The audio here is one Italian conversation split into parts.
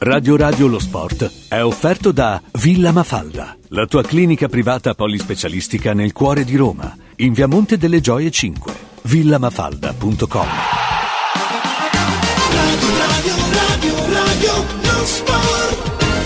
Radio Radio lo Sport è offerto da Villa Mafalda, la tua clinica privata polispecialistica nel cuore di Roma, in via Monte delle Gioie 5, villamafalda.com. Radio lo Sport.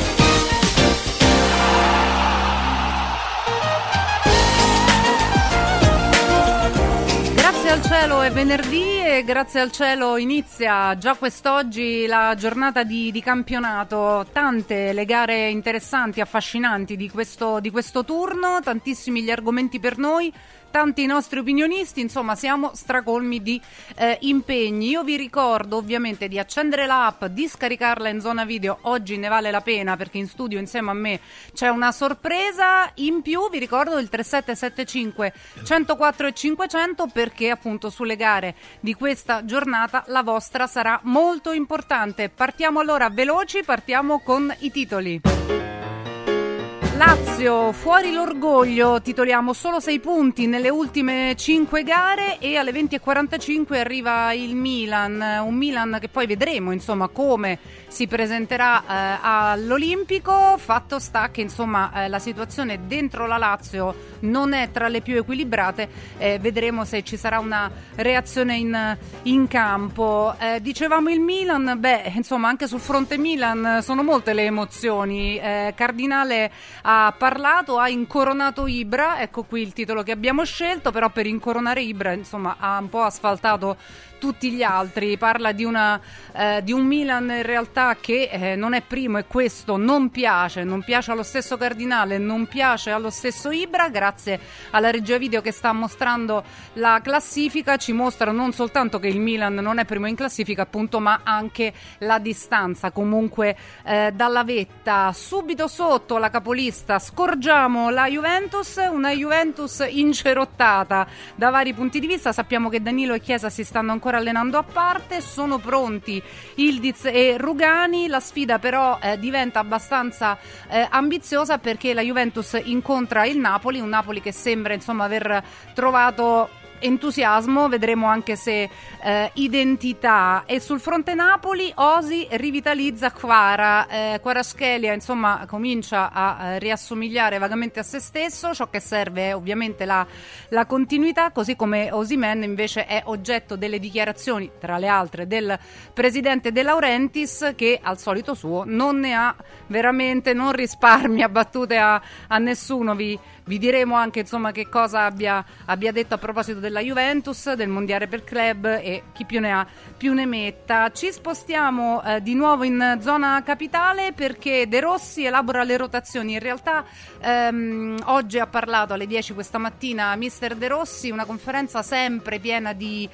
Grazie al cielo è venerdì e grazie al cielo inizia già quest'oggi la giornata di campionato. Tante le gare interessanti, affascinanti di questo turno, tantissimi gli argomenti per noi, tanti i nostri opinionisti, insomma siamo stracolmi di impegni. Io vi ricordo ovviamente di accendere l'app, di scaricarla in zona video, oggi ne vale la pena perché in studio insieme a me c'è una sorpresa. In più vi ricordo il 3775 104 e 500 perché appunto sulle gare di questa giornata la vostra sarà molto importante. Partiamo allora veloci, partiamo con i titoli. Lazio, fuori l'orgoglio, titoliamo solo 6 punti nelle ultime 5 gare e alle 20:45 arriva il Milan, un Milan che poi vedremo insomma come si presenterà all'Olimpico. Fatto sta che insomma la situazione dentro la Lazio non è tra le più equilibrate, vedremo se ci sarà una reazione in campo. Dicevamo il Milan, insomma anche sul fronte Milan sono molte le emozioni. Cardinale ha parlato, ha incoronato Ibra, ecco qui il titolo che abbiamo scelto, però per incoronare Ibra insomma ha un po' asfaltato tutti gli altri. Parla di un Milan in realtà che non è primo e questo non piace allo stesso Cardinale, non piace allo stesso Ibra. Grazie alla regia video che sta mostrando la classifica ci mostra non soltanto che il Milan non è primo in classifica appunto, ma anche la distanza comunque dalla vetta. Subito sotto la capolista scorgiamo la Juventus, una Juventus incerottata da vari punti di vista. Sappiamo che Danilo e Chiesa si stanno ancora allenando a parte, sono pronti Ildiz e Rugani. La sfida però diventa abbastanza ambiziosa perché la Juventus incontra il Napoli, un Napoli che sembra insomma aver trovato entusiasmo, vedremo anche se identità. E sul fronte Napoli Osi rivitalizza Kvaratskhelia insomma comincia a riassomigliare vagamente a se stesso. Ciò che serve è ovviamente la continuità, così come Osimhen invece è oggetto delle dichiarazioni, tra le altre, del presidente De Laurentiis, che al solito suo non ne ha veramente, non risparmia battute a nessuno. Vi diremo anche insomma che cosa abbia detto a proposito della Juventus, del mondiale per club e chi più ne ha più ne metta. Ci spostiamo di nuovo in zona capitale perché De Rossi elabora le rotazioni. In realtà oggi ha parlato alle 10 questa mattina mister De Rossi, una conferenza sempre piena di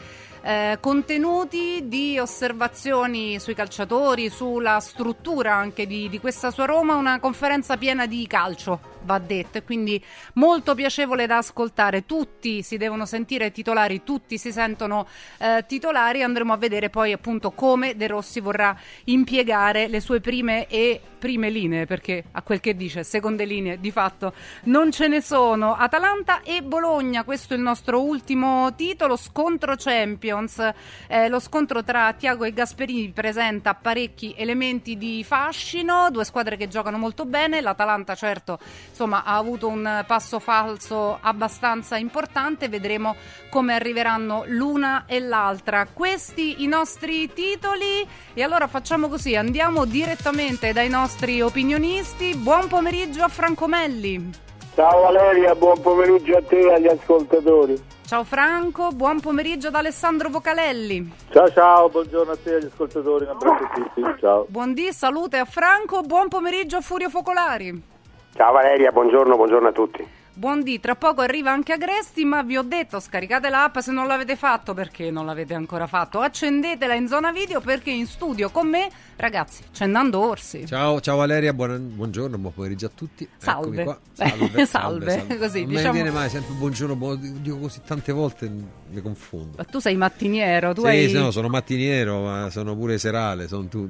contenuti, di osservazioni sui calciatori, sulla struttura anche di questa sua Roma, una conferenza piena di calcio, va detto, e quindi molto piacevole da ascoltare. Tutti si devono sentire titolari, tutti si sentono titolari. Andremo a vedere poi appunto come De Rossi vorrà impiegare le sue prime linee, perché a quel che dice seconde linee di fatto non ce ne sono. Atalanta e Bologna, questo è il nostro ultimo titolo, scontro Champions. Lo scontro tra Thiago e Gasperini presenta parecchi elementi di fascino, due squadre che giocano molto bene. L'Atalanta certo insomma ha avuto un passo falso abbastanza importante, vedremo come arriveranno l'una e l'altra. Questi i nostri titoli e allora facciamo così, andiamo direttamente dai nostri opinionisti. Buon pomeriggio a Franco Melli. Ciao Valeria, buon pomeriggio a te e agli ascoltatori. Ciao Franco, buon pomeriggio ad Alessandro Vocalelli. Ciao, buongiorno a te e agli ascoltatori, un abbraccio a tutti, ciao. Buondì, salute a Franco, buon pomeriggio a Furio Focolari. Ciao Valeria, buongiorno a tutti. Buondì, tra poco arriva anche Agresti, ma vi ho detto scaricate l'app se non l'avete fatto, perché non l'avete ancora fatto. Accendetela in zona video perché in studio con me, ragazzi, c'è Nando Orsi. Ciao Valeria, buongiorno, buon pomeriggio a tutti. Salve. Qua. Salve. Così, non diciamo... mi viene mai sempre buongiorno, dico così tante volte, mi confondo. Ma tu sei mattiniero, sono mattiniero, ma sono pure serale,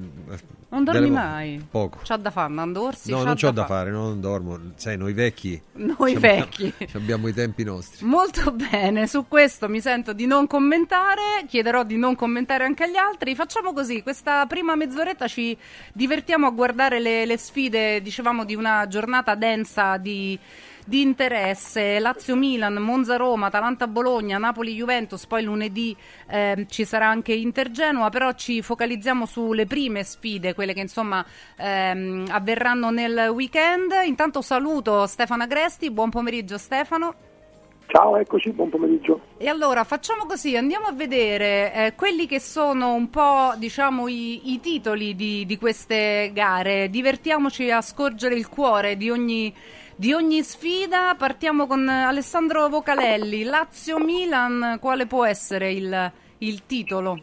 non dormi mai? Poco. C'ha da fare Nando Orsi? No, non c'ho da fare, non dormo. Sai, noi vecchi vecchi. Abbiamo i tempi nostri. Molto bene, su questo mi sento di non commentare, chiederò di non commentare anche agli altri. Facciamo così, questa prima mezz'oretta ci divertiamo a guardare le sfide, dicevamo, di una giornata densa di interesse. Lazio-Milan, Monza-Roma, Atalanta-Bologna, Napoli-Juventus, poi lunedì ci sarà anche Inter-Genoa, però ci focalizziamo sulle prime sfide, quelle che insomma avverranno nel weekend. Intanto saluto Stefano Agresti, buon pomeriggio Stefano. Ciao, eccoci, buon pomeriggio. E allora facciamo così, andiamo a vedere quelli che sono un po', diciamo, i titoli di queste gare. Divertiamoci a scorgere il cuore di ogni sfida. Partiamo con Alessandro Vocalelli. Lazio-Milan, quale può essere il titolo?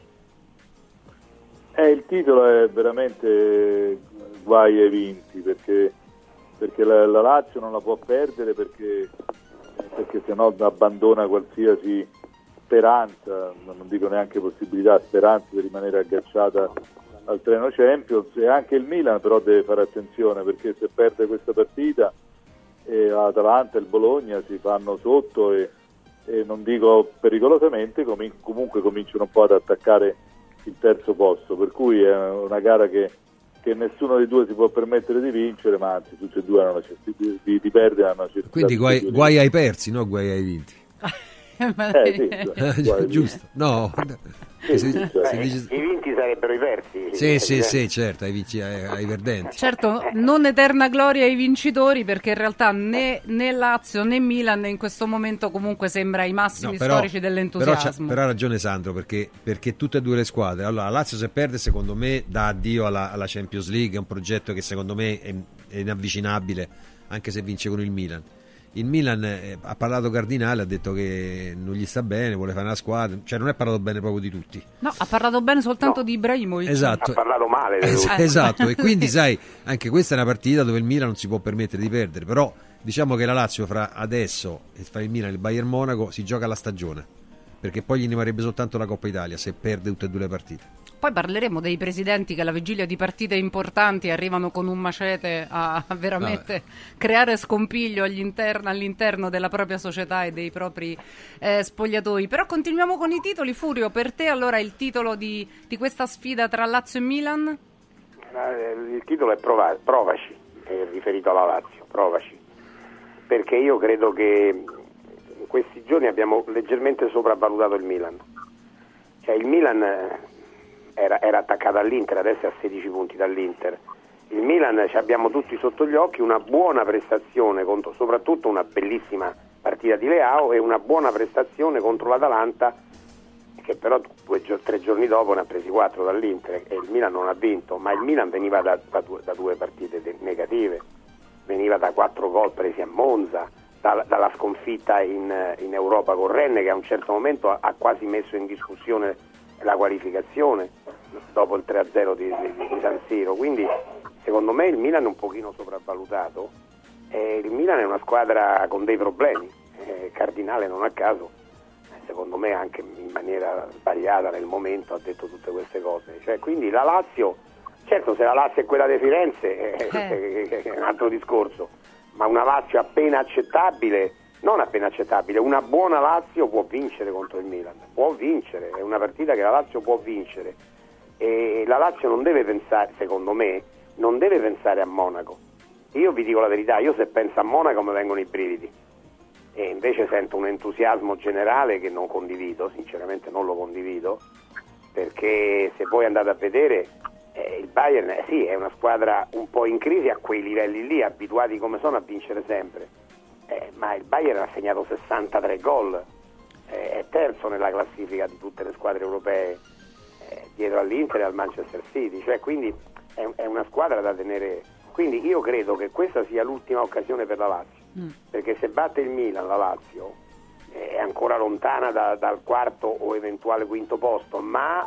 Il titolo è veramente guai ai vinti, perché la Lazio non la può perdere, perché sennò abbandona qualsiasi speranza, non dico neanche possibilità, speranza di rimanere agganciata al treno Champions. E anche il Milan però deve fare attenzione, perché se perde questa partita l'Atalanta e il Bologna si fanno sotto e non dico pericolosamente, comunque cominciano un po' ad attaccare il terzo posto, per cui è una gara che nessuno dei due si può permettere di vincere, ma anzi tutti e due hanno di perdere, hanno necessità. Quindi guai ai persi, no guai ai vinti. Sì, giusto. No. I vinti sarebbero i persi. Sì, certo, ai perdenti. Certo, non eterna gloria ai vincitori, perché in realtà né Lazio né Milan in questo momento comunque sembra i massimi storici dell'entusiasmo. Però ha ragione Sandro, perché tutte e due le squadre. Allora, la Lazio, se perde, secondo me dà addio alla Champions League, è un progetto che secondo me è inavvicinabile, anche se vince con il Milan. Il Milan ha parlato Cardinale, ha detto che non gli sta bene, vuole fare una squadra, cioè non è parlato bene proprio di tutti. No, ha parlato bene soltanto di Ibrahimovic. Esatto. Ha parlato male. Esatto, e quindi sai, anche questa è una partita dove il Milan non si può permettere di perdere, però diciamo che la Lazio fra adesso e fra il Milan e il Bayern Monaco si gioca la stagione, perché poi gli rimarrebbe soltanto la Coppa Italia se perde tutte e due le partite. Poi parleremo dei presidenti che alla vigilia di partite importanti arrivano con un macete a veramente creare scompiglio all'interno della propria società e dei propri spogliatoi. Però continuiamo con i titoli. Furio, per te allora il titolo di questa sfida tra Lazio e Milan? Il titolo è Provaci, è riferito alla Lazio, Provaci, perché io credo che in questi giorni abbiamo leggermente sopravvalutato il Milan. Cioè il Milan era attaccato all'Inter, adesso è a 16 punti dall'Inter. Il Milan ci abbiamo tutti sotto gli occhi, una buona prestazione contro, soprattutto una bellissima partita di Leao, e una buona prestazione contro l'Atalanta, che però 3 giorni dopo ne ha presi 4 dall'Inter e il Milan non ha vinto. Ma il Milan veniva da 2 partite negative, veniva da 4 gol presi a Monza, dalla sconfitta in Europa con Rennes, che a un certo momento ha quasi messo in discussione la qualificazione dopo il 3-0 di San Siro. Quindi secondo me il Milan è un pochino sopravvalutato, il Milan è una squadra con dei problemi, Cardinale non a caso, secondo me anche in maniera sbagliata nel momento ha detto tutte queste cose. Cioè, quindi la Lazio, certo, se la Lazio è quella di Firenze è un altro discorso, ma una Lazio appena accettabile, una buona Lazio può vincere contro il Milan, può vincere, è una partita che la Lazio può vincere, e la Lazio non deve pensare, secondo me, non deve pensare a Monaco. Io vi dico la verità, io se penso a Monaco mi vengono i brividi, e invece sento un entusiasmo generale che non condivido, sinceramente non lo condivido, perché se voi andate a vedere il Bayern sì, è una squadra un po' in crisi a quei livelli lì, abituati come sono a vincere sempre. Ma il Bayern ha segnato 63 gol, è terzo nella classifica di tutte le squadre europee, dietro all'Inter e al Manchester City, cioè quindi è una squadra da tenere. Quindi io credo che questa sia l'ultima occasione per la Lazio, perché se batte il Milan la Lazio è ancora lontana dal quarto o eventuale quinto posto, ma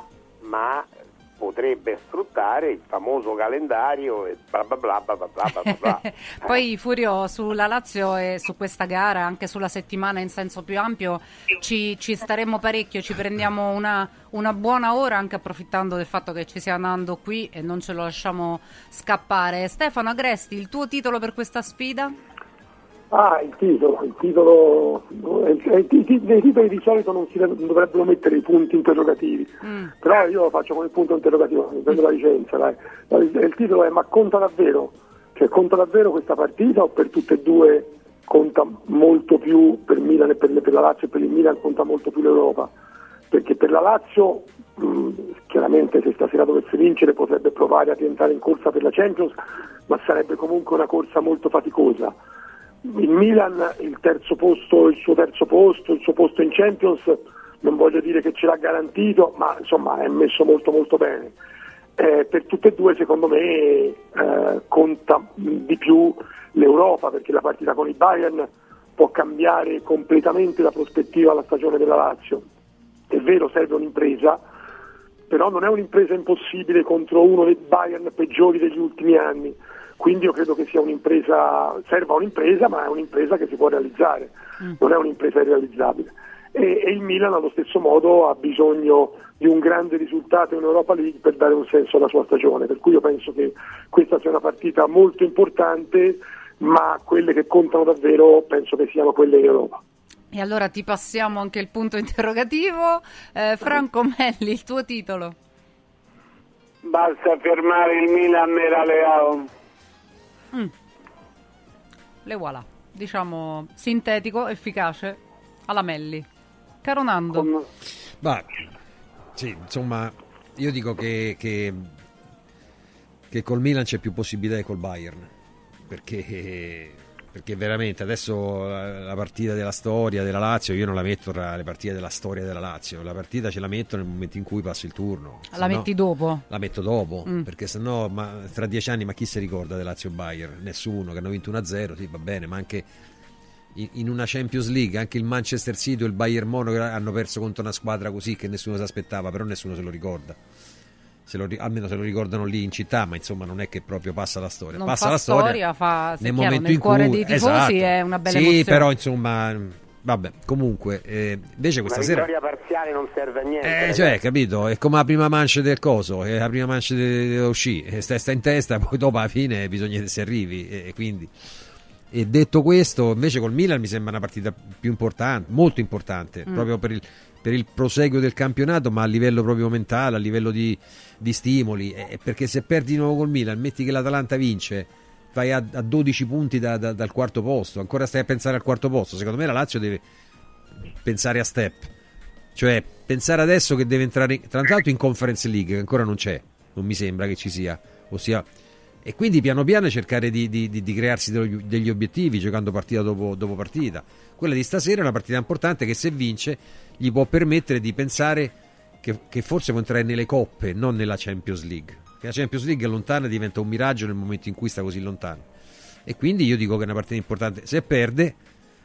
potrebbe sfruttare il famoso calendario e bla bla bla bla bla bla bla. Poi Furio, sulla Lazio e su questa gara, anche sulla settimana in senso più ampio, ci staremo parecchio, ci prendiamo una buona ora, anche approfittando del fatto che ci sia Nando qui e non ce lo lasciamo scappare. Stefano Agresti, il tuo titolo per questa sfida? Il titolo nei titoli di solito non dovrebbero mettere i punti interrogativi, però io lo faccio con il punto interrogativo, mi prendo la licenza, dai. Il titolo è: ma conta davvero? Cioè, conta davvero questa partita, o per tutte e due conta molto più, per Milan e per la Lazio, e per il Milan conta molto più l'Europa? Perché per la Lazio chiaramente, se stasera dovesse vincere, potrebbe provare a rientrare in corsa per la Champions, ma sarebbe comunque una corsa molto faticosa. Il Milan, il suo terzo posto in Champions, non voglio dire che ce l'ha garantito, ma insomma è messo molto molto bene. Per tutte e due, secondo me, conta di più l'Europa, perché la partita con il Bayern può cambiare completamente la prospettiva alla stagione della Lazio. È vero, serve un'impresa, però non è un'impresa impossibile contro uno dei Bayern peggiori degli ultimi anni. Quindi io credo che sia serva un'impresa, ma è un'impresa che si può realizzare, non è un'impresa irrealizzabile. E il Milan allo stesso modo ha bisogno di un grande risultato in Europa League per dare un senso alla sua stagione, per cui io penso che questa sia una partita molto importante, ma quelle che contano davvero penso che siano quelle in Europa. E allora ti passiamo anche il punto interrogativo. Franco Melli, il tuo titolo? Basta fermare il Milan e la Leao. Le voilà, diciamo sintetico, efficace, alla Melli. Caro Nando. Sì, insomma, io dico che col Milan c'è più possibilità che col Bayern, perché veramente adesso la partita della storia della Lazio io non la metto tra le partite della storia della Lazio, la partita ce la metto nel momento in cui passa il turno. La metti dopo? La metto dopo, perché sennò tra 10 anni ma chi si ricorda del Lazio Bayern? Nessuno, che hanno vinto 1-0, sì, va bene, ma anche in una Champions League anche il Manchester City o il Bayern Monaco hanno perso contro una squadra così che nessuno si aspettava, però nessuno se lo ricorda. Almeno se lo ricordano lì in città, ma insomma non è che proprio passa la storia. Non passa fa la storia nel momento nel cuore dei tifosi, esatto. È una bella emozione. Sì, però insomma, vabbè, comunque invece questa sera una vittoria parziale non serve a niente. Cioè, capito? È come la prima mancia del coso, è la prima mancia dello sci, sta in testa, poi dopo alla fine bisogna che si arrivi, e quindi. E detto questo, invece col Milan mi sembra una partita più importante, molto importante, proprio per il proseguo del campionato, ma a livello proprio mentale, a livello di stimoli, perché se perdi di nuovo col Milan, metti che l'Atalanta vince, vai a 12 punti dal quarto posto, ancora stai a pensare al quarto posto. Secondo me la Lazio deve pensare a step, cioè pensare adesso che deve entrare tra l'altro in Conference League, che ancora non c'è, non mi sembra che ci sia, ossia. E quindi piano piano cercare di crearsi degli obiettivi, giocando partita dopo partita. Quella di stasera è una partita importante che, se vince, gli può permettere di pensare che forse può entrare nelle coppe, non nella Champions League. Che la Champions League è lontana, diventa un miraggio nel momento in cui sta così lontano. E quindi io dico che è una partita importante. Se perde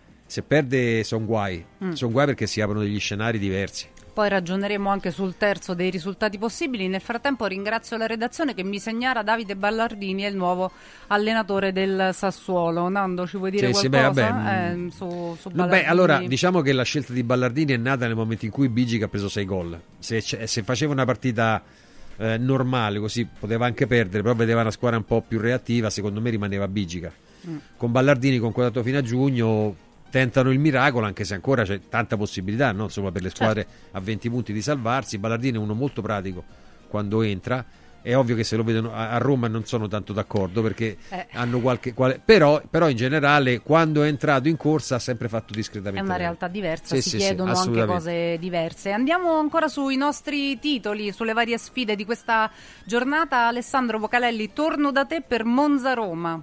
sono guai. Sono guai, perché si aprono degli scenari diversi. Poi ragioneremo anche sul terzo dei risultati possibili. Nel frattempo ringrazio la redazione che mi segnala Davide Ballardini è il nuovo allenatore del Sassuolo. Nando, ci vuoi dire qualcosa? Su Ballardini? Allora, diciamo che la scelta di Ballardini è nata nel momento in cui Bigic ha preso 6 gol. Se faceva una partita normale, così poteva anche perdere, però vedeva una squadra un po' più reattiva, secondo me rimaneva Bigica. Con Ballardini, concordato fino a giugno, tentano il miracolo, anche se ancora c'è tanta possibilità, no? Insomma, per le squadre a 20 punti di salvarsi. Ballardini è uno molto pratico quando entra. È ovvio che se lo vedono a Roma non sono tanto d'accordo, perché hanno però in generale quando è entrato in corsa ha sempre fatto discretamente. È una realtà diversa, si chiedono anche cose diverse. Andiamo ancora sui nostri titoli, sulle varie sfide di questa giornata. Alessandro Vocalelli, torno da te per Monza-Roma.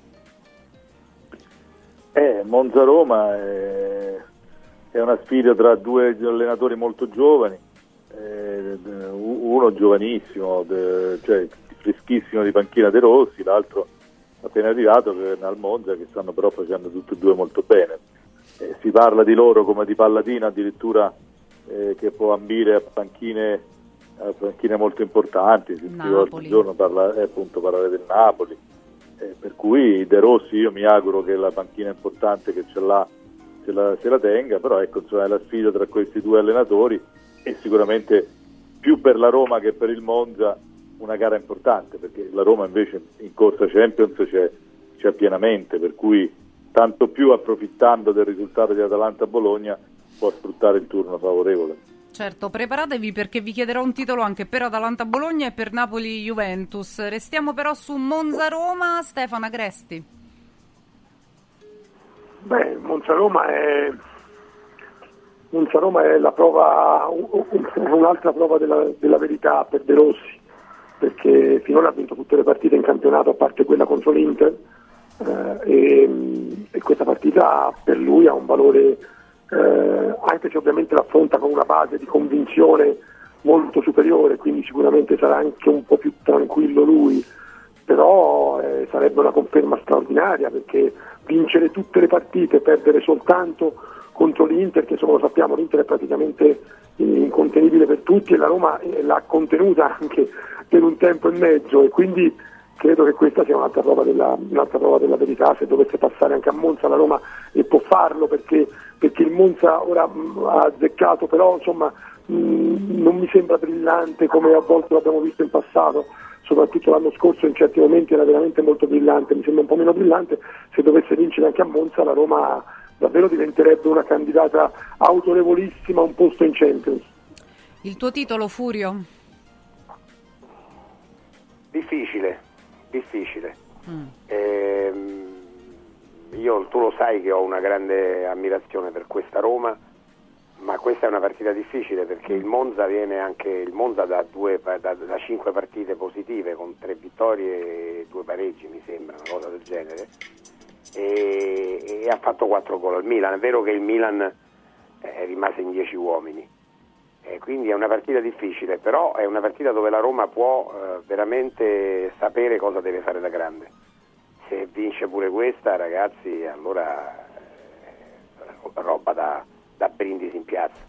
Monza-Roma è una sfida tra due allenatori molto giovani, uno giovanissimo, cioè freschissimo di panchina, De Rossi, l'altro appena arrivato al Monza, che stanno però facendo tutti e due molto bene. Si parla di loro come di Palladino addirittura, che può ambire a panchine molto importanti. L'altro giorno parlare del Napoli. Per cui De Rossi, io mi auguro che la panchina importante che ce l'ha se la tenga, però ecco, insomma, è la sfida tra questi due allenatori, e sicuramente più per la Roma che per il Monza una gara importante, perché la Roma invece in corsa Champions c'è pienamente, per cui tanto più approfittando del risultato di Atalanta-Bologna può sfruttare il turno favorevole. Certo, preparatevi perché vi chiederò un titolo anche per Atalanta-Bologna e per Napoli-Juventus. Restiamo però su Monza-Roma. Stefano Agresti. Beh, Monza-Roma è la prova, un'altra prova della verità per De Rossi, perché finora ha vinto tutte le partite in campionato a parte quella contro l'Inter, e questa partita per lui ha un valore, anche se ovviamente l'affronta con una base di convinzione molto superiore, quindi sicuramente sarà anche un po' più tranquillo lui, però sarebbe una conferma straordinaria, perché vincere tutte le partite, perdere soltanto contro l'Inter, che insomma lo sappiamo, l'Inter è praticamente incontenibile per tutti e la Roma l'ha contenuta anche per un tempo e mezzo, e quindi credo che questa sia un'altra prova della verità. Se dovesse passare anche a Monza la Roma, e può farlo perché il Monza ora ha azzeccato, però insomma non mi sembra brillante come a volte l'abbiamo visto in passato, soprattutto l'anno scorso in certi momenti era veramente molto brillante, mi sembra un po' meno brillante. Se dovesse vincere anche a Monza la Roma davvero diventerebbe una candidata autorevolissima a un posto in Champions. Il tuo titolo, Furio? Difficile. Io, tu lo sai che ho una grande ammirazione per questa Roma, ma questa è una partita difficile perché il Monza da 5 partite positive con 3 vittorie e 2 pareggi, mi sembra, una cosa del genere, e ha fatto 4 gol al Milan. È vero che il Milan rimase in 10 uomini, quindi è una partita difficile, però è una partita dove la Roma può veramente sapere cosa deve fare da grande. Se vince pure questa, ragazzi, allora roba da brindisi in piazza.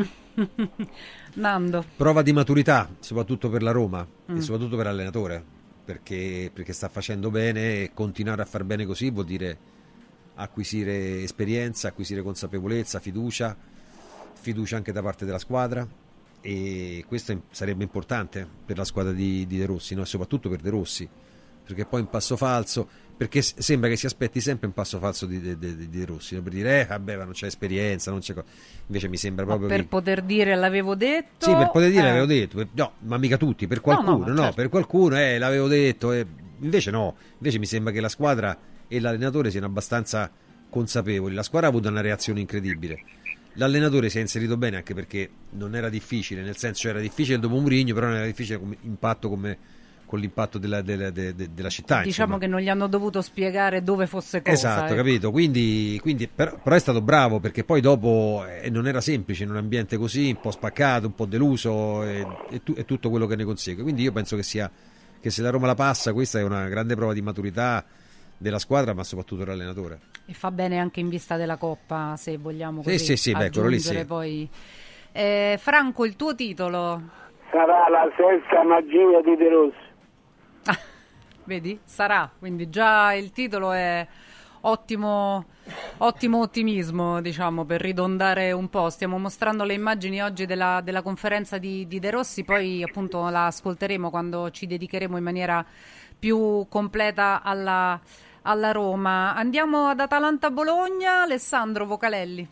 Nando. Prova di maturità, soprattutto per la Roma e soprattutto per l'allenatore, perché sta facendo bene, e continuare a far bene così vuol dire acquisire esperienza, acquisire consapevolezza, fiducia anche da parte della squadra, e questo sarebbe importante per la squadra di De Rossi, no? Soprattutto per De Rossi, perché poi in passo falso, perché sembra che si aspetti sempre un passo falso di De Rossi, no? Per dire vabbè, ma non c'è esperienza, non c'è invece mi sembra proprio per poter dire l'avevo detto. Sì, per poter dire l'avevo detto, no, ma mica tutti, per qualcuno, no, certo. Per qualcuno l'avevo detto, invece no, invece mi sembra che la squadra e l'allenatore siano abbastanza consapevoli. La squadra ha avuto una reazione incredibile, l'allenatore si è inserito bene, anche perché non era difficile, nel senso era difficile dopo Mourinho, però non era difficile come impatto, con l'impatto della città, diciamo, insomma. che non gli hanno dovuto spiegare dove fosse cosa. Esatto, capito, quindi però è stato bravo, perché poi dopo non era semplice in un ambiente così, un po' spaccato, un po' deluso, e tutto quello che ne consegue. Quindi io penso che se la Roma la passa, questa è una grande prova di maturità della squadra, ma soprattutto dell'allenatore. E fa bene anche in vista della Coppa, se vogliamo così sì, quello lì sì. Poi Franco, il tuo titolo? Sarà la sesta magia di De Rossi. Vedi? Sarà, quindi già il titolo è ottimo ottimismo, diciamo, per ridondare un po'. Stiamo mostrando le immagini oggi della conferenza di De Rossi, poi appunto la ascolteremo quando ci dedicheremo in maniera più completa alla Roma. Andiamo ad Atalanta-Bologna. Alessandro Vocalelli.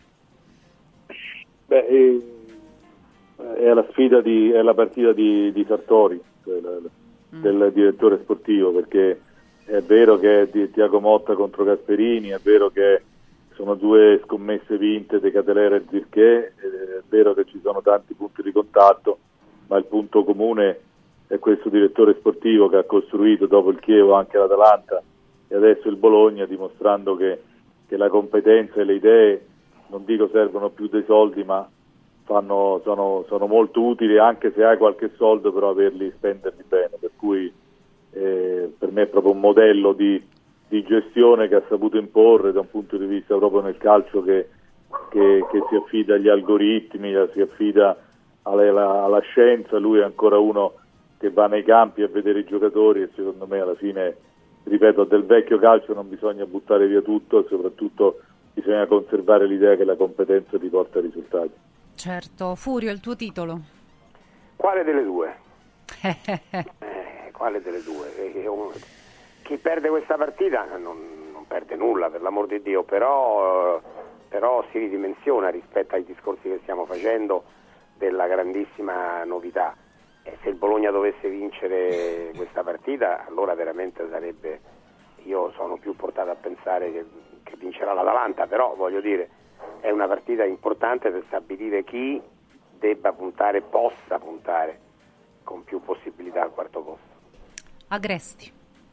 Beh, è la partita di Sartori, del direttore sportivo, perché è vero che è Tiago Motta contro Gasperini, è vero che sono 2 scommesse vinte De Ketelere e Zirkzee, è vero che ci sono tanti punti di contatto, ma il punto comune è questo direttore sportivo che ha costruito dopo il Chievo anche l'Atalanta e adesso il Bologna, dimostrando che la competenza e le idee, non dico servono più dei soldi, ma sono molto utili, anche se hai qualche soldo, però spenderli bene, per cui per me è proprio un modello di gestione che ha saputo imporre da un punto di vista proprio nel calcio che si affida agli algoritmi, si affida alla scienza. Lui è ancora uno che va nei campi a vedere i giocatori, e secondo me alla fine, ripeto, del vecchio calcio non bisogna buttare via tutto, e soprattutto bisogna conservare l'idea che la competenza ti porta ai risultati. Certo. Furio, il tuo titolo? Quale delle due? Quale delle due? Chi perde questa partita non perde nulla, per l'amor di Dio, però si ridimensiona rispetto ai discorsi che stiamo facendo della grandissima novità. E se il Bologna dovesse vincere questa partita, allora veramente sarebbe, io sono più portato a pensare che vincerà l'Atalanta, però voglio dire, è una partita importante per stabilire chi possa puntare con più possibilità al quarto posto. Agresti.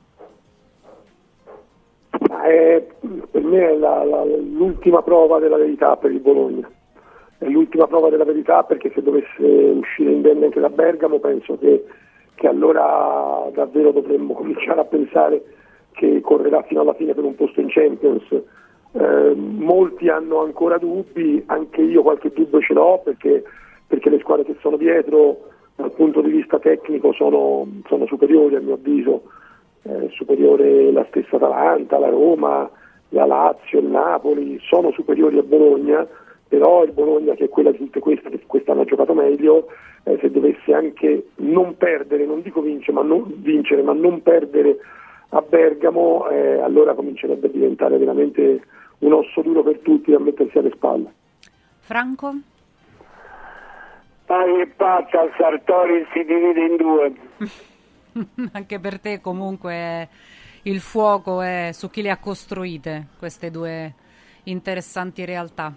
Per me è l'ultima prova della verità per il Bologna. È l'ultima prova della verità, perché se dovesse uscire indenne anche da Bergamo penso che allora davvero dovremmo cominciare a pensare che correrà fino alla fine per un posto in Champions. Molti hanno ancora dubbi, anche io qualche dubbio ce l'ho, perché le squadre che sono dietro dal punto di vista tecnico sono superiori, a mio avviso. Superiore la stessa Atalanta, la Roma, la Lazio, il Napoli, sono superiori a Bologna, però il Bologna, che è quella di tutte queste che quest'anno ha giocato meglio, se dovesse anche non perdere, non dico vincere, ma non perdere a Bergamo, allora comincerebbe a diventare veramente un osso duro per tutti da mettersi alle spalle. Franco? Pari e pazza, Sartori si divide in due. Anche per te comunque il fuoco è su chi le ha costruite queste due interessanti realtà.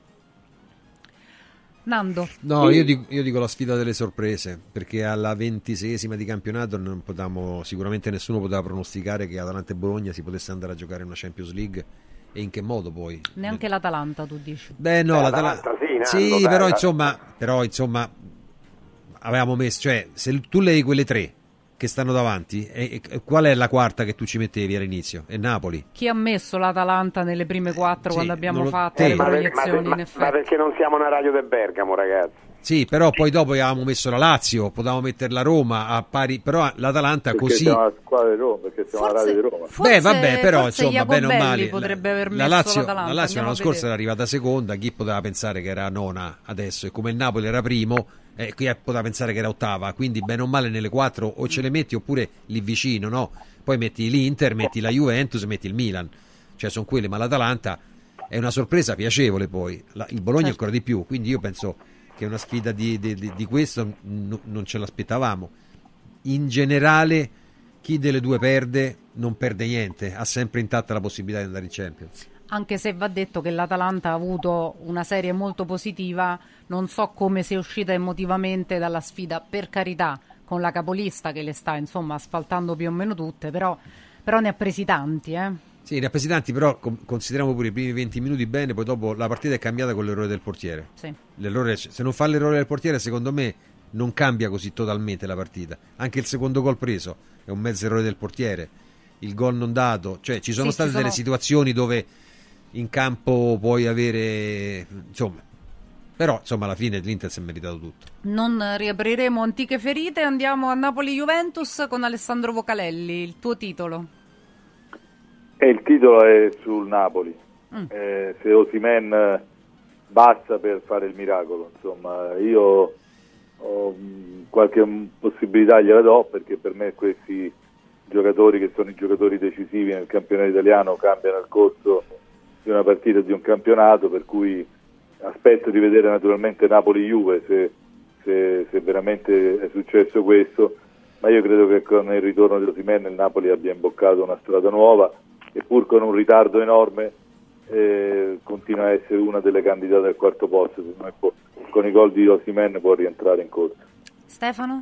Nando? No, io dico la sfida delle sorprese, perché alla 26esima di campionato sicuramente nessuno poteva pronosticare che Atalanta e Bologna si potesse andare a giocare in una Champions League, e in che modo poi? Neanche l'Atalanta, tu dici? Beh no, l'Atalanta sì, Nando, però insomma avevamo messo, cioè se tu levi quelle tre che stanno davanti, qual è la quarta che tu ci mettevi all'inizio? È Napoli. Chi ha messo l'Atalanta nelle prime quattro quando abbiamo fatto te. le proiezioni? Ma perché non siamo una radio del Bergamo, ragazzi? Sì, però poi dopo avevamo messo la Lazio, potevamo mettere la Roma a pari, però l'Atalanta perché così. Siamo la squadra di Roma, perché siamo la radio di Roma. Beh, vabbè, però insomma, bene o male. Potrebbe aver messo la Lazio l'anno scorso era arrivata seconda, chi poteva pensare che era nona adesso? E come il Napoli era primo, qui poteva pensare che era ottava, quindi bene o male nelle quattro o ce le metti oppure lì vicino, no? Poi metti l'Inter, metti la Juventus, metti il Milan, cioè sono quelle, ma l'Atalanta è una sorpresa piacevole poi, il Bologna ancora di più, quindi io penso che una sfida di questo non ce l'aspettavamo. In generale chi delle due perde non perde niente, ha sempre intatta la possibilità di andare in Champions. Anche se va detto che l'Atalanta ha avuto una serie molto positiva, non so come sia uscita emotivamente dalla sfida, per carità, con la capolista che le sta insomma asfaltando più o meno tutte, però ne ha presi tanti, Sì, ne ha presi tanti, però consideriamo pure i primi 20 minuti bene, poi dopo la partita è cambiata con l'errore del portiere. Sì. Se non fa l'errore del portiere, secondo me non cambia così totalmente la partita. Anche il secondo gol preso è un mezzo errore del portiere, il gol non dato, cioè ci sono state delle situazioni dove in campo puoi avere, insomma, però insomma alla fine l'Inter si è meritato tutto. Non riapriremo antiche ferite, andiamo a Napoli-Juventus con Alessandro Vocalelli, il tuo titolo. Il titolo è sul Napoli. Se Osimhen basta per fare il miracolo, insomma, io qualche possibilità gliela do, perché per me questi giocatori, che sono i giocatori decisivi nel campionato italiano, cambiano il corso di una partita, di un campionato, per cui aspetto di vedere naturalmente Napoli-Juve se veramente è successo questo, ma io credo che con il ritorno di Osimhen il Napoli abbia imboccato una strada nuova, e pur con un ritardo enorme continua a essere una delle candidate al quarto posto. Secondo me con i gol di Osimhen può rientrare in corsa. Stefano?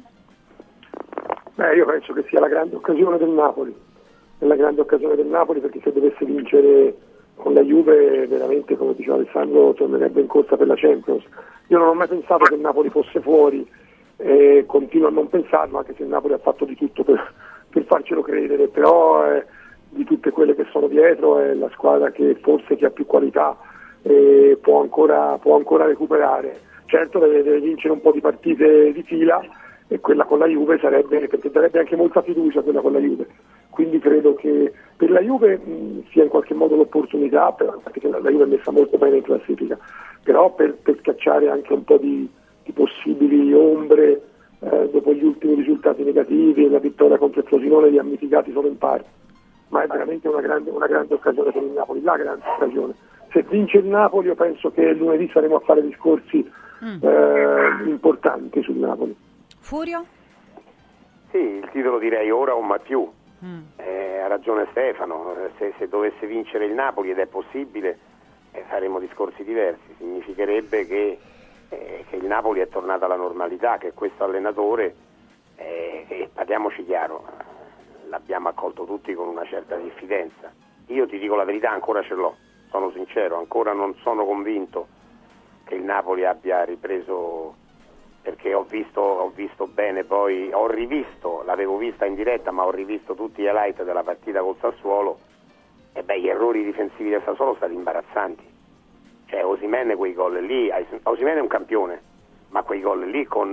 Io penso che sia la grande occasione del Napoli, perché se dovesse vincere con la Juve veramente, come diceva Alessandro, tornerebbe in corsa per la Champions. Io non ho mai pensato che il Napoli fosse fuori, continuo a non pensarlo, anche se il Napoli ha fatto di tutto per farcelo credere, però di tutte quelle che sono dietro è la squadra che forse ha più qualità e può ancora recuperare. Certo deve vincere un po' di partite di fila, e quella con la Juve perché darebbe anche molta fiducia quella con la Juve, quindi credo che per la Juve sia in qualche modo l'opportunità, perché la Juve è messa molto bene in classifica, però per scacciare anche un po' di possibili ombre dopo gli ultimi risultati negativi e la vittoria contro il Frosinone li ha mitigati solo in parte, ma è veramente una grande occasione per il Napoli, la grande occasione. Se vince il Napoli io penso che lunedì saremo a fare discorsi importanti sul Napoli. Furio? Sì, il titolo direi ora o mai più. Ha ragione Stefano, se dovesse vincere il Napoli, ed è possibile, faremo discorsi diversi. Significherebbe che il Napoli è tornato alla normalità, che questo allenatore, e parliamoci chiaro, l'abbiamo accolto tutti con una certa diffidenza. Io ti dico la verità, ancora ce l'ho, sono sincero, ancora non sono convinto che il Napoli abbia ripreso, perché ho visto bene, poi ho rivisto, l'avevo vista in diretta, ma ho rivisto tutti gli highlight della partita col Sassuolo, e gli errori difensivi del Sassuolo sono stati imbarazzanti. Cioè Osimhen quei gol lì, Osimhen è un campione, ma quei gol lì con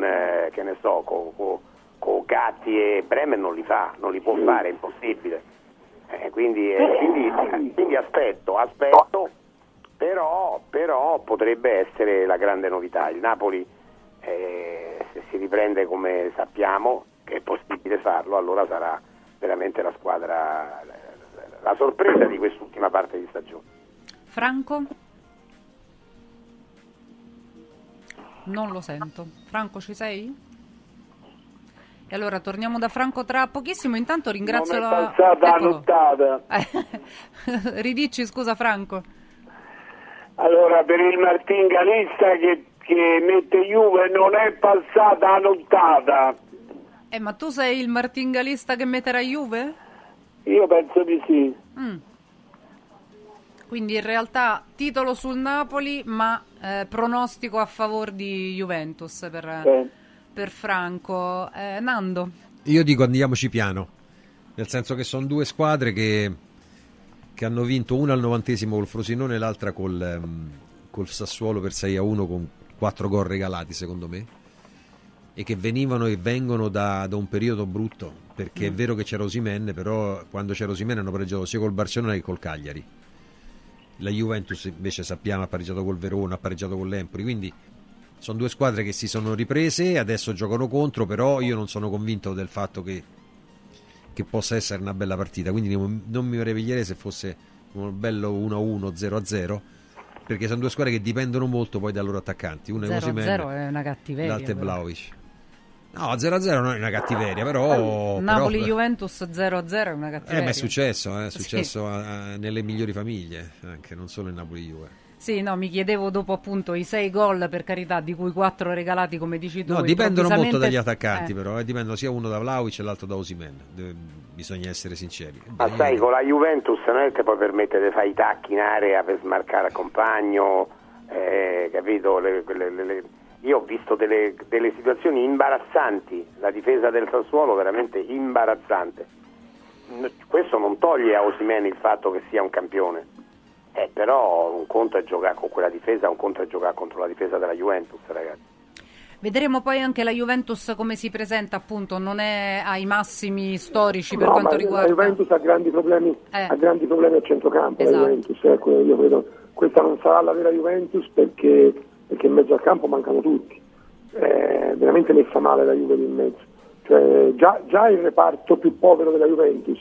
Gatti e Bremer non li fa, non li può fare, è impossibile. Quindi aspetto, però potrebbe essere la grande novità. Il Napoli, se si riprende come sappiamo che è possibile farlo, allora sarà veramente la squadra, la sorpresa di quest'ultima parte di stagione. Franco? Non lo sento. Franco, ci sei? E allora torniamo da Franco tra pochissimo. Intanto ringrazio non è passata nottata. Ridici, scusa Franco. Allora, per il martingalista che mette Juve non è passata nottata. Ma tu sei il martingalista che metterà Juve? Io penso di sì. Quindi in realtà titolo sul Napoli, ma pronostico a favore di Juventus per Franco. Nando? Io dico andiamoci piano, nel senso che sono due squadre che hanno vinto, una al 90° col Frosinone e l'altra col Sassuolo per 6-1 con 4 gol regalati secondo me, e che venivano e vengono da un periodo brutto, perché è vero che c'era Osimhen, però quando c'era Osimhen hanno pareggiato sia col Barcellona che col Cagliari. La Juventus invece sappiamo ha pareggiato col Verona, ha pareggiato con l'Empoli, quindi sono due squadre che si sono riprese, adesso giocano contro, però io non sono convinto del fatto che possa essere una bella partita, quindi non mi meraviglierei se fosse un bello 1-1, 0-0, perché sono due squadre che dipendono molto poi dai loro attaccanti. Uno è Osimhen, 0-0 è una cattiveria. L'altro è Vlahovic. No, 0-0 non è una cattiveria, però Napoli-Juventus 0-0 è una cattiveria. Ma è successo, Sì. Nelle migliori famiglie, anche non solo in Napoli-Juve. Sì, no, mi chiedevo dopo appunto i 6 gol, per carità, di cui 4 regalati, come dici tu. No, dipendono molto dagli attaccanti, però dipendono sia uno da Vlahovic e l'altro da Osimhen. Bisogna essere sinceri. Ma sai, con la Juventus non è che puoi permettere di fare i tacchi in area per smarcare il compagno, capito? Io ho visto delle situazioni imbarazzanti, la difesa del Sassuolo veramente imbarazzante. Questo non toglie a Osimhen il fatto che sia un campione. Però un conto è giocare con quella difesa, un conto è giocare contro la difesa della Juventus, ragazzi. Vedremo poi anche la Juventus come si presenta, appunto, non è ai massimi storici per quanto riguarda. La Juventus ha grandi problemi a centrocampo. Esatto. La Juventus, io credo questa non sarà la vera Juventus perché in mezzo al campo mancano tutti. È veramente messa male la Juve in mezzo. Cioè, già il reparto più povero della Juventus,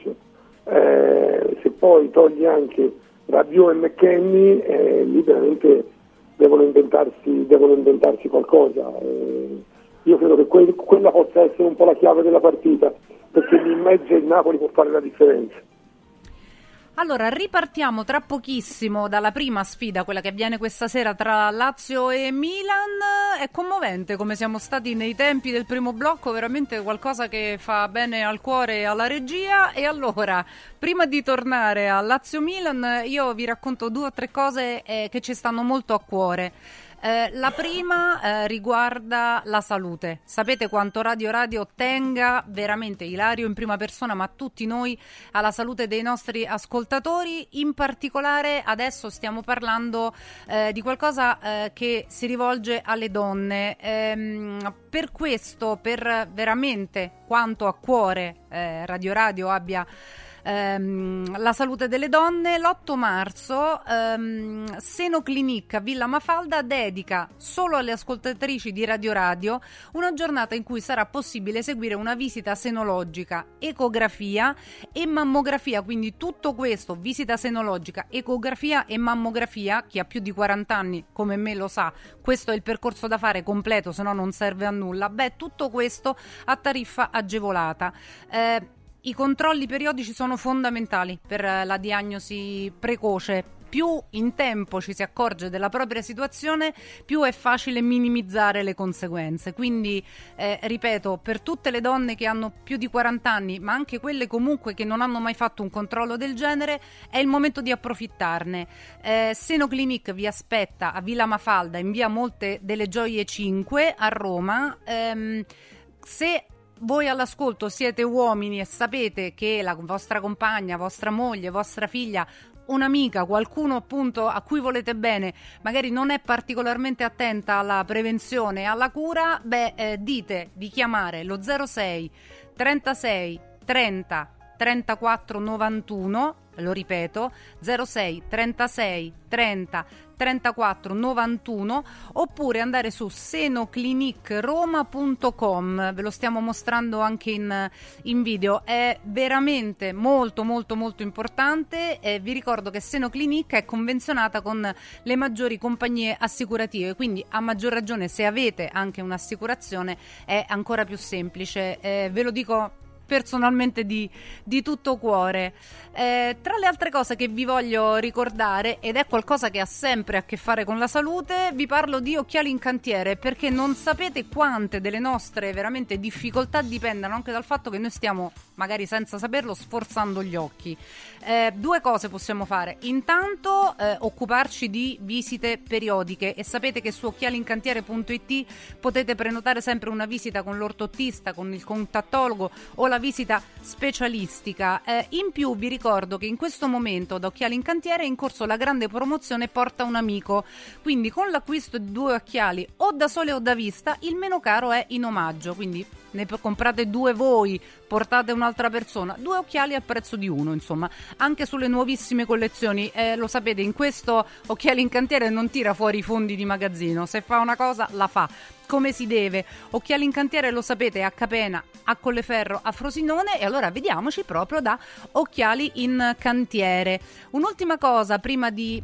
se poi togli anche Rabiot e McKennie, lì veramente devono inventarsi qualcosa. Io credo che quella possa essere un po' la chiave della partita, perché lì in mezzo il Napoli può fare la differenza. Allora, ripartiamo tra pochissimo dalla prima sfida, quella che avviene questa sera tra Lazio e Milan. È commovente come siamo stati nei tempi del primo blocco, veramente qualcosa che fa bene al cuore e alla regia. E allora, prima di tornare a Lazio-Milan, io vi racconto 2 o 3 cose che ci stanno molto a cuore. La prima riguarda la salute. Sapete quanto Radio tenga veramente, Ilario in prima persona, ma tutti noi, alla salute dei nostri ascoltatori. In particolare adesso stiamo parlando di qualcosa che si rivolge alle donne. Per questo, per veramente quanto a cuore Radio abbia la salute delle donne. L'8 marzo Senoclinic a Villa Mafalda dedica solo alle ascoltatrici di Radio una giornata in cui sarà possibile seguire una visita senologica, ecografia e mammografia, quindi tutto questo, visita senologica, ecografia e mammografia. Chi ha più di 40 anni come me lo sa, questo è il percorso da fare completo, se no non serve a nulla. Tutto questo a tariffa agevolata. I controlli periodici sono fondamentali per la diagnosi precoce. Più in tempo ci si accorge della propria situazione, più è facile minimizzare le conseguenze. Quindi, ripeto, per tutte le donne che hanno più di 40 anni, ma anche quelle comunque che non hanno mai fatto un controllo del genere, è il momento di approfittarne. Senoclinic vi aspetta a Villa Mafalda, in via Monte delle Gioie 5 a Roma. Se voi all'ascolto siete uomini e sapete che la vostra compagna, vostra moglie, vostra figlia, un'amica, qualcuno appunto a cui volete bene, magari non è particolarmente attenta alla prevenzione e alla cura, dite di chiamare lo 06 36 30 34 91, lo ripeto, 06 36 30 34 91, oppure andare su senoclinicroma.com. Ve lo stiamo mostrando anche in video. È veramente molto molto molto importante. Vi ricordo che Senoclinic è convenzionata con le maggiori compagnie assicurative, quindi a maggior ragione se avete anche un'assicurazione è ancora più semplice. Ve lo dico personalmente di tutto cuore. Tra le altre cose che vi voglio ricordare, ed è qualcosa che ha sempre a che fare con la salute, vi parlo di Occhiali in Cantiere, perché non sapete quante delle nostre veramente difficoltà dipendano anche dal fatto che noi stiamo, magari senza saperlo, sforzando gli occhi. Due cose possiamo fare: intanto occuparci di visite periodiche, e sapete che su occhialincantiere.it potete prenotare sempre una visita con l'ortottista, con il contattologo o la visita specialistica. In più vi ricordo che in questo momento da Occhiali in Cantiere è in corso la grande promozione Porta un amico, quindi con l'acquisto di 2 occhiali o da sole o da vista il meno caro è in omaggio, quindi ne comprate 2 voi, portate un'altra persona, 2 occhiali al prezzo di 1, insomma, anche sulle nuovissime collezioni. Lo sapete, in questo Occhiali in Cantiere non tira fuori i fondi di magazzino, se fa una cosa la fa come si deve. Occhiali in Cantiere, lo sapete, a Capena, a Colleferro, a Frosinone, e allora vediamoci proprio da Occhiali in Cantiere. Un'ultima cosa prima di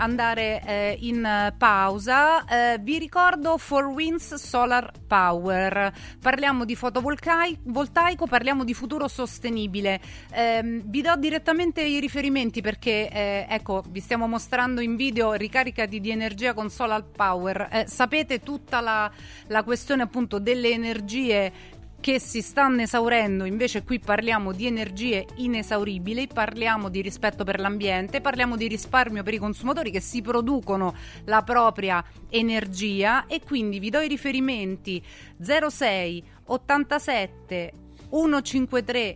andare in pausa, vi ricordo 4Winds Solar Power. Parliamo di fotovoltaico, parliamo di futuro sostenibile. Vi do direttamente i riferimenti perché ecco, vi stiamo mostrando in video ricaricati di energia con Solar Power. Sapete tutta la questione appunto delle energie che si stanno esaurendo, invece qui parliamo di energie inesauribili, parliamo di rispetto per l'ambiente, parliamo di risparmio per i consumatori che si producono la propria energia, e quindi vi do i riferimenti: 06 87 153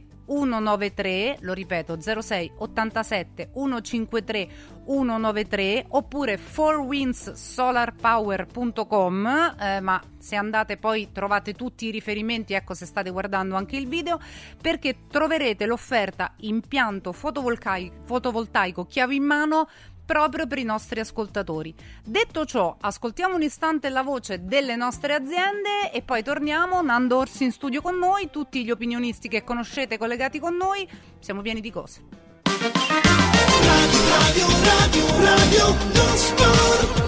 193, lo ripeto, 06 87 153 193, oppure 4windsolarpower.com, ma se andate poi trovate tutti i riferimenti, ecco, se state guardando anche il video, perché troverete l'offerta impianto fotovoltaico chiave in mano proprio per i nostri ascoltatori. Detto ciò, ascoltiamo un istante la voce delle nostre aziende e poi torniamo. Nando Orsi in studio con noi, tutti gli opinionisti che conoscete collegati con noi, siamo pieni di cose. Radio non sport.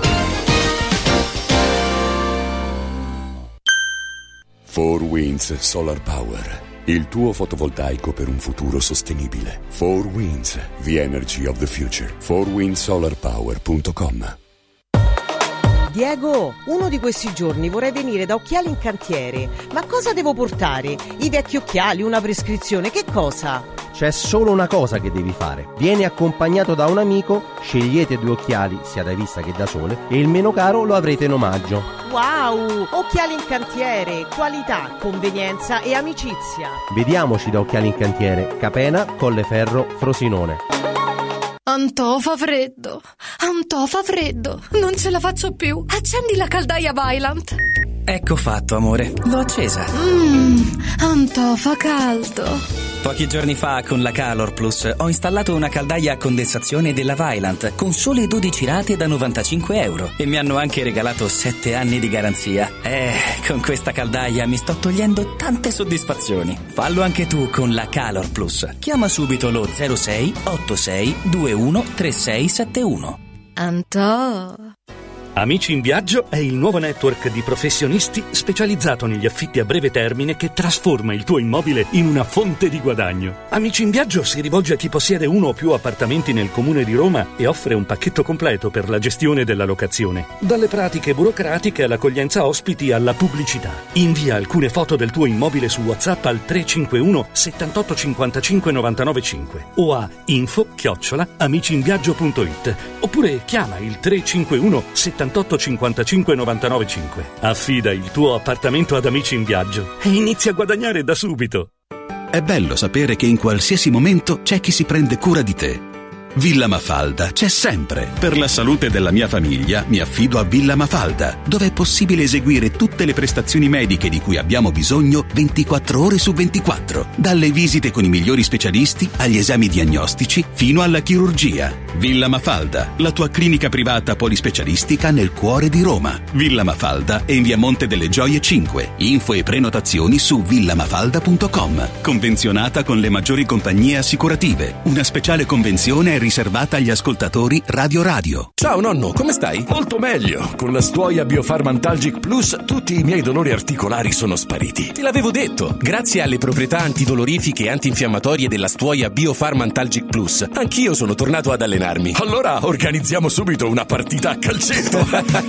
4Winds Solar Power, il tuo fotovoltaico per un futuro sostenibile. 4Winds, the energy of the future. 4windsolarpower.com. Diego, uno di questi giorni vorrei venire da Occhiali in Cantiere. Ma cosa devo portare? I vecchi occhiali, una prescrizione, che cosa? C'è solo una cosa che devi fare: vieni accompagnato da un amico, scegliete 2 occhiali sia da vista che da sole e il meno caro lo avrete in omaggio. Wow, Occhiali in Cantiere, qualità, convenienza e amicizia. Vediamoci da Occhiali in Cantiere, Capena, Colleferro, Frosinone. Antò fa freddo, non ce la faccio più. Accendi la caldaia Vaillant. Ecco fatto, amore, l'ho accesa. Antò fa caldo. Pochi giorni fa con la Calor Plus ho installato una caldaia a condensazione della Vaillant con sole 12 rate da €95 e mi hanno anche regalato 7 anni di garanzia. Con questa caldaia mi sto togliendo tante soddisfazioni. Fallo anche tu con la Calor Plus. Chiama subito lo 06 86 21 3671. Antò. Amici in Viaggio è il nuovo network di professionisti specializzato negli affitti a breve termine che trasforma il tuo immobile in una fonte di guadagno. Amici in Viaggio si rivolge a chi possiede uno o più appartamenti nel comune di Roma e offre un pacchetto completo per la gestione della locazione. Dalle pratiche burocratiche all'accoglienza ospiti alla pubblicità. Invia alcune foto del tuo immobile su WhatsApp al 351 78 55 99 5 o a info@amiciinviaggio.it oppure chiama il 351 78 55 99 5. Affida il tuo appartamento ad Amici in Viaggio e inizia a guadagnare da subito. È bello sapere che in qualsiasi momento c'è chi si prende cura di te. Villa Mafalda c'è sempre. Per la salute della mia famiglia mi affido a Villa Mafalda, dove è possibile eseguire tutte le prestazioni mediche di cui abbiamo bisogno 24 ore su 24, dalle visite con i migliori specialisti agli esami diagnostici fino alla chirurgia. Villa Mafalda, la tua clinica privata polispecialistica nel cuore di Roma. Villa Mafalda è in via Monte delle Gioie 5. Info e prenotazioni su villamafalda.com. Convenzionata con le maggiori compagnie assicurative. Una speciale convenzione è riservata agli ascoltatori Radio. Ciao nonno, come stai? Molto meglio. Con la Stuoia Biofarmantalgic Plus tutti i miei dolori articolari sono spariti. Te l'avevo detto. Grazie alle proprietà antidolorifiche e antinfiammatorie della Stuoia Biofarmantalgic Plus, anch'io sono tornato ad allenarmi. Allora organizziamo subito una partita a calcetto.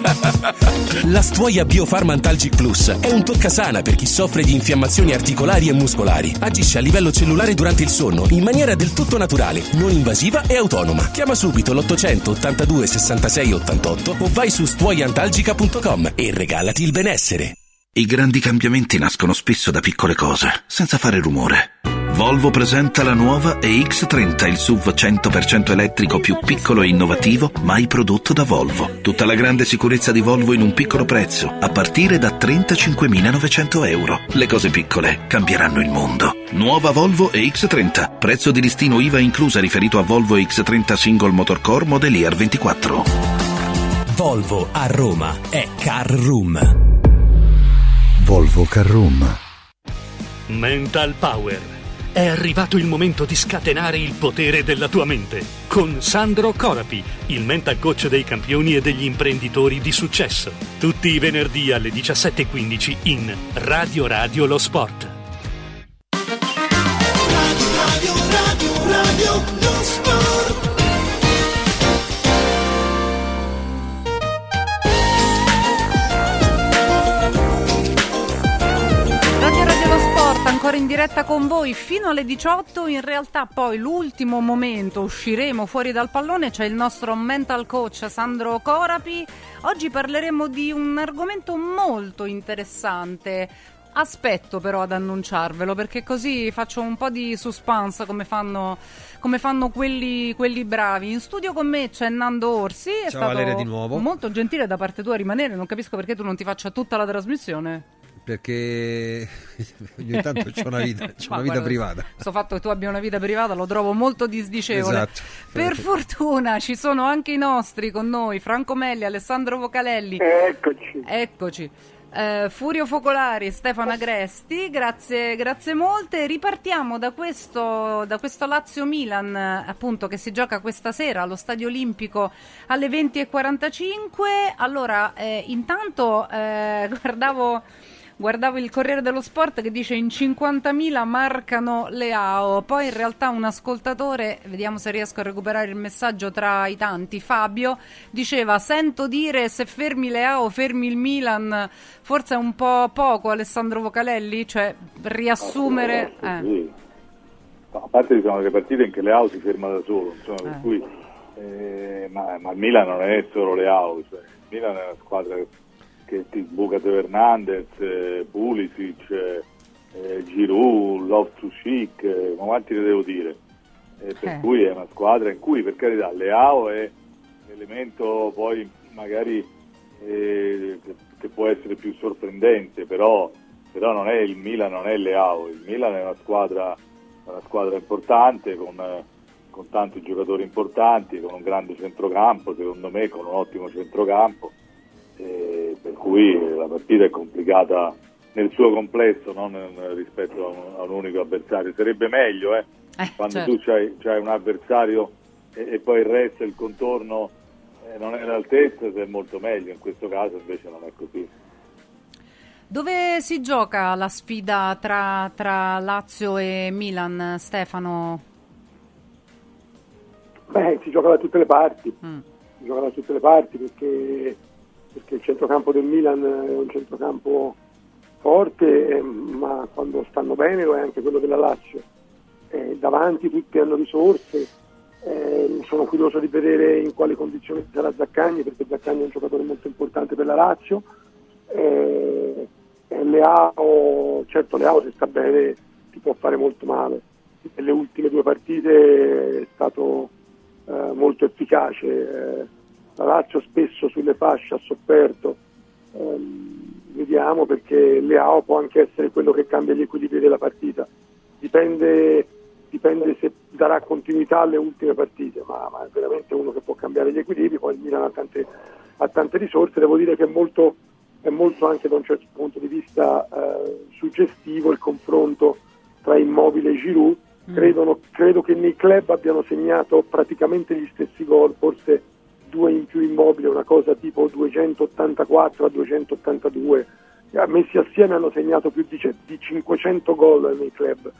La Stuoia Biofarmantalgic Plus è un toccasana per chi soffre di infiammazioni articolari e muscolari. Agisce a livello cellulare durante il sonno in maniera del tutto naturale, non invasiva e autonoma. Chiama subito l'800 82 66 88 o vai su stuoiantalgica.com e regalati il benessere. I grandi cambiamenti nascono spesso da piccole cose, senza fare rumore. Volvo presenta la nuova EX30, il SUV 100% elettrico più piccolo e innovativo mai prodotto da Volvo. Tutta la grande sicurezza di Volvo in un piccolo prezzo, a partire da 35.900 euro. Le cose piccole cambieranno il mondo. Nuova Volvo EX30, prezzo di listino IVA inclusa riferito a Volvo EX30 Single Motor Core Model Year 24. Volvo a Roma è Car Room. Volvo Car Room. Mental Power. È arrivato il momento di scatenare il potere della tua mente con Sandro Corapi, il mental coach dei campioni e degli imprenditori di successo. Tutti i venerdì alle 17:15 in Radio Lo Sport. Radio Lo Sport. Ancora in diretta con voi fino alle 18, in realtà poi l'ultimo momento usciremo fuori dal pallone, c'è il nostro mental coach Sandro Corapi. Oggi parleremo di un argomento molto interessante. Aspetto però ad annunciarvelo perché così faccio un po' di suspense come fanno quelli bravi. In studio con me c'è Nando Orsi. È Ciao Valeria di nuovo. Molto gentile da parte tua a rimanere, non capisco perché tu non ti faccia tutta la trasmissione. Perché ogni tanto c'ho una vita privata. Questo fatto che tu abbia una vita privata lo trovo molto disdicevole. Esatto. Per fortuna ci sono anche i nostri con noi, Franco Melli, Alessandro Vocalelli. Eccoci. Furio Focolari, Stefano Agresti, grazie molte. Ripartiamo da questo Lazio-Milan, appunto, che si gioca questa sera allo Stadio Olimpico alle 20:45. Allora, intanto guardavo il Corriere dello Sport che dice in 50.000 marcano Leao, poi in realtà un ascoltatore, vediamo se riesco a recuperare il messaggio tra i tanti, Fabio, diceva: sento dire se fermi Leao fermi il Milan, forse è un po' poco Alessandro Vocalelli, cioè riassumere... Sì. No, a parte che sono le partite in che Leao si ferma da solo, insomma, per cui, ma il Milan non è solo Leao, cioè, il Milan è una squadra che ti buca Teo Hernandez, Pulisic, Giroud, Loftus-Cheek, ma quanti ne devo dire? Per cui è una squadra in cui, per carità, Leao è l'elemento poi magari che può essere più sorprendente, però non è il Milan, non è Leao. Il Milan è una squadra una squadra importante, con tanti giocatori importanti, con un grande centrocampo, secondo me, con un ottimo centrocampo, per cui la partita è complicata nel suo complesso, non rispetto a un unico avversario. Sarebbe meglio quando certo. Tu c'hai un avversario e poi il resto, il contorno non è all'altezza, è molto meglio. In questo caso invece non è così. Dove si gioca la sfida tra Lazio e Milan, Stefano? Si gioca da tutte le parti, si gioca da tutte le parti perché il centrocampo del Milan è un centrocampo forte, ma quando stanno bene lo è anche quello della Lazio. Davanti tutti hanno risorse, sono curioso di vedere in quali condizioni sarà Zaccagni, perché Zaccagni è un giocatore molto importante per la Lazio. Leao se sta bene ti può fare molto male. Nelle ultime 2 partite è stato molto efficace. La Lazio spesso sulle fasce ha sofferto, vediamo, perché Leao può anche essere quello che cambia gli equilibri della partita, dipende se darà continuità alle ultime partite, ma è veramente uno che può cambiare gli equilibri. Poi il Milan ha tante risorse. Devo dire che è molto anche da un certo punto di vista suggestivo il confronto tra Immobile e Giroud. Credo che nei club abbiano segnato praticamente gli stessi gol, forse 2 in più Immobile, una cosa tipo 284 a 282, messi assieme hanno segnato più di 500 gol nei club,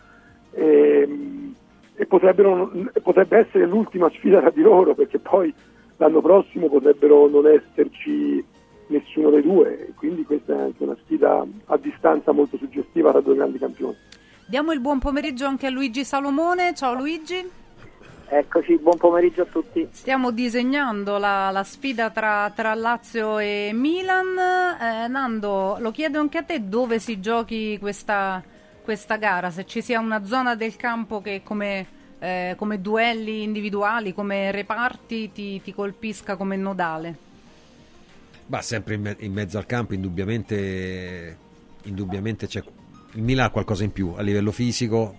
e potrebbe essere l'ultima sfida tra di loro, perché poi l'anno prossimo potrebbero non esserci nessuno dei due, quindi questa è anche una sfida a distanza molto suggestiva tra 2 grandi campioni. Diamo il buon pomeriggio anche a Luigi Salomone. Ciao Luigi. Eccoci, buon pomeriggio a tutti. Stiamo disegnando la sfida tra Lazio e Milan. Nando, lo chiedo anche a te, dove si giochi questa gara, se ci sia una zona del campo che come duelli individuali, come reparti ti colpisca come nodale. Sempre in mezzo al campo, indubbiamente c'è. Il Milan ha qualcosa in più a livello fisico,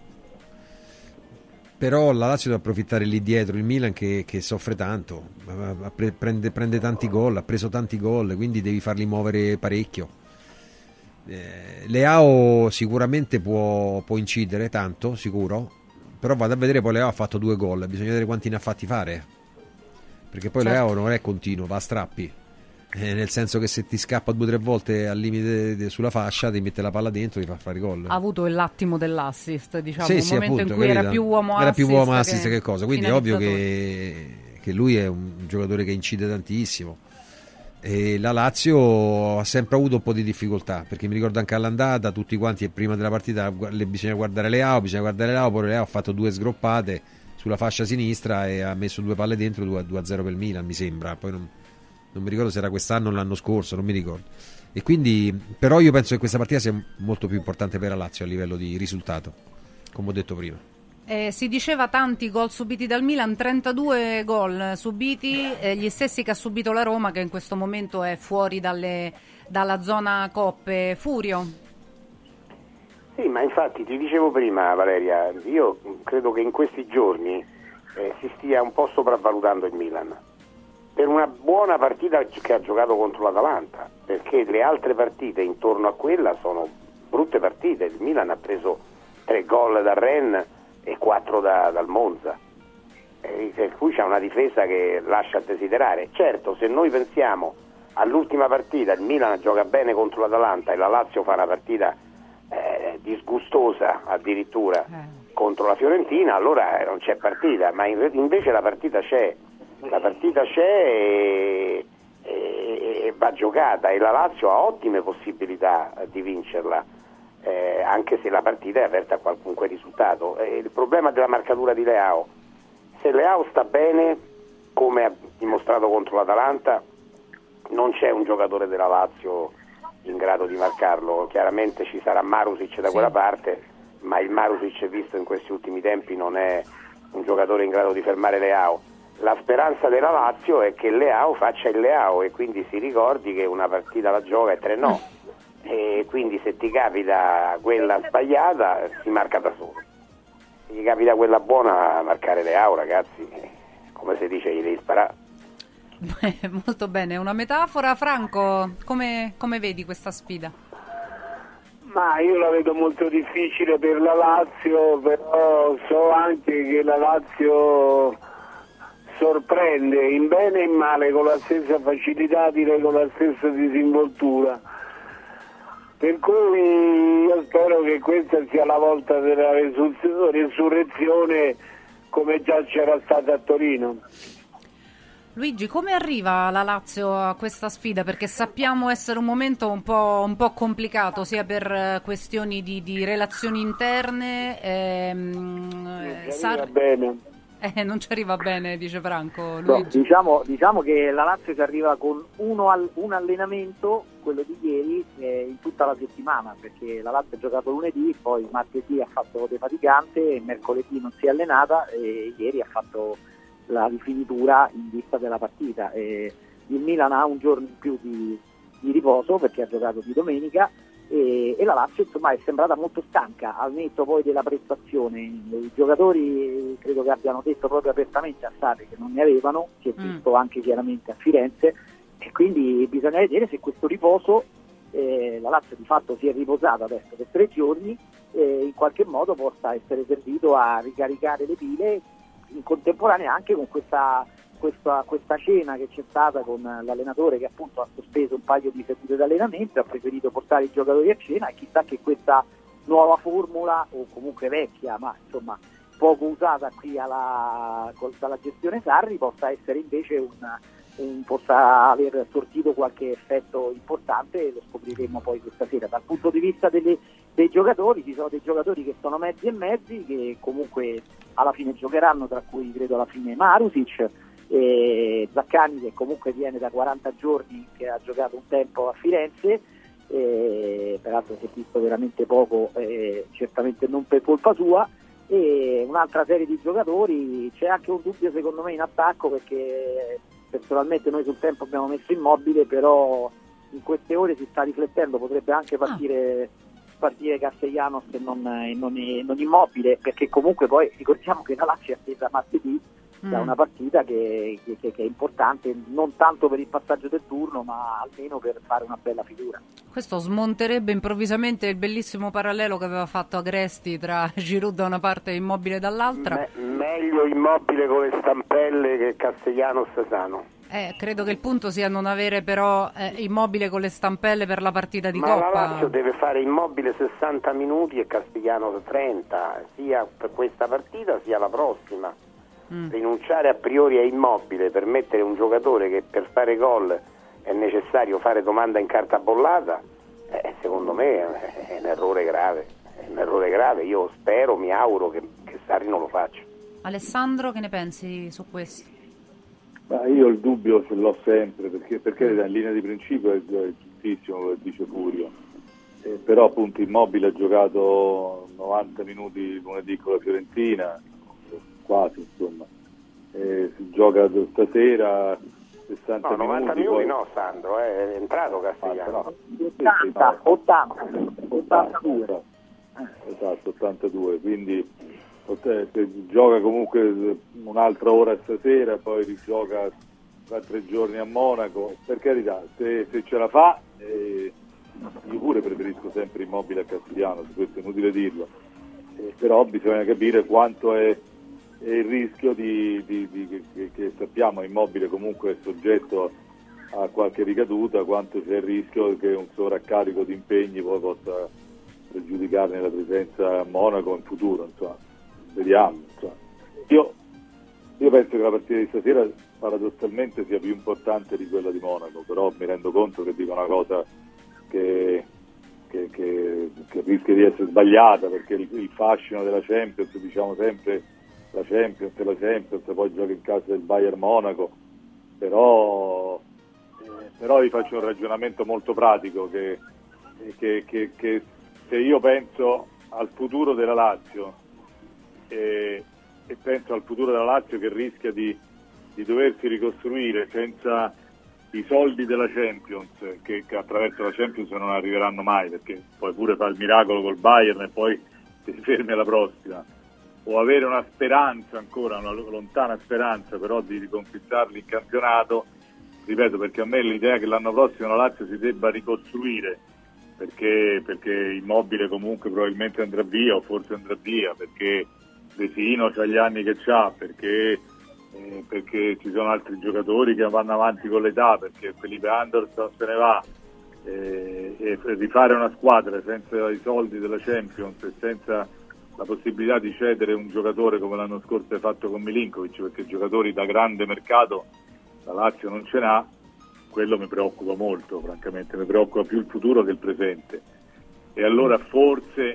però la Lazio deve approfittare lì dietro il Milan che soffre tanto, prende tanti gol, ha preso tanti gol, quindi devi farli muovere parecchio. Leao sicuramente può incidere tanto, sicuro, però vado a vedere, poi Leao ha fatto 2 gol, bisogna vedere quanti ne ha fatti fare, perché poi certo. Leao non è continuo, va a strappi. Nel senso che se ti scappa 2 o 3 volte al limite sulla fascia, ti mette la palla dentro e ti fa fare gol. Ha avuto l'attimo dell'assist, diciamo, sì, un sì, momento appunto, in cui era più uomo assist che cosa, quindi è ovvio che lui è un giocatore che incide tantissimo. E la Lazio ha sempre avuto un po' di difficoltà, perché mi ricordo anche all'andata tutti quanti prima della partita bisogna guardare Leao, poi Leao ha fatto 2 sgroppate sulla fascia sinistra e ha messo 2 palle dentro, 2-0 per il Milan, mi sembra. Poi non mi ricordo se era quest'anno o l'anno scorso, non mi ricordo. E quindi, però io penso che questa partita sia molto più importante per la Lazio a livello di risultato, come ho detto prima. Si diceva tanti gol subiti dal Milan, 32 gol subiti, gli stessi che ha subito la Roma, che in questo momento è fuori dalla zona coppe. Furio? Sì, ma infatti ti dicevo prima, Valeria, io credo che in questi giorni si stia un po' sopravvalutando il Milan per una buona partita che ha giocato contro l'Atalanta, perché le altre partite intorno a quella sono brutte partite. Il Milan ha preso 3 gol dal Rennes e 4 dal Monza, per cui c'è una difesa che lascia a desiderare. Certo, se noi pensiamo all'ultima partita, il Milan gioca bene contro l'Atalanta e la Lazio fa una partita disgustosa addirittura contro la Fiorentina, allora non c'è partita, ma invece la partita c'è e va giocata, e la Lazio ha ottime possibilità di vincerla, anche se la partita è aperta a qualunque risultato. Il problema della marcatura di Leao, se Leao sta bene, come ha dimostrato contro l'Atalanta, non c'è un giocatore della Lazio in grado di marcarlo. Chiaramente ci sarà Marusic da quella parte, ma il Marusic visto in questi ultimi tempi non è un giocatore in grado di fermare Leao. La speranza della Lazio è che Leao faccia il Leao e quindi si ricordi che una partita la gioca e 3 no, e quindi se ti capita quella sbagliata si marca da solo, Se gli capita quella buona, marcare Leao, ragazzi, come si dice, gli devi sparare. Molto bene, una metafora. Franco, come vedi questa sfida? Ma io la vedo molto difficile per la Lazio, però so anche che la Lazio sorprende in bene e in male, con la stessa facilità, direi con la stessa disinvoltura. Per cui io spero che questa sia la volta della resurrezione, come già c'era stata a Torino. Luigi, come arriva la Lazio a questa sfida? Perché sappiamo essere un momento un po' complicato, sia per questioni di relazioni interne. Bene. Non ci arriva bene, dice Franco. Luigi. No, diciamo che la Lazio ci arriva con un allenamento, quello di ieri, in tutta la settimana, perché la Lazio ha giocato lunedì, poi martedì ha fatto defaticante, mercoledì non si è allenata e ieri ha fatto la rifinitura in vista della partita. Il Milan ha un giorno in più di riposo perché ha giocato di domenica e la Lazio insomma è sembrata molto stanca al netto poi della prestazione. I giocatori credo che abbiano detto proprio apertamente a Sarri che non ne avevano, si è visto anche chiaramente a Firenze, e quindi bisogna vedere se questo riposo, la Lazio di fatto si è riposata adesso per 3 giorni, in qualche modo possa essere servito a ricaricare le pile in contemporanea anche con questa cena che c'è stata con l'allenatore che appunto ha sospeso un paio di sedute d'allenamento, ha preferito portare i giocatori a cena, e chissà che questa nuova formula, o comunque vecchia ma insomma poco usata qui dalla gestione Sarri, possa essere invece possa aver sortito qualche effetto importante, e lo scopriremo poi questa sera. Dal punto di vista dei giocatori, ci sono dei giocatori che sono mezzi e mezzi, che comunque alla fine giocheranno, tra cui credo alla fine Marusic, e Zaccagni che comunque viene da 40 giorni, che ha giocato un tempo a Firenze, peraltro si è visto veramente poco, certamente non per colpa sua, e un'altra serie di giocatori. C'è anche un dubbio secondo me in attacco, perché personalmente noi sul tempo abbiamo messo Immobile, però in queste ore si sta riflettendo, potrebbe anche partire Castellanos e non Immobile, perché comunque poi ricordiamo che la Lazio è attesa martedì da una partita che è importante, non tanto per il passaggio del turno ma almeno per fare una bella figura. Questo smonterebbe improvvisamente il bellissimo parallelo che aveva fatto Agresti tra Giroud da una parte e Immobile dall'altra. Meglio Immobile con le stampelle che Castellanos sano. Credo che il punto sia non avere però Immobile con le stampelle per la partita di Coppa. Ma la Lazio deve fare Immobile 60 minuti e Castellanos 30, sia per questa partita sia la prossima. Rinunciare a priori a Immobile per mettere un giocatore che per fare gol è necessario fare domanda in carta bollata, secondo me è un errore grave. Io spero, mi auguro che Sarri non lo faccia. Alessandro, che ne pensi su questo? Io il dubbio ce l'ho sempre, perché in linea di principio è giustissimo quello che dice Furio, però appunto Immobile ha giocato 90 minuti lunedì con la Fiorentina, quasi insomma, si gioca stasera 60 minuti. 90 minuti poi... no Sandro, è entrato Castigliano. 82. Esatto, 82, quindi gioca comunque un'altra ora stasera, poi rigioca tra 3 giorni a Monaco. Per carità, se ce la fa, io pure preferisco sempre Immobile a Castigliano, su questo è inutile dirlo, però bisogna capire quanto è il rischio che sappiamo Immobile comunque è soggetto a qualche ricaduta, quanto c'è il rischio che un sovraccarico di impegni poi possa pregiudicarne la presenza a Monaco in futuro, insomma. Vediamo, insomma. Io penso che la partita di stasera paradossalmente sia più importante di quella di Monaco, però mi rendo conto che dico una cosa che rischia di essere sbagliata, perché il fascino della Champions, diciamo sempre la Champions, poi gioca in casa del Bayern Monaco, però vi faccio un ragionamento molto pratico che se io penso al futuro della Lazio e penso al futuro della Lazio che rischia di doversi ricostruire senza i soldi della Champions, che attraverso la Champions non arriveranno mai, perché poi pure fa il miracolo col Bayern e poi si fermi alla prossima, o avere una speranza ancora, una lontana speranza però di riconquistarli in campionato, ripeto, perché a me l'idea che l'anno prossimo la Lazio si debba ricostruire, perché Immobile comunque probabilmente andrà via, o forse andrà via, perché Vesino c'ha gli anni che c'ha, perché ci sono altri giocatori che vanno avanti con l'età, perché Felipe Anderson se ne va, e rifare una squadra senza i soldi della Champions e senza la possibilità di cedere un giocatore come l'anno scorso hai fatto con Milinkovic, perché giocatori da grande mercato la Lazio non ce n'ha, quello mi preoccupa molto, francamente mi preoccupa più il futuro che il presente. E allora forse,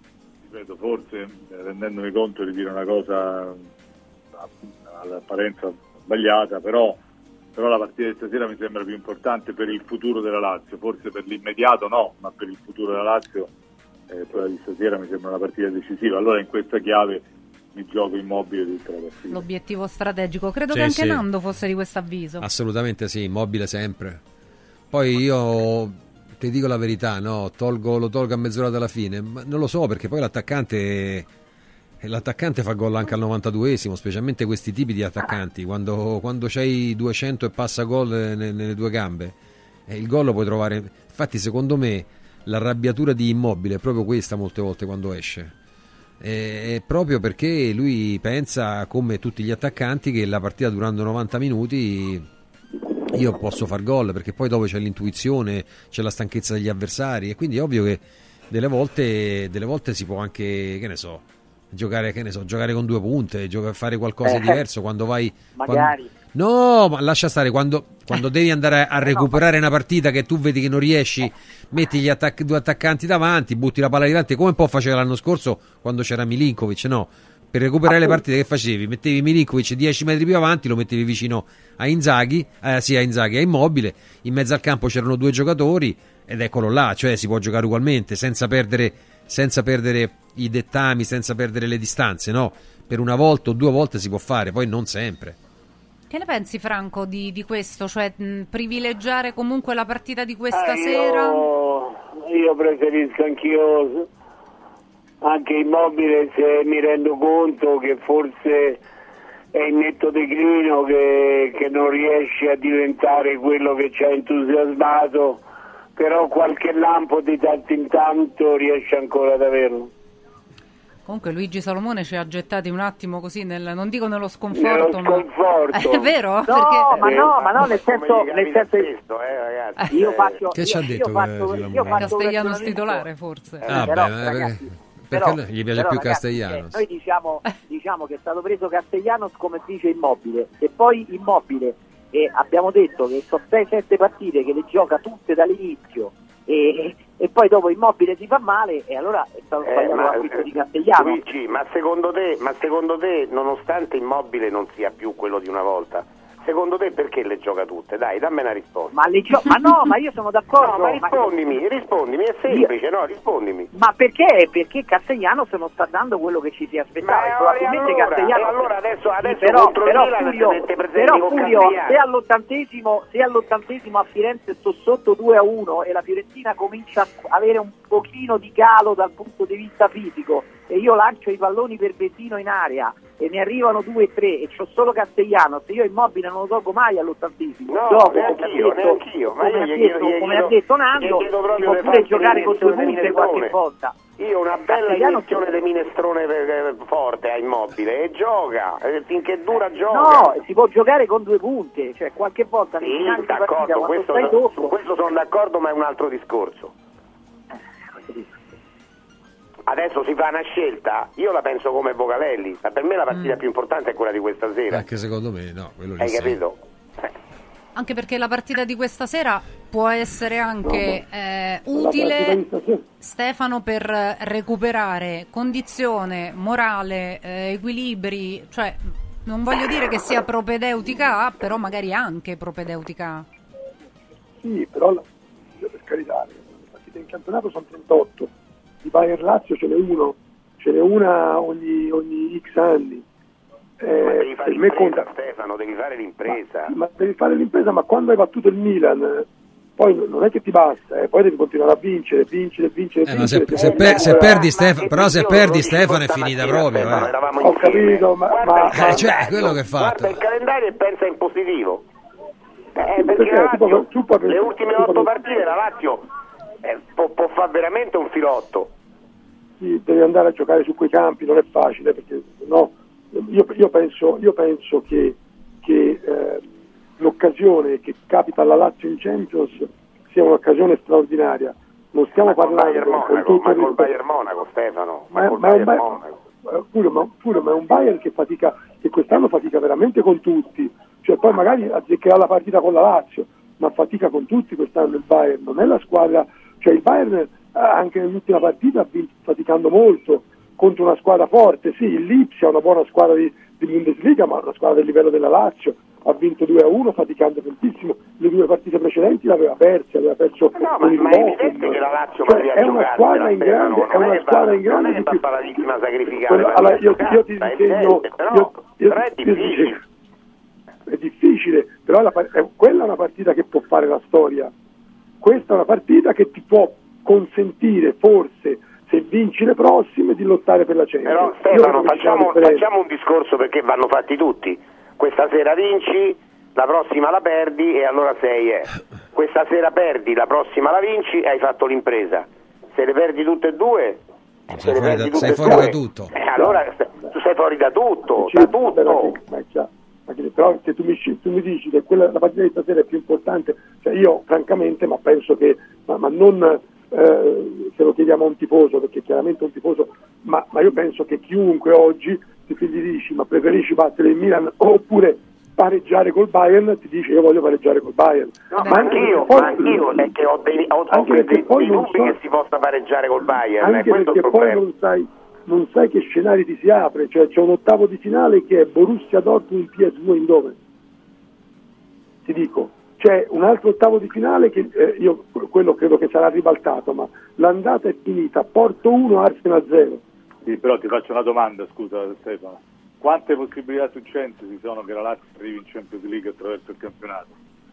rendendomi conto di dire una cosa all'apparenza sbagliata, però la partita di stasera mi sembra più importante per il futuro della Lazio, forse per l'immediato no, ma per il futuro della Lazio quella di stasera mi sembra una partita decisiva. Allora in questa chiave mi gioco Immobile tutta la partita. L'obiettivo strategico, credo che anche Nando fosse di questo avviso. Assolutamente sì, Immobile sempre. Poi io ti dico la verità, no, lo tolgo a mezz'ora dalla fine, ma non lo so, perché poi l'attaccante fa gol anche al 92esimo, specialmente questi tipi di attaccanti, quando c'hai 200 e passa gol nelle due gambe, il gol lo puoi trovare. Infatti secondo me l'arrabbiatura di Immobile è proprio questa molte volte quando esce, è proprio perché lui pensa, come tutti gli attaccanti, che la partita durando 90 minuti io posso far gol, perché poi dopo c'è l'intuizione, c'è la stanchezza degli avversari, e quindi è ovvio che delle volte si può anche, giocare con due punte, fare qualcosa di diverso quando vai magari. No, ma lascia stare, quando devi andare a recuperare una partita che tu vedi che non riesci, metti due attaccanti davanti, butti la palla davanti, come un po' faceva l'anno scorso quando c'era Milinkovic, no? Per recuperare le partite che facevi? Mettevi Milinkovic 10 metri più avanti, lo mettevi vicino a Inzaghi, a Immobile, in mezzo al campo c'erano due giocatori ed eccolo là, cioè si può giocare ugualmente senza perdere i dettami, senza perdere le distanze, no? Per una volta o due volte si può fare, poi non sempre. Che ne pensi, Franco, di questo? Cioè privilegiare comunque la partita di questa sera? Io preferisco anch'io anche Immobile, se mi rendo conto che forse è in netto declino, che non riesce a diventare quello che ci ha entusiasmato, però qualche lampo di tanto in tanto riesce ancora ad averlo. Comunque Luigi Salomone ci ha gettati un attimo così non dico nello sconforto, sconforto. È vero? No, perché... ma no, nel senso ragazzi. Io faccio che ci ha detto Castellanos titolare forse. Perché gli piace più Castellanos? Noi diciamo che è stato preso Castellanos come dice Immobile, e poi Immobile, e abbiamo detto che sono 6-7 partite che le gioca tutte dall'inizio, e poi dopo Immobile si fa male, e allora è stato sbagliato l'acquisto di Castellanos. Luigi, ma secondo te, nonostante Immobile non sia più quello di una volta, secondo te perché le gioca tutte? Dai, dammi una risposta. Ma io sono d'accordo. No, ma rispondimi, è semplice, rispondimi. Ma perché? Perché Castellanos non sta dando quello che ci si aspettava. Probabilmente Castellanos. Allora adesso però Furio, se all'80esimo a Firenze sto sotto 2-1 e la Fiorentina comincia a avere un pochino di calo dal punto di vista fisico, e io lancio i palloni per Vesino in area e ne arrivano 2-3 e c'ho solo Castellanos, io Immobile non lo tolgo mai all'80esimo. Neanch'io. Come ha detto Nando, si può pure giocare con 2 punte qualche volta. Io una bella iniezione di minestrone forte a Immobile e gioca, finché dura gioca. No, si può giocare con 2 punte, cioè qualche volta nei finali di partita quando stai dopo. Su questo sono d'accordo, ma è un altro discorso. Adesso si fa una scelta, io la penso come Vocalelli, ma per me la partita più importante è quella di questa sera. Anche secondo me, no, quello lì. Hai capito? Anche perché la partita di questa sera può essere anche utile, Stefano, per recuperare condizione, morale, equilibri, cioè non voglio dire che sia propedeutica, però magari anche propedeutica. Sì, però per carità, le partite in campionato sono 38, di Bayern Lazio ce n'è una ogni X anni. Ma devi fare l'impresa, Stefano, devi fare l'impresa. Ma devi fare l'impresa, ma quando hai battuto il Milan poi non è che ti basta, poi devi continuare a vincere. Ma se perdi Stefano, però se perdi Stefano è finita proprio. Ho capito, ma cioè, quello che fa. Guarda il calendario e pensa in positivo. Perché la Lazio, le ultime 8 partite la Lazio può fare veramente un filotto. Sì, devi andare a giocare su quei campi, non è facile, perché no, io penso che l'occasione che capita alla Lazio in Champions sia un'occasione straordinaria. Non stiamo parlando col Bayern Monaco, Stefano, ma è un Bayern che quest'anno fatica veramente con tutti, cioè poi magari azzeccherà la partita con la Lazio, ma fatica con tutti quest'anno il Bayern, non è la squadra, cioè il Bayern anche nell'ultima partita ha vinto faticando molto contro una squadra forte. Sì, il Lipsia è una buona squadra di Bundesliga, ma una squadra del livello della Lazio, ha vinto 2-1 faticando tantissimo, le 2 partite precedenti l'aveva perso ma è evidente che la Lazio è una squadra in grande, è una squadra in grande non è che fa la vittima sacrificare. Allora, io ti disegno, però è difficile. È difficile, però quella è una partita che può fare la storia. Questa è una partita che ti può consentire, forse, se vinci le prossime, di lottare per la Champions. Però Stefano, facciamo un discorso, perché vanno fatti tutti. Questa sera vinci, la prossima la perdi e allora sei questa sera perdi, la prossima la vinci e hai fatto l'impresa. Se le perdi tutte e due, sei fuori da tutto. Allora tu sei fuori da tutto, Però se tu mi dici che la partita di stasera è più importante, cioè io francamente, ma penso che, ma non se lo chiediamo a un tifoso, perché chiaramente un tifoso, ma io penso che chiunque oggi, se ti dici ma preferisci battere il Milan oppure pareggiare col Bayern, ti dice io voglio pareggiare col Bayern. No, ma anch'io è che ho dei dubbi che si possa pareggiare col Bayern. Anche perché poi non sai che scenari ti si apre, cioè c'è un ottavo di finale che è Borussia Dortmund PSV Eindhoven. Ti dico, c'è un altro ottavo di finale che io quello credo che sarà ribaltato, ma l'andata è finita, Porto 1, Arsenal 0. Sì, però ti faccio una domanda, scusa Stefano. Quante possibilità su 100 ci sono che la Lazio arrivi in Champions League attraverso il campionato?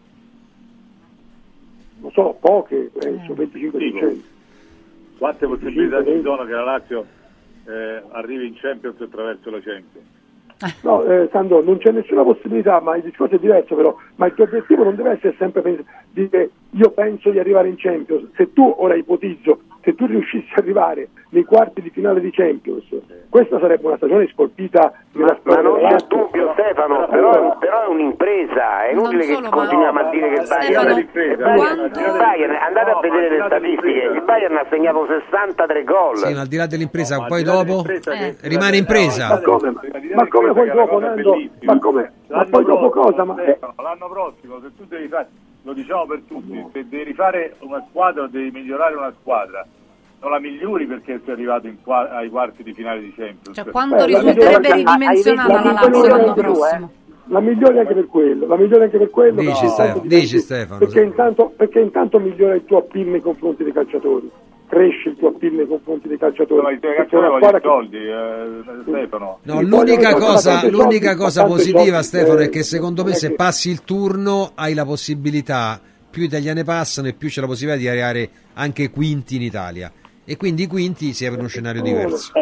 Non so, poche, penso, 25%. Quante possibilità ci sono che la Lazio arrivi in Champions attraverso la Champions? No, Sandro, non c'è nessuna possibilità, ma il discorso è diverso però, ma il tuo obiettivo non deve essere sempre dire io penso di arrivare in Champions. Se tu, ora ipotizzo, se tu riuscissi ad arrivare nei quarti di finale di Champions, questa sarebbe una stagione scolpita nella storia. Ma non c'è dubbio, Stefano, però è un'impresa, è inutile che continuiamo a dire che il Bayern, andate a vedere le statistiche, il Bayern ha segnato 63 gol. Sì, ma al di là dell'impresa, poi dopo rimane impresa. Ma come poi dopo, Nando? Ma poi dopo cosa? L'anno prossimo, se tu devi fare, lo diciamo per tutti, se devi rifare una squadra o devi migliorare una squadra, non la migliori perché sei arrivato ai quarti di finale di Champions. Cioè, quanto risulterebbe ridimensionata la Lazio l'anno prossimo? La migliori anche per quello. Dici Stefano. Perché intanto migliora il tuo appeal nei confronti dei calciatori. Cresce il tuo appeal nei confronti dei calciatori. Ma i calciatori vogliono soldi, Stefano. No, l'unica cosa positiva, Stefano, è che secondo me se passi il turno hai la possibilità, più italiane passano e più c'è la possibilità di arrivare anche quinti in Italia. E quindi i quinti si apre uno scenario diverso.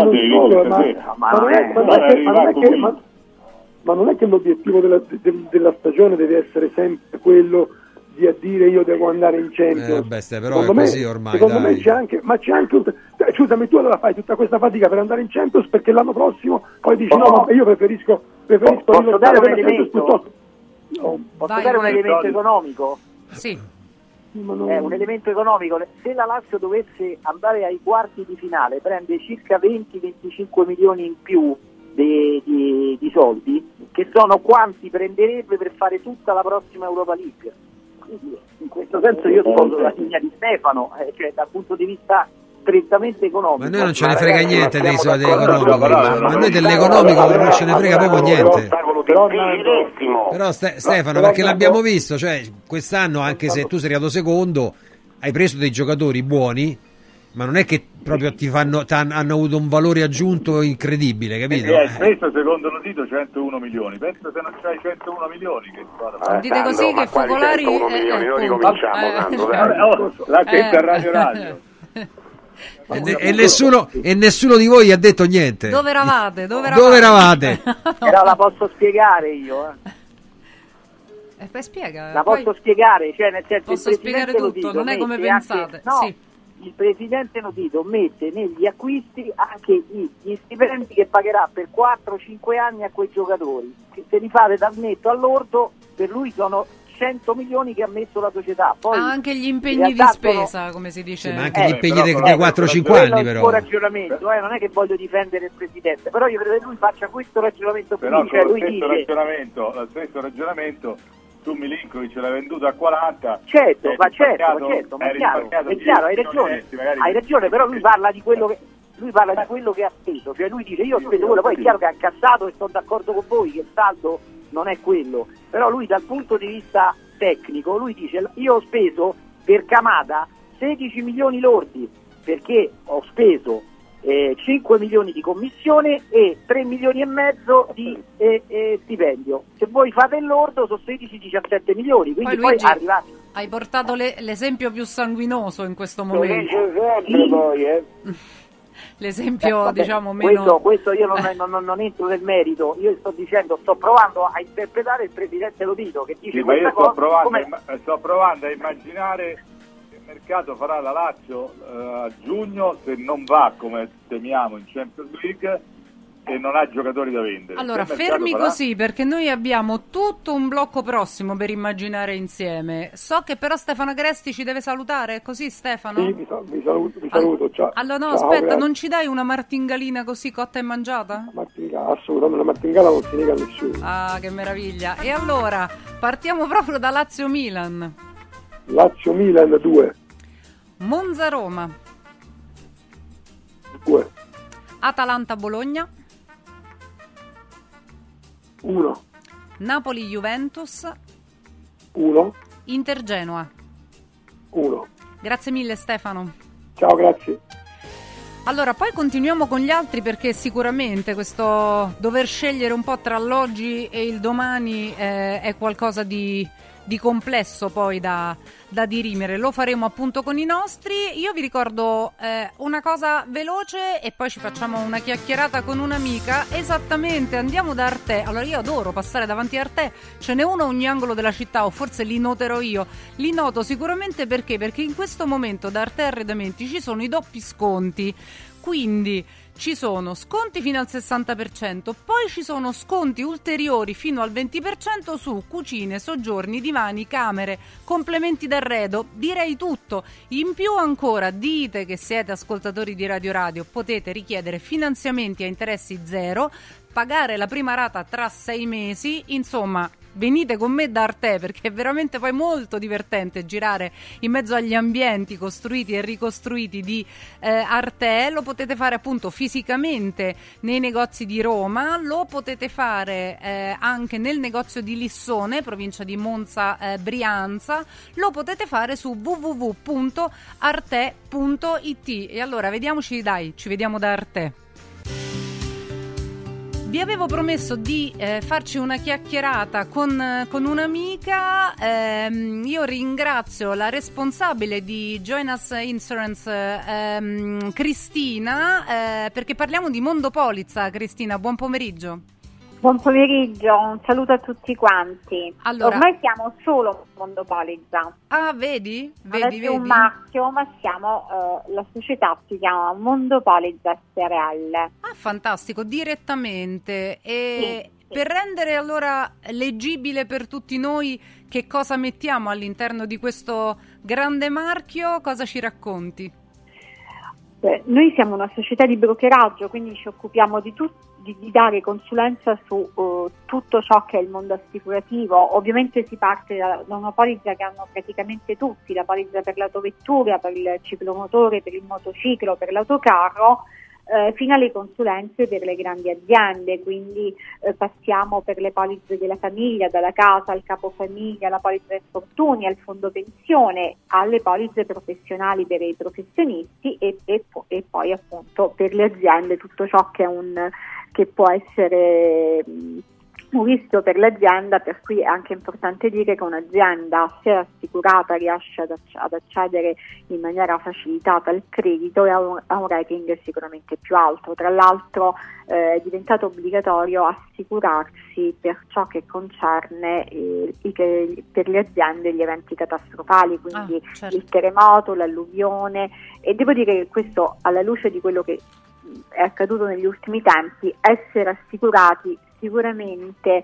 Ma non è che l'obiettivo della stagione deve essere sempre quello di dire io devo andare in Champions. Però è così ormai. Secondo me c'è anche scusami, tu allora fai tutta questa fatica per andare in Champions perché l'anno prossimo poi dici no, io preferisco posso dare un elemento? Posso dare un elemento economico? Sì. È un elemento economico. Se la Lazio dovesse andare ai quarti di finale, prende circa 20-25 milioni in più di soldi, che sono quanti prenderebbe per fare tutta la prossima Europa League. Quindi, in questo senso io sposo la linea di Stefano, cioè dal punto di vista strettamente economico. Ma noi non ce ne frega niente dei soldi economici, ma noi dell'economico non ce ne frega proprio niente. Però Stefano, perché l'abbiamo visto, cioè quest'anno, anche se tu sei arrivato secondo, hai preso dei giocatori buoni Ma non è che proprio hanno avuto un valore aggiunto incredibile, capito? Questo secondo lo Tito 101 milioni. Pensa se non c'hai 101 milioni che dite così che Focolari 101 milioni, noi ricominciamo tanto, dai. L'ha detto a Radio. E nessuno di voi ha detto niente. Dove eravate? Però la posso spiegare io, poi spiega. La posso spiegare, cioè nel senso, posso spiegare tutto, non è come pensate. Sì. Il presidente Lotito mette negli acquisti anche gli stipendi che pagherà per 4-5 anni a quei giocatori, che se li fate dal netto all'ordo, per lui sono 100 milioni che ha messo la società. Poi anche gli impegni di spesa, come si dice. Sì, ma anche gli impegni dei 4-5 anni, però. È ragionamento, non è che voglio difendere il presidente, però io credo che lui faccia questo ragionamento qui, però cioè lo lui dice lo stesso ragionamento tu Milinkovic l'hai venduto a 40. Certo, ma è chiaro, hai ragione, però lui parla di quello che ha speso, cioè lui dice io ho speso quello, poi è chiaro che ha incassato e sono d'accordo con voi che il saldo non è quello, però lui dal punto di vista tecnico lui dice io ho speso per Kamada 16 milioni lordi perché ho speso 5 milioni di commissione e 3 milioni e mezzo di stipendio. Se voi fate il lordo sono 16-17 milioni, quindi poi arrivate. Hai portato l'esempio più sanguinoso in questo momento. L'esempio diciamo meno. Questo io non entro nel merito, io sto provando a interpretare il presidente Lotito che dice ma io sto provando a immaginare il mercato farà la Lazio a giugno se non va come temiamo in Champions League e non ha giocatori da vendere. Allora fermi così perché noi abbiamo tutto un blocco prossimo per immaginare insieme. So che però Stefano Agresti ci deve salutare, è così Stefano? Sì, vi saluto, ciao. Allora no, ciao, aspetta, grazie. Non ci dai una martingalina così cotta e mangiata? Assolutamente, la martingala non si nega a nessuno. Ah, che meraviglia. E allora partiamo proprio da Lazio-Milan. Lazio-Milan 2. Monza-Roma 2. Atalanta-Bologna 1. Napoli-Juventus 1. Inter-Genoa 1. Grazie mille Stefano. Ciao, grazie. Allora, poi continuiamo con gli altri perché sicuramente questo dover scegliere un po' tra l'oggi e il domani è qualcosa di complesso poi da dirimere. Lo faremo appunto con i nostri. Io vi ricordo una cosa veloce e poi ci facciamo una chiacchierata con un'amica. Esattamente, andiamo da Arte. Allora io adoro passare davanti a Arte, ce n'è uno a ogni angolo della città, o forse li noterò io. Li noto sicuramente perché in questo momento da Arte Arredamenti ci sono i doppi sconti. Quindi ci sono sconti fino al 60%, poi ci sono sconti ulteriori fino al 20% su cucine, soggiorni, divani, camere, complementi d'arredo, direi tutto. In più ancora, dite che siete ascoltatori di Radio, potete richiedere finanziamenti a interessi zero, pagare la prima rata tra 6 mesi, insomma. Venite con me da Arte perché è veramente poi molto divertente girare in mezzo agli ambienti costruiti e ricostruiti di Arte. Lo potete fare appunto fisicamente nei negozi di Roma, lo potete fare anche nel negozio di Lissone, provincia di Monza, Brianza, lo potete fare su www.arte.it. E allora vediamoci, dai, ci vediamo da Arte. Vi avevo promesso di farci una chiacchierata con un'amica. Io ringrazio la responsabile di Join Us Insurance, Cristina, perché parliamo di Mondopolizza. Cristina, buon pomeriggio. Buon pomeriggio, un saluto a tutti quanti. Allora, ormai siamo solo Mondopolizza. Ah, vedi? Non è più un marchio, ma siamo, la società si chiama Mondopolizza SRL. Ah, fantastico, direttamente. E sì. Per rendere allora leggibile per tutti noi che cosa mettiamo all'interno di questo grande marchio, cosa ci racconti? Noi siamo una società di brokeraggio, quindi ci occupiamo di dare consulenza su tutto ciò che è il mondo assicurativo. Ovviamente si parte da una polizza che hanno praticamente tutti, la polizza per l'autovettura, per il ciclomotore, per il motociclo, per l'autocarro, fino alle consulenze per le grandi aziende, quindi passiamo per le polizze della famiglia, dalla casa al capofamiglia, alla polizza infortuni, al fondo pensione, alle polizze professionali per i professionisti e poi appunto per le aziende tutto ciò che può essere un rischio per l'azienda, per cui è anche importante dire che un'azienda, se assicurata, riesce ad accedere in maniera facilitata al credito e ha un rating sicuramente più alto. Tra l'altro è diventato obbligatorio assicurarsi per ciò che concerne per le aziende gli eventi catastrofali, quindi certo, il terremoto, l'alluvione, e devo dire che questo, alla luce di quello che è accaduto negli ultimi tempi, essere assicurati sicuramente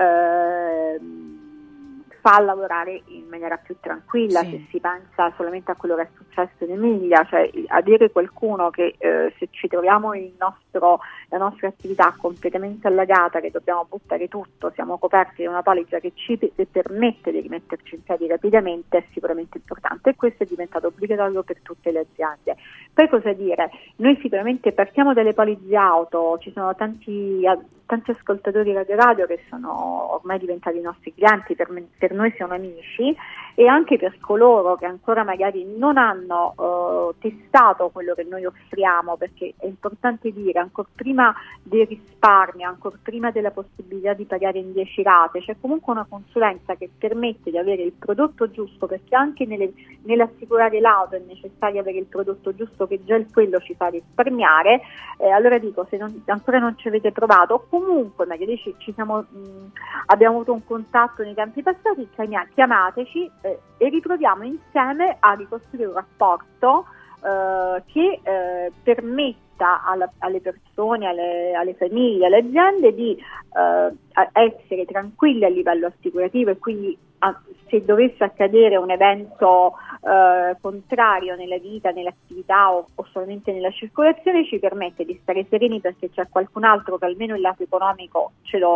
fa lavorare in maniera più tranquilla. Sì. Se si pensa solamente a quello che è successo in Emilia, cioè avere qualcuno che se ci troviamo la nostra attività completamente allagata, che dobbiamo buttare tutto, siamo coperti da una polizza che ci permette di rimetterci in piedi rapidamente, è sicuramente importante, e questo è diventato obbligatorio per tutte le aziende. Poi cosa dire? Noi sicuramente partiamo dalle polizze auto, ci sono tanti ascoltatori radio che sono ormai diventati i nostri clienti, per noi sono amici, e anche per coloro che ancora magari non hanno testato quello che noi offriamo, perché è importante dire, ancora prima del risparmio, ancora prima della possibilità di pagare in 10 rate, c'è comunque una consulenza che permette di avere il prodotto giusto, perché anche nell'assicurare l'auto è necessario avere il prodotto giusto, che già quello ci fa risparmiare. Allora dico, se ancora non ci avete provato, comunque magari abbiamo avuto un contatto nei tempi passati, chiamateci e riproviamo insieme a ricostruire un rapporto che permetta alle persone, alle famiglie, alle aziende di essere tranquille a livello assicurativo, e quindi se dovesse accadere un evento contrario nella vita, nell'attività o solamente nella circolazione, ci permette di stare sereni, perché c'è qualcun altro che almeno il lato economico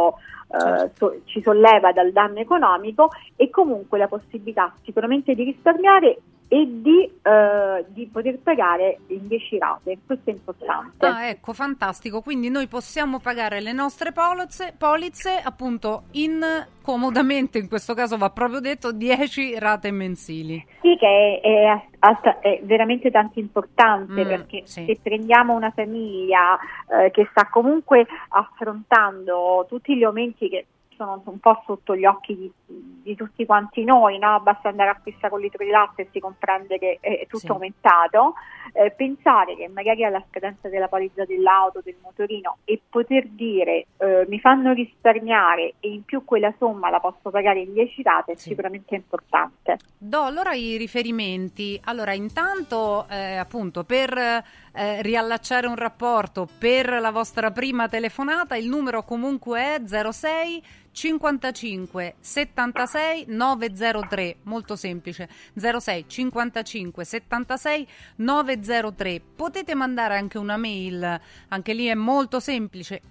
ci solleva dal danno economico, e comunque la possibilità sicuramente di risparmiare e di poter pagare in 10 rate. Questo è importante. Ecco, fantastico. Quindi noi possiamo pagare le nostre polizze appunto comodamente, in questo caso va proprio detto, 10 rate mensili. Sì, che è veramente tanto importante, perché sì, se prendiamo una famiglia che sta comunque affrontando tutti gli aumenti che sono un po' sotto gli occhi di tutti quanti noi, no? Basta andare a acquistare un litro di latte e si comprende che è tutto aumentato. Pensare che magari alla scadenza della polizza dell'auto, del motorino, e poter dire mi fanno risparmiare e in più quella somma la posso pagare in 10 rate, è sicuramente importante. Do allora i riferimenti. Allora, intanto appunto per riallacciare un rapporto, per la vostra prima telefonata, il numero comunque è 06 55 76 903, molto semplice, 06 55 76 903. Potete mandare anche una mail, anche lì è molto semplice,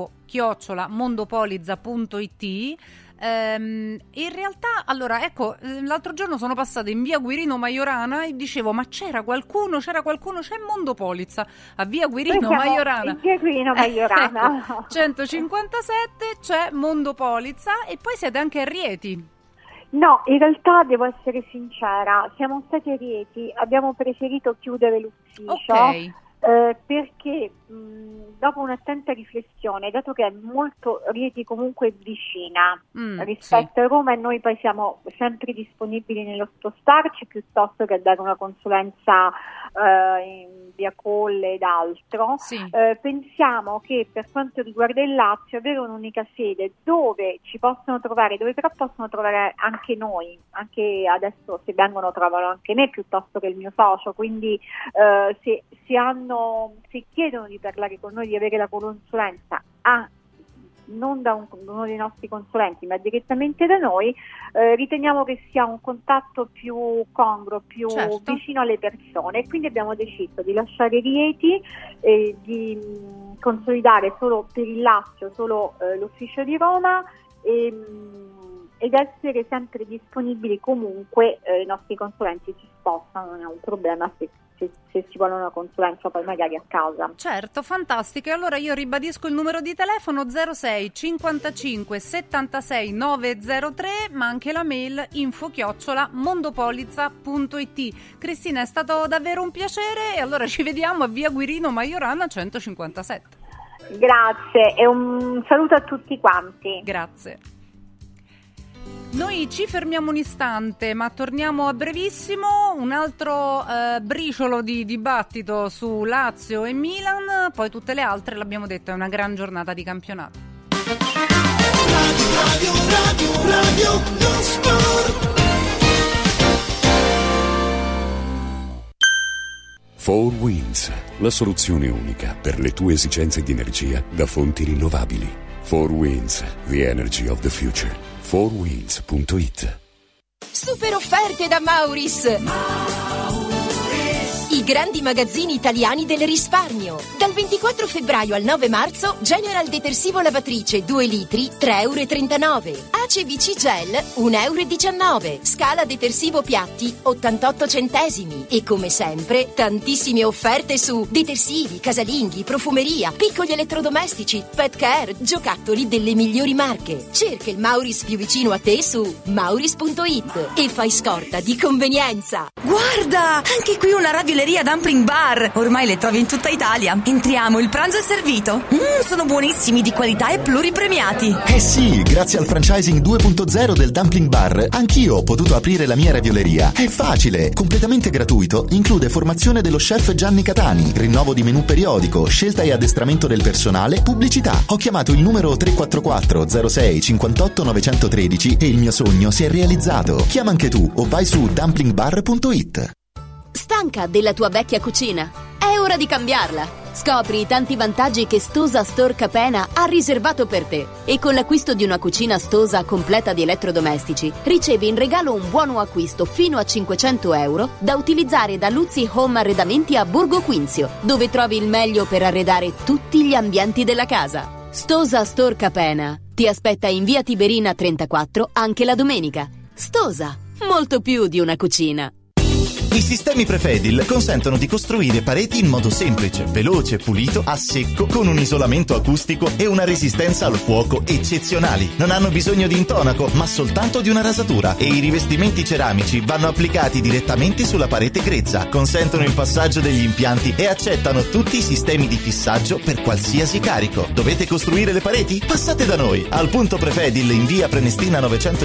info@mondopolizza.it. In realtà, allora, ecco, l'altro giorno sono passata in via Guirino Maiorana e dicevo, ma c'è Mondopolizza a via Guirino Maiorana, in via Guirino Maiorana. Ecco, 157 c'è Mondopolizza, e poi siete anche a Rieti. No, in realtà devo essere sincera, siamo stati a Rieti, abbiamo preferito chiudere l'ufficio. Ok. Perché dopo un'attenta riflessione, dato che è molto Rieti comunque vicina rispetto a Roma, e noi poi siamo sempre disponibili nello spostarci piuttosto che a dare una consulenza in via Colle ed altro, pensiamo che per quanto riguarda il Lazio avere un'unica sede dove ci possono trovare, dove però possono trovare anche noi, anche adesso se vengono trovano anche me piuttosto che il mio socio, quindi se chiedono di parlare con noi, di avere la consulenza non da uno dei nostri consulenti ma direttamente da noi, riteniamo che sia un contatto più congruo, più vicino alle persone, e quindi abbiamo deciso di lasciare Rieti e di consolidare solo per il Lazio solo l'ufficio di Roma ed essere sempre disponibili comunque. I nostri consulenti si spostano, non è un problema se se si vuole una consulenza poi magari a casa. Certo, fantastico. E allora io ribadisco il numero di telefono 06 55 76 903, ma anche la mail info@mondopolizza.it. Cristina, è stato davvero un piacere e allora ci vediamo a via Guirino Maiorana 157. Grazie e un saluto a tutti quanti. Grazie. Noi ci fermiamo un istante, ma torniamo a brevissimo. Un altro briciolo di dibattito su Lazio e Milan, poi tutte le altre, l'abbiamo detto, è una gran giornata di campionato. Radio lo sport. 4Winds, la soluzione unica per le tue esigenze di energia da fonti rinnovabili. 4Winds, the energy of the future. 4winds.it. Super offerte da Mauris! I grandi magazzini italiani del risparmio. Dal 24 febbraio al 9 marzo, General Detersivo Lavatrice 2 litri, 3,39 €. ACVC Gel, 1,19 €. Scala Detersivo Piatti, 88 centesimi. E come sempre, tantissime offerte su detersivi, casalinghi, profumeria, piccoli elettrodomestici, pet care, giocattoli delle migliori marche. Cerca il Mauris più vicino a te su mauris.it e fai scorta di convenienza. Guarda, anche qui una ravioleria Dumpling Bar. Ormai le trovi in tutta Italia. Entriamo, il pranzo è servito. Sono buonissimi, di qualità e pluripremiati. Eh sì, grazie al franchising 2.0 del Dumpling Bar, anch'io ho potuto aprire la mia ravioleria. È facile, completamente gratuito, include formazione dello chef Gianni Catani, rinnovo di menù periodico, scelta e addestramento del personale, pubblicità. Ho chiamato il numero 344 06 58 913 e il mio sogno si è realizzato. Chiama anche tu o vai su dumplingbar.it. Stanca della tua vecchia cucina? È ora di cambiarla! Scopri i tanti vantaggi che Stosa Store Capena ha riservato per te. E con l'acquisto di una cucina Stosa completa di elettrodomestici, ricevi in regalo un buono acquisto fino a 500 € da utilizzare da Luzzi Home Arredamenti a Borgo Quinzio, dove trovi il meglio per arredare tutti gli ambienti della casa. Stosa Store Capena ti aspetta in via Tiberina 34 anche la domenica. Stosa, molto più di una cucina. I sistemi Prefedil consentono di costruire pareti in modo semplice, veloce, pulito, a secco, con un isolamento acustico e una resistenza al fuoco eccezionali. Non hanno bisogno di intonaco, ma soltanto di una rasatura, e i rivestimenti ceramici vanno applicati direttamente sulla parete grezza, consentono il passaggio degli impianti e accettano tutti i sistemi di fissaggio per qualsiasi carico. Dovete costruire le pareti? Passate da noi, al punto Prefedil in via Prenestina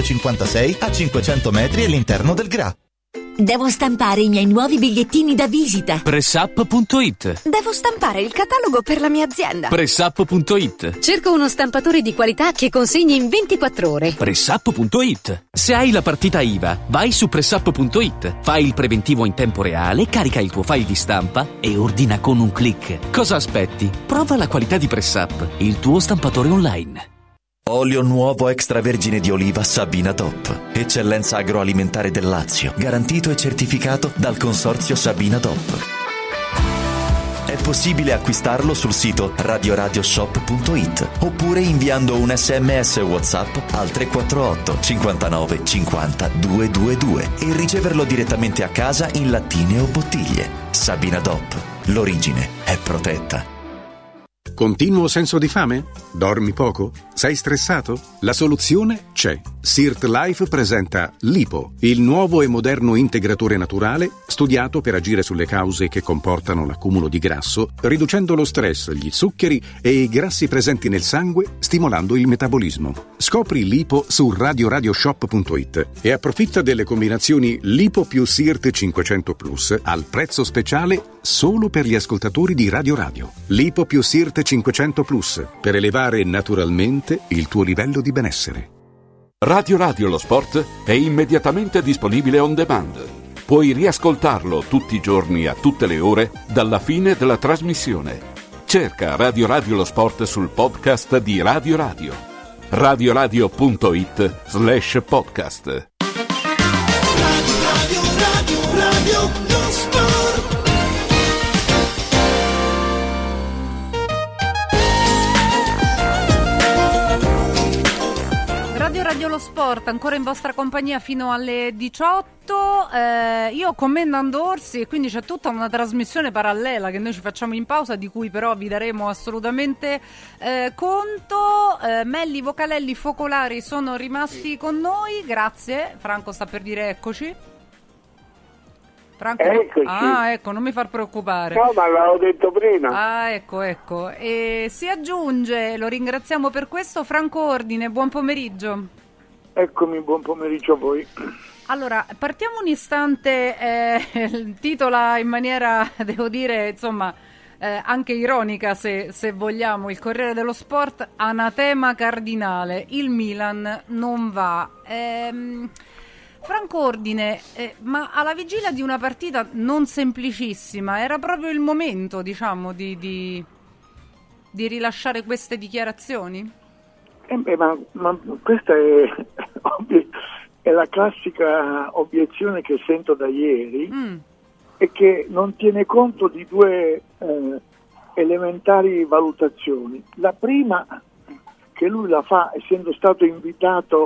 956 a 500 metri all'interno del GRA. Devo stampare i miei nuovi bigliettini da visita. Pressup.it. Devo stampare il catalogo per la mia azienda. Pressup.it. Cerco uno stampatore di qualità che consegni in 24 ore. Pressup.it. Se hai la partita IVA, vai su Pressup.it, fai il preventivo in tempo reale, carica il tuo file di stampa e ordina con un click. Cosa aspetti? Prova la qualità di Pressup, il tuo stampatore online. Olio nuovo extravergine di oliva Sabina DOP. Eccellenza agroalimentare del Lazio. Garantito e certificato dal consorzio Sabina DOP. È possibile acquistarlo sul sito radioradioshop.it oppure inviando un SMS WhatsApp al 348 59 50 222 e riceverlo direttamente a casa in lattine o bottiglie. Sabina DOP. L'origine è protetta. Continuo senso di fame? Dormi poco? Sei stressato? La soluzione c'è. Sirt Life presenta Lipo, il nuovo e moderno integratore naturale studiato per agire sulle cause che comportano l'accumulo di grasso, riducendo lo stress, gli zuccheri e i grassi presenti nel sangue, stimolando il metabolismo. Scopri Lipo su radioradioshop.it e approfitta delle combinazioni Lipo più Sirt 500 Plus al prezzo speciale solo per gli ascoltatori di Radio Radio. Lipo più Sirt 500 Plus per elevare naturalmente il tuo livello di benessere. Radio Radio lo sport è immediatamente disponibile on demand. Puoi riascoltarlo tutti i giorni a tutte le ore dalla fine della trasmissione. Cerca Radio Radio lo sport sul podcast di Radio Radio. radioradio.it/podcast. Radio lo sport. Radio Lo Sport, ancora in vostra compagnia fino alle 18. Io commendando Orsi e quindi c'è tutta una trasmissione parallela che noi ci facciamo in pausa, di cui però vi daremo assolutamente conto. Melli, Vocalelli, Focolari sono rimasti con noi, grazie. Franco sta per dire eccoci. Franco? Eccoci. Ah, ecco, non mi far preoccupare. No, ma l'avevo detto prima. Ah, ecco. E si aggiunge, lo ringraziamo per questo, Franco Ordine, buon pomeriggio. Eccomi, buon pomeriggio a voi. Allora, partiamo un istante, titola in maniera, devo dire, insomma, anche ironica se vogliamo, il Corriere dello Sport, anatema cardinale, il Milan non va. Franco Ordine, ma alla vigilia di una partita non semplicissima, era proprio il momento, diciamo, di rilasciare queste dichiarazioni? Ma questa è la classica obiezione che sento da ieri e che non tiene conto di due elementari valutazioni. La prima, che lui la fa essendo stato invitato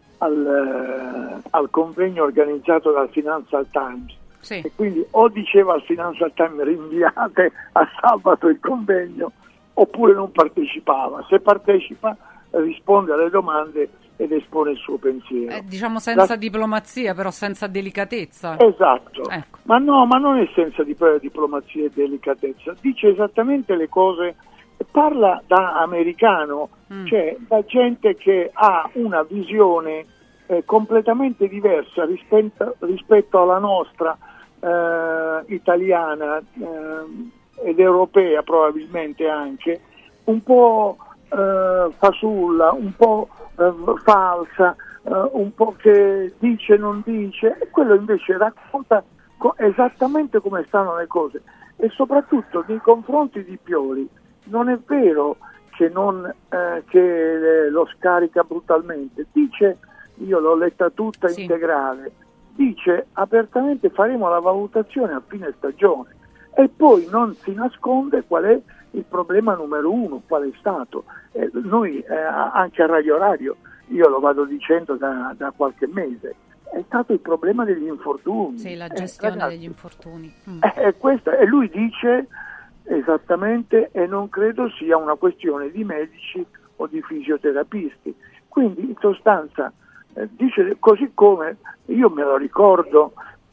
al convegno organizzato dal Financial Times, sì. E quindi o diceva al Financial Times rinviate a sabato il convegno oppure non partecipava. Se partecipa risponde alle domande ed espone il suo pensiero. Diciamo senza diplomazia, però senza delicatezza. Esatto, ecco. ma non è senza diplomazia e delicatezza, dice esattamente le cose, parla da americano, cioè da gente che ha una visione completamente diversa rispetto alla nostra italiana ed europea probabilmente anche, un po' fasulla, un po' falsa, un po' che dice non dice, e quello invece racconta esattamente come stanno le cose, e soprattutto nei confronti di Pioli non è vero che lo scarica brutalmente, dice, io l'ho letta tutta integrale, dice apertamente faremo la valutazione a fine stagione, e poi non si nasconde qual è il problema numero uno, qual è stato. Noi anche a Radio, io lo vado dicendo da qualche mese, è stato il problema degli infortuni. Sì, la gestione degli infortuni. E lui dice esattamente, e non credo sia una questione di medici o di fisioterapisti. Quindi in sostanza dice, così come io me lo ricordo,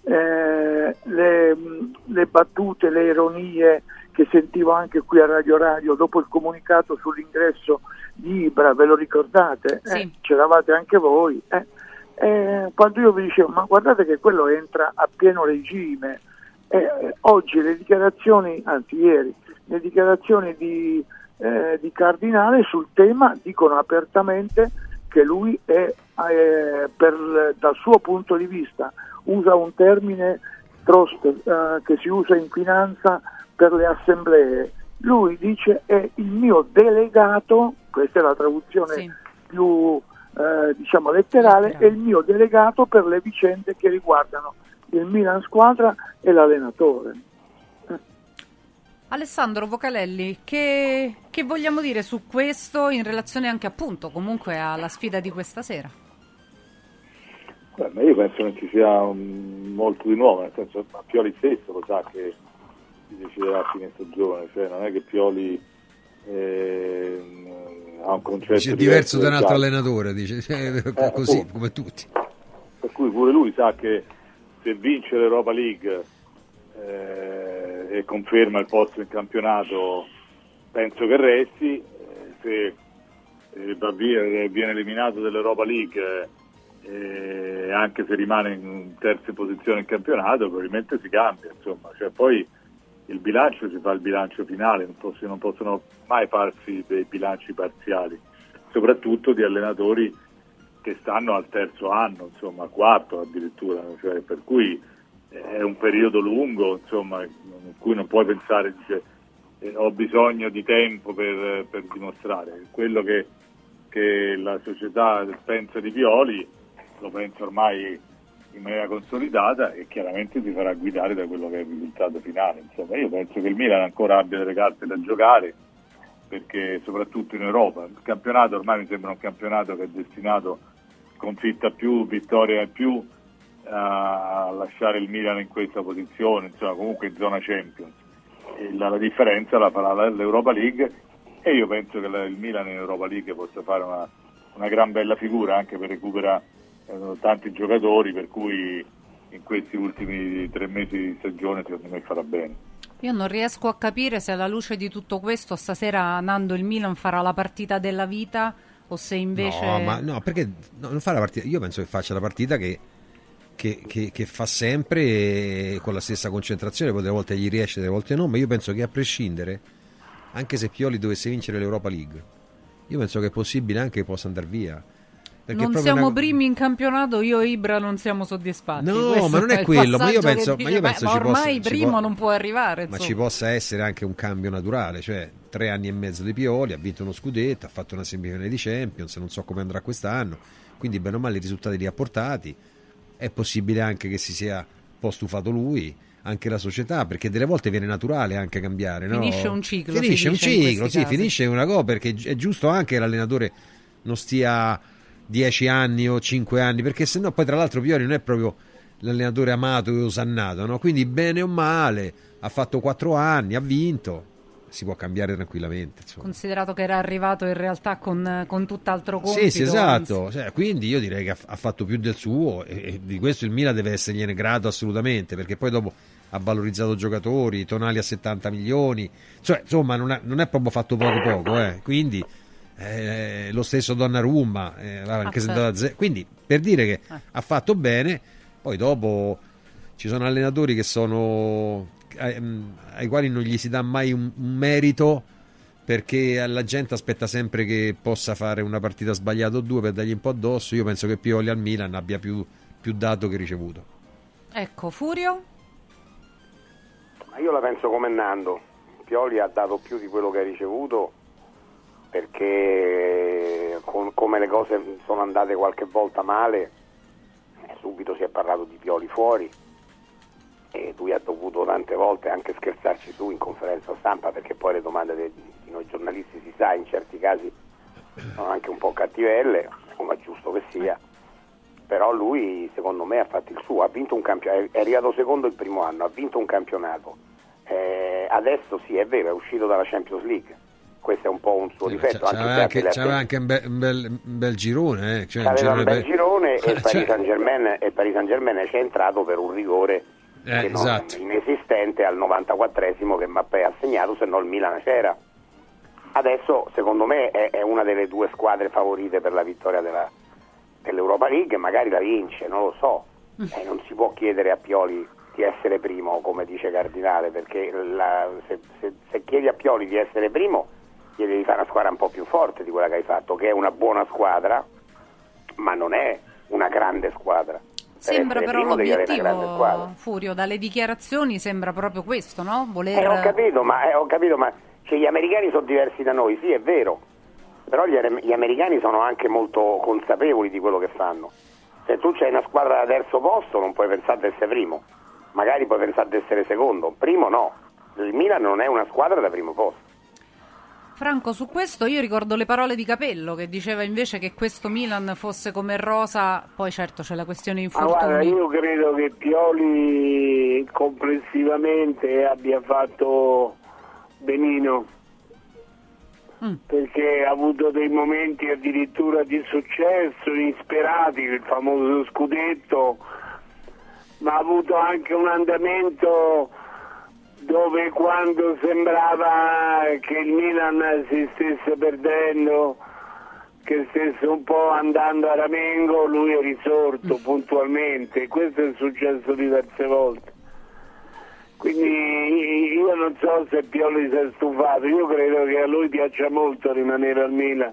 le battute, le ironie che sentivo anche qui a Radio dopo il comunicato sull'ingresso di Ibra, ve lo ricordate? Sì. C'eravate anche voi. Quando io vi dicevo, ma guardate che quello entra a pieno regime. Oggi le dichiarazioni, anzi ieri, le dichiarazioni di Cardinale sul tema dicono apertamente che lui è, dal suo punto di vista, usa un termine che si usa in finanza per le assemblee. Lui dice è il mio delegato, questa è la traduzione più diciamo letterale, è il mio delegato per le vicende che riguardano il Milan squadra e l'allenatore. Alessandro Vocalelli, che vogliamo dire su questo in relazione anche appunto comunque alla sfida di questa sera? Ma io penso non ci sia molto di nuovo, nel senso, ma Pioli stesso lo sa che si deciderà a fine stagione, cioè non è che Pioli ha un concetto dice diverso da un altro allenatore, dice così come tutti. Per cui pure lui sa che se vince l'Europa League e conferma il posto in campionato, penso che resti. Se viene eliminato dall'Europa League, anche se rimane in terza posizione in campionato, probabilmente si cambia, insomma. Cioè, poi il bilancio si fa il bilancio finale, non possono mai farsi dei bilanci parziali, soprattutto di allenatori che stanno al terzo anno, insomma al quarto addirittura, cioè, per cui è un periodo lungo, insomma, in cui non puoi pensare, dice, ho bisogno di tempo per dimostrare. Quello che la società pensa di Pioli lo pensa ormai in maniera consolidata e chiaramente si farà guidare da quello che è il risultato finale. Insomma, io penso che il Milan ancora abbia delle carte da giocare, perché soprattutto in Europa il campionato ormai mi sembra un campionato che è destinato sconfitta più, vittoria in più a lasciare il Milan in questa posizione, insomma comunque in zona Champions. E la differenza la farà l'Europa League, e io penso che il Milan in Europa League possa fare una gran bella figura, anche per recuperare tanti giocatori, per cui in questi ultimi 3 mesi di stagione secondo me farà bene. Io non riesco a capire se alla luce di tutto questo stasera, Nando, il Milan farà la partita della vita o se invece... No, perché non fa la partita? Io penso che faccia la partita che fa sempre con la stessa concentrazione, poi delle volte gli riesce, delle volte no, ma io penso che a prescindere, anche se Pioli dovesse vincere l'Europa League, io penso che è possibile anche che possa andare via. Perché non siamo primi in campionato, io e Ibra non siamo soddisfatti. No, questo ma non è quello, ma io penso ma ormai primo non può arrivare. Ma ci possa essere anche un cambio naturale, cioè 3 anni e mezzo di Pioli, ha vinto uno scudetto, ha fatto una semifinale di Champions, non so come andrà quest'anno, quindi bene o male i risultati li ha portati. È possibile anche che si sia un po' stufato lui, anche la società, perché delle volte viene naturale anche cambiare, no? Finisce un ciclo, finisce una cosa, perché è giusto anche che l'allenatore non stia 10 anni o 5 anni, perché sennò poi tra l'altro Pioli non è proprio l'allenatore amato e osannato, no? Quindi bene o male ha fatto 4 anni, ha vinto, si può cambiare tranquillamente, insomma. Considerato che era arrivato in realtà con tutt'altro compito. Sì, esatto, quindi io direi che ha fatto più del suo, e di questo il Milan deve essergliene grato assolutamente, perché poi dopo ha valorizzato giocatori, Tonali a 70 milioni, cioè insomma non è proprio fatto poco, quindi lo stesso Donnarumma, anche se quindi per dire che ha fatto bene. Poi dopo ci sono allenatori che sono ai quali non gli si dà mai un merito, perché la gente aspetta sempre che possa fare una partita sbagliata o 2 per dargli un po' addosso. Io penso che Pioli al Milan abbia più dato che ricevuto. Ecco, Furio? Ma io la penso come Nando. Pioli ha dato più di quello che ha ricevuto, perché come le cose sono andate qualche volta male, subito si è parlato di Pioli fuori, e lui ha dovuto tante volte anche scherzarci su in conferenza stampa, perché poi le domande di noi giornalisti, si sa, in certi casi sono anche un po' cattivelle, come è giusto che sia. Però lui secondo me ha fatto il suo, ha vinto un campionato, è arrivato secondo il primo anno, ha vinto un campionato, adesso sì, è vero, è uscito dalla Champions League, questo è un po' un suo difetto. C'aveva anche un bel girone, c'aveva un bel girone, e il Paris Saint-Germain è entrato per un rigore inesistente al 94esimo che Mbappé ha segnato, se no il Milan c'era. Adesso secondo me è una delle 2 squadre favorite per la vittoria dell'Europa League, magari la vince, non lo so, non si può chiedere a Pioli di essere primo, come dice Cardinale, perché se chiedi a Pioli di essere primo gli devi fare una squadra un po' più forte di quella che hai fatto, che è una buona squadra ma non è una grande squadra. Sembra però l'obiettivo, Furio, dalle dichiarazioni sembra proprio questo, no? Ho capito, ma cioè, gli americani sono diversi da noi, sì, è vero, però gli americani sono anche molto consapevoli di quello che fanno. Se tu c'hai una squadra da terzo posto non puoi pensare di essere primo, magari puoi pensare di essere secondo, primo no. Il Milan non è una squadra da primo posto. Franco, su questo io ricordo le parole di Capello, che diceva invece che questo Milan fosse come Rosa, poi certo c'è la questione infortuni. Guarda, io credo che Pioli complessivamente abbia fatto benino, perché ha avuto dei momenti addirittura di successo insperati, il famoso scudetto, ma ha avuto anche un andamento dove, quando sembrava che il Milan si stesse perdendo, che stesse un po' andando a ramengo, lui è risorto puntualmente. Questo è successo diverse volte. Quindi io non so se Pioli si è stufato, io credo che a lui piaccia molto rimanere al Milan,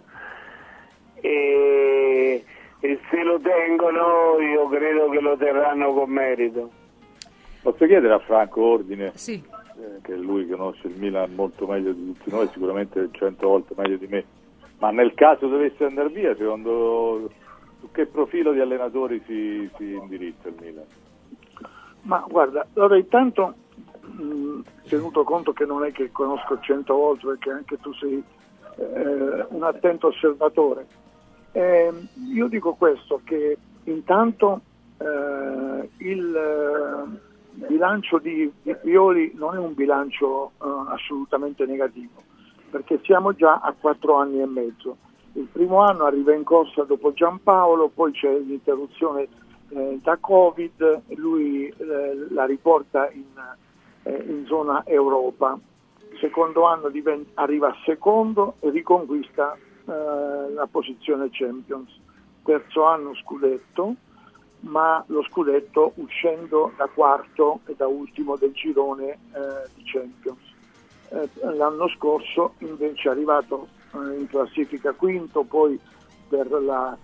e se lo tengono io credo che lo terranno con merito. Posso chiedere a Franco Ordine? Sì. Che lui conosce il Milan molto meglio di tutti noi, sicuramente 100 volte meglio di me, ma nel caso dovesse andare via, secondo su che profilo di allenatori si indirizza il Milan? Ma guarda, allora intanto tenuto conto che non è che conosco 100 volte, perché anche tu sei un attento osservatore, Io dico questo, che intanto il bilancio di Pioli non è un bilancio assolutamente negativo, perché siamo già a 4 anni e mezzo. Il primo anno arriva in corsa dopo Giampaolo, poi c'è l'interruzione da Covid, lui la riporta in zona Europa. Il secondo anno arriva secondo e riconquista la posizione Champions. Terzo anno scudetto, ma lo scudetto uscendo da quarto e da ultimo del girone di Champions. L'anno scorso invece è arrivato in classifica quinto, poi per la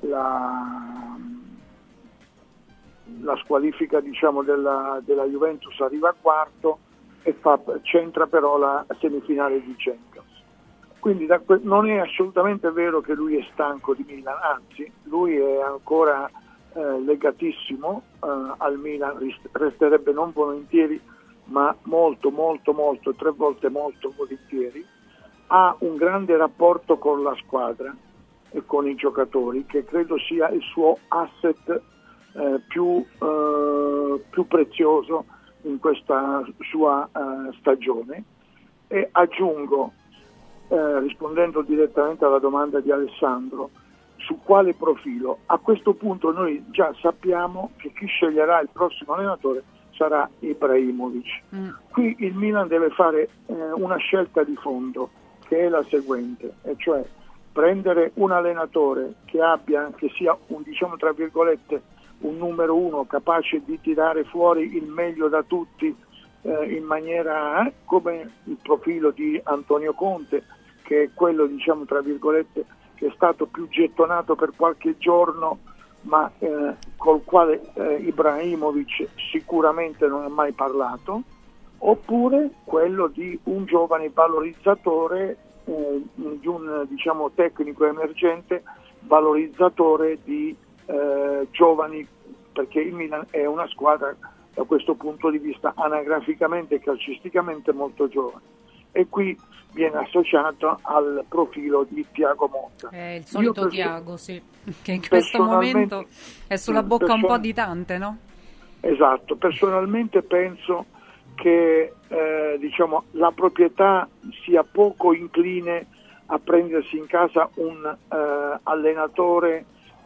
squalifica, diciamo, della Juventus arriva quarto e c'entra però la semifinale di Champions. Quindi non è assolutamente vero che lui è stanco di Milan, anzi lui è ancora legatissimo al Milan, resterebbe non volentieri ma molto, 3 volte molto volentieri. Ha un grande rapporto con la squadra e con i giocatori, che credo sia il suo asset più prezioso in questa sua stagione. E aggiungo, rispondendo direttamente alla domanda di Alessandro, su quale profilo? A questo punto noi già sappiamo che chi sceglierà il prossimo allenatore sarà Ibrahimovic. Qui il Milan deve fare una scelta di fondo, che è la seguente, e cioè prendere un allenatore che sia un, diciamo tra virgolette, un numero uno capace di tirare fuori il meglio da tutti in maniera come il profilo di Antonio Conte, che è quello, diciamo tra virgolette, che è stato più gettonato per qualche giorno, ma col quale Ibrahimovic sicuramente non ha mai parlato, oppure quello di un giovane valorizzatore, di un, diciamo, tecnico emergente valorizzatore di giovani, perché il Milan è una squadra da questo punto di vista anagraficamente e calcisticamente molto giovane, e qui viene associato al profilo di Thiago Motta. Il solito Thiago, sì, che in questo momento è sulla bocca un po' di tante, no? Esatto, personalmente penso che diciamo, la proprietà sia poco incline a prendersi in casa un allenatore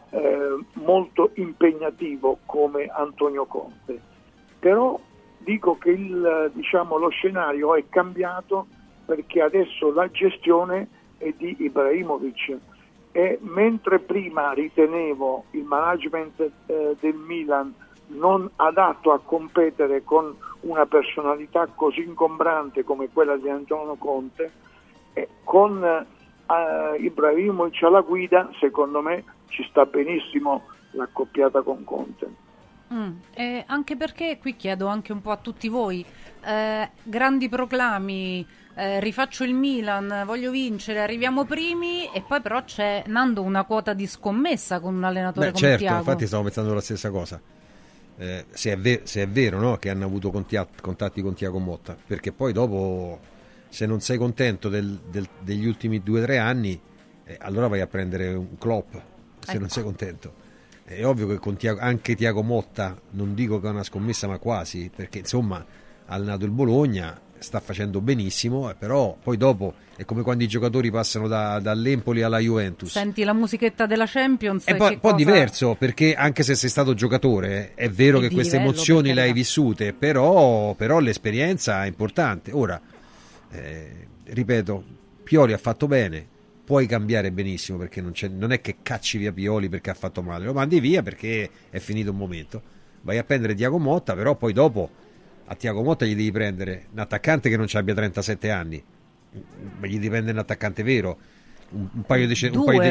molto impegnativo come Antonio Conte, però dico che lo scenario è cambiato, perché adesso la gestione è di Ibrahimovic, e mentre prima ritenevo il management del Milan non adatto a competere con una personalità così ingombrante come quella di Antonio Conte, con Ibrahimovic alla guida, secondo me ci sta benissimo l'accoppiata con Conte. Anche perché qui chiedo anche un po' a tutti voi, grandi proclami, rifaccio il Milan, voglio vincere, arriviamo primi, e poi però c'è, Nando, una quota di scommessa con un allenatore come certo, Thiago. Infatti stavo pensando la stessa cosa. Se è vero, no, che hanno avuto contatti con Thiago Motta, perché poi dopo, se non sei contento degli ultimi 2-3 anni, allora vai a prendere un Klopp, se non sei contento. È ovvio che con anche Thiago Motta, non dico che è una scommessa, ma quasi, perché insomma ha allenato il Bologna, sta facendo benissimo, però poi dopo è come quando i giocatori passano dall'Empoli alla Juventus. Senti la musichetta della Champions, è un po' diverso, perché anche se sei stato giocatore è vero che queste emozioni le hai vissute, però l'esperienza è importante. Ora ripeto, Pioli ha fatto bene, puoi cambiare benissimo, perché non è che cacci via Pioli perché ha fatto male, lo mandi via perché è finito un momento, vai a prendere Thiago Motta, però poi dopo a Thiago Motta gli devi prendere un attaccante che non ci abbia 37 anni, ma gli devi prendere un attaccante vero, un paio di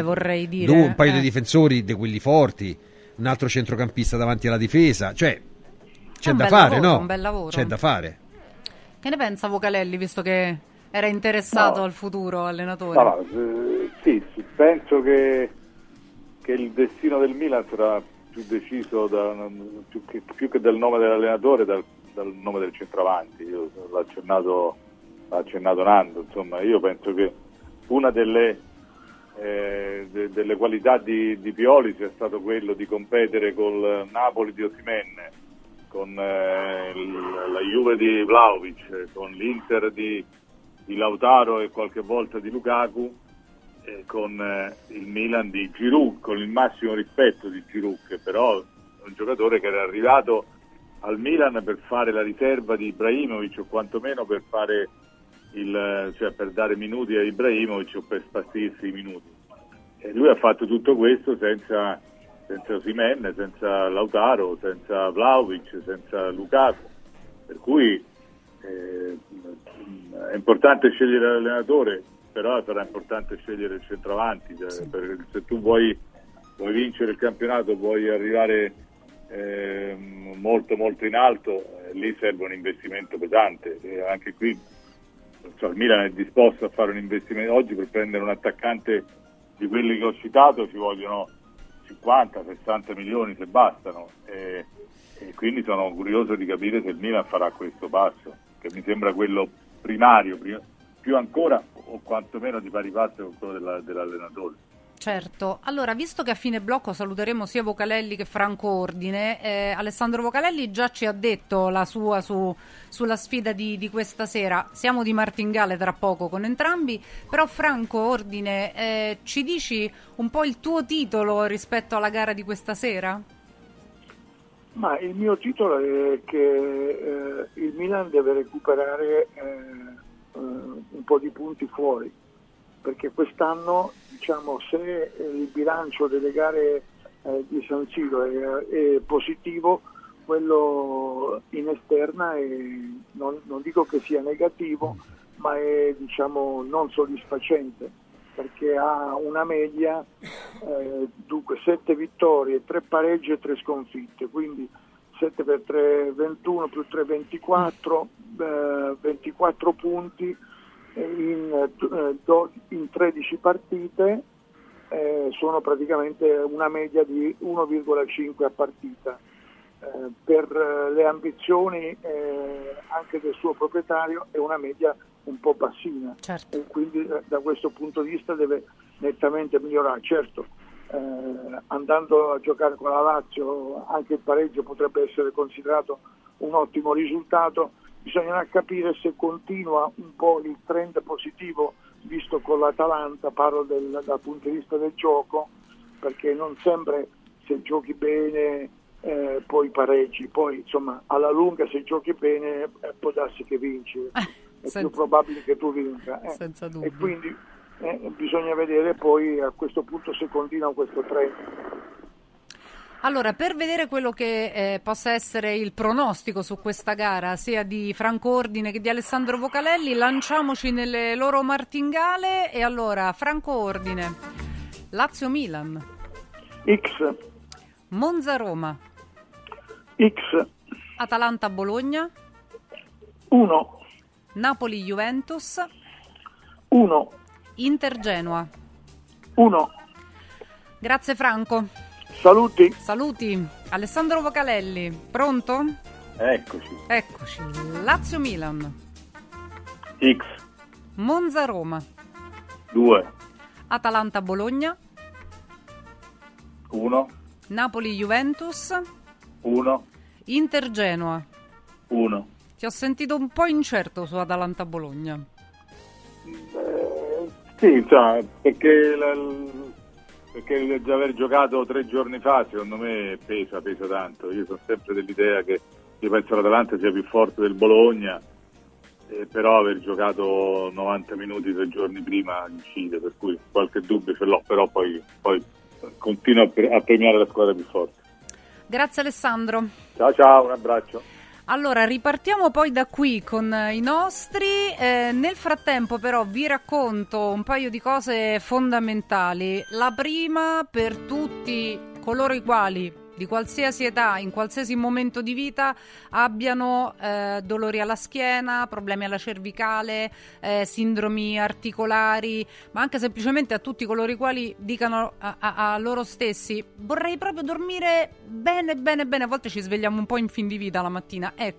difensori di quelli forti, un altro centrocampista davanti alla difesa, cioè c'è da fare, no? Un bel lavoro. C'è da fare. Che ne pensa Vocalelli, visto che era interessato al futuro allenatore? No, sì, penso che il destino del Milan sarà più deciso più che dal nome dell'allenatore, dal nome del centravanti. L'ha accennato Nando, insomma, io penso che una delle delle qualità di Pioli sia stato quello di competere col Napoli di Osimhen, con la Juve di Vlahovic, con l'Inter di Lautaro e qualche volta di Lukaku, con il Milan di Giroud, con il massimo rispetto di Giroud, che però è un giocatore che era arrivato al Milan per fare la riserva di Ibrahimovic, o quantomeno per fare per dare minuti a Ibrahimovic o per spartirsi i minuti. E lui ha fatto tutto questo senza Osimhen, senza Lautaro, senza Vlahovic, senza Lukaku, per cui è importante scegliere l'allenatore, però sarà importante scegliere il centravanti. Se tu vuoi vincere il campionato, vuoi arrivare molto molto in alto, lì serve un investimento pesante, e anche qui il Milan è disposto a fare un investimento. Oggi per prendere un attaccante di quelli che ho citato ci vogliono 50-60 milioni se bastano, e quindi sono curioso di capire se il Milan farà questo passo, che mi sembra quello primario, più ancora o quantomeno di pari passo con quello dell'allenatore. Certo, allora visto che a fine blocco saluteremo sia Vocalelli che Franco Ordine, Alessandro Vocalelli già ci ha detto la sua sulla sfida di questa sera. Siamo di martingale tra poco con entrambi, però Franco Ordine, ci dici un po' il tuo titolo rispetto alla gara di questa sera? Ma il mio titolo è che il Milan deve recuperare un po' di punti fuori, perché quest'anno, diciamo, se il bilancio delle gare di San Siro è positivo, quello in esterna non dico che sia negativo, ma è, diciamo, non soddisfacente, perché ha una media, dunque 7 vittorie, 3 pareggi e 3 sconfitte, quindi 7 per 3, 21 più 3, 24, 24 punti in 13 partite, sono praticamente una media di 1,5 a partita. Per le ambizioni anche del suo proprietario è una media un po' bassina, certo. E quindi da questo punto di vista deve nettamente migliorare. Certo, andando a giocare con la Lazio anche il pareggio potrebbe essere considerato un ottimo risultato. Bisognerà capire se continua un po' il trend positivo visto con l'Atalanta, parlo dal punto di vista del gioco, perché non sempre se giochi bene poi pareggi, poi insomma alla lunga se giochi bene può darsi che vinci, è più probabile che tu vinca, senza dubbio. E quindi bisogna vedere poi a questo punto se continua questo trend. Allora, per vedere quello che possa essere il pronostico su questa gara, sia di Franco Ordine che di Alessandro Vocalelli, lanciamoci nelle loro martingale. E allora, Franco Ordine, Lazio-Milan, X. Monza-Roma, X. Atalanta-Bologna, 1. Napoli-Juventus, 1. Inter-Genoa, 1. Grazie Franco. Saluti. Alessandro Vocalelli, pronto? Eccoci. Lazio-Milan, X. Monza-Roma, 2. Atalanta-Bologna, 1. Napoli-Juventus, 1. Inter-Genoa, 1. Ti ho sentito un po' incerto su Atalanta-Bologna. Sì, insomma, perché aver giocato 3 giorni fa secondo me pesa tanto. Io sono sempre dell'idea che io penso l'Atalanta sia più forte del Bologna, però aver giocato 90 minuti 3 giorni prima incide, per cui qualche dubbio ce l'ho, però poi continuo a premiare la squadra più forte. Grazie Alessandro. Ciao, un abbraccio. Allora, ripartiamo poi da qui con i nostri. Nel frattempo però vi racconto un paio di cose fondamentali. La prima, per tutti coloro i quali di qualsiasi età, in qualsiasi momento di vita abbiano dolori alla schiena, problemi alla cervicale, sindromi articolari, ma anche semplicemente a tutti coloro i quali dicano a loro stessi: vorrei proprio dormire bene, a volte ci svegliamo un po' in fin di vita la mattina, ecco,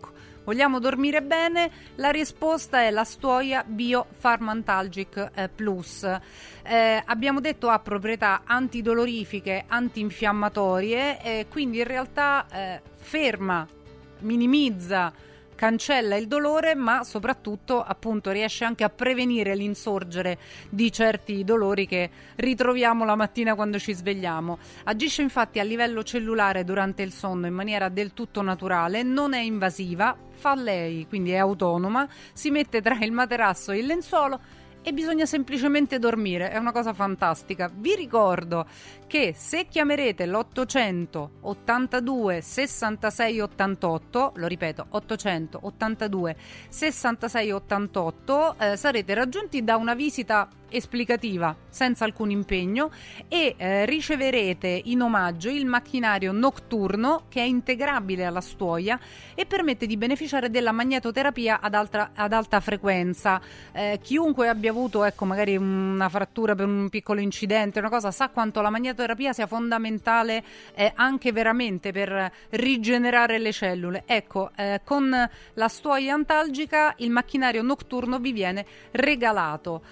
vogliamo dormire bene, la risposta è la Stuoia Bio Pharmantalgic Plus. Abbiamo detto ha proprietà antidolorifiche, antinfiammatorie, quindi in realtà ferma, minimizza, cancella il dolore, ma soprattutto appunto riesce anche a prevenire l'insorgere di certi dolori che ritroviamo la mattina quando ci svegliamo. Agisce infatti a livello cellulare durante il sonno in maniera del tutto naturale, non è invasiva, fa lei, quindi è autonoma, si mette tra il materasso e il lenzuolo e bisogna semplicemente dormire, è una cosa fantastica. Vi ricordo che se chiamerete l'800 82 66 88, lo ripeto 800 82 66 88, sarete raggiunti da una visita esplicativa senza alcun impegno e riceverete in omaggio il macchinario notturno che è integrabile alla Stuoia e permette di beneficiare della magnetoterapia ad alta frequenza. Chiunque abbia avuto magari una frattura per un piccolo incidente, una cosa, sa quanto la magnetoterapia sia fondamentale anche veramente per rigenerare le cellule. Ecco, con la Stuoia antalgica il macchinario notturno vi viene regalato.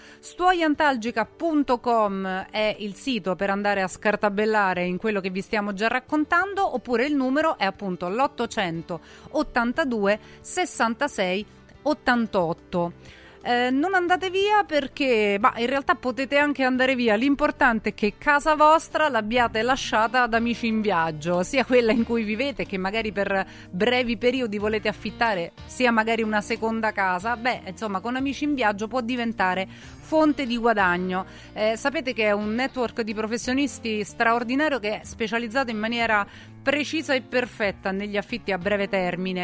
Stuoiantalgica.com è il sito per andare a scartabellare in quello che vi stiamo già raccontando, oppure il numero è appunto l'800 82 66 88. Non andate via perché in realtà potete anche andare via, l'importante è che casa vostra l'abbiate lasciata ad Amici in Viaggio, sia quella in cui vivete che magari per brevi periodi volete affittare, sia magari una seconda casa. Insomma, con Amici in Viaggio può diventare fonte di guadagno. Sapete che è un network di professionisti straordinario che è specializzato in maniera precisa e perfetta negli affitti a breve termine.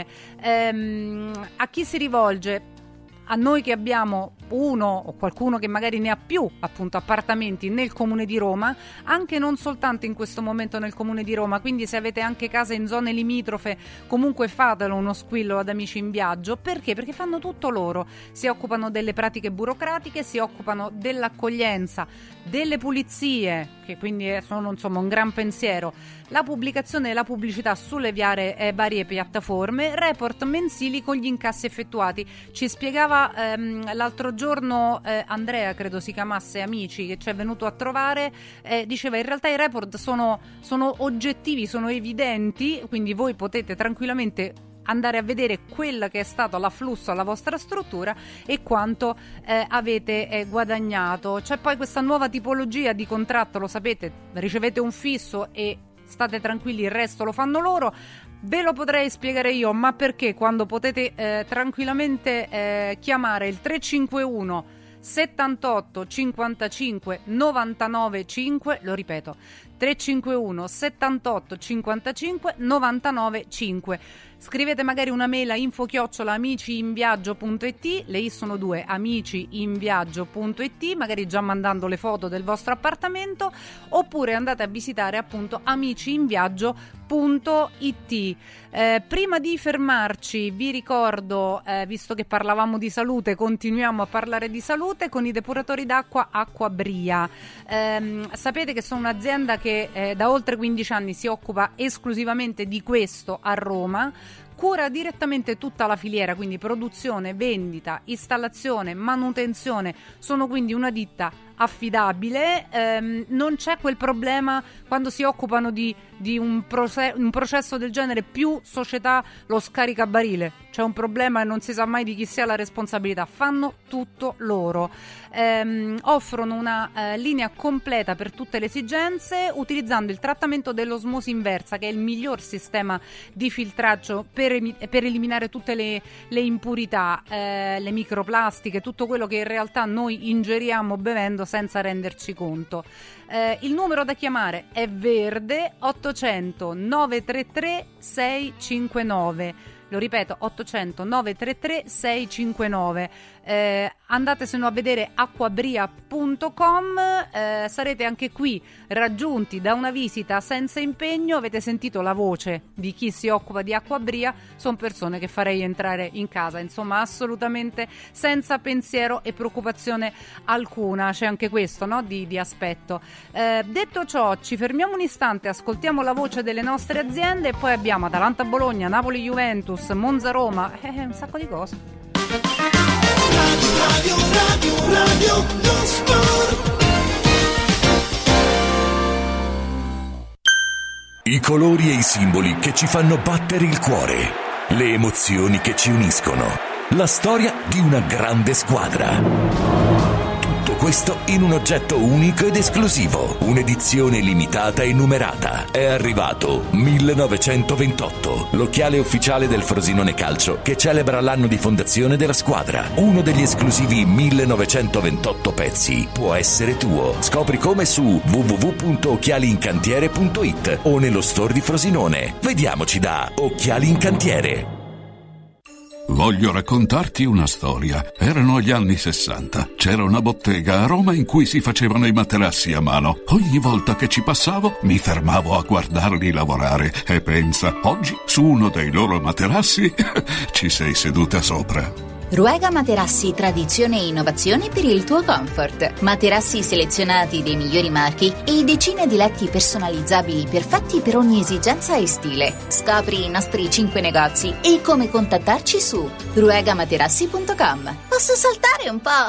A chi si rivolge? A noi che abbiamo uno o qualcuno che magari ne ha più appunto appartamenti nel comune di Roma, anche non soltanto in questo momento nel comune di Roma, quindi se avete anche case in zone limitrofe comunque fatelo uno squillo ad Amici in Viaggio. Perché? Perché fanno tutto loro, si occupano delle pratiche burocratiche, si occupano dell'accoglienza, delle pulizie, che quindi sono insomma un gran pensiero, la pubblicazione e la pubblicità sulle varie piattaforme, report mensili con gli incassi effettuati. Ci spiegava l'altro giorno Andrea, credo si chiamasse, Amici, che ci è venuto a trovare, diceva in realtà i report sono oggettivi, sono evidenti, quindi voi potete tranquillamente andare a vedere quella che è stato l'afflusso alla vostra struttura e quanto avete guadagnato. C'è poi questa nuova tipologia di contratto, lo sapete, ricevete un fisso e state tranquilli, il resto lo fanno loro. Ve lo potrei spiegare io, ma perché, quando potete tranquillamente chiamare il 351 78 55 99 5, lo ripeto, 351 78 55 99 5. Scrivete magari una mail a info@amiciinviaggio.it, le I sono due, amiciinviaggio.it, magari già mandando le foto del vostro appartamento, oppure andate a visitare appunto amiciinviaggio.it. Prima di fermarci vi ricordo, visto che parlavamo di salute, continuiamo a parlare di salute con i depuratori d'acqua Acquabria. Sapete che sono un'azienda che da oltre 15 anni si occupa esclusivamente di questo a Roma, cura direttamente tutta la filiera, quindi produzione, vendita, installazione, manutenzione, sono quindi una ditta affidabile. Non c'è quel problema quando si occupano di un processo del genere, più società lo scaricabarile, c'è un problema e non si sa mai di chi sia la responsabilità, fanno tutto loro. Offrono una linea completa per tutte le esigenze, utilizzando il trattamento dell'osmosi inversa, che è il miglior sistema di filtraggio per eliminare tutte le impurità, le microplastiche, tutto quello che in realtà noi ingeriamo bevendo senza renderci conto. Il numero da chiamare è verde, 800 933 659. Lo ripeto, 800 933 659. Andateselo a vedere, acquabria.com. Sarete anche qui raggiunti da una visita senza impegno. Avete sentito la voce di chi si occupa di Acquabria, sono persone che farei entrare in casa, insomma assolutamente senza pensiero e preoccupazione alcuna. C'è anche questo, no? di aspetto. Detto ciò, ci fermiamo un istante, ascoltiamo la voce delle nostre aziende e poi abbiamo Atalanta-Bologna, Napoli-Juventus, Monza-Roma, un sacco di cose. Radio lo sport. I colori e i simboli che ci fanno battere il cuore, le emozioni che ci uniscono, la storia di una grande squadra. Tutto questo in un oggetto unico ed esclusivo, un'edizione limitata e numerata. È arrivato 1928, l'occhiale ufficiale del Frosinone Calcio che celebra l'anno di fondazione della squadra. Uno degli esclusivi 1928 pezzi può essere tuo. Scopri come su www.occhialiincantiere.it o nello store di Frosinone. Vediamoci da Occhiali in Cantiere. Voglio raccontarti una storia. Erano gli anni 60. C'era una bottega a Roma in cui si facevano i materassi a mano. Ogni volta che ci passavo mi fermavo a guardarli lavorare e pensa, oggi su uno dei loro materassi ci sei seduta sopra. Ruega Materassi, tradizione e innovazione per il tuo comfort. Materassi selezionati dei migliori marchi e decine di letti personalizzabili perfetti per ogni esigenza e stile. Scopri i nostri 5 negozi e come contattarci su ruegamaterassi.com. Posso saltare un po'?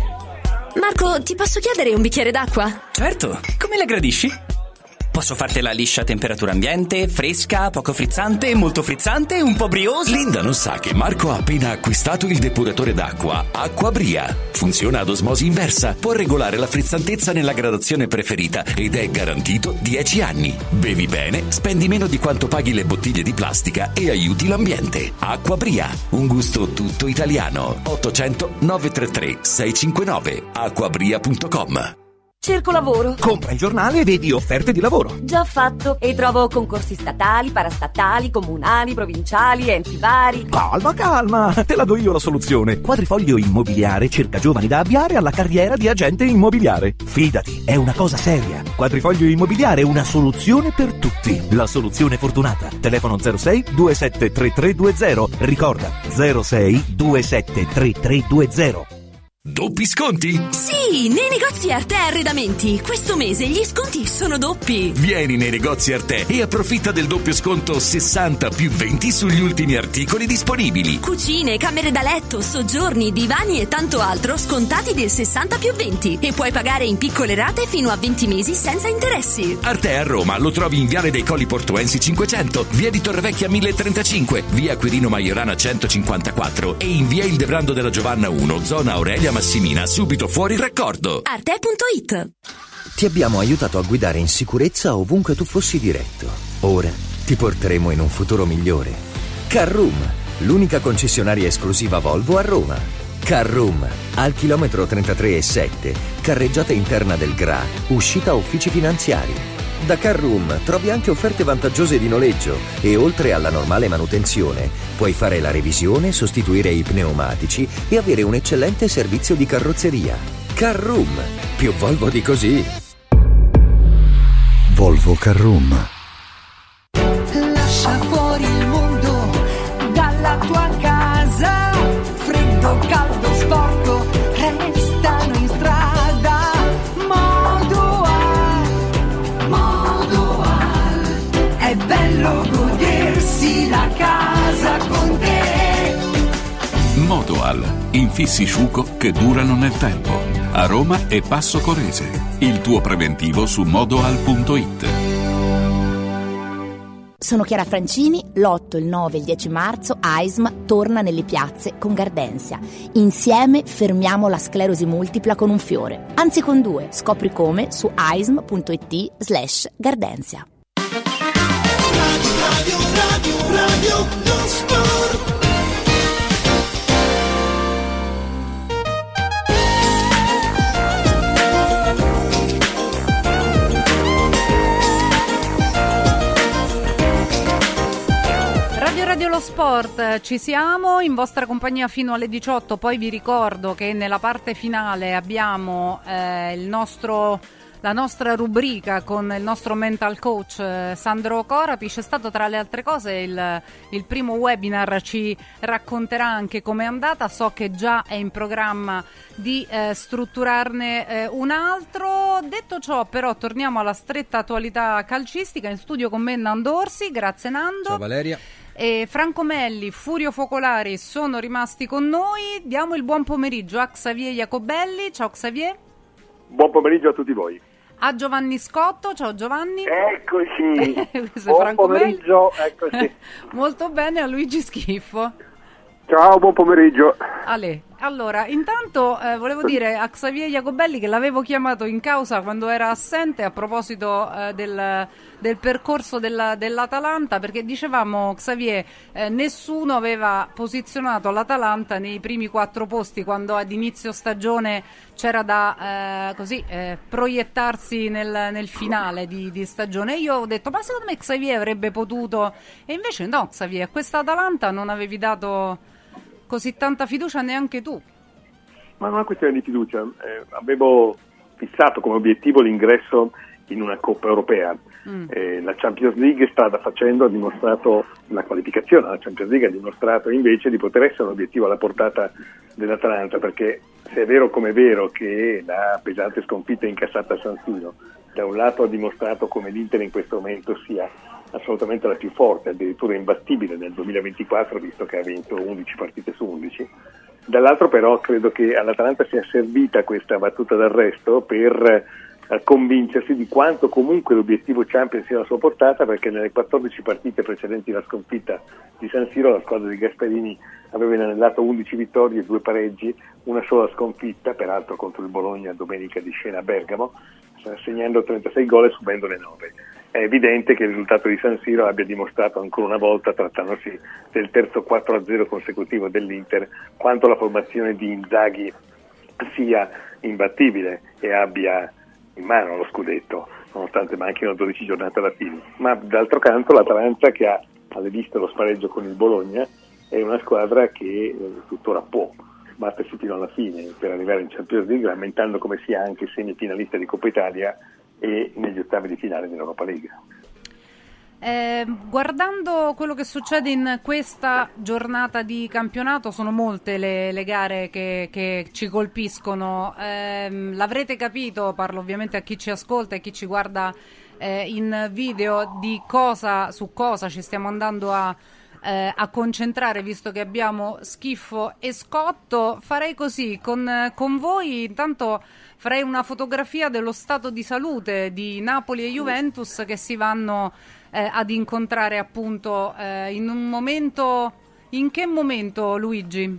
Marco, ti posso chiedere un bicchiere d'acqua? Certo, come la gradisci? Posso fartela liscia a temperatura ambiente, fresca, poco frizzante, molto frizzante, un po' briosa? Linda non sa che Marco ha appena acquistato il depuratore d'acqua Acquabria. Funziona ad osmosi inversa, può regolare la frizzantezza nella gradazione preferita ed è garantito 10 anni. Bevi bene, spendi meno di quanto paghi le bottiglie di plastica e aiuti l'ambiente. Acquabria, un gusto tutto italiano. 800 933 659 acquabria.com. Cerco lavoro. Compra il giornale e vedi offerte di lavoro. Già fatto. E trovo concorsi statali, parastatali, comunali, provinciali, enti vari. Calma, te la do io la soluzione. Quadrifoglio Immobiliare cerca giovani da avviare alla carriera di agente immobiliare. Fidati, è una cosa seria. Quadrifoglio Immobiliare è una soluzione per tutti. La soluzione fortunata. Telefono 06 27 3320. Ricorda 06 27 3320. Doppi sconti? Sì, nei negozi Arte Arredamenti. Questo mese gli sconti sono doppi. Vieni nei negozi Arte e approfitta del doppio sconto 60 più 20 sugli ultimi articoli disponibili. Cucine, camere da letto, soggiorni, divani e tanto altro scontati del 60 più 20. E puoi pagare in piccole rate fino a 20 mesi senza interessi. Arte a Roma lo trovi in Viale dei Colli Portuensi 500, via di Torrevecchia 1035, via Quirino Maiorana 154 e in via Ildebrando della Giovanna 1, zona Aurelia Massimina, subito fuori il raccordo. Arte.it. Ti abbiamo aiutato a guidare in sicurezza ovunque tu fossi diretto. Ora ti porteremo in un futuro migliore. Carroom, l'unica concessionaria esclusiva Volvo a Roma. Carroom, al chilometro 33,7, carreggiata interna del GRA, uscita uffici finanziari. Da Carroom trovi anche offerte vantaggiose di noleggio e oltre alla normale manutenzione puoi fare la revisione, sostituire i pneumatici e avere un eccellente servizio di carrozzeria. Carroom, più Volvo di così. Volvo Carroom. Lascia fuori il mondo dalla tua casa, freddo, caldo, sporco, restano in strada. È bello godersi la casa con te. Modoal, infissi sciuco che durano nel tempo. A Roma e Passo Corese. Il tuo preventivo su modoal.it. Sono Chiara Francini, l'8, il 9 e il 10 marzo AISM torna nelle piazze con Gardensia. Insieme fermiamo la sclerosi multipla con un fiore. Anzi con 2, scopri come su aism.it/Gardensia. Radio lo sport. Radio lo Sport, ci siamo in vostra compagnia fino alle 18, poi vi ricordo che nella parte finale abbiamo la nostra rubrica con il nostro mental coach Sandro Corapis. È stato, tra le altre cose, il primo webinar, ci racconterà anche com'è andata. So che già è in programma di strutturarne un altro. Detto ciò, però, torniamo alla stretta attualità calcistica. In studio con me Nando Orsi. Grazie Nando. Ciao Valeria. E Franco Melli, Furio Focolari sono rimasti con noi. Diamo il buon pomeriggio a Xavier Jacobelli. Ciao Xavier. Buon pomeriggio a tutti voi. A Giovanni Scotto. Ciao Giovanni. Eccoci. Buon pomeriggio, eccoci. Molto bene. A Luigi Schiffo. Ciao, buon pomeriggio. Ale. Allora, intanto volevo dire a Xavier Jacobelli che l'avevo chiamato in causa quando era assente a proposito del percorso dell'Atalanta, perché dicevamo, Xavier, nessuno aveva posizionato l'Atalanta nei primi 4 posti quando ad inizio stagione c'era da proiettarsi nel finale di stagione. Io ho detto, ma secondo me Xavier avrebbe potuto, e invece no, Xavier, a questa Atalanta non avevi dato così tanta fiducia neanche tu. Ma non è una questione di fiducia, avevo fissato come obiettivo l'ingresso in una Coppa Europea. La Champions League strada facendo ha dimostrato, la qualificazione alla Champions League ha dimostrato invece di poter essere un obiettivo alla portata dell'Atalanta, perché se è vero come è vero che la pesante sconfitta incassata a San Siro da un lato ha dimostrato come l'Inter in questo momento sia assolutamente la più forte, addirittura imbattibile nel 2024, visto che ha vinto 11 partite su 11. Dall'altro però credo che all'Atalanta sia servita questa battuta d'arresto per convincersi di quanto comunque l'obiettivo Champions sia alla sua portata, perché nelle 14 partite precedenti la sconfitta di San Siro la squadra di Gasperini aveva inanellato 11 vittorie e 2 pareggi, una sola sconfitta, peraltro contro il Bologna domenica di scena a Bergamo, segnando 36 gol e subendone 9. È evidente che il risultato di San Siro abbia dimostrato ancora una volta, trattandosi del terzo 4-0 consecutivo dell'Inter, quanto la formazione di Inzaghi sia imbattibile e abbia in mano lo scudetto, nonostante manchino 12 giornate alla fine. Ma d'altro canto l'Atalanta, che ha alle viste lo spareggio con il Bologna, è una squadra che tuttora può battersi fino alla fine per arrivare in Champions League, lamentando come sia anche semifinalista di Coppa Italia e negli ottavi di finale dell'Europa League. Guardando quello che succede in questa giornata di campionato, sono molte le gare che ci colpiscono. L'avrete capito, parlo ovviamente a chi ci ascolta e chi ci guarda in video, su cosa ci stiamo andando a concentrare, visto che abbiamo Schiffo e Scotto. Farei così con voi, intanto farei una fotografia dello stato di salute di Napoli e Juventus, che si vanno ad incontrare appunto in un momento. In che momento, Luigi?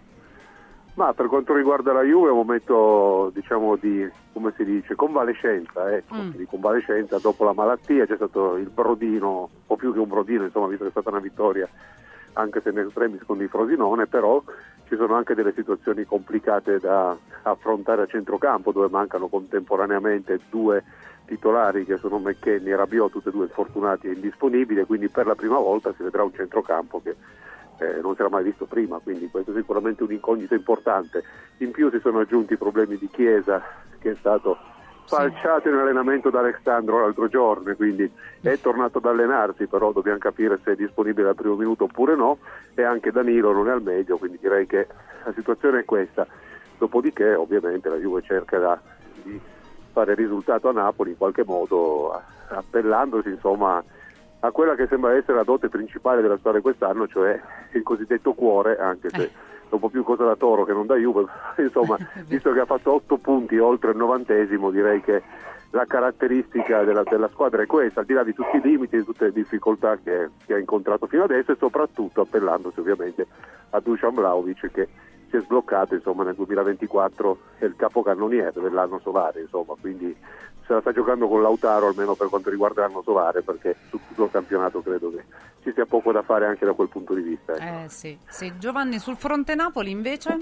Ma per quanto riguarda la Juve è un momento, diciamo, di, come si dice, convalescenza, di convalescenza dopo la malattia. C'è stato il brodino, o più che un brodino, insomma, visto che è stata una vittoria anche se nei estremi secondo il Frosinone, però ci sono anche delle situazioni complicate da affrontare a centrocampo, dove mancano contemporaneamente 2 titolari, che sono McKennie e Rabiot, tutti e 2 sfortunati e indisponibili, quindi per la prima volta si vedrà un centrocampo che non si era mai visto prima, quindi questo è sicuramente un'incognita importante. In più si sono aggiunti i problemi di Chiesa, che è stato falciato in allenamento da Alessandro l'altro giorno, quindi è tornato ad allenarsi, però dobbiamo capire se è disponibile al primo minuto oppure no, e anche Danilo non è al meglio, quindi direi che la situazione è questa. Dopodiché ovviamente la Juve cerca di fare risultato a Napoli in qualche modo, appellandosi insomma a quella che sembra essere la dote principale della storia quest'anno, cioè il cosiddetto cuore, anche se dopo più cosa da Toro che non da Juve, insomma, visto che ha fatto 8 punti oltre il 90esimo, direi che la caratteristica della squadra è questa, al di là di tutti i limiti e di tutte le difficoltà che ha incontrato fino adesso, e soprattutto appellandosi ovviamente a Dusan Vlahovic, che si è sbloccato insomma nel 2024, è il capocannoniere dell'anno solare, insomma, quindi se la sta giocando con Lautaro almeno per quanto riguarda l'anno solare, perché su tutto il campionato credo che ci sia poco da fare anche da quel punto di vista. Sì. Giovanni, sul fronte Napoli invece?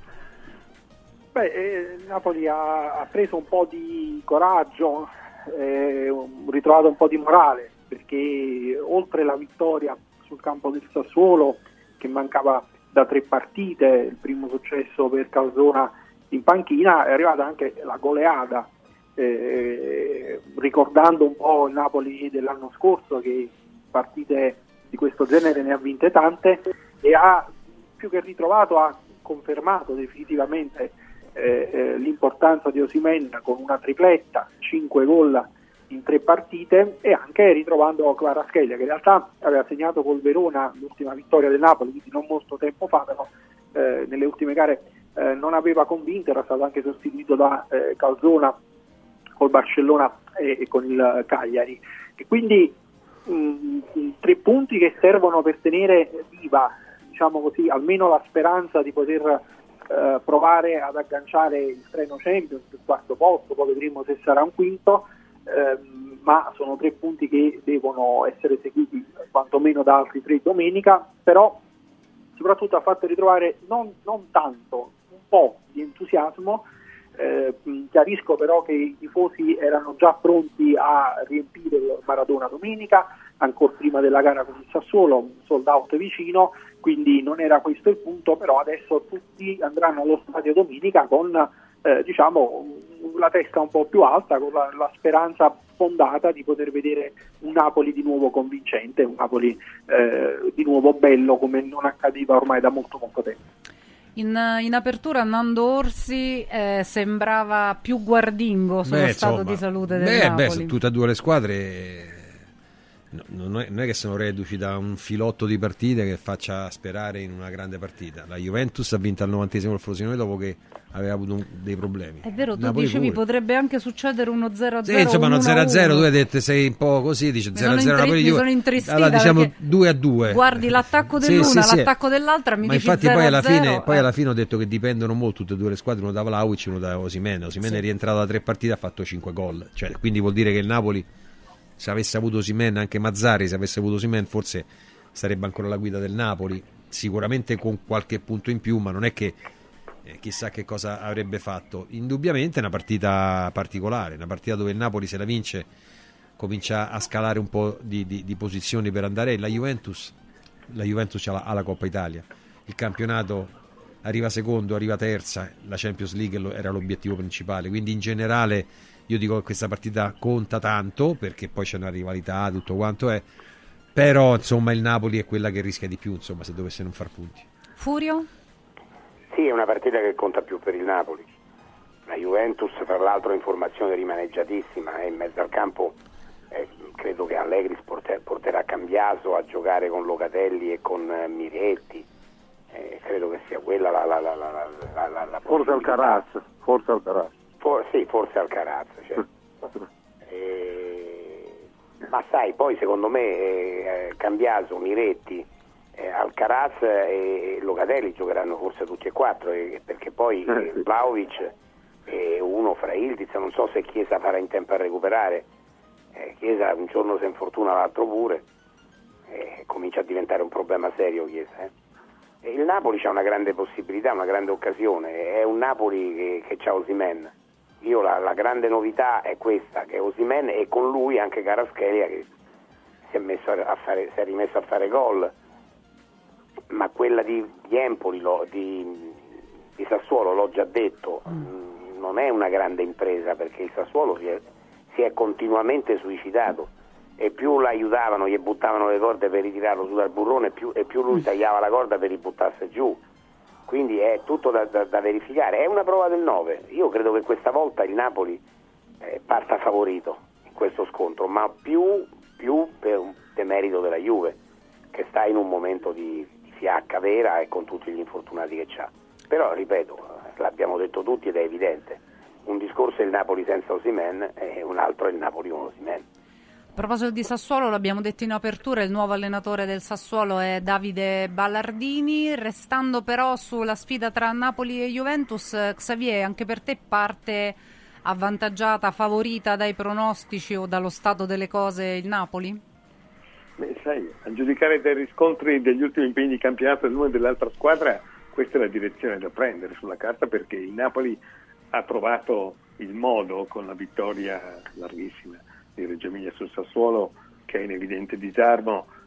Napoli ha preso un po' di coraggio, ritrovato un po' di morale, perché oltre la vittoria sul campo del Sassuolo, che mancava da 3 partite, il primo successo per Calzona in panchina. È arrivata anche la goleada, ricordando un po' il Napoli dell'anno scorso, che partite di questo genere ne ha vinte tante, e ha più che ritrovato, ha confermato definitivamente l'importanza di Osimhen con una tripletta, 5 gol in 3 partite, e anche ritrovando Kvaratskhelia, che in realtà aveva segnato col Verona l'ultima vittoria del Napoli, quindi non molto tempo fa, però nelle ultime gare non aveva convinto, era stato anche sostituito da Calzona col Barcellona e con il Cagliari, e quindi 3 punti che servono per tenere viva, diciamo così, almeno la speranza di poter provare ad agganciare il treno Champions, il 4º posto, poi vedremo se sarà un 5º, ma sono 3 punti che devono essere seguiti quantomeno da altri 3 domenica. Però soprattutto ha fatto ritrovare non tanto, un po' di entusiasmo. Chiarisco però che i tifosi erano già pronti a riempire il Maradona domenica, ancora prima della gara con il Sassuolo, un sold out vicino, quindi non era questo il punto. Però adesso tutti andranno allo stadio domenica con la testa un po' più alta, con la speranza fondata di poter vedere un Napoli di nuovo convincente, un Napoli di nuovo bello, come non accadeva ormai da molto tempo. In apertura Nando Orsi sembrava più guardingo sullo stato di salute del Napoli. Sono tutte e 2 le squadre. Non è che sono reduci da un filotto di partite che faccia sperare in una grande partita. La Juventus ha vinto al 90esimo il Frosinone dopo che aveva avuto dei problemi. È vero, tu Napoli dicevi pure. Potrebbe anche succedere uno 0-0. Sì, insomma, uno 0-0, tu hai detto sei un po' così, dici 0-0 Napoli. Mi sono intristita. Allora diciamo 2-2. Guardi l'attacco dell'una, l'attacco dell'altra, mi dici 0-0. Infatti poi alla fine ho detto che dipendono molto tutte e 2 le squadre, uno da Vlahovic e uno da Osimhen. Osimhen è rientrato da 3 partite, ha fatto 5 gol. Cioè, quindi vuol dire che il Napoli, se avesse avuto Osimhen, anche Mazzarri, se avesse avuto Osimhen, forse sarebbe ancora la guida del Napoli, sicuramente con qualche punto in più, ma non è che chissà che cosa avrebbe fatto. Indubbiamente è una partita particolare, una partita dove il Napoli, se la vince, comincia a scalare un po' di posizioni per andare. La Juventus ha la Coppa Italia, il campionato arriva secondo, arriva terza, la Champions League era l'obiettivo principale, quindi in generale io dico che questa partita conta tanto, perché poi c'è una rivalità, tutto quanto è, però insomma il Napoli è quella che rischia di più, insomma, se dovesse non far punti. Furio? Sì, è una partita che conta più per il Napoli. La Juventus, tra l'altro, in formazione rimaneggiatissima, è in mezzo al campo. Credo che Allegri porterà Cambiaso a giocare con Locatelli e con Miretti. Credo che sia quella la forse Alcaraz. Sì, forse Alcaraz, certo. Ma sai, poi secondo me Cambiaso, Miretti, Alcaraz e Locatelli giocheranno forse tutti e 4, perché poi Vlahovic e uno fra Ildiz, non so se Chiesa farà in tempo a recuperare. Chiesa un giorno si infortuna, l'altro pure, comincia a diventare un problema serio Chiesa. E il Napoli c'ha una grande possibilità, una grande occasione, è un Napoli che c'ha Osimhen. Io la grande novità è questa, che Osimhen, e con lui anche Kvaratskhelia, che si è rimesso a fare gol. Ma quella di Empoli, di Sassuolo, l'ho già detto, non è una grande impresa, perché il Sassuolo si è continuamente suicidato, e più l'aiutavano, gli buttavano le corde per ritirarlo su dal burrone, e più lui tagliava la corda per ributtarsi giù. Quindi è tutto da verificare, è una prova del 9. Io credo che questa volta il Napoli parta favorito in questo scontro, ma più per un demerito della Juve, che sta in un momento di fiacca vera e con tutti gli infortunati che c'ha. Però ripeto, l'abbiamo detto tutti ed è evidente, un discorso è il Napoli senza Osimhen e un altro è il Napoli con Osimhen. A proposito di Sassuolo, l'abbiamo detto in apertura, il nuovo allenatore del Sassuolo è Davide Ballardini. Restando però sulla sfida tra Napoli e Juventus, Xavier, anche per te parte avvantaggiata, favorita dai pronostici o dallo stato delle cose il Napoli? Beh, sai, a giudicare dai riscontri degli ultimi impegni di campionato dell'una e dell'altra squadra, questa è la direzione da prendere sulla carta, perché il Napoli ha trovato il modo, con la vittoria larghissima di Reggio Emilia sul Sassuolo, che è in evidente disarmo,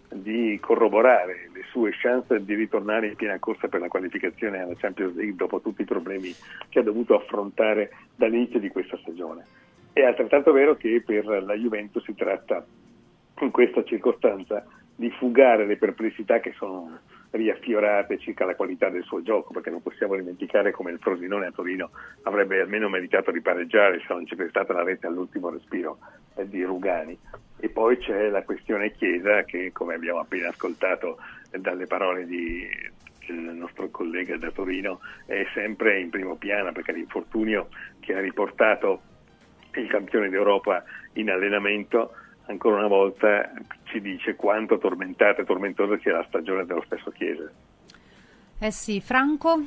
di corroborare le sue chance di ritornare in piena corsa per la qualificazione alla Champions League dopo tutti i problemi che ha dovuto affrontare dall'inizio di questa stagione. È altrettanto vero che per la Juventus si tratta in questa circostanza di fugare le perplessità che sono riaffiorate circa la qualità del suo gioco, perché non possiamo dimenticare come il Frosinone a Torino avrebbe almeno meritato di pareggiare se non c'è stata la rete all'ultimo respiro di Rugani. E poi c'è la questione Chiesa che, come abbiamo appena ascoltato dalle parole del nostro collega da Torino, è sempre in primo piano, perché l'infortunio che ha riportato il campione d'Europa in allenamento ancora una volta ci dice quanto tormentata e tormentosa sia la stagione dello stesso Chiesa. Sì, Franco?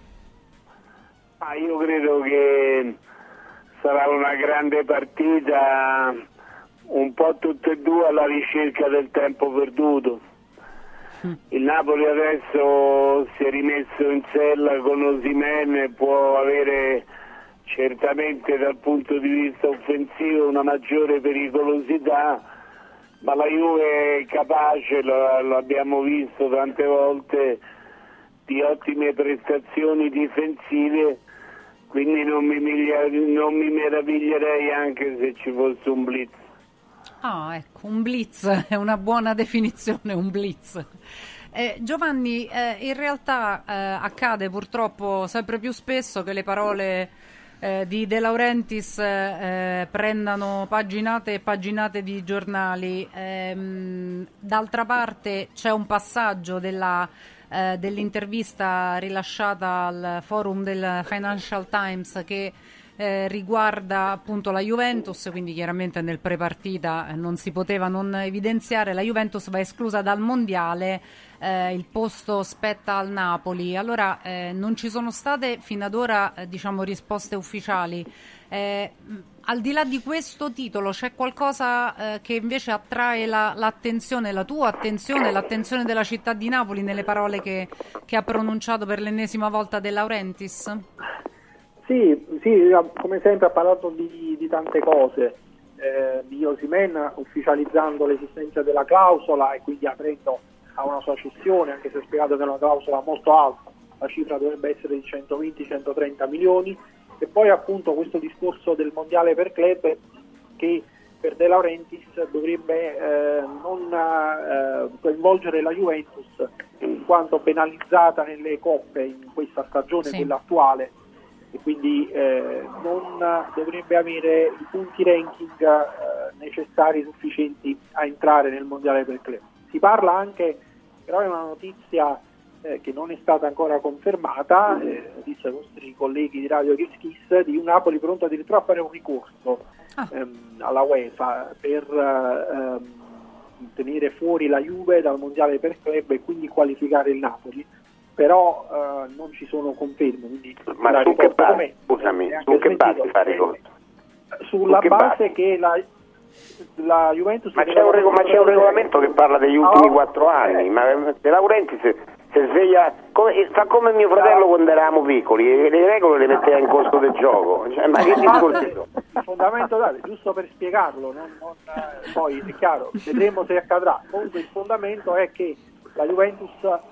Io credo che sarà una grande partita, un po' tutte e due alla ricerca del tempo perduto. Il Napoli adesso si è rimesso in sella con Osimhen, può avere certamente dal punto di vista offensivo una maggiore pericolosità, ma la Juve è capace, l'abbiamo visto tante volte, di ottime prestazioni difensive, quindi non mi meraviglierei anche se ci fosse un blitz. Ecco, un blitz è una buona definizione, un blitz. Giovanni, in realtà accade purtroppo sempre più spesso che le parole di De Laurentiis prendano paginate e paginate di giornali. D'altra parte c'è un passaggio dell'intervista rilasciata al forum del Financial Times che riguarda appunto la Juventus, quindi chiaramente nel prepartita non si poteva non evidenziare: la Juventus va esclusa dal mondiale, il posto spetta al Napoli. Allora non ci sono state fino ad ora risposte ufficiali. Al di là di questo titolo c'è qualcosa che invece attrae l'attenzione, la tua attenzione, l'attenzione della città di Napoli nelle parole che ha pronunciato per l'ennesima volta De Laurentiis? Sì, come sempre ha parlato di tante cose, di Osimhen ufficializzando l'esistenza della clausola e quindi aprendo a una sua cessione, anche se ha spiegato che è una clausola molto alta, la cifra dovrebbe essere di 120-130 milioni, e poi appunto questo discorso del mondiale per club che per De Laurentiis dovrebbe non coinvolgere la Juventus in quanto penalizzata nelle coppe in questa stagione, quella attuale, e quindi non dovrebbe avere i punti ranking necessari, sufficienti a entrare nel mondiale per club. Si parla anche, però è una notizia che non è stata ancora confermata, disse ai nostri colleghi di Radio Kiss, di un Napoli pronto addirittura a fare un ricorso alla UEFA per tenere fuori la Juve dal mondiale per club e quindi qualificare il Napoli. Però non ci sono conferme. Quindi ma su che base? Scusami, su che base fa ricorso? Sulla base che la Juventus... Ma c'è un regolamento che parla degli ultimi 4 anni, ma De Laurentiis si sveglia... fa come mio fratello quando eravamo piccoli, le regole le metteva in corso del gioco. Ma che discorso? Il fondamento giusto per spiegarlo, poi è chiaro, vedremo se accadrà. Comunque il fondamento è che la Juventus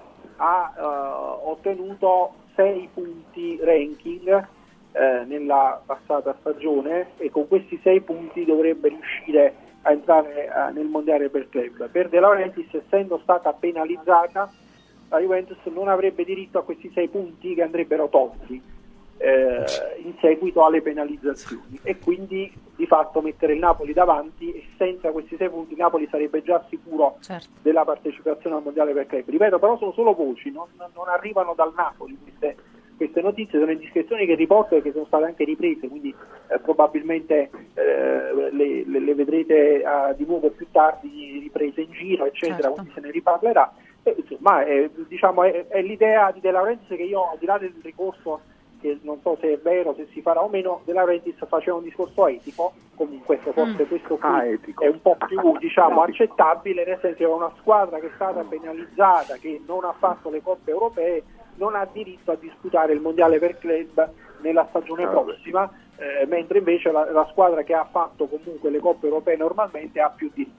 ha ottenuto 6 punti ranking nella passata stagione e con questi 6 punti dovrebbe riuscire a entrare nel mondiale per club. Per De Laurentiis, essendo stata penalizzata, la Juventus non avrebbe diritto a questi 6 punti che andrebbero tolti in seguito alle penalizzazioni, e quindi di fatto mettere il Napoli davanti, e senza questi 6 punti il Napoli sarebbe già sicuro della partecipazione al mondiale per club. Ripeto, però sono solo voci, non arrivano dal Napoli queste notizie, sono indiscrezioni che riporto e che sono state anche riprese, quindi probabilmente le vedrete di nuovo più tardi riprese in giro, eccetera, quindi se ne riparlerà. Ma è l'idea di De Laurentiis che io, al di là del ricorso, che non so se è vero, se si farà o meno, De Laurentiis faceva un discorso etico, comunque forse questo qui è un po' più accettabile, nel senso che una squadra che è stata penalizzata, che non ha fatto le coppe europee, non ha diritto a disputare il mondiale per club nella stagione prossima, mentre invece la squadra che ha fatto comunque le coppe europee normalmente ha più diritto.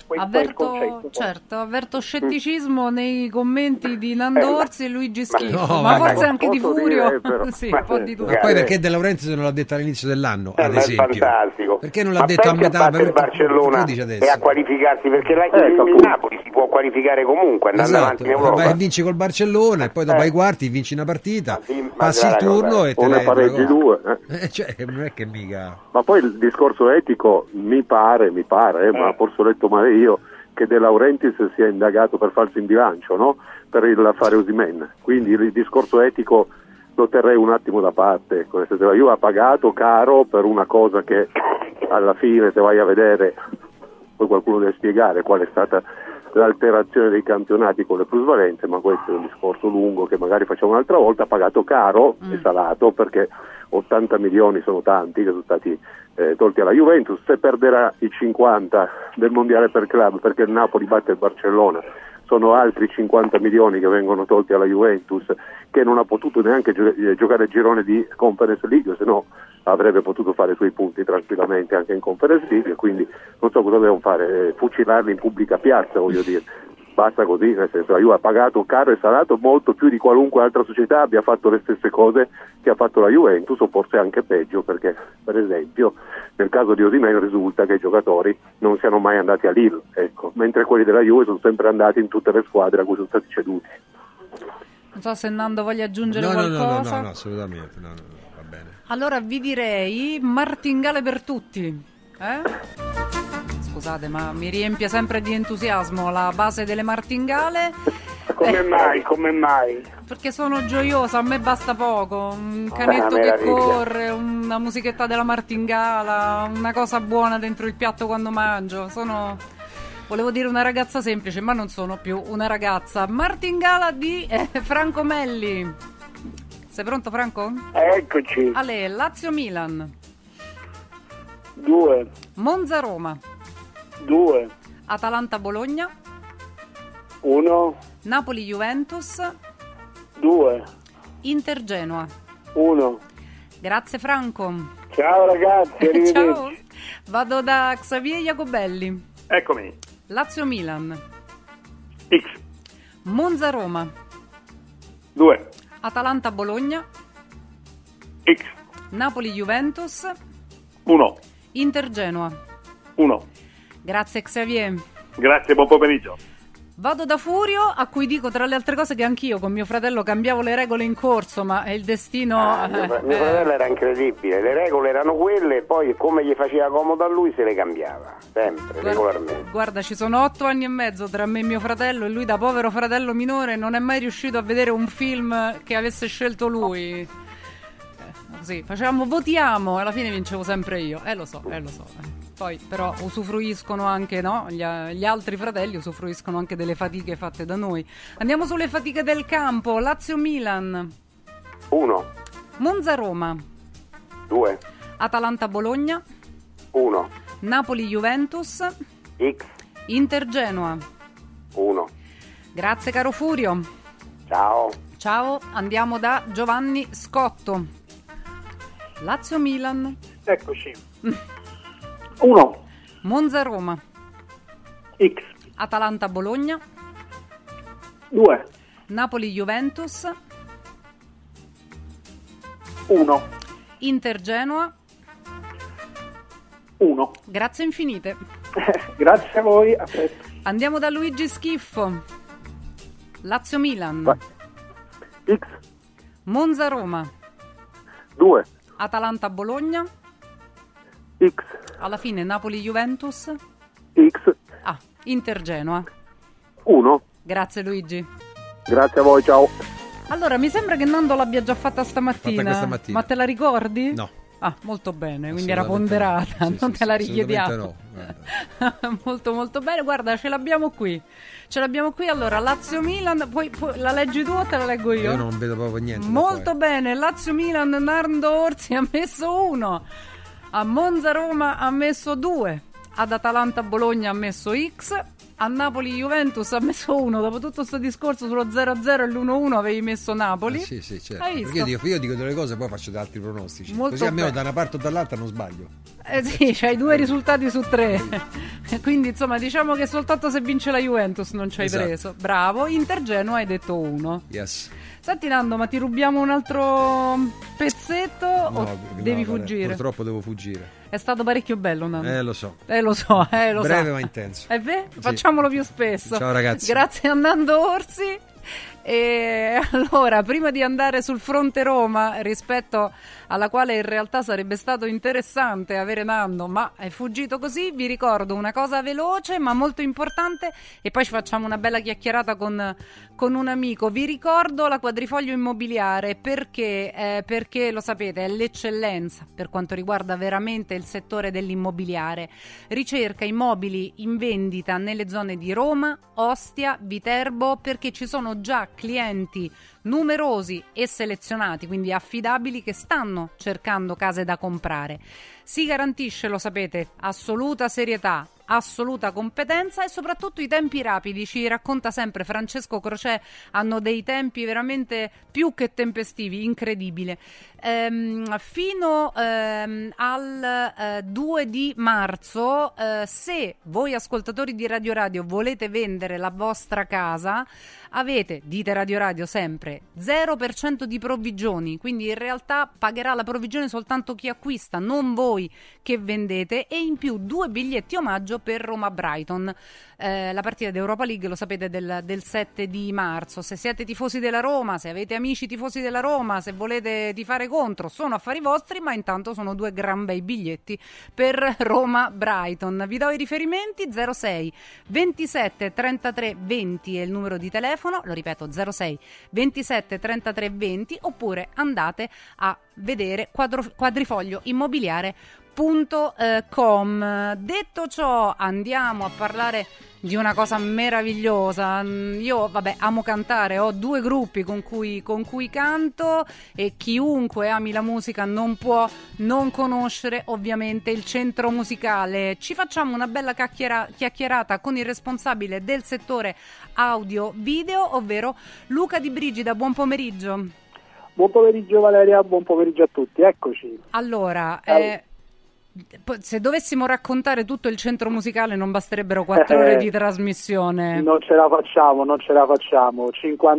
Questo è il concetto. Certo, avverto scetticismo nei commenti di Nando Orsi e Luigi Schifo, no, ma ma forse anche di Furio. Sì, un po' di tutto. Ma poi perché De Laurentiis non l'ha detto all'inizio dell'anno, ad È esempio? fantastico. Perché non l'ha detto a metà? Il Barcellona e a qualificarsi, perché il Napoli si può qualificare comunque andando avanti in Europa. Vai, vinci col Barcellona e poi dopo ai quarti vinci una partita, passi il turno e te ne pareggi due. Cioè, non è che mica. Ma poi il discorso etico mi pare, ma forse ho letto male io, che De Laurentiis sia indagato per falso in bilancio, no? Per l'affare Osimhen. Quindi il discorso etico lo terrei un attimo da parte. La Juve ha pagato caro per una cosa che alla fine te vai a vedere, poi qualcuno deve spiegare qual è stata l'alterazione dei campionati con le plusvalenze, ma questo è un discorso lungo che magari facciamo un'altra volta. Ha pagato caro e salato, perché 80 milioni sono tanti che sono stati tolti alla Juventus. Se perderà i 50 del mondiale per club perché il Napoli batte il Barcellona, sono altri 50 milioni che vengono tolti alla Juventus, che non ha potuto neanche giocare il girone di Conference League, se no avrebbe potuto fare i suoi punti tranquillamente anche in Conference League. Quindi non so cosa devono fare, fucilarli in pubblica piazza, voglio dire. Basta così, nel senso, la Juve ha pagato caro e salato molto più di qualunque altra società abbia fatto le stesse cose che ha fatto la Juventus, o forse anche peggio, perché per esempio nel caso di Osimhen risulta che i giocatori non siano mai andati a Lille, ecco, mentre quelli della Juve sono sempre andati in tutte le squadre a cui sono stati ceduti. Non so se Nando voglia aggiungere qualcosa. No, assolutamente, no, va bene. Allora vi direi martingale per tutti, Scusate, ma mi riempie sempre di entusiasmo la base delle martingale. Come mai? Perché sono gioiosa, a me basta poco. Un canetto che corre, una musichetta della martingala, una cosa buona dentro il piatto quando mangio. Volevo dire una ragazza semplice, ma non sono più una ragazza. Martingala di Franco Melli. Sei pronto, Franco? Eccoci. Ale, Lazio-Milan. 2. Monza-Roma. 2. Atalanta-Bologna. 1. Napoli-Juventus. 2. Inter-Genoa. 1. Grazie Franco. Ciao ragazzi, arrivederci. Ciao. Vado da Xavier Jacobelli. Eccomi. Lazio-Milan. X. Monza-Roma. 2. Atalanta-Bologna. X. Napoli-Juventus. 1. Inter-Genoa. 1. Grazie Xavier. Grazie, buon pomeriggio. Vado da Furio, a cui dico tra le altre cose che anch'io con mio fratello cambiavo le regole in corso, ma è il destino... Mio fratello era incredibile, le regole erano quelle, poi come gli faceva comodo a lui se le cambiava, sempre, regolarmente. Guarda, ci sono 8 anni e mezzo tra me e mio fratello, e lui da povero fratello minore non è mai riuscito a vedere un film che avesse scelto lui. Così, facevamo votiamo e alla fine vincevo sempre io, lo so. Poi però usufruiscono anche, no? Gli altri fratelli usufruiscono anche delle fatiche fatte da noi. Andiamo sulle fatiche del campo. Lazio-Milan. 1. Monza-Roma. 2. Atalanta-Bologna. 1. Napoli-Juventus. X. Inter-Genoa. 1. Grazie caro Furio. Ciao, andiamo da Giovanni Scotto. Lazio-Milan. Eccoci. 1. Monza-Roma. X. Atalanta-Bologna. 2. Napoli-Juventus. 1. Inter-Genoa. 1. Grazie infinite. Grazie a voi, a presto. Andiamo da Luigi Schiffo. Lazio-Milan. X. Monza-Roma. 2. Atalanta-Bologna. X. Alla fine Napoli-Juventus. X. Inter-Genoa. 1. Grazie Luigi. Grazie a voi, ciao. Allora, mi sembra che Nando l'abbia già fatta stamattina. Ma te la ricordi? No. Molto bene, quindi era ponderata, no. Non te la richiediamo. No. Molto molto bene, guarda, ce l'abbiamo qui. Allora, Lazio-Milan, poi la leggi tu o te la leggo io? Io non vedo proprio niente. Molto bene, Lazio-Milan, Nando Orsi ha messo 1. A Monza-Roma ha messo 2. Ad Atalanta-Bologna ha messo X. A Napoli-Juventus ha messo 1. Dopo tutto questo discorso sullo 0-0 e l'1-1 avevi messo Napoli. Sì, certo. Hai visto? Perché io dico delle cose e poi faccio degli altri pronostici. Molto così almeno bene. da una parte o dall'altra non sbaglio. Sì, c'hai 2 risultati su 3. Quindi insomma diciamo che soltanto se vince la Juventus non ci hai preso. Bravo. Inter-Genoa hai detto 1. Yes. Senti Nando, ma ti rubiamo un altro pezzetto o devi fuggire? Purtroppo devo fuggire. È stato parecchio bello, Nando. Lo so. Lo so. Breve ma intenso. Sì. Facciamolo più spesso. Ciao ragazzi. Grazie a Nando Orsi. E allora, prima di andare sul fronte Roma, rispetto alla quale in realtà sarebbe stato interessante avere Nando, ma è fuggito così, vi ricordo una cosa veloce ma molto importante e poi ci facciamo una bella chiacchierata con un amico. Vi ricordo la Quadrifoglio Immobiliare perché lo sapete, è l'eccellenza per quanto riguarda veramente il settore dell'immobiliare. Ricerca immobili in vendita nelle zone di Roma, Ostia, Viterbo, perché ci sono già clienti numerosi e selezionati, quindi affidabili, che stanno cercando case da comprare. Si garantisce, lo sapete, assoluta serietà, assoluta competenza e soprattutto i tempi rapidi. Ci racconta sempre Francesco Crocè, hanno dei tempi veramente più che tempestivi, incredibile. Fino al 2 di marzo, se voi ascoltatori di Radio Radio volete vendere la vostra casa, dite Radio Radio sempre, 0% di provvigioni, quindi in realtà pagherà la provvigione soltanto chi acquista, non voi che vendete, e in più 2 biglietti omaggio per Roma-Brighton, la partita d'Europa League, lo sapete, del 7 di marzo. Se siete tifosi della Roma, se avete amici tifosi della Roma, se volete tifare contro, sono affari vostri, ma intanto sono 2 gran bei biglietti per Roma-Brighton. Vi do i riferimenti: 06 27 33 20 è il numero di telefono, lo ripeto, 06 27 33 20, oppure andate a vedere quadrifoglioimmobiliare.com. Detto ciò, andiamo a parlare di una cosa meravigliosa. Io amo cantare, ho 2 gruppi con cui canto, e chiunque ami la musica non può non conoscere ovviamente il Centro Musicale. Ci facciamo una bella chiacchierata con il responsabile del settore audio video, ovvero Luca Di Brigida. Buon pomeriggio. Buon pomeriggio Valeria, buon pomeriggio a tutti, eccoci. Allora, se dovessimo raccontare tutto il Centro Musicale non basterebbero 4 ore di trasmissione. Non ce la facciamo.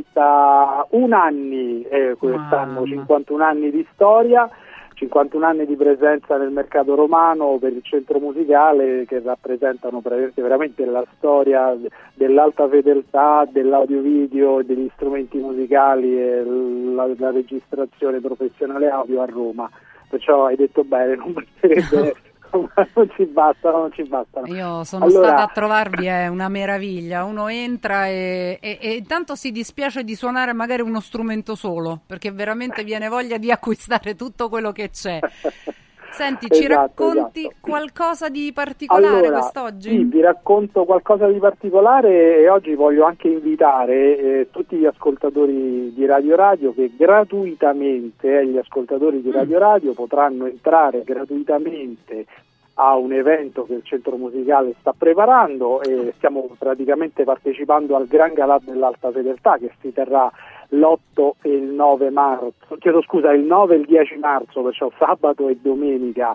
51 anni quest'anno, 51 anni di storia, 51 anni di presenza nel mercato romano per il Centro Musicale, che rappresentano veramente la storia dell'alta fedeltà, dell'audio video, degli strumenti musicali e la registrazione professionale audio a Roma. Perciò hai detto bene, non basterebbe, non ci bastano. Io sono stata a trovarvi, è una meraviglia. Uno entra e intanto si dispiace di suonare magari uno strumento solo, perché veramente viene voglia di acquistare tutto quello che c'è. Senti, ci racconti qualcosa di particolare quest'oggi? Sì, vi racconto qualcosa di particolare, e oggi voglio anche invitare tutti gli ascoltatori di Radio Radio che gratuitamente, gli ascoltatori di Radio Radio potranno entrare gratuitamente a un evento che il Centro Musicale sta preparando, e stiamo praticamente partecipando al Gran Galà dell'Alta Fedeltà, che si terrà l'8 e il 9 marzo, il 9 e il 10 marzo, perciò sabato e domenica,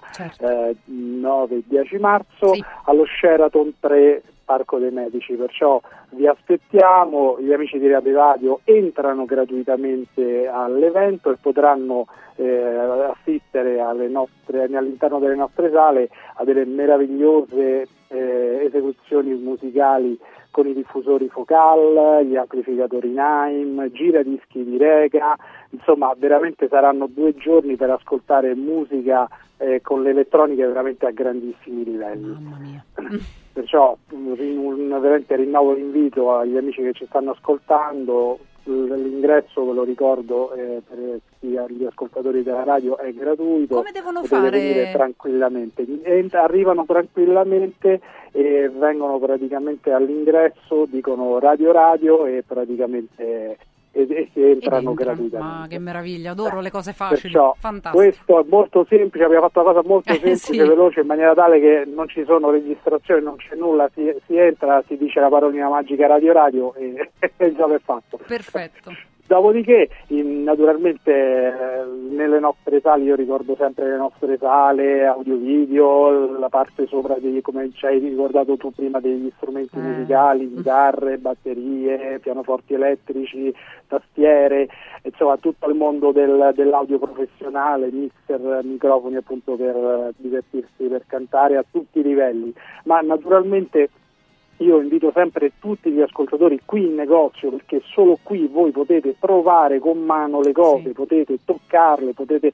9 e 10 marzo, sì, allo Sheraton 3 Parco dei Medici. Perciò vi aspettiamo, gli amici di Radio Radio entrano gratuitamente all'evento e potranno assistere all'interno delle nostre sale a delle meravigliose esecuzioni musicali con i diffusori Focal, gli amplificatori Naim, giradischi di Rega. Insomma, veramente saranno 2 giorni per ascoltare musica con l'elettronica veramente a grandissimi livelli. Mamma mia. Perciò veramente rinnovo l'invito agli amici che ci stanno ascoltando. L'ingresso, ve lo ricordo, per gli ascoltatori della radio è gratuito. Come devono fare? Venire tranquillamente. Arrivano tranquillamente e vengono praticamente all'ingresso, dicono Radio Radio e praticamente e entrano gratuitamente. Ma che meraviglia, adoro le cose facili. Perciò, fantastico. Questo è molto semplice, abbiamo fatto una cosa molto semplice, sì, veloce, in maniera tale che non ci sono registrazioni, non c'è nulla, si entra, si dice la parolina magica Radio Radio e il gioco è fatto. Perfetto. Dopodiché, naturalmente, nelle nostre sale, io ricordo sempre le nostre sale audio-video, la parte sopra, come ci hai ricordato tu prima, degli strumenti musicali, chitarre, batterie, pianoforti elettrici, tastiere, insomma tutto il mondo dell'audio professionale, mixer, microfoni appunto per divertirsi, per cantare a tutti i livelli. Ma naturalmente io invito sempre tutti gli ascoltatori qui in negozio, perché solo qui voi potete provare con mano le cose, potete toccarle, potete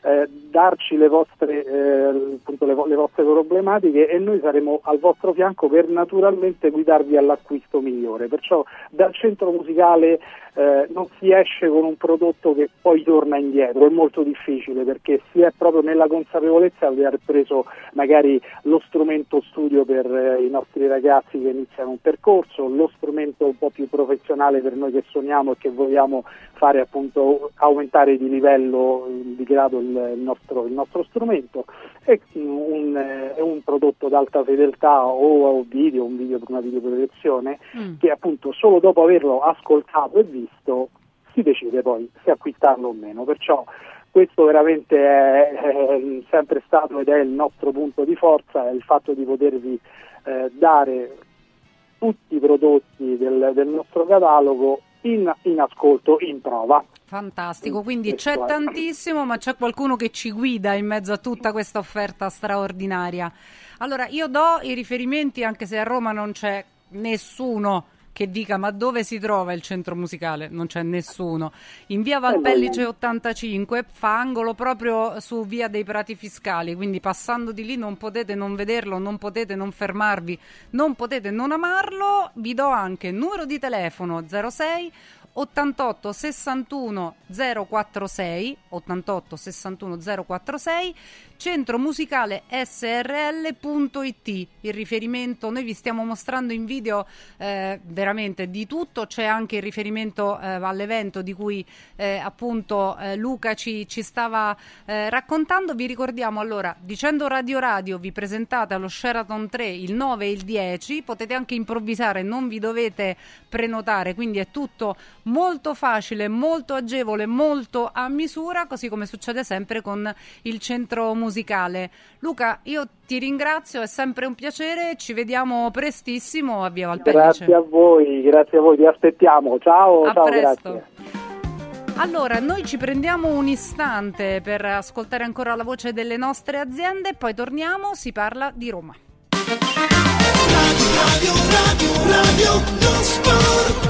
darci le vostre appunto le vostre problematiche, e noi saremo al vostro fianco per naturalmente guidarvi all'acquisto migliore. Perciò dal centro musicale non si esce con un prodotto che poi torna indietro, è molto difficile, perché si è proprio nella consapevolezza di aver preso magari lo strumento studio per i nostri ragazzi che iniziano un percorso, lo strumento un po' più professionale per noi che suoniamo e che vogliamo fare appunto aumentare di livello, di grado il nostro strumento. È un prodotto d'alta fedeltà o un video per una videoproiezione che appunto solo dopo averlo ascoltato e visto si decide poi se acquistarlo o meno. Perciò questo veramente è sempre stato ed è il nostro punto di forza, è il fatto di potervi dare tutti i prodotti del nostro catalogo in ascolto, in prova. Fantastico, quindi c'è tantissimo, ma c'è qualcuno che ci guida in mezzo a tutta questa offerta straordinaria. Allora, io do i riferimenti, anche se a Roma non c'è nessuno che dica ma dove si trova il centro musicale, non c'è nessuno. In via Valpellice 85, fa angolo proprio su via dei Prati Fiscali, quindi passando di lì non potete non vederlo, non potete non fermarvi, non potete non amarlo. Vi do anche il numero di telefono 06 88 61 046 88 61 046, centro musicale srl.it, il riferimento. Noi vi stiamo mostrando in video veramente di tutto, c'è anche il riferimento all'evento di cui appunto Luca ci stava raccontando. Vi ricordiamo allora, dicendo Radio vi presentate allo Sheraton 3 il 9 e il 10, potete anche improvvisare, non vi dovete prenotare, quindi è tutto molto facile, molto agevole, molto a misura, così come succede sempre con il centro musicale. Luca, io ti ringrazio, è sempre un piacere, ci vediamo prestissimo a via Valpellice. Grazie a voi, vi aspettiamo, ciao, a ciao, presto. Grazie. Allora, noi ci prendiamo un istante per ascoltare ancora la voce delle nostre aziende, poi torniamo, si parla di Roma. Radio non sport.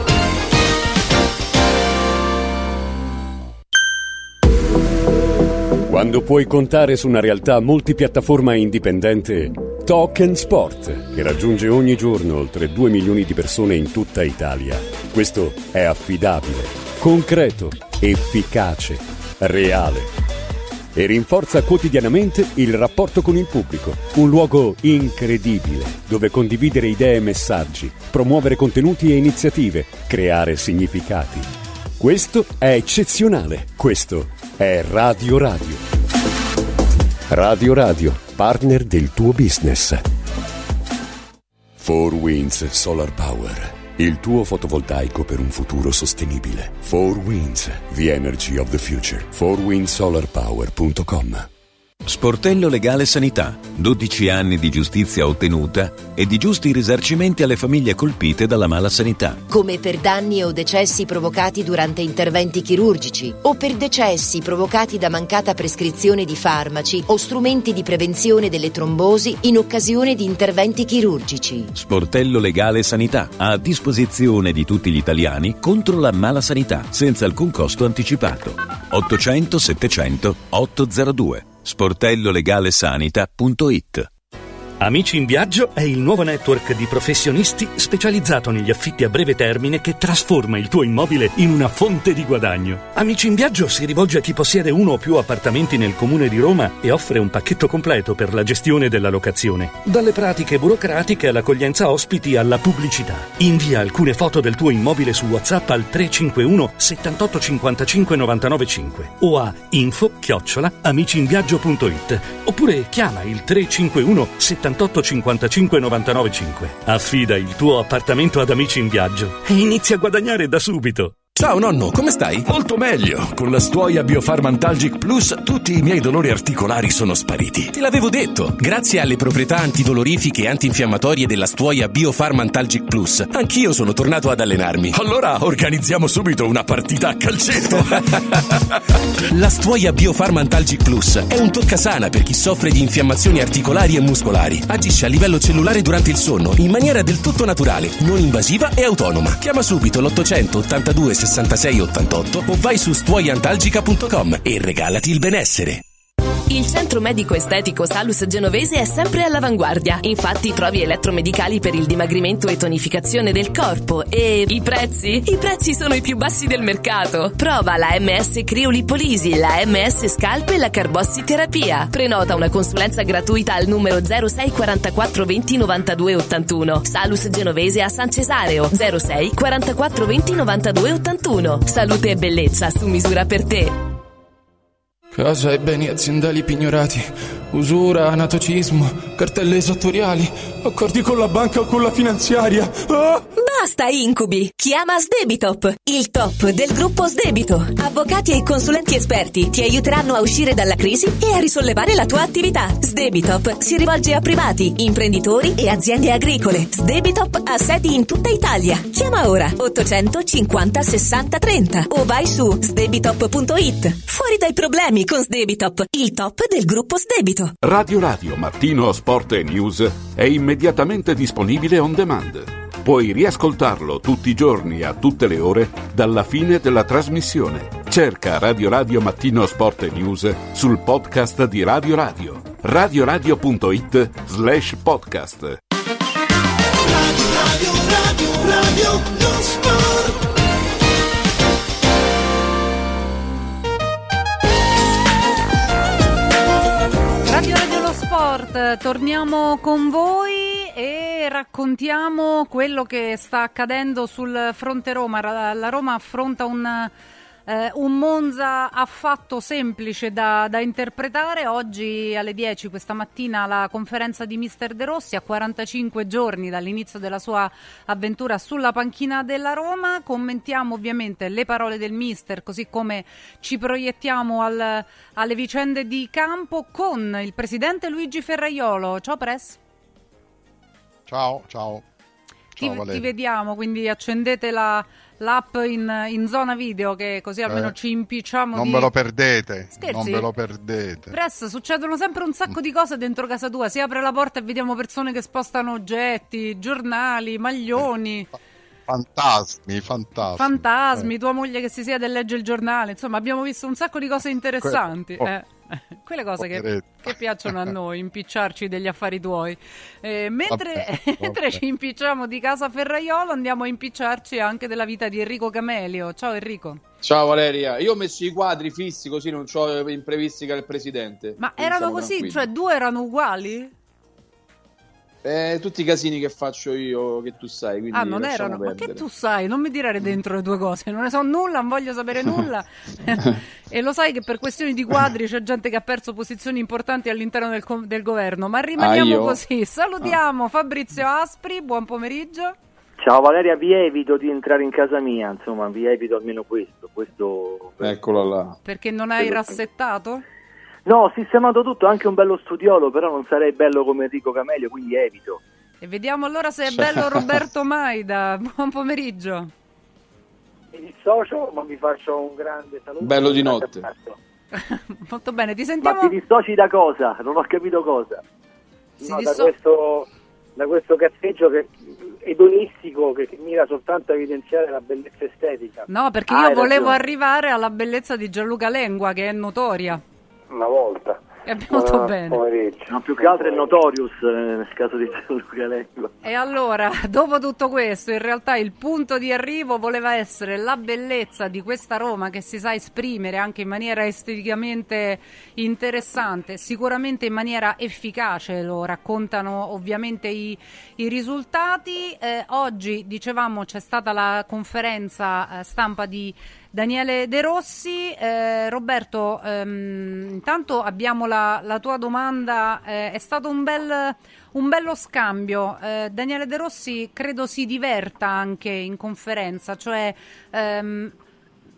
Quando puoi contare su una realtà multipiattaforma e indipendente, Talk Sport, che raggiunge ogni giorno oltre 2 milioni di persone in tutta Italia. Questo è affidabile, concreto, efficace, reale. E rinforza quotidianamente il rapporto con il pubblico. Un luogo incredibile, dove condividere idee e messaggi, promuovere contenuti e iniziative, creare significati. Questo è eccezionale. Questo è Radio. Radio, partner del tuo business. 4Winds Solar Power, il tuo fotovoltaico per un futuro sostenibile. 4Winds, the energy of the future. 4windsolarpower.com. Sportello Legale Sanità, 12 anni di giustizia ottenuta e di giusti risarcimenti alle famiglie colpite dalla mala sanità. Come per danni o decessi provocati durante interventi chirurgici o per decessi provocati da mancata prescrizione di farmaci o strumenti di prevenzione delle trombosi in occasione di interventi chirurgici. Sportello Legale Sanità, a disposizione di tutti gli italiani contro la mala sanità, senza alcun costo anticipato. 800 700 802. sportellolegalesanita.it. Amici in Viaggio è il nuovo network di professionisti specializzato negli affitti a breve termine che trasforma il tuo immobile in una fonte di guadagno. Amici in Viaggio si rivolge a chi possiede uno o più appartamenti nel comune di Roma e offre un pacchetto completo per la gestione della locazione. Dalle pratiche burocratiche all'accoglienza ospiti alla pubblicità. Invia alcune foto del tuo immobile su WhatsApp al 351 78 55 99 5 o a info@amiciinviaggio.it oppure chiama il 351 78 55 99 5. Affida il tuo appartamento ad Amici in Viaggio e inizia a guadagnare da subito. Ciao nonno, come stai? Molto meglio. Con la Stuoia Biofarmantalgic Plus tutti i miei dolori articolari sono spariti. Te l'avevo detto. Grazie alle proprietà antidolorifiche e antinfiammatorie della Stuoia Biofarmantalgic Plus, anch'io sono tornato ad allenarmi. Allora organizziamo subito una partita a calcetto. La Stuoia Biofarmantalgic Plus è un toccasana per chi soffre di infiammazioni articolari e muscolari. Agisce a livello cellulare durante il sonno in maniera del tutto naturale, non invasiva e autonoma. Chiama subito l'800 82 66 88 o vai su stuoiantalgica.com e regalati il benessere. Il centro medico estetico Salus Genovese è sempre all'avanguardia. Infatti trovi elettromedicali per il dimagrimento e tonificazione del corpo. E i prezzi? I prezzi sono i più bassi del mercato. Prova la MS Criolipolisi, la MS Scalp e la Carbossiterapia. Prenota una consulenza gratuita al numero 06 44 20 92 81. Salus Genovese a San Cesareo 06 44 20 92 81. Salute e bellezza su misura per te. Casa e beni aziendali pignorati, usura, anatocismo, cartelle esattoriali, accordi con la banca o con la finanziaria. Ah! Basta incubi! Chiama Sdebitop, il top del gruppo Sdebito. Avvocati e consulenti esperti ti aiuteranno a uscire dalla crisi e a risollevare la tua attività. Sdebitop si rivolge a privati, imprenditori e aziende agricole. Sdebitop ha sedi in tutta Italia. Chiama ora 850 60 30 o vai su sdebitop.it. Fuori dai problemi con Sdebitop, il top del gruppo Sdebito. Radio Mattino Sport e News è immediatamente disponibile on demand. Puoi riascoltarlo tutti i giorni a tutte le ore dalla fine della trasmissione. Cerca Radio Mattino Sport e News sul podcast di Radio. radioradio.it/podcast. Radio lo sport. Radio lo Sport, torniamo con voi e raccontiamo quello che sta accadendo sul fronte Roma. La Roma affronta un Monza affatto semplice da interpretare. Oggi alle 10 questa mattina la conferenza di mister De Rossi, a 45 giorni dall'inizio della sua avventura sulla panchina della Roma. Commentiamo ovviamente le parole del mister, così come ci proiettiamo alle vicende di campo con il presidente Luigi Ferraiolo. Ciao Press. Ciao. Ti vediamo, quindi accendete l'app in zona video, che così almeno ci impicciamo. Non ve lo perdete. Scherzi? Non ve lo perdete. Press, succedono sempre un sacco di cose dentro casa tua. Si apre la porta e vediamo persone che spostano oggetti, giornali, maglioni. Fantasmi, tua moglie che si siede e legge il giornale. Insomma, abbiamo visto un sacco di cose interessanti. Quelle cose che piacciono a noi, impicciarci degli affari tuoi. Mentre ci impicciamo di casa Ferraiolo, andiamo a impicciarci anche della vita di Enrico Camelio. Ciao Enrico. Ciao Valeria, io ho messo i quadri fissi così non ho imprevisti che il presidente. Ma erano così? Tranquilli. Cioè due erano uguali? Tutti i casini che faccio io, che tu sai, quindi non erano, ma che tu sai, non mi tirare dentro le tue cose, non ne so nulla, non voglio sapere nulla. E lo sai che per questioni di quadri c'è gente che ha perso posizioni importanti all'interno del governo, ma rimaniamo così. Salutiamo Fabrizio Aspri, buon pomeriggio. Ciao Valeria, vi evito di entrare in casa mia, insomma, vi evito almeno questo. Eccolo là. Perché non hai rassettato? No, ho sistemato tutto, anche un bello studiolo, però non sarei bello come Enrico Camelio, quindi evito. E vediamo allora se è bello Roberto Maida. Buon pomeriggio. Mi dissocio, ma vi faccio un grande saluto. Bello di notte. Molto bene, ti sentiamo. Ma ti dissoci da cosa? Non ho capito cosa. Da questo cazzeggio edonistico che mira soltanto a evidenziare la bellezza estetica. No, perché io volevo arrivare alla bellezza di Gianluca Lengua, che è notoria. Una volta. È molto bene. No, più che altro è Notorious nel caso di Gianluca Lengua. E allora, dopo tutto questo, in realtà il punto di arrivo voleva essere la bellezza di questa Roma che si sa esprimere anche in maniera esteticamente interessante, sicuramente in maniera efficace, lo raccontano ovviamente i risultati. Oggi, dicevamo, c'è stata la conferenza stampa di Daniele De Rossi. Roberto, intanto abbiamo la tua domanda. È stato un bello scambio. Daniele De Rossi credo si diverta anche in conferenza, cioè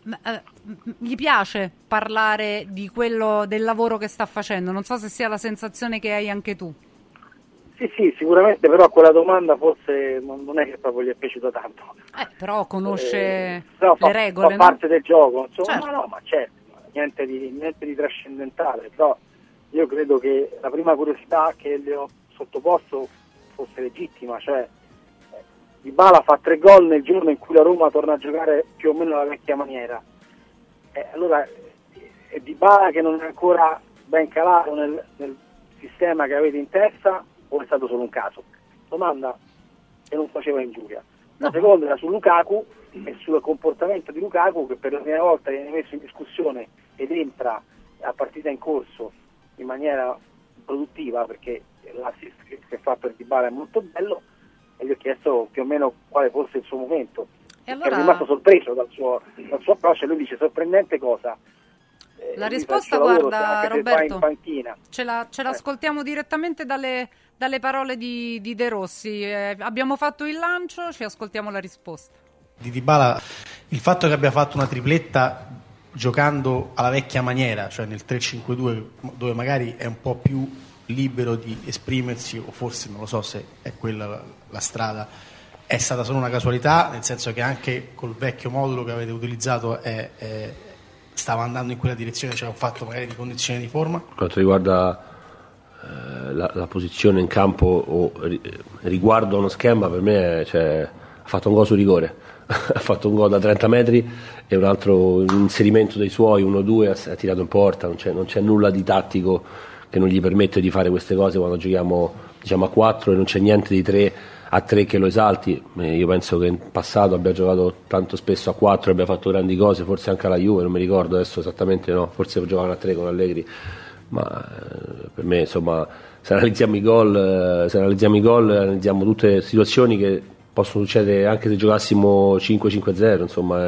gli piace parlare di quello, del lavoro che sta facendo? Non so se sia la sensazione che hai anche tu. Sì, sicuramente, però quella domanda forse non è che proprio gli è piaciuta tanto. Però conosce le regole, fa parte del gioco, insomma. Certo. Ma certo, niente di trascendentale, però io credo che la prima curiosità che le ho sottoposto fosse legittima, cioè Dybala fa 3 gol nel giorno in cui la Roma torna a giocare più o meno alla vecchia maniera. Allora è Dybala che non è ancora ben calato nel sistema che avete in testa, o è stato solo un caso? Domanda che non faceva ingiuria. La seconda era su Lukaku e sul comportamento di Lukaku, che per la prima volta viene messo in discussione ed entra a partita in corso in maniera produttiva, perché l'assist che fa per Dybala è molto bello, e gli ho chiesto più o meno quale fosse il suo momento. E allora... Ero rimasto sorpreso dal suo approccio, e lui dice: sorprendente cosa? La risposta, guarda Roberto, in panchina. ce l'ascoltiamo direttamente dalle parole di De Rossi. Abbiamo fatto il lancio, ci ascoltiamo la risposta. Di Dybala, il fatto che abbia fatto una tripletta giocando alla vecchia maniera, cioè nel 3-5-2, dove magari è un po' più libero di esprimersi, o forse non lo so se è quella la strada, è stata solo una casualità, nel senso che anche col vecchio modulo che avete utilizzato stava andando in quella direzione, c'era un fatto magari di condizione di forma? Per quanto riguarda la posizione in campo o riguardo a uno schema, per me ha fatto un gol su rigore, ha fatto un gol da 30 metri e un altro inserimento dei suoi, 1-2, ha tirato in porta, non c'è nulla di tattico che non gli permette di fare queste cose quando giochiamo, diciamo, a 4, e non c'è niente di 3 a 3 che lo esalti. Io penso che in passato abbia giocato tanto spesso a 4 e abbia fatto grandi cose, forse anche alla Juve, non mi ricordo adesso esattamente, no, forse giocavano a 3 con Allegri, ma per me, insomma, se analizziamo i gol analizziamo tutte le situazioni che possono succedere anche se giocassimo 5-5-0,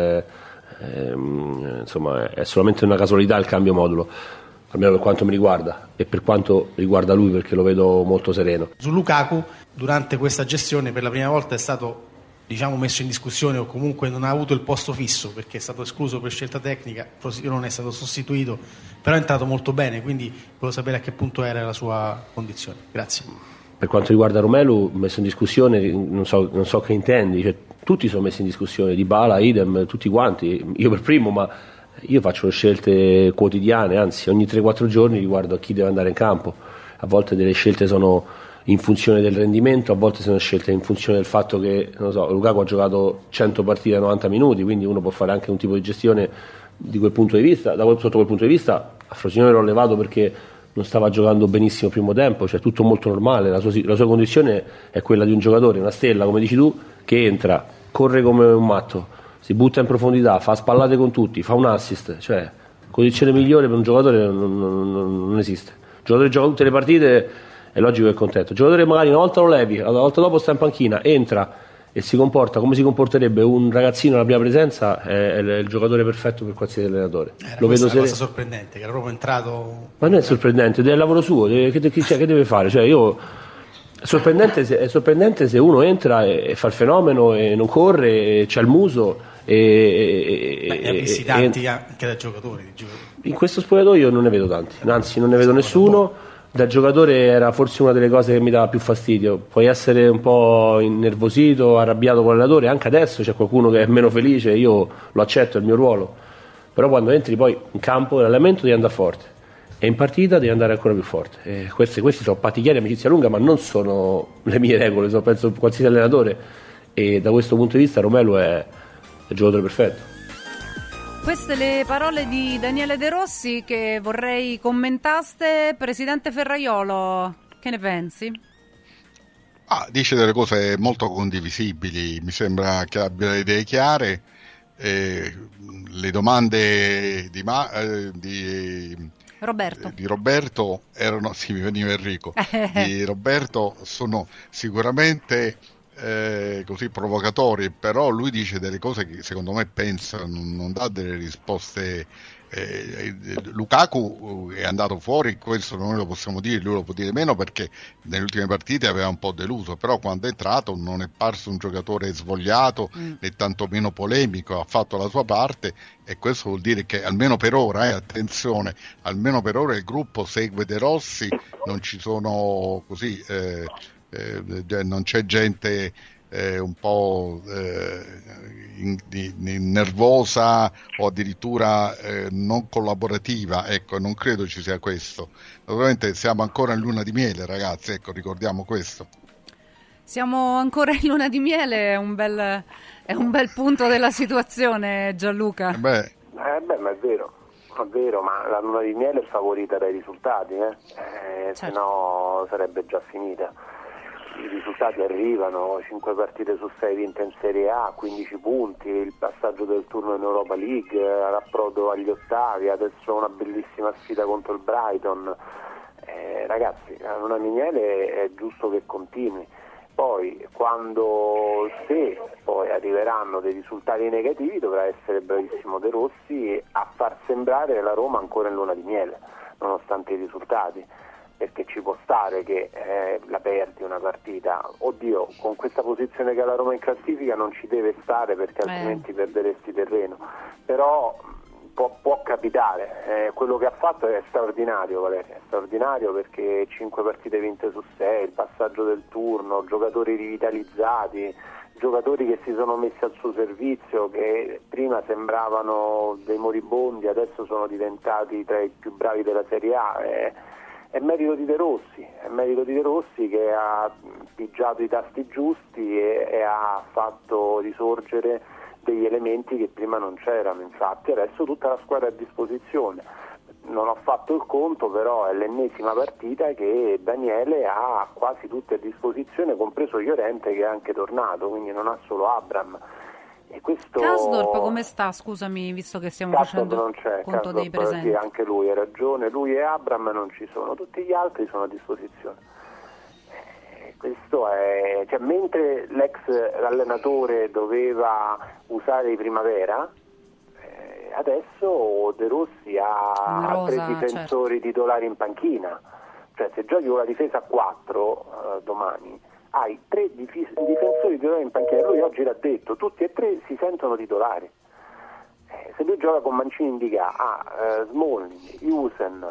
insomma è solamente una casualità il cambio modulo, almeno per quanto mi riguarda e per quanto riguarda lui, perché lo vedo molto sereno. Su Lukaku, durante questa gestione, per la prima volta è stato, diciamo, messo in discussione, o comunque non ha avuto il posto fisso perché è stato escluso per scelta tecnica, non è stato sostituito, però è entrato molto bene, quindi volevo sapere a che punto era la sua condizione. Grazie. Per quanto riguarda Romelu, messo in discussione, non so che intendi, cioè, tutti sono messi in discussione, Dybala, idem, tutti quanti, io per primo, ma io faccio le scelte quotidiane, anzi ogni 3-4 giorni riguardo a chi deve andare in campo. A volte delle scelte sono in funzione del rendimento, a volte sono scelte in funzione del fatto che, non so, Lukaku ha giocato 100 partite a 90 minuti, quindi uno può fare anche un tipo di gestione di quel punto di vista. Sotto quel punto di vista a Frosinone l'ho levato perché non stava giocando benissimo il primo tempo, cioè tutto molto normale, la sua condizione è quella di un giocatore, una stella, come dici tu, che entra, corre come un matto, si butta in profondità, fa spallate con tutti, fa un assist, cioè condizione migliore per un giocatore non esiste. Il giocatore gioca tutte le partite, è logico che è contento. Il giocatore magari una volta lo levi, la volta dopo sta in panchina, entra e si comporta come si comporterebbe un ragazzino alla prima presenza, è il giocatore perfetto per qualsiasi allenatore. Lo vedo una cosa sorprendente, che era proprio entrato... Ma non è sorprendente, è il lavoro suo, che deve fare? Cioè è sorprendente se uno entra e fa il fenomeno e non corre, e c'ha il muso ne ha visti tanti anche da giocatori. In questo spogliatoio non ne vedo tanti, anzi non ne vedo nessuno. Da giocatore era forse una delle cose che mi dava più fastidio. Puoi essere un po' innervosito, arrabbiato con l'allenatore, anche adesso c'è qualcuno che è meno felice, io lo accetto, è il mio ruolo, però quando entri poi in campo l'allenamento devi andare forte e in partita devi andare ancora più forte, e questi sono patti chiari, amicizia lunga, ma non sono le mie regole, penso qualsiasi allenatore, e da questo punto di vista Romelu è il giocatore perfetto. Queste le parole di Daniele De Rossi che vorrei commentaste. Presidente Ferraiolo, che ne pensi? Dice delle cose molto condivisibili, mi sembra che abbia le idee chiare. Le domande di Roberto erano, sì, mi veniva Enrico, di Roberto sono sicuramente così provocatori, però lui dice delle cose che secondo me pensa, non dà delle risposte. Lukaku è andato fuori, questo noi lo possiamo dire, lui lo può dire meno perché nelle ultime partite aveva un po' deluso, però quando è entrato non è parso un giocatore svogliato né tantomeno polemico, ha fatto la sua parte, e questo vuol dire che almeno per ora, attenzione, almeno per ora il gruppo segue De Rossi, non ci sono così non c'è gente un po' nervosa o addirittura non collaborativa, ecco, non credo ci sia questo. Naturalmente siamo ancora in luna di miele, ragazzi, ecco, ricordiamo questo. Siamo ancora in luna di miele, è un bel punto della situazione, Gianluca. Ma è vero, ma la luna di miele è favorita dai risultati, se no sarebbe già finita. I risultati arrivano, 5 partite su 6 vinte in Serie A, 15 punti, il passaggio del turno in Europa League, l'approdo agli ottavi, adesso una bellissima sfida contro il Brighton. Ragazzi, la luna di miele è giusto che continui. Poi, se poi arriveranno dei risultati negativi, dovrà essere bravissimo De Rossi a far sembrare la Roma ancora in luna di miele, nonostante i risultati. Perché ci può stare che la perdi una partita, oddio, con questa posizione che ha la Roma in classifica non ci deve stare, perché altrimenti perderesti terreno, però può capitare. Quello che ha fatto è straordinario, Valeria, è straordinario, perché 5 partite vinte su 6, il passaggio del turno, giocatori rivitalizzati, giocatori che si sono messi al suo servizio, che prima sembravano dei moribondi, adesso sono diventati tra i più bravi della Serie A. È merito di De Rossi, che ha pigiato i tasti giusti e ha fatto risorgere degli elementi che prima non c'erano. Infatti adesso tutta la squadra è a disposizione. Non ho fatto il conto, però è l'ennesima partita che Daniele ha quasi tutte a disposizione, compreso Llorente che è anche tornato, quindi non ha solo Abraham. E questo... Kasdorp come sta? Scusami, visto che stiamo facendo non c'è, conto dei presenti. Sì, anche lui ha ragione, lui e Abraham non ci sono, tutti gli altri sono a disposizione. Questo è, cioè, mentre l'ex allenatore doveva usare i Primavera, adesso De Rossi ha 3 difensori titolari in panchina, cioè se giochi con la difesa a 4 domani hai 3 difensori titolari in panchina. Lui oggi l'ha detto, tutti e 3 si sentono titolari. Se lui gioca con Mancini indica Smalling, Jusen,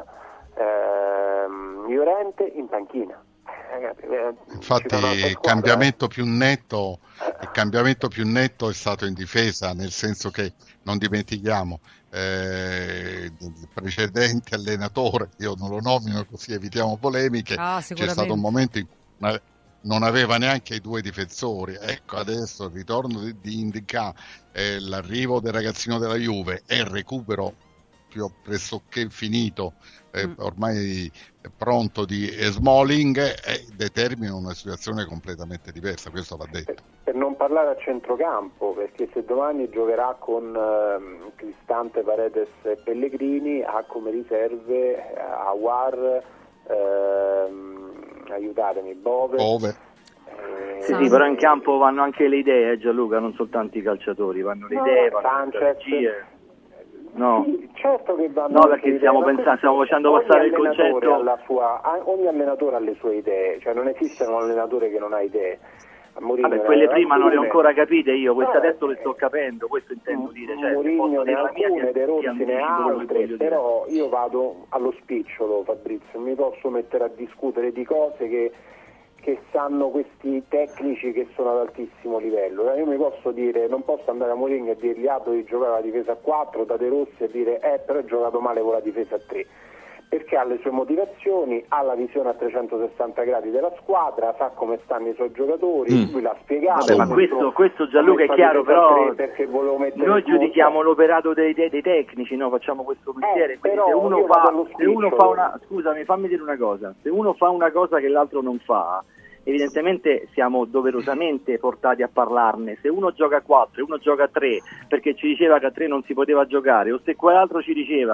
Llorente in panchina. Infatti il cambiamento più netto è stato in difesa, nel senso che non dimentichiamo il precedente allenatore, io non lo nomino così evitiamo polemiche, c'è stato un momento in cui non aveva neanche i 2 difensori. Ecco, adesso il ritorno di Indica, l'arrivo del ragazzino della Juve e il recupero più pressoché finito, ormai pronto di Smalling, determina una situazione completamente diversa, questo va detto. Per non parlare a centrocampo, perché se domani giocherà con Cristante, Paredes e Pellegrini, ha come riserve Aouar, aiutatemi, Bove. Sì, però in campo vanno anche le idee, Gianluca, non soltanto i calciatori, vanno le idee, vanno le strategie. No. Sì, certo che vanno. No, perché stiamo facendo passare il concetto. Ogni allenatore ha le sue idee, cioè non esiste un allenatore che non ha idee. Vabbè, quelle prima non le ho ancora capite io, queste adesso le sto capendo, questo intendo dire. Cioè, Mourinho ne ha alcune, De Rossi ne ha altre, però io vado allo spicciolo, Fabrizio, mi posso mettere a discutere di cose che sanno questi tecnici che sono ad altissimo livello. Io mi posso dire, non posso andare a Mourinho e dirgli devi giocare la difesa a 4, da De Rossi e dire però hai giocato male con la difesa a 3, perché ha le sue motivazioni, ha la visione a 360 gradi della squadra, sa come stanno i suoi giocatori, lui l'ha spiegato. Vabbè, ma questo Gianluca è chiaro, però noi giudichiamo l'operato dei tecnici, no? Facciamo questo mestiere, quindi se uno fa una, scusami, fammi dire una cosa, se uno fa una cosa che l'altro non fa, evidentemente siamo doverosamente portati a parlarne. Se uno gioca a 4 e uno gioca a 3 perché ci diceva che a 3 non si poteva giocare, o se quell'altro ci diceva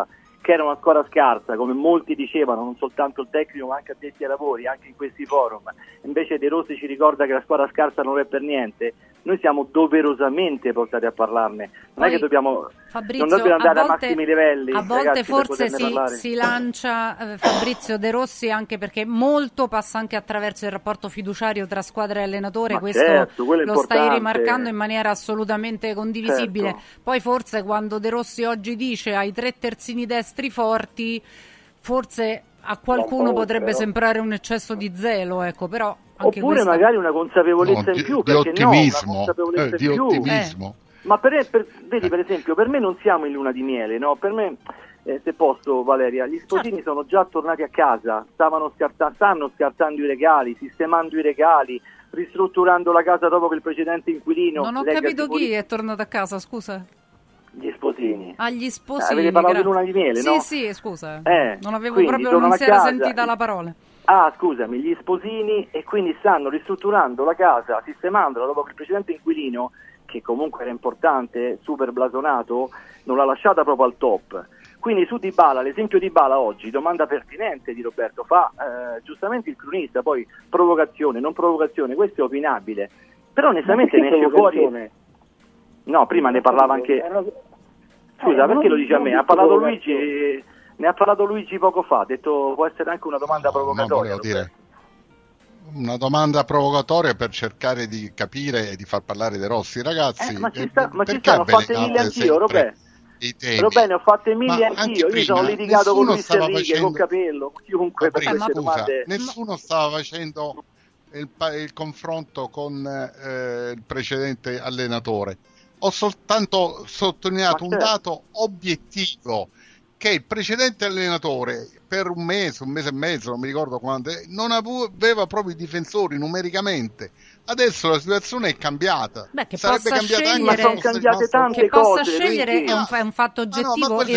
che era una squadra scarsa, come molti dicevano, non soltanto il tecnico ma anche addetti ai lavori, anche in questi forum. Invece De Rossi ci ricorda che la squadra scarsa non è per niente. Noi siamo doverosamente portati a parlarne, non è che dobbiamo, Fabrizio, non dobbiamo andare a massimi livelli. A volte ragazzi, forse si lancia Fabrizio De Rossi anche perché molto passa anche attraverso il rapporto fiduciario tra squadra e allenatore, questo certo, lo stai rimarcando in maniera assolutamente condivisibile. Certo. Poi forse quando De Rossi oggi dice ai 3 terzini destri forti, forse a qualcuno potrebbe sembrare un eccesso di zelo, ecco, però anche oppure questo... magari una consapevolezza in più, di perché ottimismo, una consapevolezza di in più. ottimismo. Ma vedi, per esempio, per me non siamo in luna di miele, no? Per me, se posso, Valeria, gli sposini sono già tornati a casa, stanno scartando i regali, sistemando i regali, ristrutturando la casa dopo che il precedente inquilino... Non ho capito chi è tornato a casa, scusa. Gli sposini. Gli sposini. Avete parlato di luna di miele, sì, no? Sì, scusa. Non avevo quindi proprio, non si era casa, sentita la parola. Scusami, gli sposini, e quindi stanno ristrutturando la casa, sistemandola dopo che il precedente inquilino, che comunque era importante, super blasonato, non l'ha lasciata proprio al top. Quindi su Dybala, l'esempio di Dybala oggi, domanda pertinente di Roberto, fa giustamente il cronista, poi provocazione, non provocazione, questo è opinabile, però onestamente ne esce fuori... No, prima ne parlava anche... Scusa, perché lo dice a me? Ha parlato Luigi, ne ha parlato Luigi poco fa, ha detto può essere anche una domanda provocatoria. No, dire una domanda provocatoria per cercare di capire e di far parlare De Rossi, ragazzi. Ma ci stanno fatte mille anch'io, Robè, ne ho fatte mille anch'io, io sono litigato con Luis Enrique, con Capello, chiunque per queste domande. Nessuno stava facendo il confronto con il precedente allenatore. Ho soltanto sottolineato un dato obiettivo, che il precedente allenatore per un mese e mezzo, non mi ricordo quando, non aveva proprio i difensori numericamente. Adesso la situazione è cambiata. Che sarebbe possa cambiata scegliere, anche, sono cambiate tante che cose. Possa scegliere è un fatto oggettivo. Il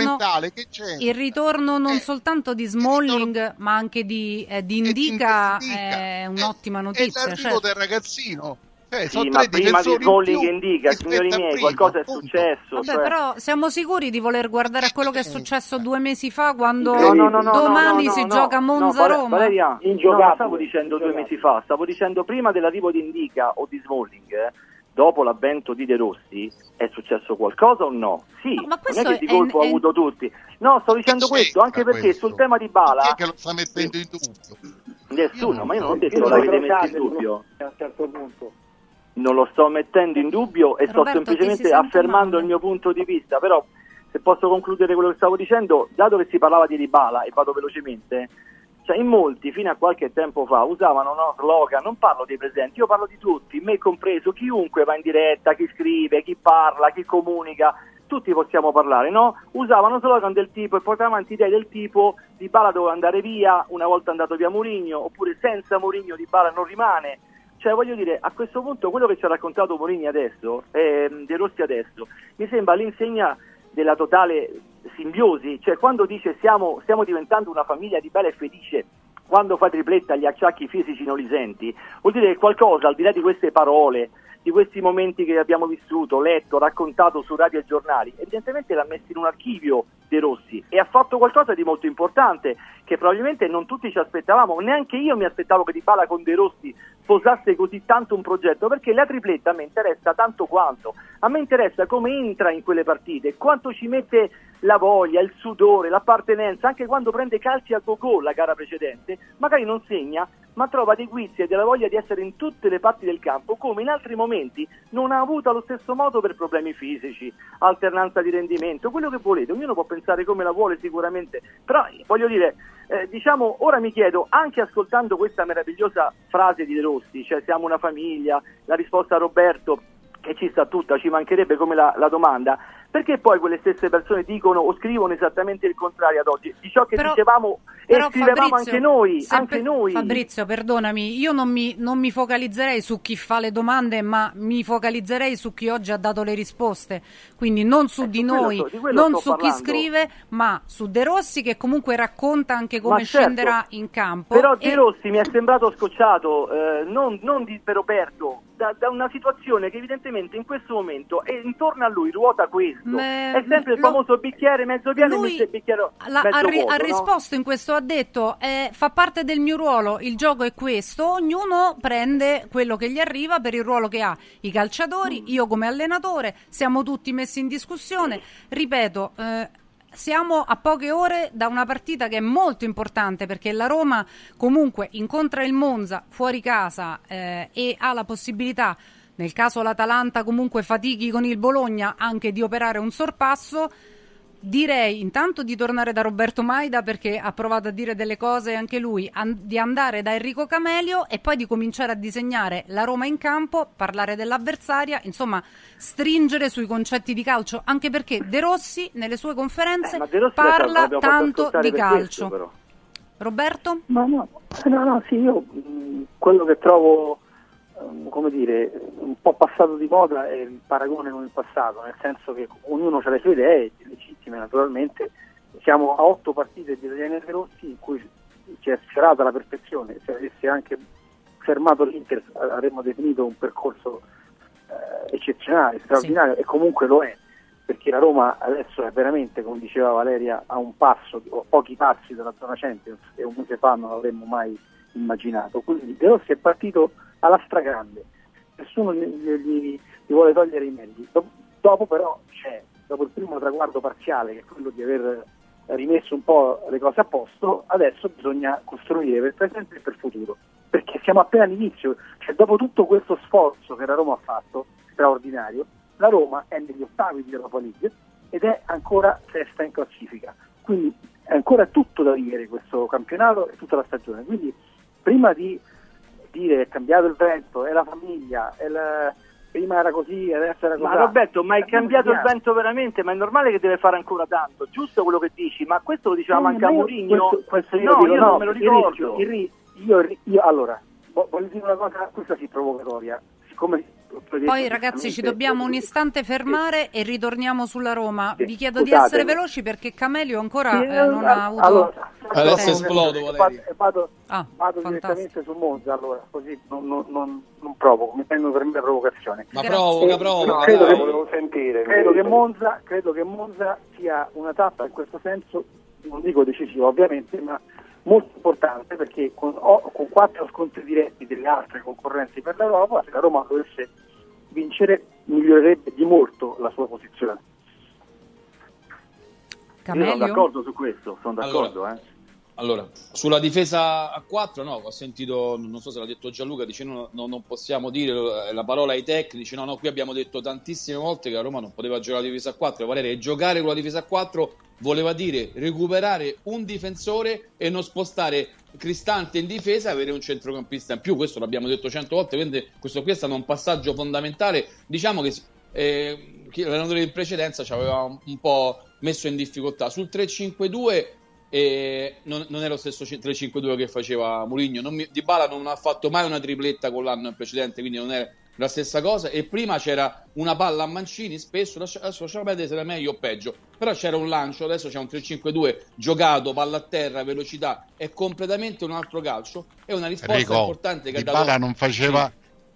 ritorno non soltanto di Smalling, ma anche di Indica è un'ottima notizia. È l'arrivo del ragazzino. Sì, ma prima di Smalling Indica, signori miei, qualcosa è successo. Vabbè, però siamo sicuri di voler guardare a quello che è successo 2 mesi fa, quando domani si gioca Monza-Roma? Valeria, non stavo dicendo 2 mesi fa, stavo dicendo prima dell'arrivo di Indica o di Smalling, dopo l'avvento di De Rossi, è successo qualcosa o no? Sì, ma non è che di colpo ha avuto tutti. No, sto dicendo questo, anche perché sul tema di Bala... Chi è che lo sta mettendo in dubbio? Nessuno, ma io non ho detto l'avete messo in dubbio. A un certo punto. Non lo sto mettendo in dubbio e sto semplicemente affermando il mio punto di vista, però se posso concludere quello che stavo dicendo, dato che si parlava di Dybala, e vado velocemente, cioè in molti fino a qualche tempo fa usavano slogan, non parlo dei presenti, io parlo di tutti, me compreso, chiunque va in diretta, chi scrive, chi parla, chi comunica, tutti possiamo parlare, no? Usavano slogan del tipo e portavano avanti idee del tipo Dybala doveva andare via, una volta andato via Mourinho, oppure senza Mourinho Dybala non rimane. Cioè, voglio dire, a questo punto quello che ci ha raccontato Mourinho adesso, De Rossi adesso, mi sembra l'insegna della totale simbiosi, cioè quando dice stiamo diventando una famiglia di bella e felice, quando fa tripletta gli acciacchi fisici non li senti, vuol dire che qualcosa, al di là di queste parole, di questi momenti che abbiamo vissuto, letto, raccontato su radio e giornali, evidentemente l'ha messo in un archivio De Rossi e ha fatto qualcosa di molto importante che probabilmente non tutti ci aspettavamo, neanche io mi aspettavo che Dybala con De Rossi sposasse così tanto un progetto, perché la tripletta a me interessa tanto quanto, a me interessa come entra in quelle partite, quanto ci mette la voglia, il sudore, l'appartenenza, anche quando prende calci al gol la gara precedente, magari non segna, ma trova dei guizzi e della voglia di essere in tutte le parti del campo, come in altri momenti non ha avuto allo stesso modo per problemi fisici, alternanza di rendimento, quello che volete, ognuno può pensare come la vuole sicuramente, però voglio dire, diciamo, ora mi chiedo, anche ascoltando questa meravigliosa frase di De Rossi, cioè siamo una famiglia, la risposta a Roberto, che ci sta tutta, ci mancherebbe come la domanda, perché poi quelle stesse persone dicono o scrivono esattamente il contrario ad oggi di ciò che dicevamo e scrivevamo anche noi. Fabrizio, perdonami, io non mi focalizzerei su chi fa le domande, ma mi focalizzerei su chi oggi ha dato le risposte, quindi non su di noi, non su chi scrive, ma su De Rossi, che comunque racconta anche come scenderà in campo. Però De Rossi mi è sembrato scocciato, non per Roberto, da una situazione che evidentemente in questo momento intorno a lui ruota questo. È sempre il famoso bicchiere mezzo pieno e il bicchiere mezzo vuoto, ha risposto in questo, ha detto fa parte del mio ruolo, il gioco è questo, ognuno prende quello che gli arriva per il ruolo che ha, i calciatori, io come allenatore, siamo tutti messi in discussione, ripeto, siamo a poche ore da una partita che è molto importante, perché la Roma comunque incontra il Monza fuori casa e ha la possibilità, nel caso l'Atalanta comunque fatichi con il Bologna, anche di operare un sorpasso. Direi intanto di tornare da Roberto Maida, perché ha provato a dire delle cose anche lui, di andare da Enrico Camelio e poi di cominciare a disegnare la Roma in campo, parlare dell'avversaria, insomma stringere sui concetti di calcio, anche perché De Rossi nelle sue conferenze parla tanto di calcio. Questo, Roberto? No, sì, io quello che trovo come dire, un po' passato di moda è il paragone con il passato, nel senso che ognuno ha le sue idee, legittime naturalmente. Siamo a 8 partite di Italiani e Rossi in cui si è sfiorata la perfezione. Se avesse anche fermato l'Inter avremmo definito un percorso eccezionale, straordinario, e comunque lo è, perché la Roma adesso è veramente, come diceva Valeria, a un passo, o pochi passi dalla zona Champions, che un mese fa non l'avremmo mai immaginato. Quindi De Rossi è partito alla stragrande, nessuno gli vuole togliere i meriti. Dopo però dopo il primo traguardo parziale, che è quello di aver rimesso un po' le cose a posto, adesso bisogna costruire per il presente e per il futuro, perché siamo appena all'inizio, cioè dopo tutto questo sforzo che la Roma ha fatto, straordinario, la Roma è negli ottavi di Europa League ed è ancora sesta in classifica, quindi è ancora tutto da vivere questo campionato e tutta la stagione. Quindi prima di dire è cambiato il vento, è la famiglia, prima era così, adesso era così. Ma Roberto, ma è cambiato il vento veramente? Ma è normale che deve fare ancora tanto, giusto quello che dici? Ma questo lo diceva anche a Mourinho? Io non me lo ricordo. Allora, voglio dire una cosa, questa sì provocatoria. Poi ragazzi ci dobbiamo un istante fermare e ritorniamo sulla Roma. Vi chiedo di essere veloci perché Camelio ancora non ha avuto... Allora, adesso esplodo, Valeria. Vado direttamente su Monza, allora, così non provoco, mi prendo per me la provocazione. Ma provoca. Credo che Monza sia una tappa in questo senso, non dico decisiva ovviamente, ma molto importante, perché con 4 scontri diretti delle altre concorrenti per l'Europa, se la Roma dovesse vincere migliorerebbe di molto la sua posizione. Io sono d'accordo su questo, Allora, sulla difesa a 4, no, ho sentito, non so se l'ha detto Gianluca, dice non possiamo dire la parola ai tecnici, no, qui abbiamo detto tantissime volte che la Roma non poteva giocare la difesa a 4, Valeria, e giocare con la difesa a 4 voleva dire recuperare un difensore e non spostare Cristante in difesa e avere un centrocampista in più. Questo l'abbiamo detto 100 volte, quindi questo qui è stato un passaggio fondamentale. Diciamo che l'allenatore in precedenza ci aveva un po' messo in difficoltà. Sul 3-5-2 non è lo stesso 3-5-2 che faceva Mourinho. Dybala non ha fatto mai una tripletta con l'anno precedente, quindi non è la stessa cosa. E prima c'era una palla a Mancini, spesso, adesso lasciamo perdere se era meglio o peggio, però c'era un lancio. Adesso c'è un 3-5-2 giocato, palla a terra, velocità, è completamente un altro calcio. È una risposta importante che Dybala ha dato... non faceva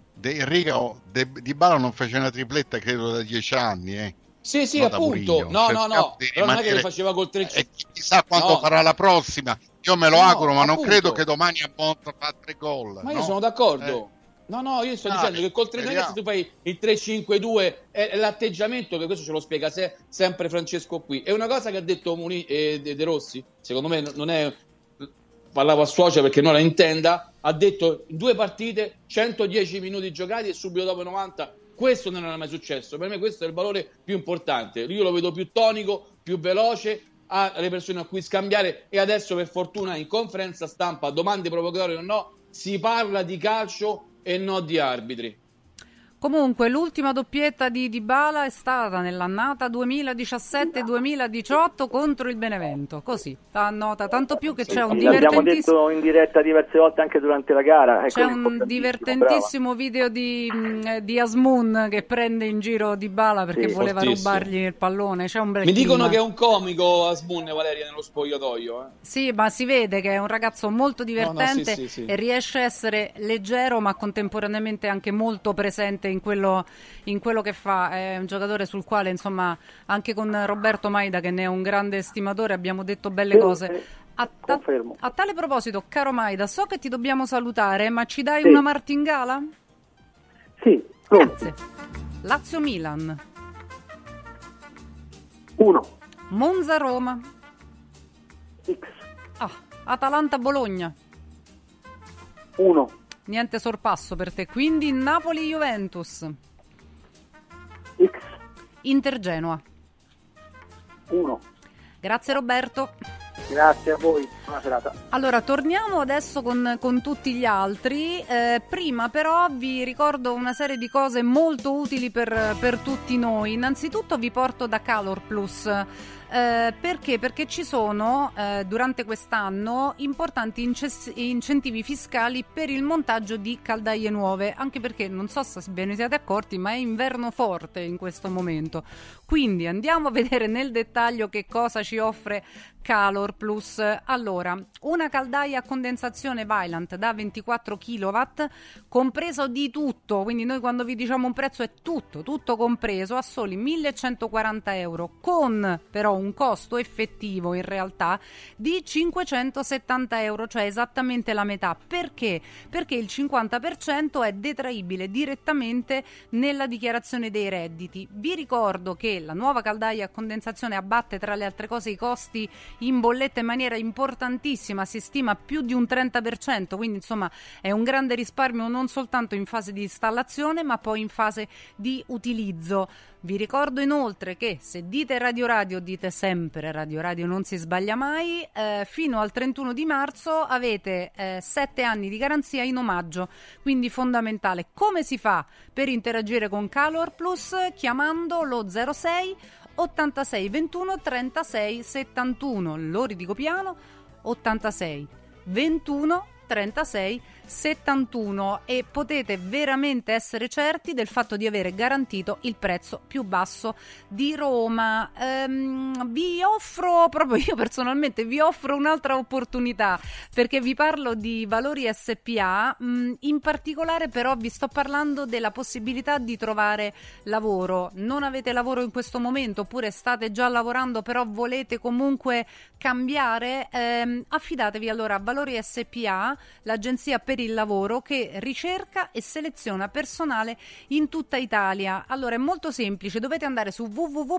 Dybala non faceva una tripletta credo da 10 anni Sì, appunto. No, però non è che lo faceva col 3-5. Chissà quando farà la prossima. Io me lo auguro, ma non credo che domani a Monza fa 3 gol. Ma io sono d'accordo. No, io sto dicendo che col 3-5 se tu fai il 3-5-2 è l'atteggiamento, che questo ce lo spiega sempre Francesco qui. È una cosa che ha detto De Rossi, secondo me non è... Parlavo a Suocia perché non la intenda, ha detto 2 partite, 110 minuti giocati e subito dopo 90. Questo non era mai successo. Per me questo è il valore più importante. Io lo vedo più tonico, più veloce, ha le persone a cui scambiare, e adesso per fortuna in conferenza stampa, domande provocatorie o no, si parla di calcio e non di arbitri. Comunque l'ultima doppietta di Dybala è stata nell'annata 2017-2018 contro il Benevento, così, nota, tanto più che c'è un l'abbiamo detto in diretta diverse volte anche durante la gara. C'è un divertentissimo video di Asmoon che prende in giro Dybala perché voleva rubargli il pallone. C'è un bel Mi dicono clima. che è un comico Asmoon, Valeria, nello spogliatoio. Sì, ma si vede che è un ragazzo molto divertente, sì. e riesce a essere leggero ma contemporaneamente anche molto presente veramente in quello che fa. È un giocatore sul quale, insomma, anche con Roberto Maida, che ne è un grande estimatore, abbiamo detto belle cose. A tale proposito, caro Maida, so che ti dobbiamo salutare, ma ci dai una martingala? Sì. Grazie. Lazio-Milan 1. Monza-Roma X. Atalanta-Bologna 1. Niente sorpasso per te, quindi Napoli-Juventus X. Inter-Genoa 1. Grazie Roberto. Grazie a voi, buona serata. Allora, torniamo adesso con tutti gli altri. Prima però vi ricordo una serie di cose molto utili per tutti noi. Innanzitutto vi porto da Calor Plus. Perché? Perché ci sono durante quest'anno importanti incentivi fiscali per il montaggio di caldaie nuove, anche perché non so se ve ne siete accorti, ma è inverno forte in questo momento, quindi andiamo a vedere nel dettaglio che cosa ci offre Calor Plus. Allora, una caldaia a condensazione Vaillant da 24 kW, compreso di tutto, quindi noi quando vi diciamo un prezzo è tutto compreso, a soli 1.140 euro, con però un costo effettivo in realtà di 570 euro, cioè esattamente la metà. Perché? Perché il 50% è detraibile direttamente nella dichiarazione dei redditi. Vi ricordo che la nuova caldaia a condensazione abbatte tra le altre cose i costi in bolletta in maniera importantissima, si stima più di un 30%, quindi insomma è un grande risparmio non soltanto in fase di installazione ma poi in fase di utilizzo. Vi ricordo inoltre che se dite Radio Radio, dite sempre Radio Radio, non si sbaglia mai. Fino al 31 di marzo avete 7 anni di garanzia in omaggio, quindi fondamentale. Come si fa per interagire con Calor Plus? Chiamando lo 06 86 21 36 71. Lo ridico piano: 86 21 36 71, e potete veramente essere certi del fatto di avere garantito il prezzo più basso di Roma. Vi offro, proprio io personalmente vi offro un'altra opportunità, perché vi parlo di Valori SPA, in particolare però vi sto parlando della possibilità di trovare lavoro. Non avete lavoro in questo momento, oppure state già lavorando però volete comunque cambiare? Affidatevi allora a Valori SPA, l'agenzia per il lavoro che ricerca e seleziona personale in tutta Italia. Allora è molto semplice, dovete andare su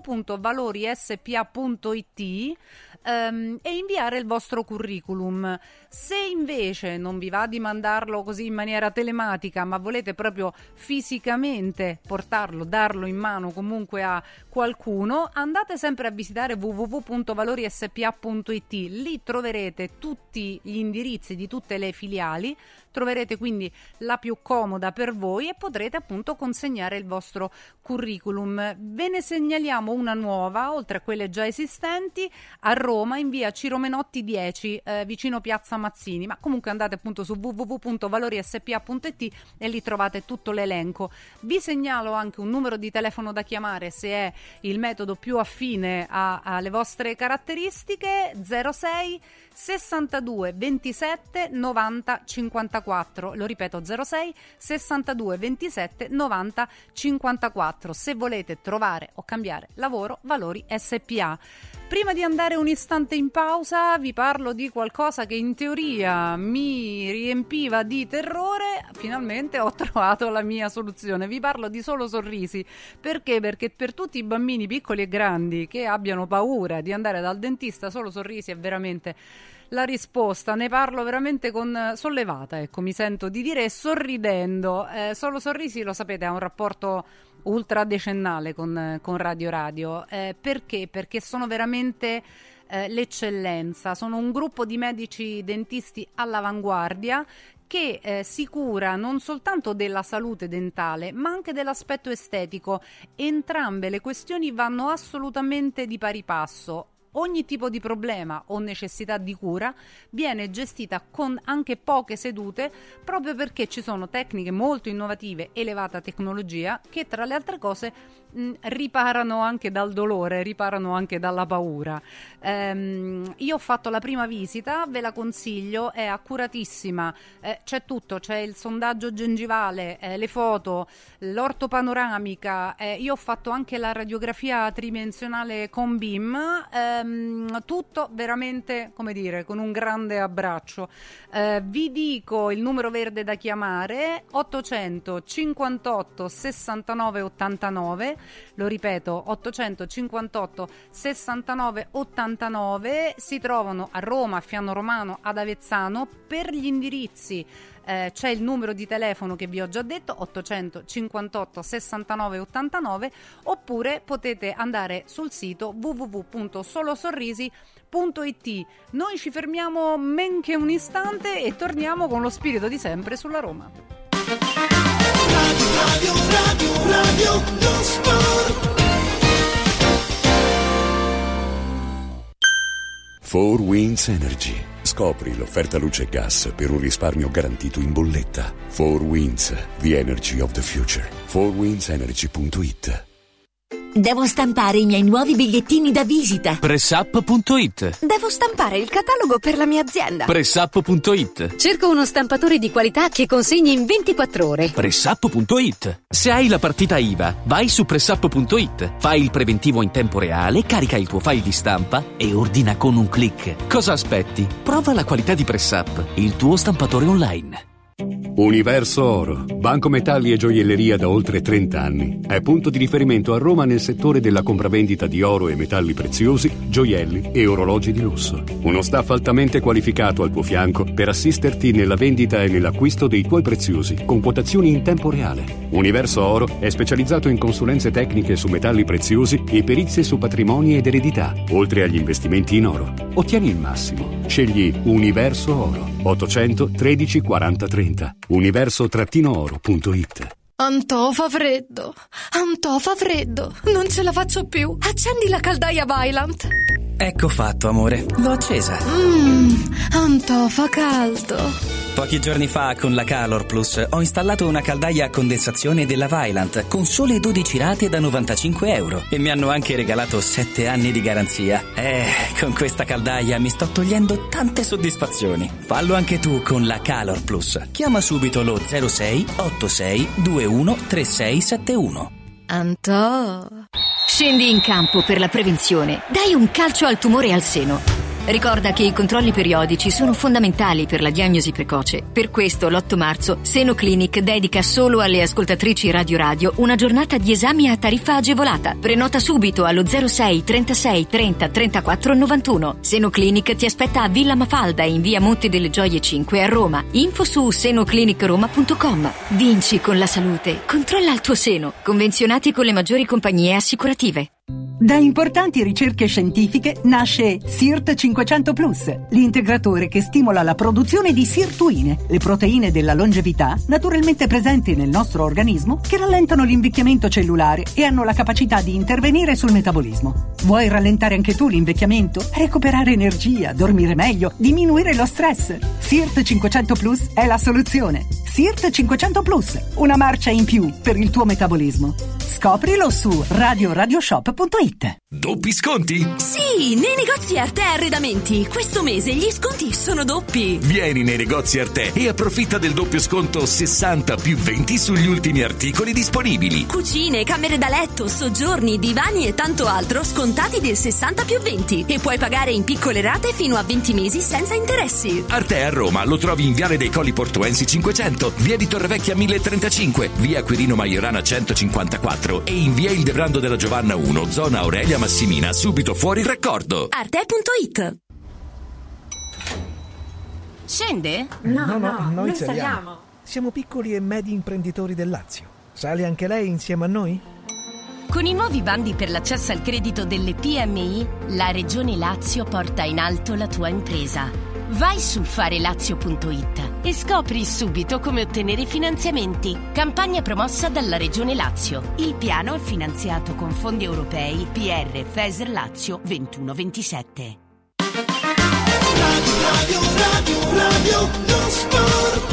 www.valorispa.it e inviare il vostro curriculum. Se invece non vi va di mandarlo così in maniera telematica, ma volete proprio fisicamente portarlo, darlo in mano comunque a qualcuno, andate sempre a visitare www.valorispa.it. Lì troverete tutti gli indirizzi di tutte le filiali, troverete quindi la più comoda per voi e potrete appunto consegnare il vostro curriculum. Ve ne segnaliamo una nuova, oltre a quelle già esistenti, a Roma in via Ciro Menotti 10, vicino Piazza Mazzini, ma comunque andate appunto su www.valorispa.it e lì trovate tutto l'elenco. Vi segnalo anche un numero di telefono da chiamare se è il metodo più affine alle vostre caratteristiche: 06 62 27 90 54. Lo ripeto, 06 62 27 90 54. Se volete trovare o cambiare lavoro, Valori SPA. Prima di andare un istante in pausa vi parlo di qualcosa che in teoria mi riempiva di terrore. Finalmente ho trovato la mia soluzione. Vi parlo di Solo Sorrisi. Perché? Perché per tutti i bambini piccoli e grandi che abbiano paura di andare dal dentista, Solo Sorrisi è veramente la risposta. Ne parlo veramente sollevata, ecco, mi sento di dire, sorridendo. Solo Sorrisi, lo sapete, ha un rapporto ultra decennale con Radio Radio. Perché? Perché sono veramente l'eccellenza. Sono un gruppo di medici dentisti all'avanguardia che si cura non soltanto della salute dentale ma anche dell'aspetto estetico. Entrambe le questioni vanno assolutamente di pari passo. ogni tipo di problema o necessità di cura viene gestita con anche poche sedute, proprio perché ci sono tecniche molto innovative, elevata tecnologia, che tra le altre cose riparano anche dal dolore, riparano anche dalla paura. Io ho fatto la prima visita, ve la consiglio, è accuratissima, c'è tutto, c'è il sondaggio gengivale, le foto, l'ortopanoramica, io ho fatto anche la radiografia tridimensionale con BIM, tutto veramente, come dire, con un grande abbraccio. Vi dico il numero verde da chiamare: 858 69 89, lo ripeto, 858 69 89. Si trovano a Roma, a Fiano Romano, ad Avezzano. Per gli indirizzi c'è il numero di telefono che vi ho già detto, 858 69 89, oppure potete andare sul sito www.solosorrisi.it. Noi ci fermiamo men che un istante e torniamo con lo spirito di sempre sulla Roma. Radio lo sport. 4 Winds Energy. Scopri l'offerta luce e gas per un risparmio garantito in bolletta. 4 Winds, the energy of the future. 4windsenergy.it. Devo stampare i miei nuovi bigliettini da visita. Pressup.it. Devo stampare il catalogo per la mia azienda. Pressup.it. Cerco uno stampatore di qualità che consegni in 24 ore. Pressup.it. Se hai la partita IVA, vai su Pressup.it, fai il preventivo in tempo reale, carica il tuo file di stampa e ordina con un click. Cosa aspetti? Prova la qualità di Pressup, il tuo stampatore online. Universo Oro, banco metalli e gioielleria da oltre 30 anni. È punto di riferimento a Roma nel settore della compravendita di oro e metalli preziosi, gioielli e orologi di lusso. Uno staff altamente qualificato al tuo fianco per assisterti nella vendita e nell'acquisto dei tuoi preziosi, con quotazioni in tempo reale. Universo Oro è specializzato in consulenze tecniche su metalli preziosi e perizie su patrimoni ed eredità, oltre agli investimenti in oro. Ottieni il massimo. Scegli Universo Oro. 800 13 40 30. Universo-oro.it. Antò fa freddo, non ce la faccio più. Accendi la caldaia Vaillant. Ecco fatto, amore, l'ho accesa. Antò fa caldo. Pochi giorni fa con la Calor Plus ho installato una caldaia a condensazione della Vaillant con sole 12 rate da €95 e mi hanno anche regalato 7 anni di garanzia. Con questa caldaia mi sto togliendo tante soddisfazioni. Fallo anche tu con la Calor Plus. Chiama subito lo 06 86 21 3671. Antò. Scendi in campo per la prevenzione. Dai un calcio al tumore al seno. Ricorda che i controlli periodici sono fondamentali per la diagnosi precoce. Per questo l'8 marzo Seno Clinic dedica solo alle ascoltatrici Radio una giornata di esami a tariffa agevolata. Prenota subito allo 06 36 30 34 91. Seno Clinic ti aspetta a Villa Mafalda in via Monte delle Gioie 5 a Roma. Info su senoclinicroma.com. Vinci con la salute. Controlla il tuo seno. Convenzionati con le maggiori compagnie assicurative. Da importanti ricerche scientifiche nasce SIRT 500 Plus, l'integratore che stimola la produzione di sirtuine, le proteine della longevità naturalmente presenti nel nostro organismo che rallentano l'invecchiamento cellulare e hanno la capacità di intervenire sul metabolismo. Vuoi rallentare anche tu l'invecchiamento? Recuperare energia, dormire meglio, diminuire lo stress? SIRT 500 Plus è la soluzione. SIRT 500 Plus, una marcia in più per il tuo metabolismo. Scoprilo su radioshop.it. Doppi sconti? Sì, nei negozi Arte Arredamenti. Questo mese gli sconti sono doppi. Vieni nei negozi Arte e approfitta del doppio sconto 60 più 20 sugli ultimi articoli disponibili. Cucine, camere da letto, soggiorni, divani e tanto altro scontati del 60 più 20. E puoi pagare in piccole rate fino a 20 mesi senza interessi. Arte a Roma lo trovi in Viale dei Colli Portuensi 500, via di Torrevecchia 1035, via Quirino Maiorana 154 e in via Ildebrando della Giovanna 1, zona Aurelia Massimina, subito fuori il raccordo. Arte.it. Scende? No, noi saliamo. Siamo piccoli e medi imprenditori del Lazio. Sale anche lei insieme a noi? Con i nuovi bandi per l'accesso al credito delle PMI, la Regione Lazio porta in alto la tua impresa. Vai su farelazio.it e scopri subito come ottenere finanziamenti. Campagna promossa dalla Regione Lazio. Il piano è finanziato con fondi europei PR FESR Lazio 21-27. Radio lo sport.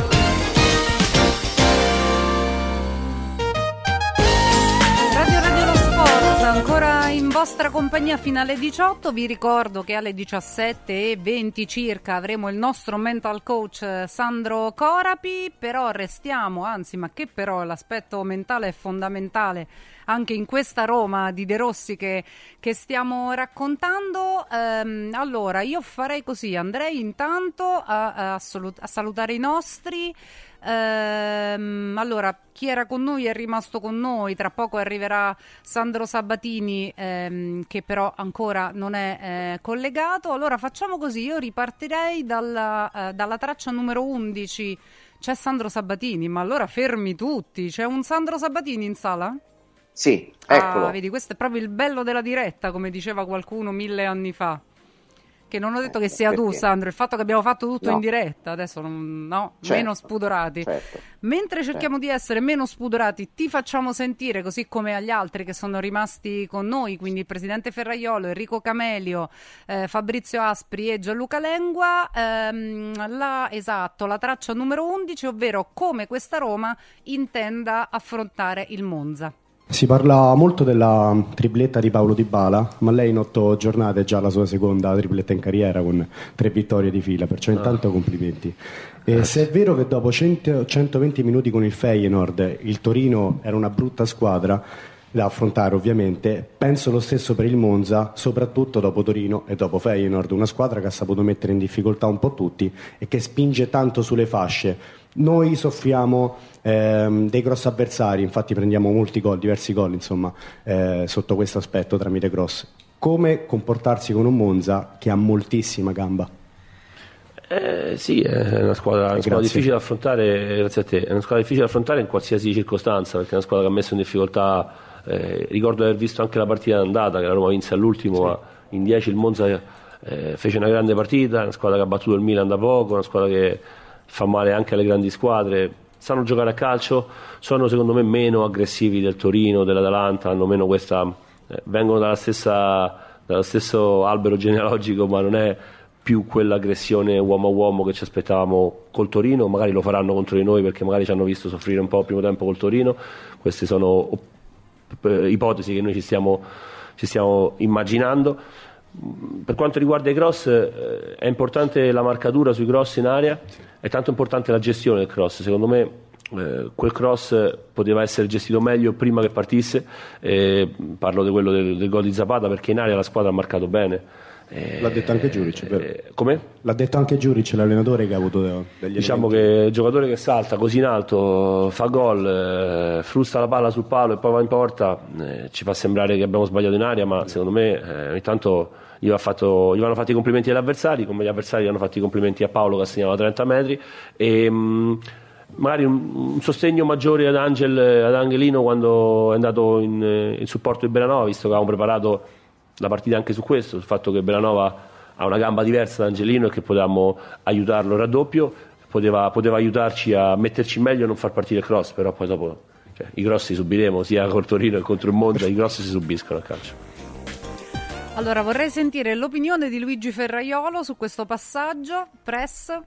Radio lo Sport, ancora in vostra compagnia fino alle 18. Vi ricordo che alle 17:20 circa avremo il nostro mental coach Sandro Corapi, però restiamo, anzi ma che però, l'aspetto mentale è fondamentale anche in questa Roma di De Rossi che stiamo raccontando. Allora io farei così, andrei intanto a salutare i nostri. Allora, chi era con noi è rimasto con noi, tra poco arriverà Sandro Sabatini che però ancora non è collegato. Allora facciamo così, io ripartirei dalla traccia numero 11. C'è Sandro Sabatini, ma allora fermi tutti, c'è un Sandro Sabatini in sala? Sì, eccolo. Vedi, questo è proprio il bello della diretta, come diceva qualcuno 1000 anni fa. Che non ho detto che sia tu, Sandro, il fatto che abbiamo fatto tutto in diretta, adesso certo, meno spudorati. Certo, Mentre cerchiamo di essere meno spudorati, ti facciamo sentire, così come agli altri che sono rimasti con noi, quindi il presidente Ferraiolo, Enrico Camelio, Fabrizio Aspri e Gianluca Lengua, la traccia numero 11, ovvero come questa Roma intenda affrontare il Monza. Si parla molto della tripletta di Paulo Dybala, ma lei in 8 giornate è già la sua seconda tripletta in carriera con 3 vittorie di fila, perciò intanto complimenti. Se è vero che dopo 120 minuti con il Feyenoord il Torino era una brutta squadra da affrontare ovviamente, penso lo stesso per il Monza, soprattutto dopo Torino e dopo Feyenoord, una squadra che ha saputo mettere in difficoltà un po' tutti e che spinge tanto sulle fasce. Noi soffriamo dei grossi avversari, infatti prendiamo molti gol, diversi gol insomma, sotto questo aspetto tramite cross. Come comportarsi con un Monza che ha moltissima gamba? Sì, è una squadra difficile da affrontare, grazie a te, è una squadra difficile da affrontare in qualsiasi circostanza, perché è una squadra che ha messo in difficoltà, ricordo di aver visto anche la partita d'andata, che la Roma vinse all'ultimo, ma in 10 il Monza fece una grande partita, una squadra che ha battuto il Milan da poco, una squadra che fa male anche alle grandi squadre, sanno giocare a calcio, sono secondo me meno aggressivi del Torino, dell'Atalanta, hanno meno questa, vengono dallo stesso albero genealogico, ma non è più quell'aggressione uomo a uomo che ci aspettavamo col Torino. Magari lo faranno contro di noi perché magari ci hanno visto soffrire un po' il primo tempo col Torino. Queste sono ipotesi che noi ci stiamo immaginando. Per quanto riguarda i cross, è importante la marcatura sui cross in area, è tanto importante la gestione del cross. Secondo me quel cross poteva essere gestito meglio prima che partisse, parlo di quello del gol di Zapata, perché in area la squadra ha marcato bene. L'ha detto anche Giuric, vero? Come? L'ha detto anche Giuric, l'allenatore che ha avuto degli diciamo che il giocatore che salta così in alto, fa gol, frusta la palla sul palo e poi va in porta, ci fa sembrare che abbiamo sbagliato in aria, ma secondo me ogni tanto gli vanno fatti i complimenti agli avversari, come gli avversari hanno fatto i complimenti a Paolo che assegnava 30 metri, e magari un sostegno maggiore ad Angelino quando è andato in supporto di Belanova, visto che avevamo preparato la partita anche su questo, sul fatto che Belanova ha una gamba diversa da Angelino e che potevamo aiutarlo il raddoppio, poteva aiutarci a metterci meglio e non far partire il cross, però poi dopo i cross li subiremo sia col Torino che contro il Monza, i cross si subiscono a calcio. Allora vorrei sentire l'opinione di Luigi Ferraiolo su questo passaggio. Press?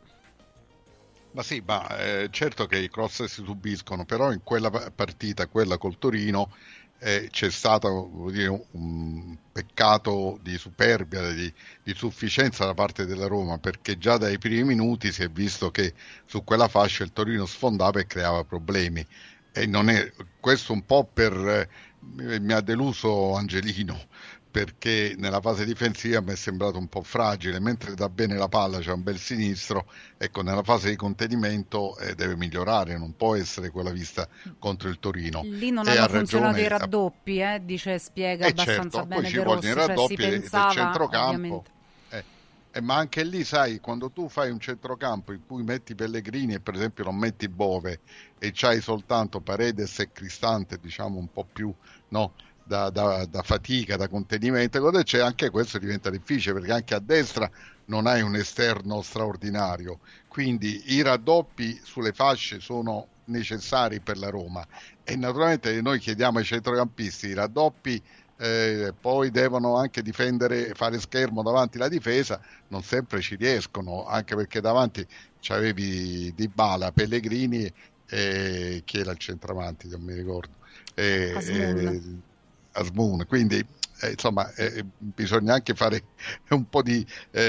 Ma sì, certo che i cross si subiscono, però in quella partita, quella col Torino, c'è stato un peccato di superbia, di sufficienza da parte della Roma, perché già dai primi minuti si è visto che su quella fascia il Torino sfondava e creava problemi, e non è questo un po' mi ha deluso Angelino, perché nella fase difensiva mi è sembrato un po' fragile, mentre dà bene la palla, c'è un bel sinistro, ecco, nella fase di contenimento deve migliorare, non può essere quella vista contro il Torino. Lì non hanno funzionato i raddoppi, spiega abbastanza certo, bene poi ci De Rossi, vogliono i raddoppi del centrocampo. Ma anche lì, sai, quando tu fai un centrocampo in cui metti Pellegrini e per esempio non metti Bove e c'hai soltanto Paredes e Cristante, diciamo un po' più da fatica, da contenimento, c'è anche questo diventa difficile, perché anche a destra non hai un esterno straordinario, quindi i raddoppi sulle fasce sono necessari per la Roma, e naturalmente noi chiediamo ai centrocampisti i raddoppi, poi devono anche difendere, fare schermo davanti alla difesa, non sempre ci riescono, anche perché davanti c'avevi Dybala, Pellegrini e chi era il centravanti, non mi ricordo, Asmun, quindi insomma bisogna anche fare un po' di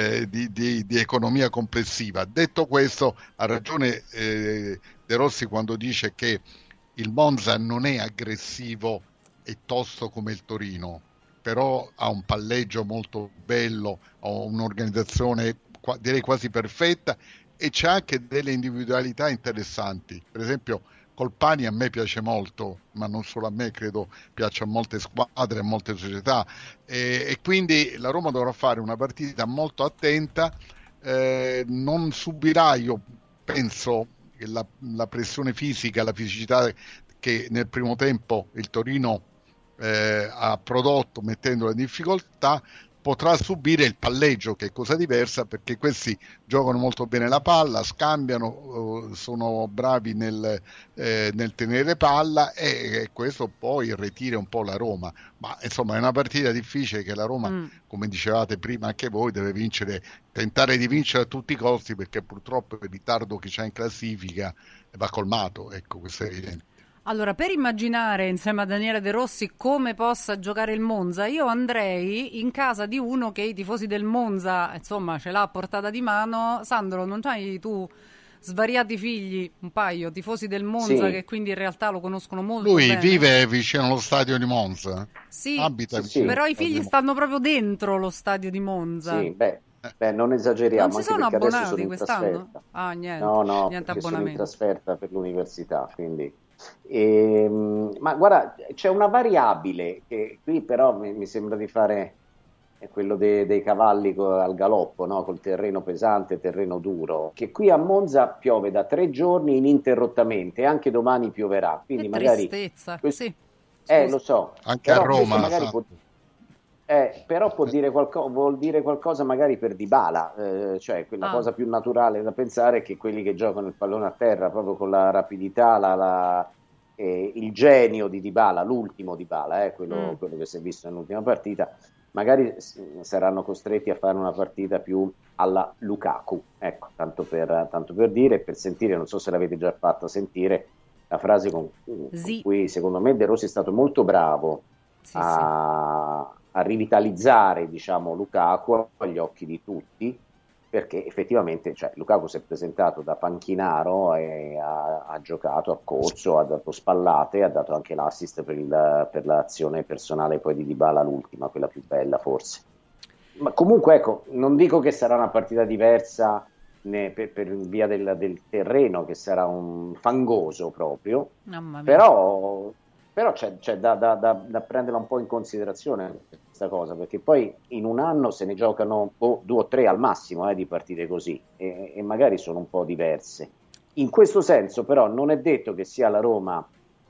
economia complessiva. Detto questo, ha ragione De Rossi quando dice che il Monza non è aggressivo e tosto come il Torino, però ha un palleggio molto bello, ha un'organizzazione direi quasi perfetta, e c'è anche delle individualità interessanti. Per esempio Colpani a me piace molto, ma non solo a me, credo piaccia a molte squadre, a molte società, e quindi la Roma dovrà fare una partita molto attenta, non subirà, io penso, la pressione fisica, la fisicità che nel primo tempo il Torino ha prodotto mettendola in difficoltà. Potrà subire il palleggio, che è cosa diversa, perché questi giocano molto bene la palla, scambiano, sono bravi nel tenere palla, e questo poi ritira un po' la Roma. Ma insomma è una partita difficile che la Roma, come dicevate prima anche voi, deve vincere, tentare di vincere a tutti i costi, perché purtroppo il ritardo che c'è in classifica va colmato, ecco, questo è evidente. Allora, per immaginare insieme a Daniele De Rossi come possa giocare il Monza, io andrei in casa di uno che i tifosi del Monza, insomma, ce l'ha a portata di mano. Sandro, non c'hai tu svariati figli, un paio, tifosi del Monza, sì, che quindi in realtà lo conoscono molto Lui bene? Vive vicino allo stadio di Monza? Sì, abita sì, però i figli stanno proprio dentro lo stadio di Monza. Sì, beh, non esageriamo. Non si sono abbonati quest'anno? Ah, niente, no, niente abbonamento. sono in trasferta per l'università, quindi... ma guarda, c'è una variabile che qui però mi sembra di fare, è quello dei cavalli al galoppo, no? Col terreno pesante, terreno duro, che qui a Monza piove da 3 giorni ininterrottamente, anche domani pioverà, quindi che magari tristezza, sì. Scusa. Lo so, anche a Roma magari però vuol dire qualcosa magari per Dybala, cioè quella cosa più naturale da pensare è che quelli che giocano il pallone a terra proprio con la rapidità, il genio di Dybala, l'ultimo Dybala, quello che si è visto nell'ultima partita, magari saranno costretti a fare una partita più alla Lukaku, ecco, tanto per dire e per sentire, non so se l'avete già fatta sentire, la frase con cui secondo me De Rossi è stato molto bravo a rivitalizzare, diciamo, Lukaku agli occhi di tutti, perché effettivamente Lukaku si è presentato da panchinaro e ha giocato, ha corso, ha dato spallate, ha dato anche l'assist per l'azione personale poi di Dybala, l'ultima, quella più bella forse. Ma comunque ecco, non dico che sarà una partita diversa per via del terreno, che sarà un fangoso proprio, però c'è da prenderla un po' in considerazione questa cosa, perché poi in un anno se ne giocano 2 o 3 al massimo di partite così, e magari sono un po' diverse. In questo senso però non è detto che sia la Roma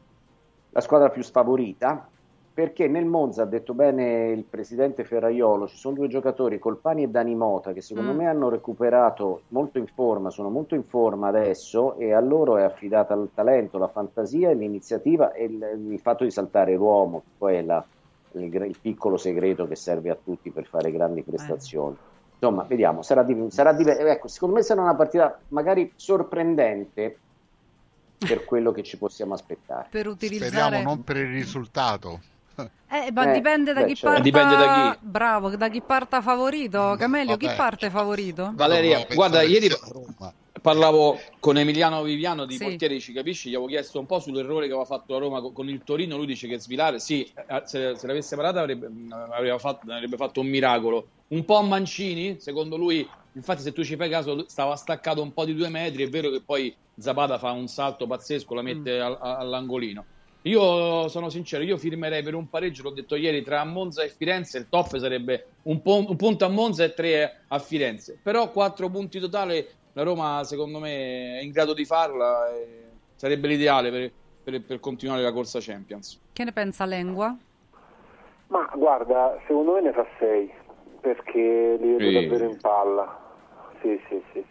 la squadra più sfavorita, perché nel Monza, ha detto bene il presidente Ferraiolo, ci sono 2 giocatori, Colpani e Dani Mota, che secondo me hanno recuperato molto in forma, sono molto in forma adesso, e a loro è affidata il talento, la fantasia e l'iniziativa e il fatto di saltare l'uomo, che poi è il piccolo segreto che serve a tutti per fare grandi prestazioni. Insomma, vediamo, ecco, secondo me sarà una partita magari sorprendente per quello che ci possiamo aspettare. Per utilizzare... Speriamo non per il risultato. Ma dipende da chi parta. Dipende da chi. Bravo, da chi parta favorito. Camelio, chi parte favorito? Valeria, guarda, ieri parlavo con Emiliano Viviano di Portieri, ci capisci? Gli avevo chiesto un po' sull'errore che aveva fatto la Roma con il Torino. Lui dice che Svilare, se l'avesse parata avrebbe fatto un miracolo. Un po' a Mancini, secondo lui. Infatti, se tu ci fai caso, stava staccato un po' di 2 metri. È vero che poi Zapata fa un salto pazzesco, la mette all'angolino. Io sono sincero, io firmerei per un pareggio, l'ho detto ieri, tra Monza e Firenze. Il top sarebbe un punto a Monza e 3 a Firenze, però 4 punti totali la Roma secondo me è in grado di farla, e sarebbe l'ideale per continuare la corsa Champions. Che ne pensa Lengua? Ma guarda, secondo me ne fa 6, perché li vedo davvero in palla. Sì.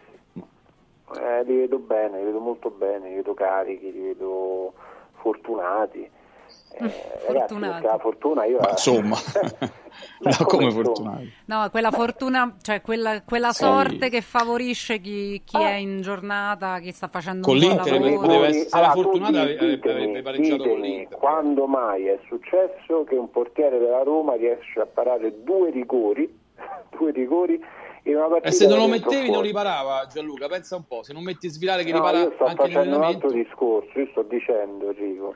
Li vedo bene, li vedo molto bene, li vedo carichi, li vedo fortunati. Ragazzi, la fortuna io... Ma insomma... come fortunati? No, quella fortuna, cioè quella sorte che favorisce chi è in giornata, chi sta facendo con un l'Inter. lavoro. Se era fortunata avrebbe pareggiato con l'Inter. Quando mai è successo che un portiere della Roma riesce a parare 2 rigori in una partita? E se non lo mettevi non li parava, Gianluca, pensa un po', se non metti Svilare che ripara anche nell'allenamento. Un altro discorso, io sto dicendo, Enrico,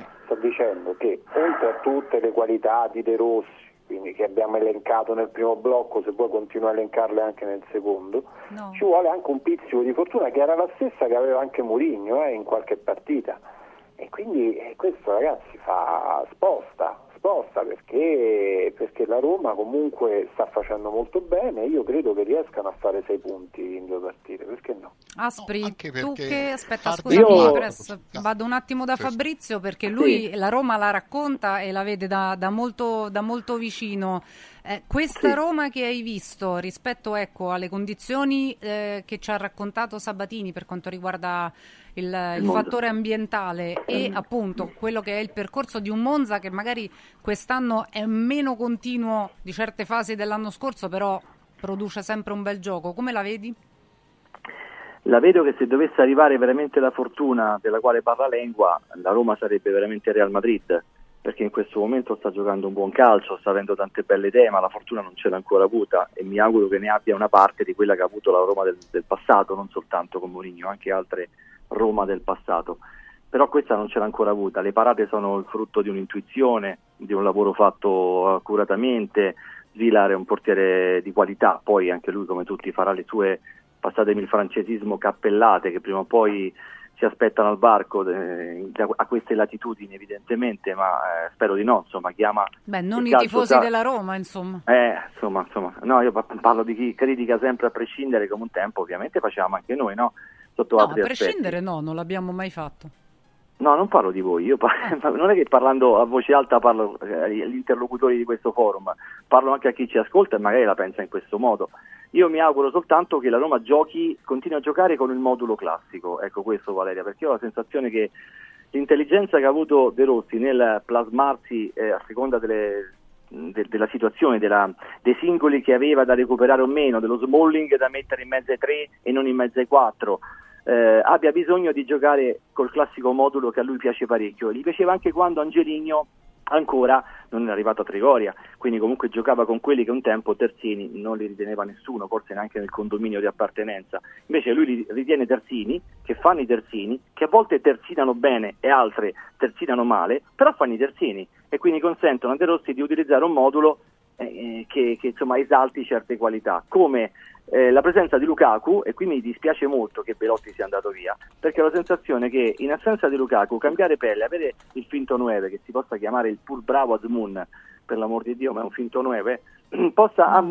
che oltre a tutte le qualità di De Rossi, quindi che abbiamo elencato nel primo blocco, se vuoi continua a elencarle anche nel secondo, ci vuole anche un pizzico di fortuna, che era la stessa che aveva anche Mourinho in qualche partita, e quindi questo, ragazzi, fa sposta perché la Roma comunque sta facendo molto bene, io credo che riescano a fare 6 punti in 2 partite, perché no? Aspri, tu che... Aspetta, scusami, vado un attimo da Fabrizio, perché lui la Roma la racconta e la vede da molto vicino. Questa Roma che hai visto rispetto alle condizioni che ci ha raccontato Sabatini per quanto riguarda il fattore ambientale e appunto quello che è il percorso di un Monza che magari quest'anno è meno continuo di certe fasi dell'anno scorso, però produce sempre un bel gioco, come la vedi? La vedo che se dovesse arrivare veramente la fortuna della quale parla Lengua, la Roma sarebbe veramente Real Madrid, perché in questo momento sta giocando un buon calcio, sta avendo tante belle idee, ma la fortuna non ce l'ha ancora avuta, e mi auguro che ne abbia una parte di quella che ha avuto la Roma del passato, non soltanto con Mourinho, anche altre Roma del passato. Però questa non ce l'ha ancora avuta. Le parate sono il frutto di un'intuizione, di un lavoro fatto accuratamente. Svilar è un portiere di qualità, poi anche lui, come tutti, farà le sue, passatemi il francesismo, cappellate che prima o poi si aspettano al varco a queste latitudini, evidentemente, ma spero di no, insomma, chiama... Beh, non i tifosi della Roma, insomma. Insomma, no, io parlo di chi critica sempre a prescindere, come un tempo ovviamente facevamo anche noi, no? Sotto altri aspetti. A prescindere no, non l'abbiamo mai fatto. No, non parlo di voi, non è che parlando a voce alta parlo agli interlocutori di questo forum, parlo anche a chi ci ascolta e magari la pensa in questo modo. Io mi auguro soltanto che la Roma continui a giocare con il modulo classico, ecco questo, Valeria, perché ho la sensazione che l'intelligenza che ha avuto De Rossi nel plasmarsi a seconda della situazione, dei singoli che aveva da recuperare o meno, dello Smalling da mettere in mezzo ai 3 e non in mezzo ai 4, abbia bisogno di giocare col classico modulo che a lui piace parecchio. Gli piaceva anche quando Angelino ancora non è arrivato a Trigoria, quindi comunque giocava con quelli che un tempo terzini non li riteneva nessuno, forse neanche nel condominio di appartenenza. Invece lui li ritiene terzini, che fanno i terzini, che a volte terzinano bene e altre terzinano male, però fanno i terzini e quindi consentono a De Rossi di utilizzare un modulo che insomma esalti certe qualità, come la presenza di Lukaku, e qui mi dispiace molto che Belotti sia andato via, perché ho la sensazione che in assenza di Lukaku cambiare pelle, avere il finto 9, che si possa chiamare il pur bravo Azmoun, per l'amor di Dio, ma è un finto 9, possa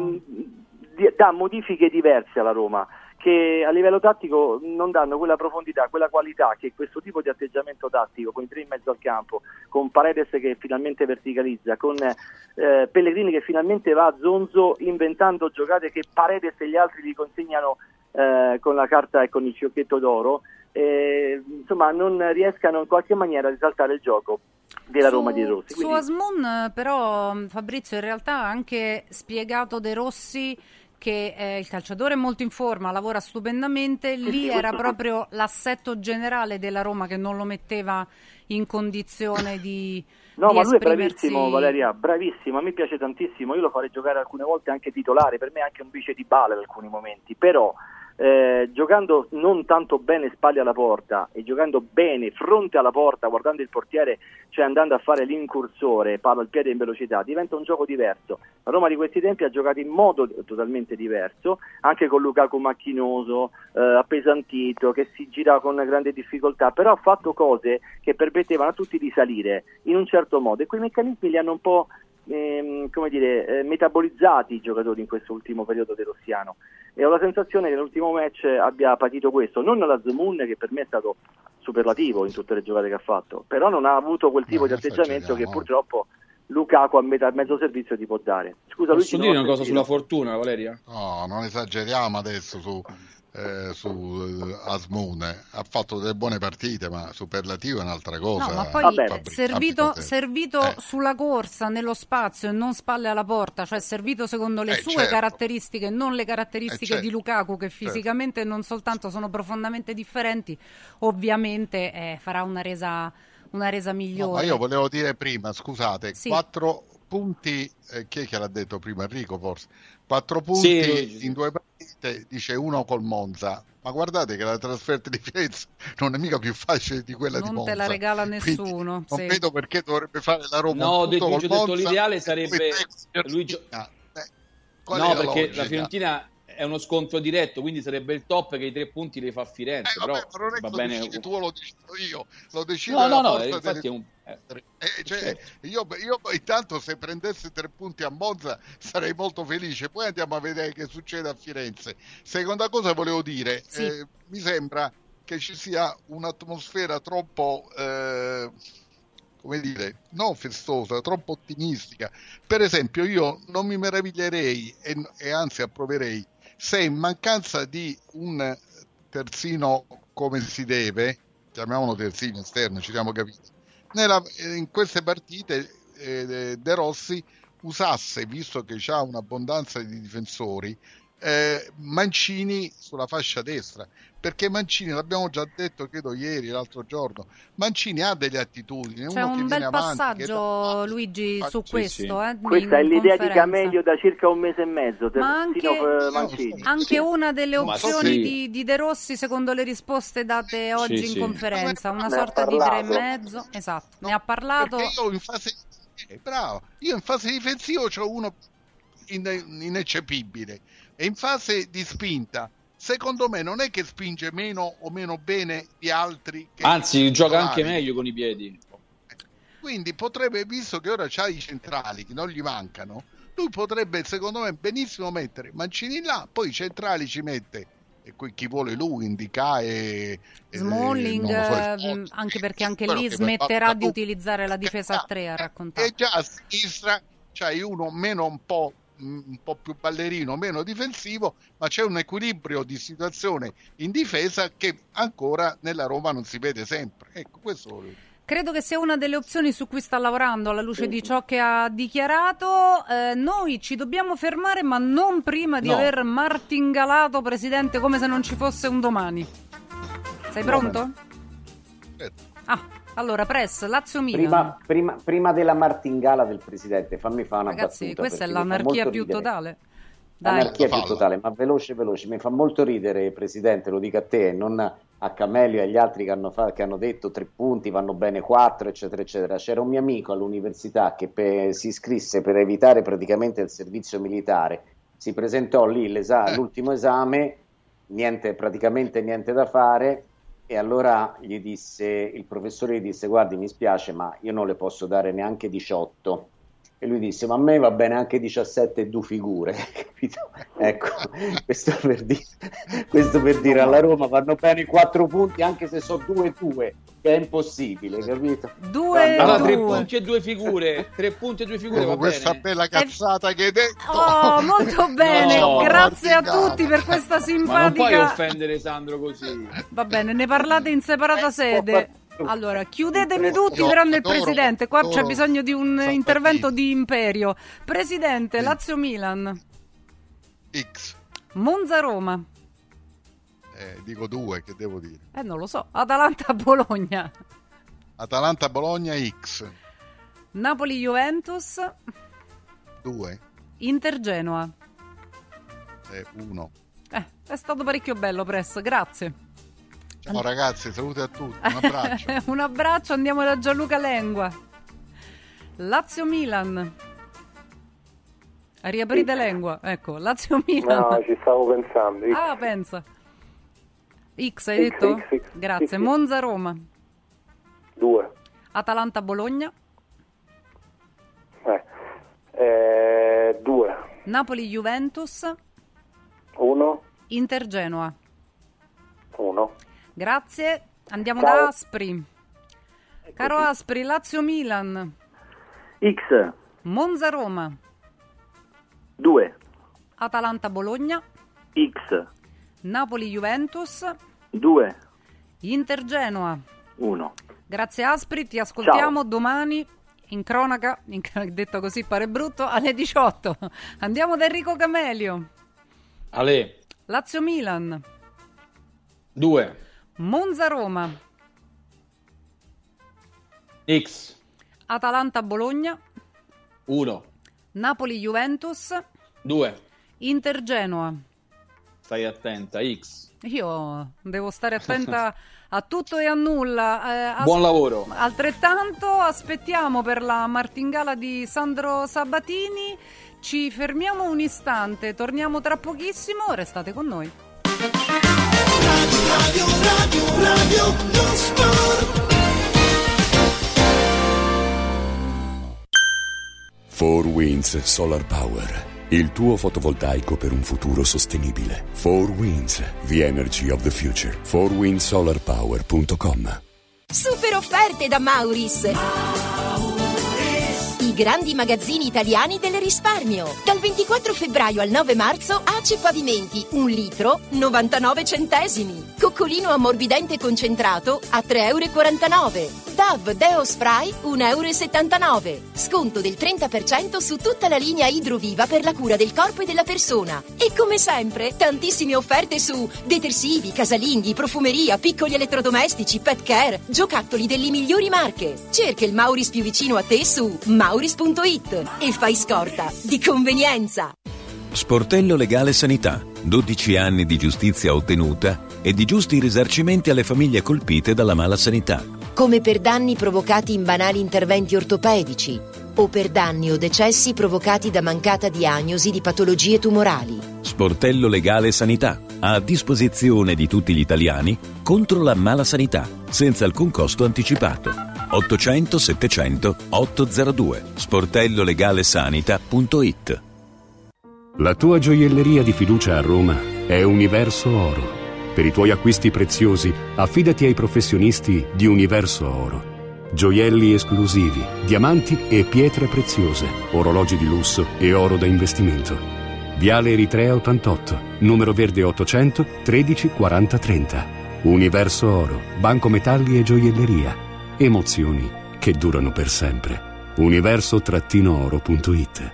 dà modifiche diverse alla Roma, che a livello tattico non danno quella profondità, quella qualità che questo tipo di atteggiamento tattico, con i 3 in mezzo al campo, con Paredes che finalmente verticalizza, con Pellegrini che finalmente va a zonzo inventando giocate che Paredes e gli altri gli consegnano con la carta e con il fiocchetto d'oro, insomma non riescano in qualche maniera a risaltare il gioco della Roma di Rossi. Su Azmoun però, Fabrizio, in realtà ha anche spiegato De Rossi che il calciatore è molto in forma, lavora stupendamente, lì era proprio l'assetto generale della Roma che non lo metteva in condizione di No, ma lui è esprimersi... bravissimo, Valeria, bravissimo, a me piace tantissimo, io lo farei giocare alcune volte anche titolare, per me anche un vice di Bale in alcuni momenti, però giocando non tanto bene spalle alla porta e giocando bene fronte alla porta, guardando il portiere, cioè andando a fare l'incursore, palla al piede in velocità, diventa un gioco diverso. La Roma di questi tempi ha giocato in modo totalmente diverso, anche con Lukaku macchinoso, appesantito, che si gira con grande difficoltà, però ha fatto cose che permettevano a tutti di salire in un certo modo, e quei meccanismi li hanno un po' metabolizzati i giocatori in questo ultimo periodo del rossiano, e ho la sensazione che nell'ultimo match abbia patito questo, non la Azmoun, che per me è stato superlativo in tutte le giocate che ha fatto, però non ha avuto quel tipo di atteggiamento che purtroppo Lukaku a mezzo servizio ti può dare. Scusa, posso dire una cosa sulla fortuna, Valeria? No, non esageriamo adesso su Asmune. Ha fatto delle buone partite, ma superlativo è un'altra cosa. No, ma poi servito sulla corsa, nello spazio e non spalle alla porta, cioè servito secondo le sue caratteristiche, non le caratteristiche di Lukaku, che fisicamente non soltanto sono profondamente differenti, ovviamente farà una resa migliore. No, ma io volevo dire prima, scusate, 4 punti, chi è che l'ha detto prima? Enrico forse? 4 punti in 2 partite, dice uno col Monza, ma guardate che la trasferta di Firenze non è mica più facile di quella di Monza. Non te la regala nessuno. Non vedo perché dovrebbe fare la Roma. No, Luigi ho detto l'ideale sarebbe Luigi. No, perché la Fiorentina è uno scontro diretto, quindi sarebbe il top che i 3 punti li fa Firenze, però non è va bene. Tu lo decido io, lo decido no, infatti è un... io intanto se prendessi 3 punti a Monza sarei molto felice, poi andiamo a vedere che succede a Firenze. Seconda cosa volevo dire, mi sembra che ci sia un'atmosfera troppo come dire, non festosa, troppo ottimistica. Per esempio io non mi meraviglierei e anzi approverei se in mancanza di un terzino come si deve, chiamiamolo terzino esterno, ci siamo capiti, in queste partite De Rossi usasse, visto che ha un'abbondanza di difensori, Mancini sulla fascia destra, perché Mancini, l'abbiamo già detto credo ieri, l'altro giorno, Mancini ha delle attitudini. C'è un bel passaggio Luigi su questo. Questa è l'idea di Camelio da circa un mese e mezzo, ma anche una delle opzioni di De Rossi secondo le risposte date oggi in conferenza, una sorta di 3,5. Esatto, ne ha parlato. Io in fase difensiva c'ho uno ineccepibile, e in fase di spinta secondo me non è che spinge meno o meno bene di altri, anzi gioca anche meglio con i piedi, quindi potrebbe, visto che ora c'ha i centrali che non gli mancano, lui potrebbe secondo me benissimo mettere Mancini là, poi i centrali ci mette chi vuole lui, Indica e Smalling, anche perché anche lì smetterà di utilizzare la difesa a 3, ha raccontato. E già a sinistra c'hai uno meno un po' più ballerino, meno difensivo, ma c'è un equilibrio di situazione in difesa che ancora nella Roma non si vede sempre. Ecco, questo volevo dire. Credo che sia una delle opzioni su cui sta lavorando alla luce di ciò che ha dichiarato. Noi ci dobbiamo fermare, ma non prima di aver martingalato, Presidente, come se non ci fosse un domani. Sei pronto? Allora, Press, Lazio-Milan. Prima della martingala del Presidente, fammi fare una battuta. Ragazzi, questa è l'anarchia più totale. L'anarchia più totale, ma veloce. Mi fa molto ridere, Presidente, lo dico a te, non a Camelio e agli altri che hanno detto 3 punti, vanno bene 4, eccetera, eccetera. C'era un mio amico all'università che si iscrisse per evitare praticamente il servizio militare, si presentò lì l'ultimo esame, praticamente niente da fare. E allora il professore gli disse: guardi, mi spiace, ma io non le posso dare neanche 18. E lui disse: ma a me va bene anche 17 e 2 figure. Capito? Ecco, questo per dire alla Roma vanno bene 4 punti anche se sono 2-2, che è impossibile, capito? 3 punti e 2 figure, 3 punti e 2 figure, va questa bene. Bella cazzata che hai detto. Oh, molto bene, grazie a tutti per questa simpatica. Ma non puoi offendere Sandro così. Va bene, ne parlate in separata sede. Allora, chiudetemi tutti tranne il Presidente. Qua c'è bisogno di un intervento di imperio. Presidente, Lazio-Milan. X. Monza-Roma. Dico 2, che devo dire? Non lo so. Atalanta-Bologna. Atalanta-Bologna X. Napoli-Juventus. 2. Inter-Genoa. 1. È stato parecchio bello, Press, grazie. Ciao ragazzi, saluti a tutti, un abbraccio. Un abbraccio, andiamo da Gianluca Lengua. Lazio-Milan. Riaprite Lengua, ecco, Lazio-Milan. No, ci stavo pensando. Pensa. X hai detto? X. Grazie. Monza-Roma. 2. Atalanta-Bologna. 2. Napoli-Juventus. 1. Inter-Genoa. 1. Grazie, andiamo da Aspri. Caro Aspri, Lazio-Milan. X. Monza-Roma. 2. Atalanta-Bologna. X. Napoli-Juventus. 2. Inter-Genoa. 1. Grazie Aspri, ti ascoltiamo domani in cronaca, detto così pare brutto, alle 18. Andiamo da Enrico Camelio. Ale. Lazio-Milan. 2. Monza-Roma. X. Atalanta-Bologna. 1. Napoli-Juventus. 2. Inter-Genoa. Stai attenta, X. Io devo stare attenta a tutto e a nulla. Buon lavoro. Altrettanto aspettiamo per la martingala di Sandro Sabatini. Ci fermiamo un istante, torniamo tra pochissimo, restate con noi. Radio lo sport. 4Winds Solar Power, il tuo fotovoltaico per un futuro sostenibile. 4Winds, the energy of the future. 4windsolarpower.com. Super offerte da Mauris. I grandi magazzini italiani del risparmio. Dal 24 febbraio al 9 marzo ACE Pavimenti 1 litro 99 centesimi. Coccolino ammorbidente concentrato a 3,49 €. DAV Deo Spray 1,79 €. Sconto del 30% su tutta la linea Idroviva per la cura del corpo e della persona. E come sempre, tantissime offerte su detersivi, casalinghi, profumeria, piccoli elettrodomestici, pet care, giocattoli delle migliori marche. Cerca il Mauris più vicino a te su mauris.it e fai scorta di convenienza. Sportello Legale Sanità. 12 anni di giustizia ottenuta e di giusti risarcimenti alle famiglie colpite dalla mala sanità. Come per danni provocati in banali interventi ortopedici o per danni o decessi provocati da mancata diagnosi di patologie tumorali. Sportello Legale Sanità. A disposizione di tutti gli italiani contro la mala sanità, senza alcun costo anticipato. 800 700 802. sportellolegalesanita.it. La tua gioielleria di fiducia a Roma è Universo Oro. Per i tuoi acquisti preziosi, affidati ai professionisti di Universo Oro. Gioielli esclusivi, diamanti e pietre preziose, orologi di lusso e oro da investimento. Viale Eritrea 88, numero verde 800 13 40 30. Universo Oro, banco metalli e gioielleria. Emozioni che durano per sempre. universo-oro.it.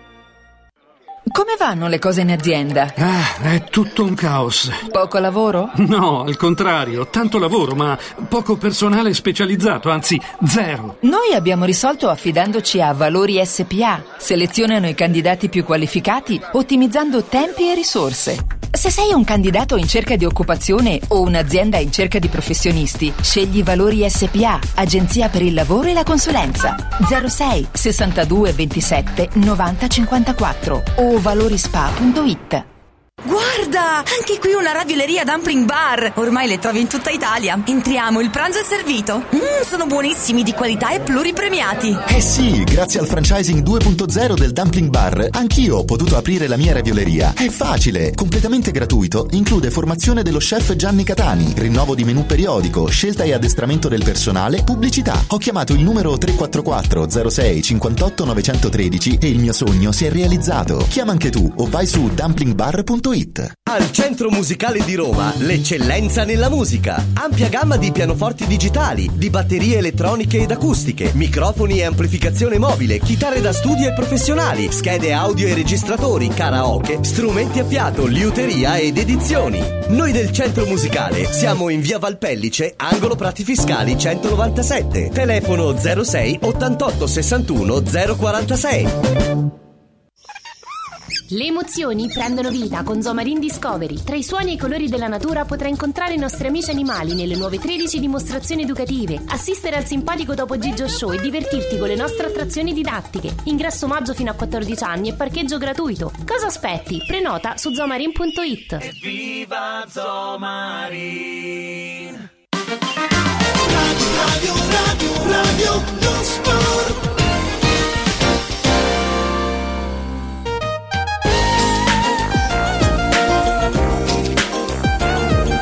Come vanno le cose in azienda? È tutto un caos. Poco lavoro? No, al contrario, tanto lavoro, ma poco personale specializzato, anzi zero. Noi abbiamo risolto affidandoci a Valori SPA. Selezionano i candidati più qualificati, ottimizzando tempi e risorse. Se sei un candidato in cerca di occupazione o un'azienda in cerca di professionisti, scegli Valori SPA, agenzia per il lavoro e la consulenza. 06 62 27 90 54 o valorispa.it. Guarda, anche qui una ravioleria Dumpling Bar. Ormai le trovi in tutta Italia. Entriamo, il pranzo è servito. Sono buonissimi, di qualità e pluripremiati. Eh sì, grazie al franchising 2.0 del Dumpling Bar, anch'io ho potuto aprire la mia ravioleria. È facile, completamente gratuito, include formazione dello chef Gianni Catani, rinnovo di menù periodico, scelta e addestramento del personale, pubblicità. Ho chiamato il numero 344 06 58 913 e il mio sogno si è realizzato. Chiama anche tu o vai su dumplingbar.it. Al Centro Musicale di Roma, l'eccellenza nella musica. Ampia gamma di pianoforti digitali, di batterie elettroniche ed acustiche, microfoni e amplificazione mobile, chitarre da studio e professionali, schede audio e registratori, karaoke, strumenti a fiato, liuteria ed edizioni. Noi del Centro Musicale siamo in via Valpellice, angolo Prati Fiscali 197. Telefono 06 88 61 046. Le emozioni prendono vita con Zomarin Discovery. Tra i suoni e i colori della natura potrai incontrare i nostri amici animali nelle nuove 13 dimostrazioni educative, assistere al simpatico Topo Gigio Show e divertirti con le nostre attrazioni didattiche. Ingresso omaggio fino a 14 anni e parcheggio gratuito. Cosa aspetti? Prenota su zomarin.it. Evviva Zomarin! Radio lo sport.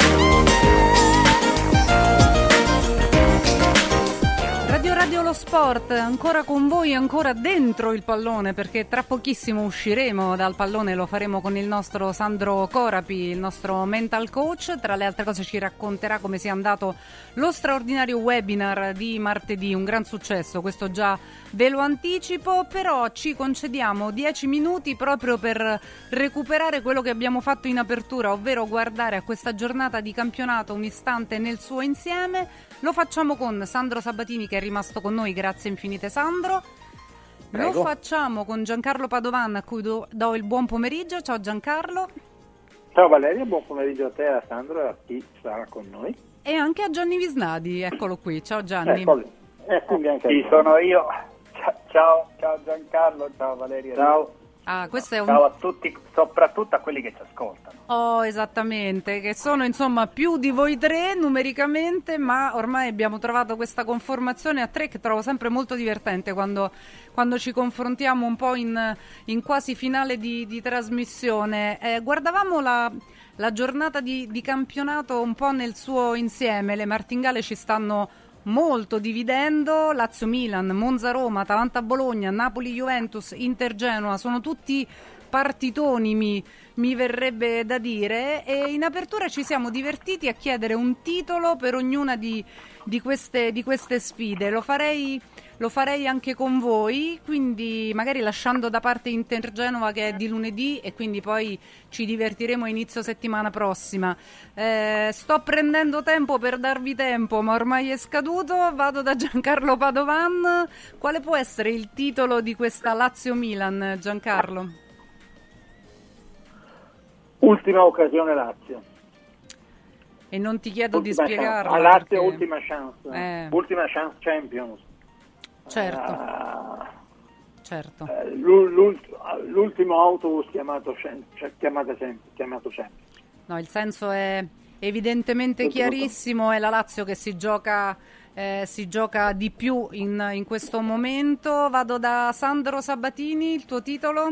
Radio lo Sport Sport, ancora con voi, ancora dentro il pallone, perché tra pochissimo usciremo dal pallone, lo faremo con il nostro Sandro Corapi, il nostro mental coach. Tra le altre cose ci racconterà come sia andato lo straordinario webinar di martedì, un gran successo, questo già ve lo anticipo, però ci concediamo 10 minuti proprio per recuperare quello che abbiamo fatto in apertura, ovvero guardare a questa giornata di campionato un istante nel suo insieme. Lo facciamo con Sandro Sabatini, che è rimasto con noi, grazie infinite Sandro. Prego. Lo facciamo con Giancarlo Padovan, a cui do il buon pomeriggio. Ciao Giancarlo. Ciao Valeria, buon pomeriggio a te, a Sandro e a chi sarà con noi. E anche a Gianni Visnadi, eccolo qui. Ciao Gianni. Quindi anche sì, sono io. Ciao Giancarlo, ciao Valeria. Ciao. Questo è ciao a tutti, soprattutto a quelli che ci ascoltano. Oh, esattamente, che sono insomma più di voi tre numericamente, ma ormai abbiamo trovato questa conformazione a tre che trovo sempre molto divertente quando ci confrontiamo un po' in quasi finale di trasmissione. Guardavamo la giornata di campionato un po' nel suo insieme, le martingale ci stanno molto dividendo, Lazio-Milan, Monza-Roma, Atalanta-Bologna, Napoli-Juventus, Inter-Genoa, sono tutti partitoni mi verrebbe da dire, e in apertura ci siamo divertiti a chiedere un titolo per ognuna di queste sfide. Lo farei anche con voi, quindi magari lasciando da parte Inter-Genova, che è di lunedì, e quindi poi ci divertiremo inizio settimana prossima. Sto prendendo tempo per darvi tempo, ma ormai è scaduto. Vado da Giancarlo Padovan. Quale può essere il titolo di questa Lazio-Milan, Giancarlo? Ultima occasione Lazio. E non ti chiedo di spiegarlo. A Lazio perché... ultima chance. Ultima chance Champions. Certo. L'ultimo autobus chiamato sempre. No, il senso è evidentemente chiarissimo, è la Lazio che si gioca di più in questo momento. Vado da Sandro Sabatini, il tuo titolo?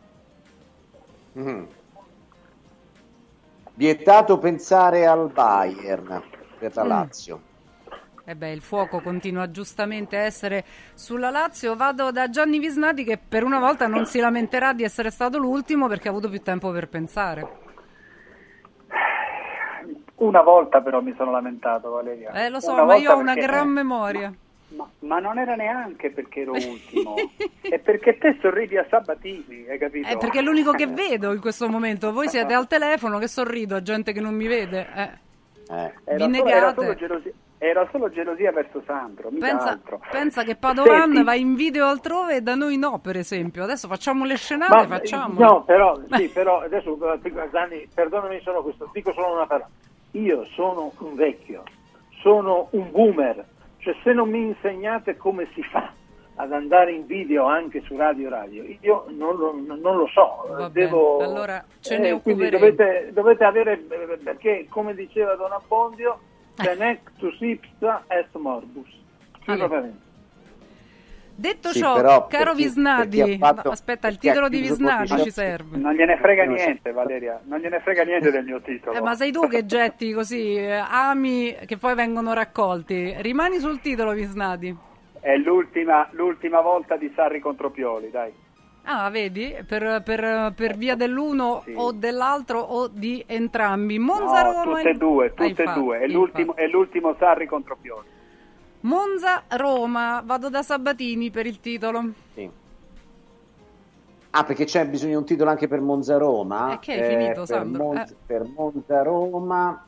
Vietato pensare al Bayern per la Lazio. Il fuoco continua giustamente a essere sulla Lazio. Vado da Gianni Visnadi, che per una volta non si lamenterà di essere stato l'ultimo perché ha avuto più tempo per pensare. Una volta però mi sono lamentato, Valeria. Lo so, ma io ho una gran memoria. Ma non era neanche perché ero ultimo, è perché te sorridi a Sabatini, hai capito? È perché è l'unico che vedo in questo momento. Voi siete al telefono, che sorrido a gente che non mi vede. Vi negate. Era solo gelosia verso Sandro, pensa che Padovan va in video altrove e da noi no, per esempio. Adesso facciamo le scenate, facciamo. No, però adesso Gianni, perdonami solo questo, dico solo una parola. Io sono un vecchio, sono un boomer, cioè se non mi insegnate come si fa ad andare in video anche su radio, io non lo so. Allora ce ne occuperemo. Quindi dovete avere, perché come diceva Don Abbondio, Tenectus ipsa est morbus. Detto ciò, caro Visnadi, aspetta, il titolo di Visnadi ci serve. Non gliene frega niente, Valeria, non gliene frega niente del mio titolo. Ma sei tu che getti così ami che poi vengono raccolti. Rimani sul titolo, Visnadi. È l'ultima volta di Sarri contro Pioli, dai. Ah, vedi? Per via dell'uno o dell'altro o di entrambi. Monza-Roma. Tutte e due. È l'ultimo Sarri contro Pioli. Monza-Roma, vado da Sabatini per il titolo. Sì. Perché c'è bisogno di un titolo anche per Monza-Roma. Che hai finito, Sandro? Per Monza-Roma...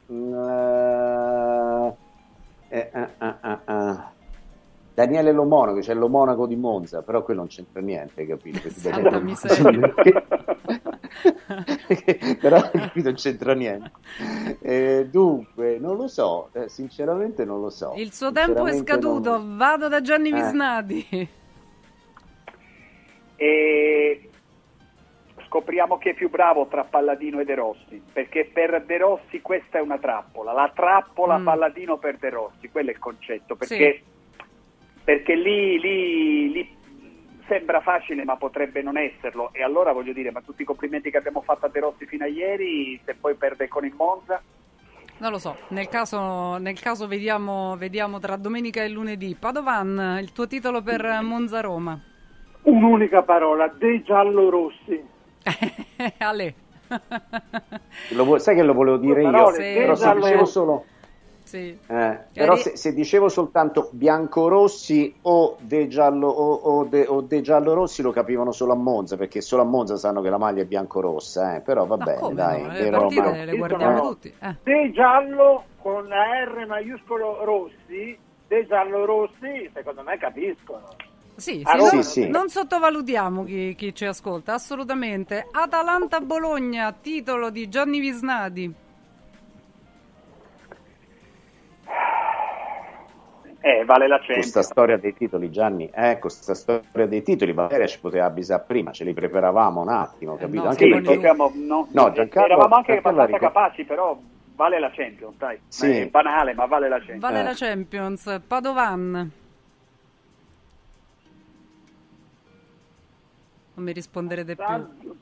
Daniele Lo Monaco, c'è Lo Monaco di Monza, però quello non c'entra niente, capito? Però qui non c'entra niente. Dunque, non lo so, sinceramente non lo so. Il suo tempo è scaduto, vado da Gianni Visnadi. E scopriamo chi è più bravo tra Palladino e De Rossi, perché per De Rossi questa è una trappola, la trappola Palladino per De Rossi, quello è il concetto, perché lì sembra facile ma potrebbe non esserlo, e allora voglio dire, ma tutti i complimenti che abbiamo fatto a De Rossi fino a ieri, se poi perde con il Monza? Non lo so, nel caso vediamo tra domenica e lunedì. Padovan, il tuo titolo per Monza-Roma? Un'unica parola, dei giallorossi. Ale. Sai che lo volevo dire io, però se dicevo solo... Sì. Però se dicevo soltanto biancorossi o de giallorossi lo capivano solo a Monza, perché solo a Monza sanno che la maglia è biancorossa, però va bene, dai, no, le partite le guardiamo tutti. De giallo con la R maiuscolo rossi, de giallorossi, secondo me capiscono. Sì, sì. Non sottovalutiamo chi ci ascolta, assolutamente. Atalanta-Bologna, titolo di Gianni Visnadi. Vale la Champions. Questa storia dei titoli, Gianni, questa storia dei titoli, Valeria ci poteva avvisare prima, ce li preparavamo un attimo, capito? Anche Giancarlo, eravamo anche abbastanza capaci, però vale la Champions, dai. Sì. È banale, ma vale la Champions. Vale la Champions. Padovan. Non mi risponderete più.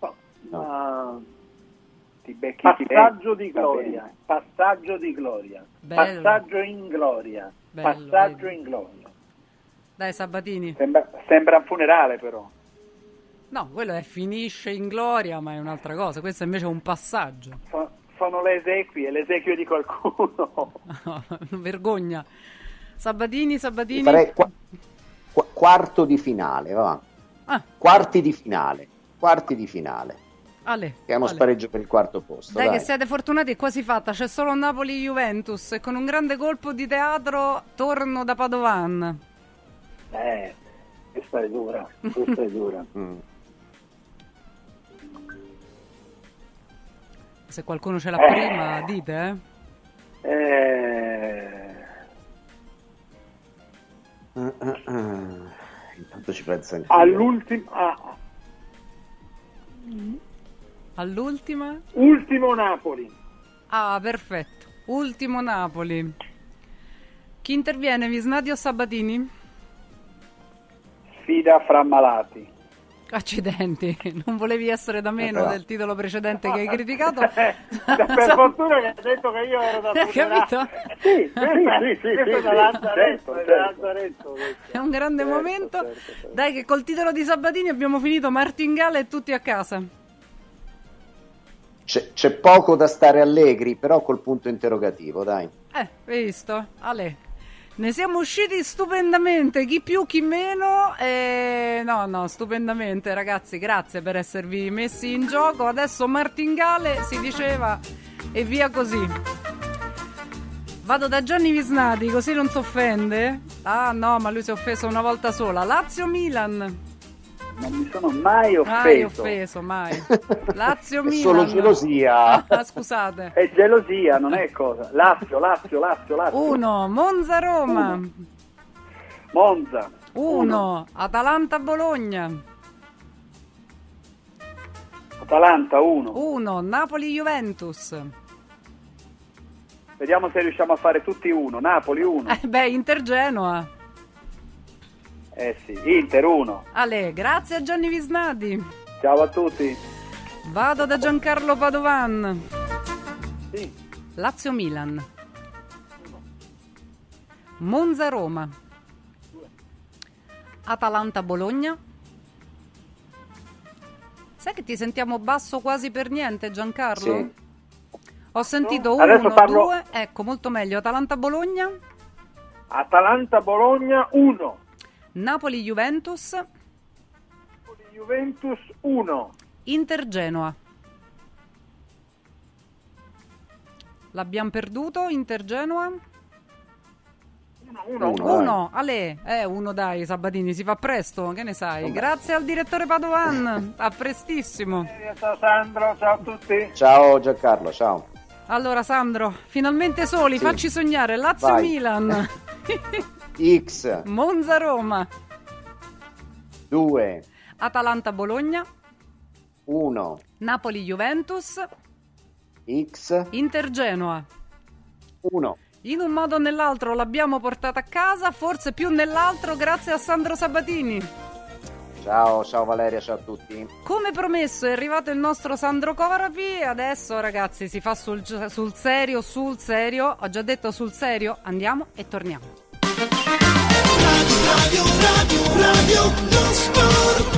Passaggio di gloria. Passaggio di gloria. Bello. Passaggio in gloria. Bello, passaggio in gloria. Dai Sabatini. Sembra un funerale però. No, quello è finisce in gloria, ma è un'altra cosa. Questo invece è un passaggio. Sono le esequie di qualcuno. Vergogna. Sabatini. Farei quarto di finale, va. Quarti di finale. Ale, che è uno spareggio per il quarto posto. Dai, che siete fortunati, è quasi fatta. C'è solo Napoli-Juventus e con un grande colpo di teatro torno da Padovan. Questa è dura. Se qualcuno ce l'ha prima, dite, Intanto ci penso anche all'ultima? Ultimo Napoli. Ah, perfetto. Ultimo Napoli. Chi interviene, Visnadi o Sabatini? Sfida fra malati. Accidenti, non volevi essere da meno del titolo precedente che hai criticato. Per fortuna che hai detto che io ero da capito? Sì, da Lazzaretto. È un grande momento. Certo. Dai, che col titolo di Sabatini abbiamo finito Martingale e tutti a casa. C'è poco da stare allegri, però col punto interrogativo, dai. Hai visto? Ale. Ne siamo usciti stupendamente, chi più chi meno, no, stupendamente ragazzi, grazie per esservi messi in gioco. Adesso Martingale si diceva e via così. Vado da Gianni Visnadi così non si offende. Ah no, ma lui si è offeso una volta sola. Lazio-Milan. Non mi sono mai offeso. Mai. Lazio-Milan. Solo gelosia. Scusate. È gelosia, non è cosa. Lazio. 1. Monza-Roma. Monza. 1. Atalanta-Bologna. Atalanta 1. 1. Napoli-Juventus. Vediamo se riusciamo a fare tutti 1. Napoli 1. Inter-Genoa. Sì, Inter 1. Ale, grazie a Gianni Visnadi. Ciao a tutti. Vado da Giancarlo Padovan. Sì. Lazio-Milan. Monza-Roma. Atalanta-Bologna. Sai che ti sentiamo basso quasi per niente, Giancarlo? Sì. Ho sentito 1, 2, ecco, molto meglio. Atalanta-Bologna. Atalanta-Bologna 1. Napoli-Juventus. Juventus 1. Inter-Genoa. L'abbiamo perduto, Inter-Genoa? 1. Ale, 1 dai, Sabatini, si fa presto, che ne sai? Grazie al direttore Padovan, a prestissimo. Ciao Sandro, ciao a tutti. Ciao Giancarlo, ciao. Allora Sandro, finalmente soli, facci sognare. Lazio-Milan. X. Monza-Roma. 2. Atalanta-Bologna. 1. Napoli-Juventus. X. Inter-Genoa. 1. In un modo o nell'altro l'abbiamo portata a casa, forse più nell'altro grazie a Sandro Sabatini. Ciao Valeria, ciao a tutti. Come promesso è arrivato il nostro Sandro Corapi. Adesso ragazzi si fa sul serio. Ho già detto sul serio. Andiamo e torniamo. Radio lo sport.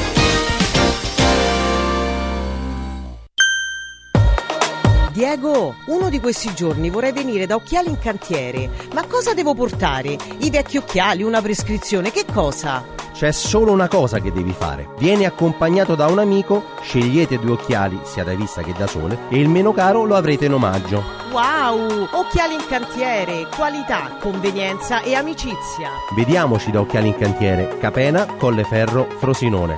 Diego, uno di questi giorni vorrei venire da Occhiali in Cantiere. Ma cosa devo portare? I vecchi occhiali, una prescrizione, che cosa? C'è solo una cosa che devi fare. Vieni accompagnato da un amico, scegliete 2 occhiali, sia da vista che da sole, e il meno caro lo avrete in omaggio. Wow! Occhiali in Cantiere, qualità, convenienza e amicizia. Vediamoci da Occhiali in Cantiere, Capena, Colleferro, Frosinone.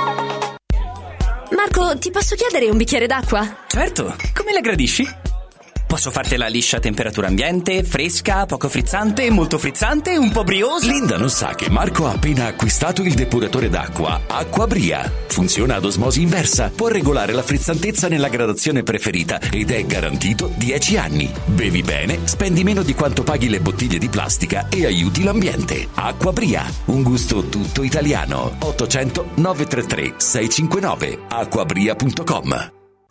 Marco, ti posso chiedere un bicchiere d'acqua? Certo, come la gradisci? Posso fartela liscia a temperatura ambiente, fresca, poco frizzante, molto frizzante, un po' briosa? Linda non sa che Marco ha appena acquistato il depuratore d'acqua Acquabria. Funziona ad osmosi inversa, può regolare la frizzantezza nella gradazione preferita ed è garantito 10 anni. Bevi bene, spendi meno di quanto paghi le bottiglie di plastica e aiuti l'ambiente. Acquabria, un gusto tutto italiano. 800 933 659 acquabria.com.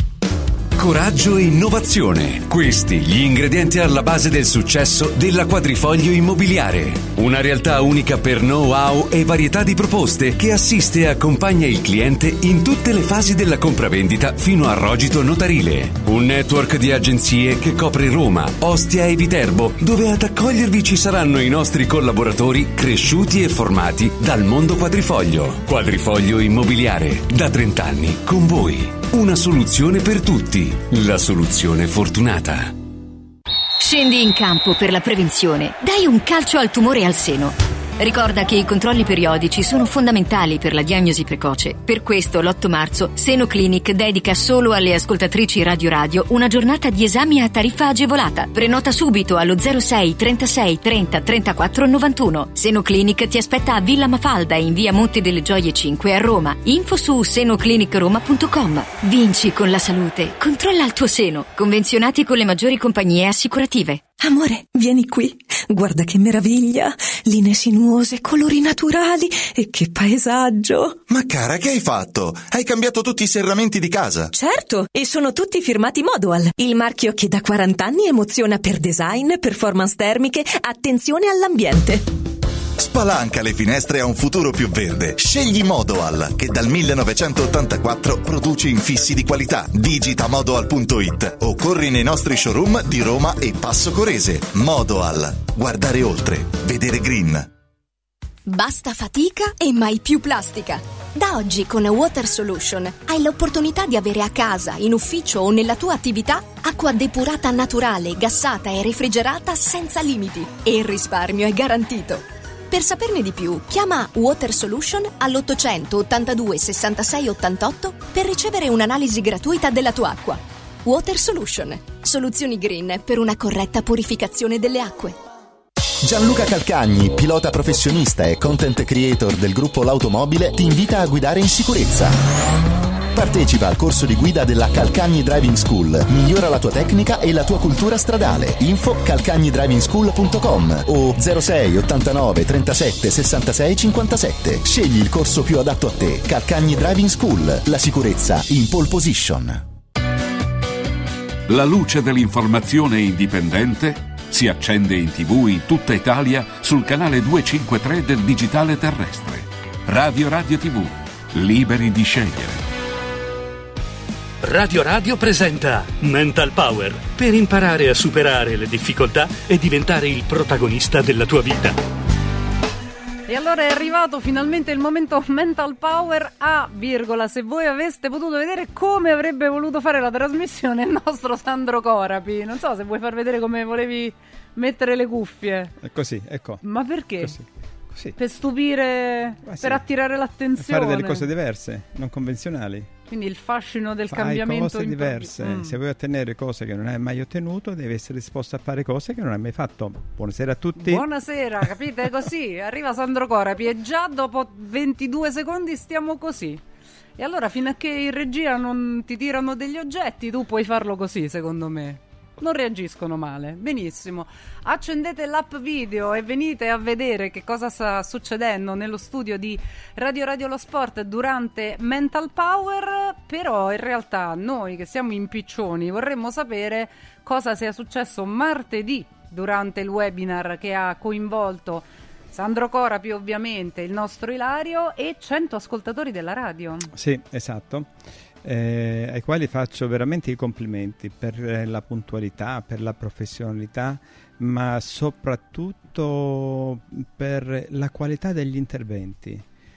Coraggio e innovazione. Questi gli ingredienti alla base del successo della Quadrifoglio Immobiliare. Una realtà unica per know-how e varietà di proposte che assiste e accompagna il cliente in tutte le fasi della compravendita fino a rogito notarile. Un network di agenzie che copre Roma, Ostia e Viterbo, dove ad accogliervi ci saranno i nostri collaboratori cresciuti e formati dal mondo Quadrifoglio. Quadrifoglio Immobiliare, da 30 anni con voi. Una soluzione per tutti. La soluzione fortunata. Scendi in campo per la prevenzione. Dai un calcio al tumore al seno. Ricorda che i controlli periodici sono fondamentali per la diagnosi precoce. Per questo l'8 marzo Seno Clinic dedica solo alle ascoltatrici Radio una giornata di esami a tariffa agevolata. Prenota subito allo 06 36 30 34 91. Seno Clinic ti aspetta a Villa Mafalda in via Monte delle Gioie 5 a Roma. Info su senoclinicroma.com. Vinci con la salute. Controlla il tuo seno. Convenzionati con le maggiori compagnie assicurative. Amore, vieni qui. Guarda che meraviglia. Linee sinuose, colori naturali e che paesaggio. Ma cara, che hai fatto? Hai cambiato tutti i serramenti di casa? Certo, e sono tutti firmati Modoal, il marchio che da 40 anni emoziona per design, performance termiche, attenzione all'ambiente. Spalanca le finestre a un futuro più verde. Scegli Modoal, che dal 1984 produce infissi di qualità. Digita modoal.it o corri nei nostri showroom di Roma e Passo Corese. Modoal. Guardare oltre. Vedere green. Basta fatica e mai più plastica. Da oggi con Water Solution hai l'opportunità di avere a casa, in ufficio o nella tua attività acqua depurata naturale, gassata e refrigerata senza limiti. E il risparmio è garantito. Per saperne di più, chiama Water Solution all'800 82 66 88 per ricevere un'analisi gratuita della tua acqua. Water Solution, soluzioni green per una corretta purificazione delle acque. Gianluca Calcagni, pilota professionista e content creator del gruppo L'Automobile, ti invita a guidare in sicurezza. Partecipa al corso di guida della Calcagni Driving School. Migliora la tua tecnica e la tua cultura stradale. Info calcagnidrivingschool.com o 06 89 37 66 57. Scegli il corso più adatto a te. Calcagni Driving School. La sicurezza in pole position. La luce dell'informazione indipendente si accende in TV in tutta Italia sul canale 253 del digitale terrestre. Radio TV. Liberi di scegliere. Radio presenta Mental Power per imparare a superare le difficoltà e diventare il protagonista della tua vita. E allora è arrivato finalmente il momento Mental Power se voi aveste potuto vedere come avrebbe voluto fare la trasmissione il nostro Sandro Corapi. Non so se vuoi far vedere come volevi mettere le cuffie. È così, ecco. Ma perché? Così. Per stupire, per attirare l'attenzione. Fare delle cose diverse, non convenzionali. Quindi il fascino del Fai cambiamento. Cose diverse. Se vuoi ottenere cose che non hai mai ottenuto, devi essere disposto a fare cose che non hai mai fatto. Buonasera a tutti. Buonasera, capite? Così arriva Sandro Corapi e già dopo 22 secondi stiamo così. E allora fino a che in regia non ti tirano degli oggetti tu puoi farlo così, secondo me. Non reagiscono male, benissimo. Accendete l'app video e venite a vedere che cosa sta succedendo nello studio di Radio Lo Sport durante Mental Power. Però in realtà noi che siamo impiccioni vorremmo sapere cosa sia successo martedì durante il webinar che ha coinvolto Sandro Corapi, ovviamente, il nostro Ilario e 100 ascoltatori della radio. Sì, esatto. Ai quali faccio veramente i complimenti per la puntualità, per la professionalità, ma soprattutto per la qualità degli interventi,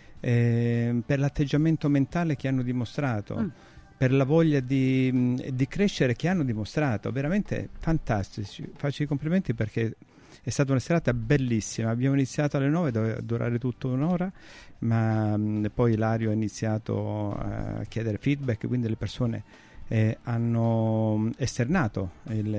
per l'atteggiamento mentale che hanno dimostrato, per la voglia di crescere che hanno dimostrato. Veramente fantastici. Faccio i complimenti perché è stata una serata bellissima. Abbiamo iniziato alle 9, doveva durare tutta un'ora, ma poi Ilario ha iniziato a chiedere feedback, quindi le persone hanno esternato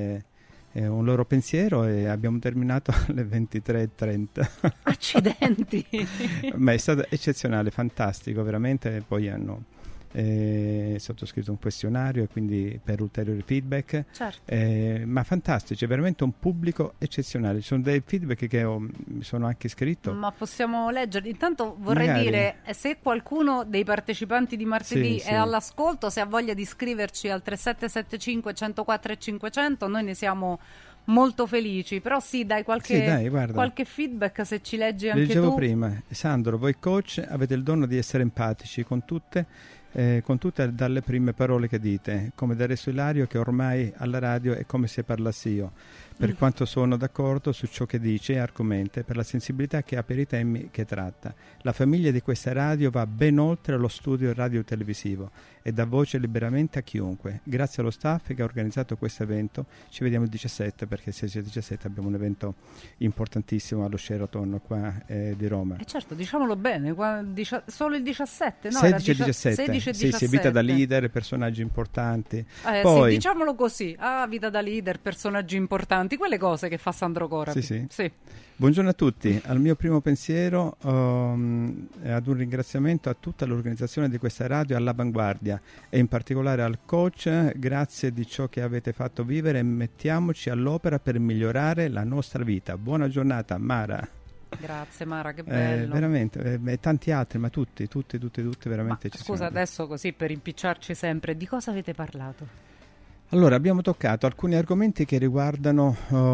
un loro pensiero e abbiamo terminato alle 23:30. Accidenti! Ma è stato eccezionale, fantastico, veramente. Poi hanno sottoscritto un questionario e quindi per ulteriori feedback, certo. Ma fantastici, è veramente un pubblico eccezionale. Ci sono dei feedback che mi sono anche scritto, ma possiamo leggerli. Intanto vorrei magari dire, se qualcuno dei partecipanti di martedì Sì, è all'ascolto, se ha voglia di iscriverci al 3775 104 e 500, noi ne siamo molto felici. Però sì, dai, qualche feedback, se ci leggi anche tu. Leggevo prima: Sandro, voi coach avete il dono di essere empatici con tutte dalle prime parole che dite, come del resto Ilario, che ormai alla radio è come se parlassi io, per quanto sono d'accordo su ciò che dice e argomenta, per la sensibilità che ha per i temi che tratta. La famiglia di questa radio va ben oltre lo studio radio-televisivo e dà voce liberamente a chiunque. Grazie allo staff che ha organizzato questo evento. Ci vediamo il 17, perché se c'è il 17 abbiamo un evento importantissimo allo Sheraton qua di Roma. Certo, diciamolo bene, solo il 17, no? 16 e 17. 16 e 17. Sì, vita da leader, personaggi importanti. Poi, sì, diciamolo così, vita da leader, personaggi importanti, quelle cose che fa Sandro Corapi. Sì. Buongiorno a tutti. Al mio primo pensiero ad un ringraziamento a tutta l'organizzazione di questa radio, all'Avanguardia e in particolare al coach. Grazie di ciò che avete fatto vivere e mettiamoci all'opera per migliorare la nostra vita. Buona giornata, Mara. Grazie Mara, che bello. Veramente, e tanti altri, ma tutti veramente eccezionali. Scusa, adesso così per impicciarci sempre, di cosa avete parlato? Allora, abbiamo toccato alcuni argomenti che riguardano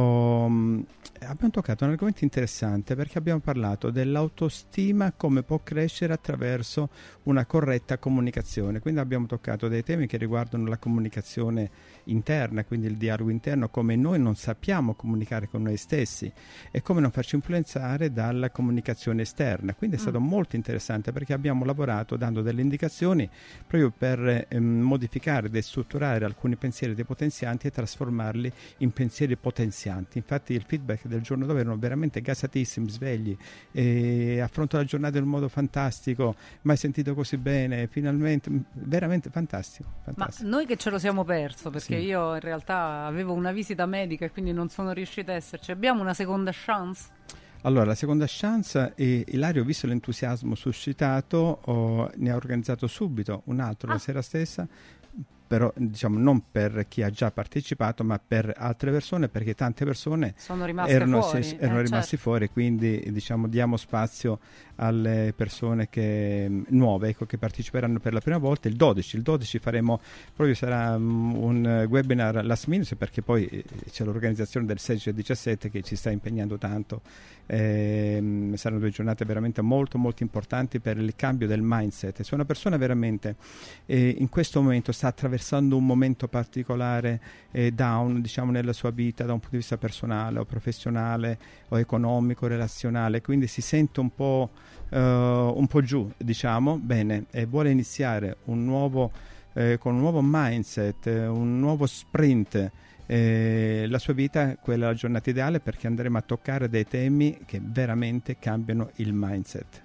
abbiamo toccato un argomento interessante, perché abbiamo parlato dell'autostima, come può crescere attraverso una corretta comunicazione. Quindi abbiamo toccato dei temi che riguardano la comunicazione interna, quindi il dialogo interno, come noi non sappiamo comunicare con noi stessi e come non farci influenzare dalla comunicazione esterna. Quindi è stato molto interessante, perché abbiamo lavorato dando delle indicazioni proprio per modificare, destrutturare alcuni pensieri depotenzianti e trasformarli in pensieri potenzianti. Infatti il feedback del giorno dopo erano veramente gasatissimi, svegli, e affronto la giornata in un modo fantastico, mai sentito così bene, finalmente, veramente fantastico. Ma noi che ce lo siamo perso, perché io in realtà avevo una visita medica e quindi non sono riuscita a esserci. Abbiamo una seconda chance? Allora, la seconda chance, Ilario, visto l'entusiasmo suscitato, ne ha organizzato subito un altro la sera stessa, però diciamo non per chi ha già partecipato, ma per altre persone, perché tante persone erano rimasti fuori, quindi diciamo diamo spazio alle persone nuove, che parteciperanno per la prima volta. Il 12 faremo proprio, sarà un webinar last minute, perché poi c'è l'organizzazione del 16 e 17 che ci sta impegnando tanto. Saranno 2 giornate veramente molto molto importanti per il cambio del mindset. Se una persona veramente in questo momento sta attraversando un momento particolare down, diciamo, nella sua vita, da un punto di vista personale o professionale o economico, relazionale, quindi si sente un po' giù, diciamo, bene, e vuole iniziare con un nuovo mindset, un nuovo sprint, la sua vita, quella è la giornata ideale, perché andremo a toccare dei temi che veramente cambiano il mindset.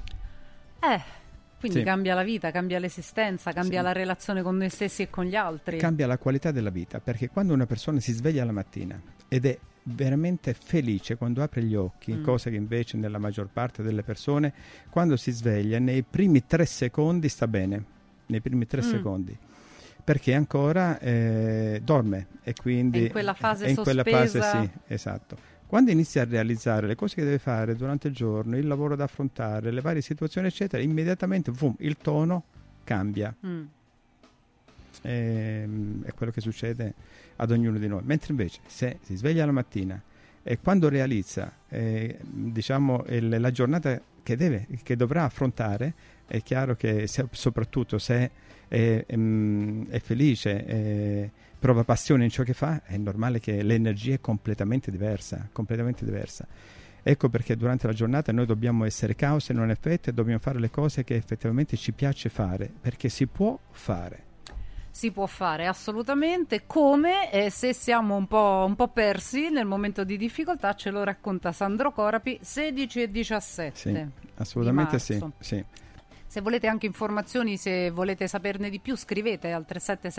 Quindi cambia la vita, cambia l'esistenza, cambia la relazione con noi stessi e con gli altri. Cambia la qualità della vita, perché quando una persona si sveglia la mattina ed è veramente felice quando apre gli occhi, cosa che invece nella maggior parte delle persone, quando si sveglia nei primi 3 secondi sta bene, nei primi 3 secondi. perché ancora dorme e quindi è in quella fase è in sospesa. quella fase, sì, esatto. Quando inizia a realizzare le cose che deve fare durante il giorno, il lavoro da affrontare, le varie situazioni eccetera, immediatamente il tono cambia. È quello che succede ad ognuno di noi. Mentre invece se si sveglia la mattina e quando realizza diciamo la giornata che dovrà affrontare, è chiaro che soprattutto se è felice, prova passione in ciò che fa, è normale che l'energia è completamente diversa. Ecco perché durante la giornata noi dobbiamo essere causa e non effetto, e dobbiamo fare le cose che effettivamente ci piace fare, perché si può fare. Si può fare assolutamente, come se siamo un po' persi nel momento di difficoltà, ce lo racconta Sandro Corapi, 16 e 17. Sì, assolutamente sì. Se volete anche informazioni, se volete saperne di più, scrivete al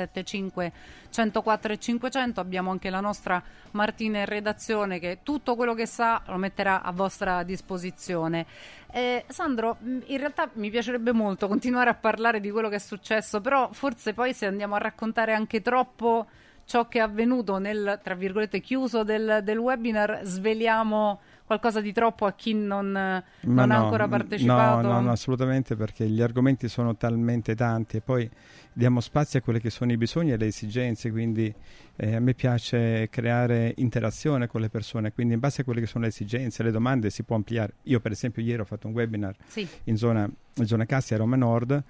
3775 104 e 500. Abbiamo anche la nostra Martina in redazione che tutto quello che sa lo metterà a vostra disposizione. Sandro, in realtà mi piacerebbe molto continuare a parlare di quello che è successo, però forse poi se andiamo a raccontare anche troppo ciò che è avvenuto nel, tra virgolette, chiuso del webinar, sveliamo qualcosa di troppo a chi non ha ancora partecipato? No, assolutamente, perché gli argomenti sono talmente tanti e poi diamo spazio a quelli che sono i bisogni e le esigenze, quindi a me piace creare interazione con le persone, quindi in base a quelle che sono le esigenze, le domande si può ampliare. Io per esempio ieri ho fatto un webinar in zona Cassia, Roma Nord.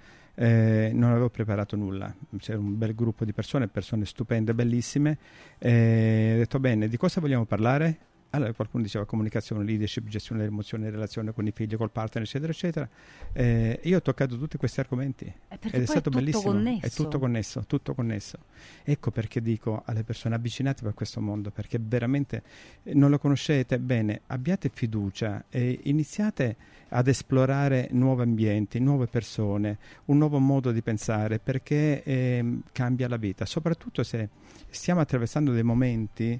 Non avevo preparato nulla, c'era un bel gruppo di persone stupende, bellissime, ho detto bene, di cosa vogliamo parlare? Allora qualcuno diceva comunicazione, leadership, gestione delle emozioni, relazione con i figli, col partner, eccetera eccetera. Io ho toccato tutti questi argomenti ed è stato bellissimo, è tutto connesso. Ecco perché dico alle persone: avvicinatevi a questo mondo, perché veramente non lo conoscete bene, abbiate fiducia e iniziate ad esplorare nuovi ambienti, nuove persone, un nuovo modo di pensare, perché cambia la vita, soprattutto se stiamo attraversando dei momenti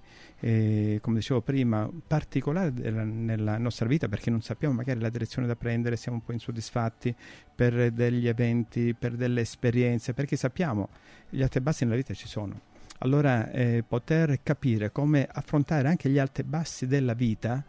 come dicevo prima, particolari nella nostra vita, perché non sappiamo magari la direzione da prendere, siamo un po' insoddisfatti per degli eventi, per delle esperienze, perché sappiamo gli alti e bassi nella vita ci sono. Allora poter capire come affrontare anche gli alti e bassi della vita,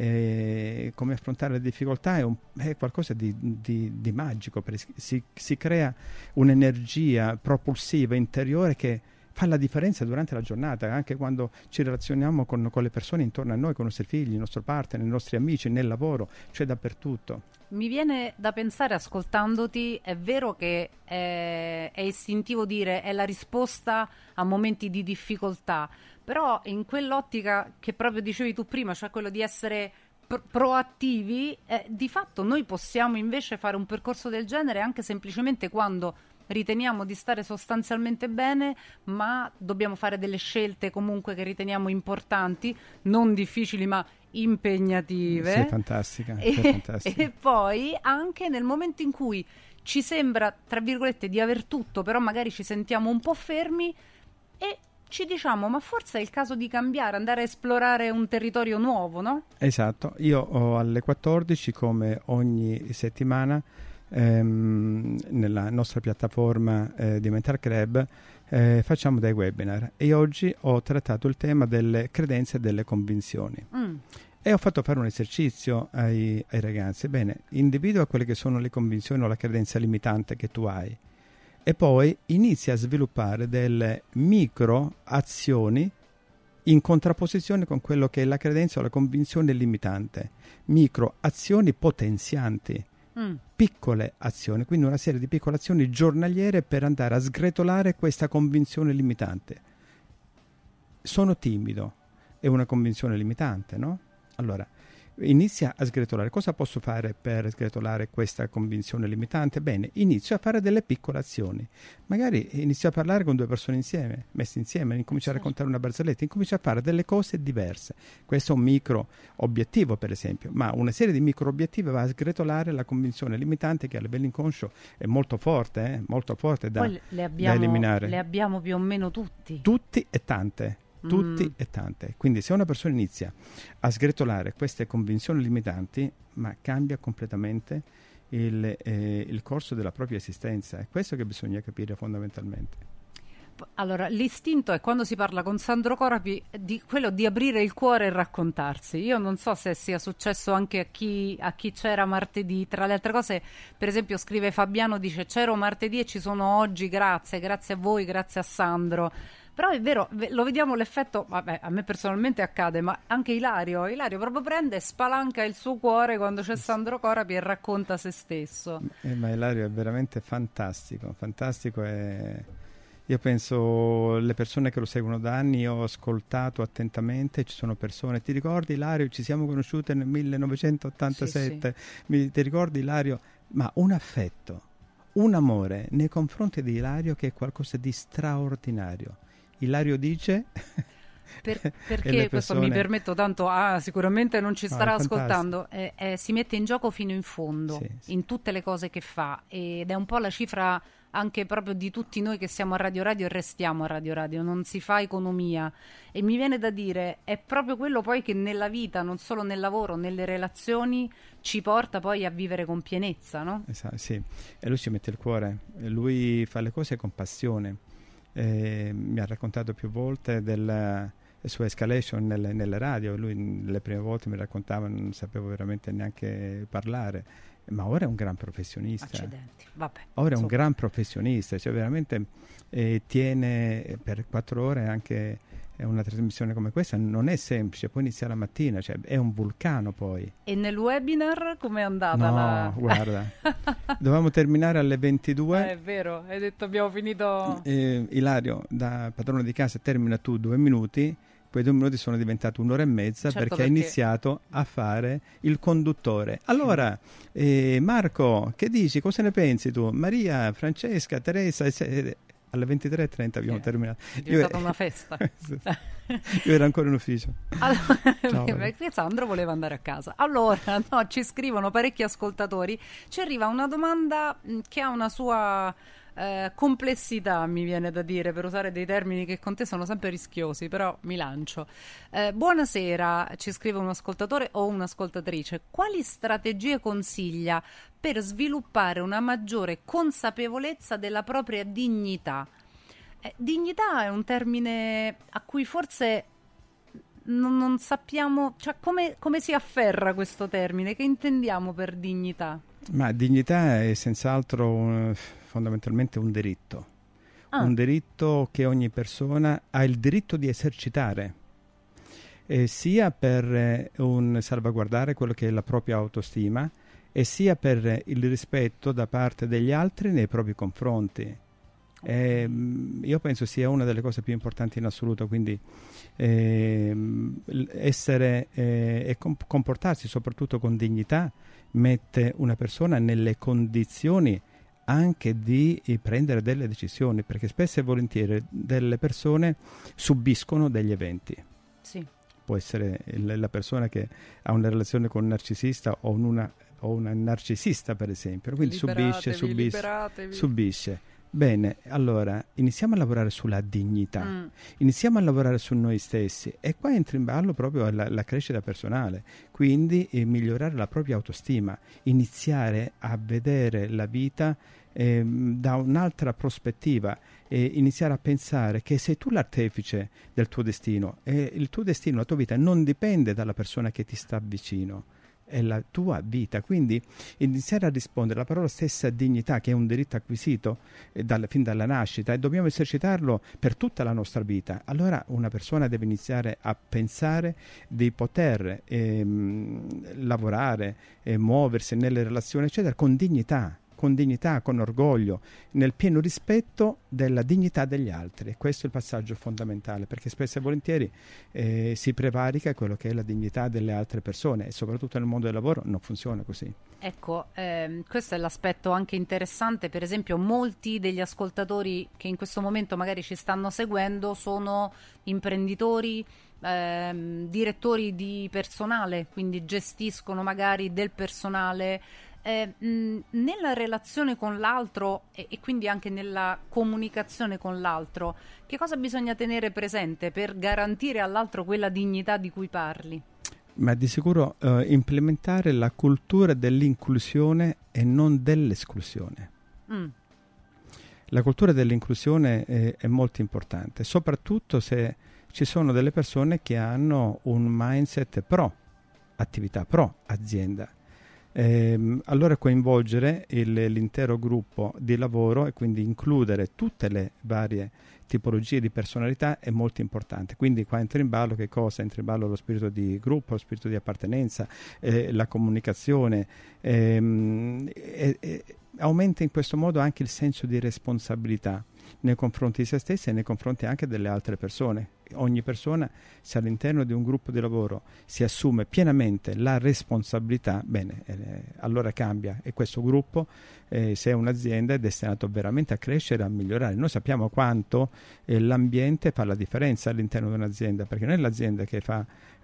come affrontare le difficoltà è qualcosa di magico, perché si crea un'energia propulsiva interiore che fa la differenza durante la giornata, anche quando ci relazioniamo con le persone intorno a noi, con i nostri figli, il nostro partner, i nostri amici, nel lavoro, cioè dappertutto. Mi viene da pensare, ascoltandoti, è vero che è istintivo dire è la risposta a momenti di difficoltà, però in quell'ottica che proprio dicevi tu prima, cioè quello di essere proattivi, di fatto noi possiamo invece fare un percorso del genere anche semplicemente quando riteniamo di stare sostanzialmente bene, ma dobbiamo fare delle scelte comunque che riteniamo importanti, non difficili ma impegnative. Sei fantastica. E poi anche nel momento in cui ci sembra, tra virgolette, di aver tutto, però magari ci sentiamo un po' fermi e ci diciamo, ma forse è il caso di cambiare, andare a esplorare un territorio nuovo, no? Esatto. Io ho alle 14, come ogni settimana, nella nostra piattaforma di Mental Club facciamo dei webinar e oggi ho trattato il tema delle credenze e delle convinzioni e ho fatto fare un esercizio ai ragazzi. Bene, individua quelle che sono le convinzioni o la credenza limitante che tu hai e poi inizia a sviluppare delle micro azioni in contrapposizione con quello che è la credenza o la convinzione limitante, micro azioni potenzianti, piccole azioni, quindi una serie di piccole azioni giornaliere per andare a sgretolare questa convinzione limitante. Sono timido, è una convinzione limitante, no? Allora, inizia a sgretolare. Cosa posso fare per sgretolare questa convinzione limitante? Bene, inizio a fare delle piccole azioni. Magari inizio a parlare con due persone insieme, messe insieme, incomincio a raccontare una barzelletta, incomincio a fare delle cose diverse. Questo è un micro obiettivo, per esempio, ma una serie di micro obiettivi va a sgretolare la convinzione limitante che a livello inconscio è molto forte da eliminare. Le abbiamo più o meno tutti. Tutti e tante. Tutti e tante. Quindi se una persona inizia a sgretolare queste convinzioni limitanti, ma cambia completamente il corso della propria esistenza. È questo che bisogna capire fondamentalmente. Allora, l'istinto è, quando si parla con Sandro Corapi, quello di aprire il cuore e raccontarsi. Io non so se sia successo anche a chi c'era martedì. Tra le altre cose, per esempio, scrive Fabiano, dice: c'ero martedì e ci sono oggi, grazie a voi, grazie a Sandro. Però è vero, lo vediamo l'effetto, vabbè, a me personalmente accade, ma anche Ilario proprio prende e spalanca il suo cuore quando c'è Sandro Corapi e racconta se stesso. Ma Ilario è veramente fantastico e io penso, le persone che lo seguono da anni, ho ascoltato attentamente, ci sono persone, ti ricordi Ilario, ci siamo conosciute nel 1987, sì. Ti ricordi Ilario? Ma un affetto, un amore nei confronti di Ilario che è qualcosa di straordinario. Ilario dice... Perché questo mi permetto, tanto sicuramente non ci starà ascoltando, si mette in gioco fino in fondo, in tutte le cose che fa, ed è un po' la cifra anche proprio di tutti noi che siamo a Radio Radio e restiamo a Radio Radio, non si fa economia, e mi viene da dire, è proprio quello poi che nella vita, non solo nel lavoro, nelle relazioni, ci porta poi a vivere con pienezza, no? Esatto, sì, e lui ci mette il cuore, lui fa le cose con passione. Mi ha raccontato più volte della sua escalation nelle radio. Lui le prime volte mi raccontava, non sapevo veramente neanche parlare, ma ora è un gran professionista. Accidenti, vabbè. Ora è un gran professionista, cioè veramente tiene per 4 ore anche una trasmissione come questa, non è semplice, poi inizia la mattina, cioè è un vulcano poi. E nel webinar com'è andata? No, guarda, dovevamo terminare alle 22. È vero, hai detto abbiamo finito. Ilario, da padrone di casa, termina tu 2 minuti, quei 2 minuti sono diventati 1 ora e mezza, certo, perché hai iniziato a fare il conduttore. Allora, Marco, che dici? Cosa ne pensi tu? Maria, Francesca, Teresa, alle 23:30 abbiamo terminato. È diventata una festa. Io ero ancora in ufficio. Allora, perché Sandro voleva andare a casa. Allora, no, ci scrivono parecchi ascoltatori. Ci arriva una domanda che ha una sua complessità, mi viene da dire, per usare dei termini che con te sono sempre rischiosi, però mi lancio. Buonasera, ci scrive un ascoltatore o un'ascoltatrice. Quali strategie consiglia per sviluppare una maggiore consapevolezza della propria dignità? Dignità è un termine a cui forse non sappiamo, cioè come si afferra questo termine, che intendiamo per dignità? Ma dignità è senz'altro fondamentalmente un diritto, un diritto che ogni persona ha il diritto di esercitare, sia per salvaguardare quello che è la propria autostima, e sia per il rispetto da parte degli altri nei propri confronti. Io penso sia una delle cose più importanti in assoluto, quindi essere e comportarsi soprattutto con dignità mette una persona nelle condizioni anche di prendere delle decisioni, perché spesso e volentieri delle persone subiscono degli eventi. Sì. Può essere la persona che ha una relazione con un narcisista o una narcisista, per esempio, quindi subisce. Bene, allora iniziamo a lavorare sulla dignità, iniziamo a lavorare su noi stessi, e qua entra in ballo proprio la crescita personale, quindi migliorare la propria autostima, iniziare a vedere la vita da un'altra prospettiva, e iniziare a pensare che sei tu l'artefice del tuo destino, e il tuo destino, la tua vita non dipende dalla persona che ti sta vicino, è la tua vita. Quindi iniziare a rispondere, la parola stessa dignità, che è un diritto acquisito fin dalla nascita, e dobbiamo esercitarlo per tutta la nostra vita. Allora una persona deve iniziare a pensare di poter lavorare, muoversi nelle relazioni eccetera con dignità, con orgoglio, nel pieno rispetto della dignità degli altri. Questo è il passaggio fondamentale, perché spesso e volentieri si prevarica quello che è la dignità delle altre persone, e soprattutto nel mondo del lavoro non funziona così. Ecco, questo è l'aspetto anche interessante. Per esempio, molti degli ascoltatori che in questo momento magari ci stanno seguendo sono imprenditori, direttori di personale, quindi gestiscono magari del personale. Nella relazione con l'altro e quindi anche nella comunicazione con l'altro, che cosa bisogna tenere presente per garantire all'altro quella dignità di cui parli? Ma di sicuro implementare la cultura dell'inclusione e non dell'esclusione. La cultura dell'inclusione è molto importante, soprattutto se ci sono delle persone che hanno un mindset pro attività, pro azienda. Allora coinvolgere l'intero gruppo di lavoro e quindi includere tutte le varie tipologie di personalità è molto importante. Quindi qua entra in ballo che cosa? Entra in ballo lo spirito di gruppo, lo spirito di appartenenza, la comunicazione, aumenta in questo modo anche il senso di responsabilità nei confronti di se stessi e nei confronti anche delle altre persone. Ogni persona, se all'interno di un gruppo di lavoro si assume pienamente la responsabilità, bene, allora cambia, e questo gruppo, se è un'azienda, è destinato veramente a crescere, a migliorare. Noi sappiamo quanto l'ambiente fa la differenza all'interno di un'azienda, perché non è l'azienda che fa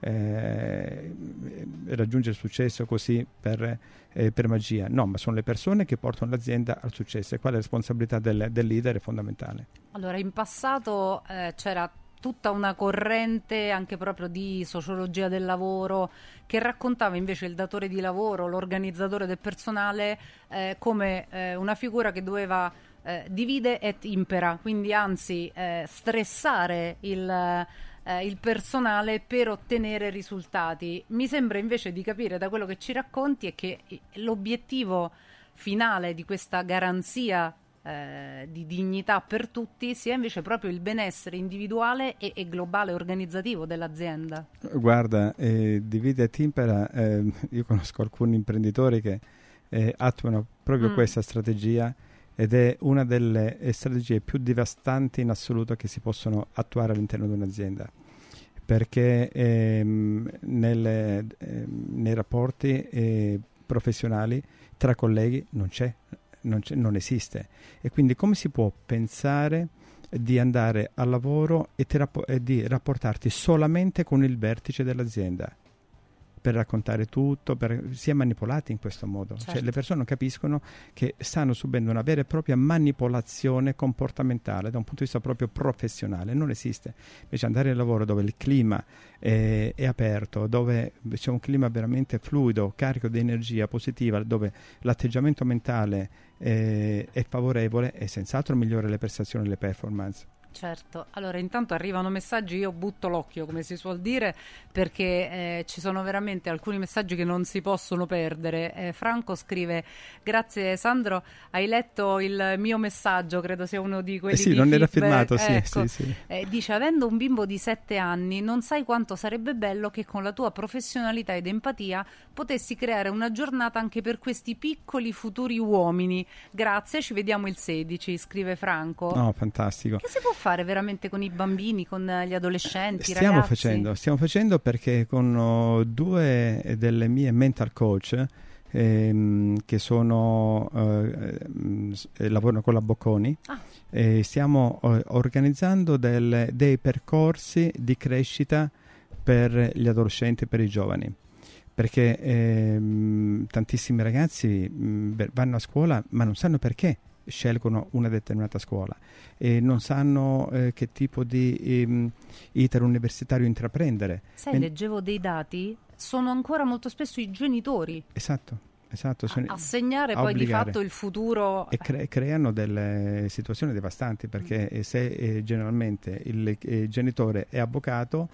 raggiunge il successo così per magia, no, ma sono le persone che portano l'azienda al successo, e qua la responsabilità del leader è fondamentale. Allora, in passato c'era tutta una corrente anche proprio di sociologia del lavoro che raccontava invece il datore di lavoro, l'organizzatore del personale, come una figura che doveva divide et impera, quindi anzi stressare il personale per ottenere risultati. Mi sembra invece di capire da quello che ci racconti è che l'obiettivo finale di questa garanzia di dignità per tutti sia invece proprio il benessere individuale e globale organizzativo dell'azienda. Guarda, divide et impera, io conosco alcuni imprenditori che attuano proprio questa strategia, ed è una delle strategie più devastanti in assoluto che si possono attuare all'interno di un'azienda, perché nei rapporti professionali tra colleghi non esiste, e quindi come si può pensare di andare al lavoro e di rapportarti solamente con il vertice dell'azienda per raccontare tutto, si è manipolati in questo modo. Certo. Cioè, le persone non capiscono che stanno subendo una vera e propria manipolazione comportamentale da un punto di vista proprio professionale. Non esiste. Invece andare al lavoro dove il clima è aperto, dove c'è un clima veramente fluido, carico di energia positiva, dove l'atteggiamento mentale è favorevole, e senz'altro migliora le prestazioni e le performance. Certo, allora intanto arrivano messaggi, io butto l'occhio come si suol dire, perché ci sono veramente alcuni messaggi che non si possono perdere. Franco scrive: grazie Sandro, hai letto il mio messaggio, credo sia uno di quelli sì, di non feedback. era firmato, sì, ecco. sì. Dice: avendo un bimbo di 7 anni non sai quanto sarebbe bello che con la tua professionalità ed empatia potessi creare una giornata anche per questi piccoli futuri uomini. Grazie, ci vediamo il 16, scrive Franco. No, fantastico. Che si può fare veramente con i bambini, con gli adolescenti, i stiamo ragazzi? Stiamo facendo perché con due delle mie mental coach che sono lavorano con la Bocconi, stiamo organizzando dei percorsi di crescita per gli adolescenti e per i giovani, perché tantissimi ragazzi vanno a scuola ma non sanno perché scelgono una determinata scuola e non sanno che tipo di iter universitario intraprendere. Sai, leggevo dei dati, sono ancora molto spesso i genitori esatto a segnare poi di fatto il futuro, e creano delle situazioni devastanti, perché se generalmente il genitore è avvocato,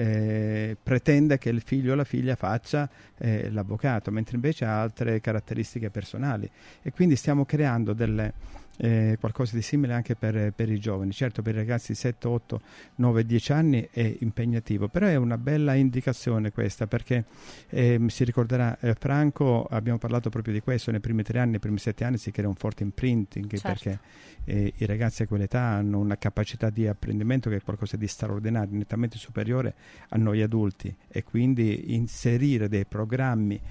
pretende che il figlio o la figlia faccia l'avvocato, mentre invece ha altre caratteristiche personali, e quindi stiamo creando qualcosa di simile anche per i giovani. Certo, per i ragazzi di 7, 8, 9, 10 anni è impegnativo, però è una bella indicazione questa, perché si ricorderà Franco, abbiamo parlato proprio di questo, nei primi 3 anni, nei primi 7 anni si crea un forte imprinting, certo, perché i ragazzi a quell'età hanno una capacità di apprendimento che è qualcosa di straordinario, nettamente superiore a noi adulti, e quindi inserire dei programmi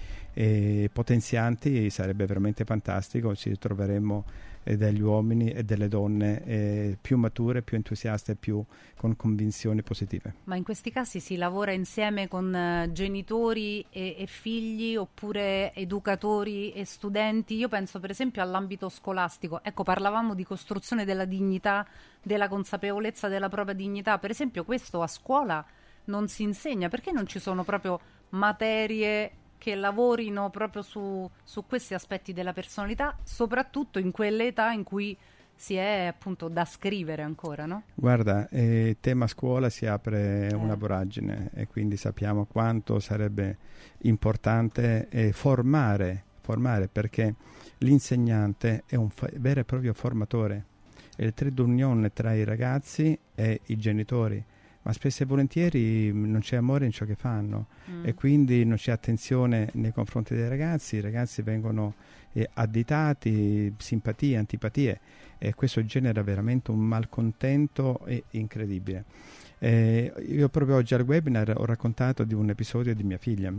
potenzianti sarebbe veramente fantastico. Ci troveremo degli uomini e delle donne più mature, più entusiaste, più con convinzioni positive. Ma in questi casi si lavora insieme con genitori e figli, oppure educatori e studenti? Io penso per esempio all'ambito scolastico. Ecco, parlavamo di costruzione della dignità, della consapevolezza della propria dignità. Per esempio questo a scuola non si insegna. Perché non ci sono proprio materie che lavorino proprio su questi aspetti della personalità, soprattutto in quelle età in cui si è appunto da scrivere ancora, no? Guarda, tema scuola si apre una voragine e quindi sappiamo quanto sarebbe importante formare, perché l'insegnante è un vero e proprio formatore, è il trade union tra i ragazzi e i genitori, ma spesso e volentieri non c'è amore in ciò che fanno e quindi non c'è attenzione nei confronti dei ragazzi, i ragazzi vengono additati, simpatie, antipatie, e questo genera veramente un malcontento incredibile. Io proprio oggi al webinar ho raccontato di un episodio di mia figlia,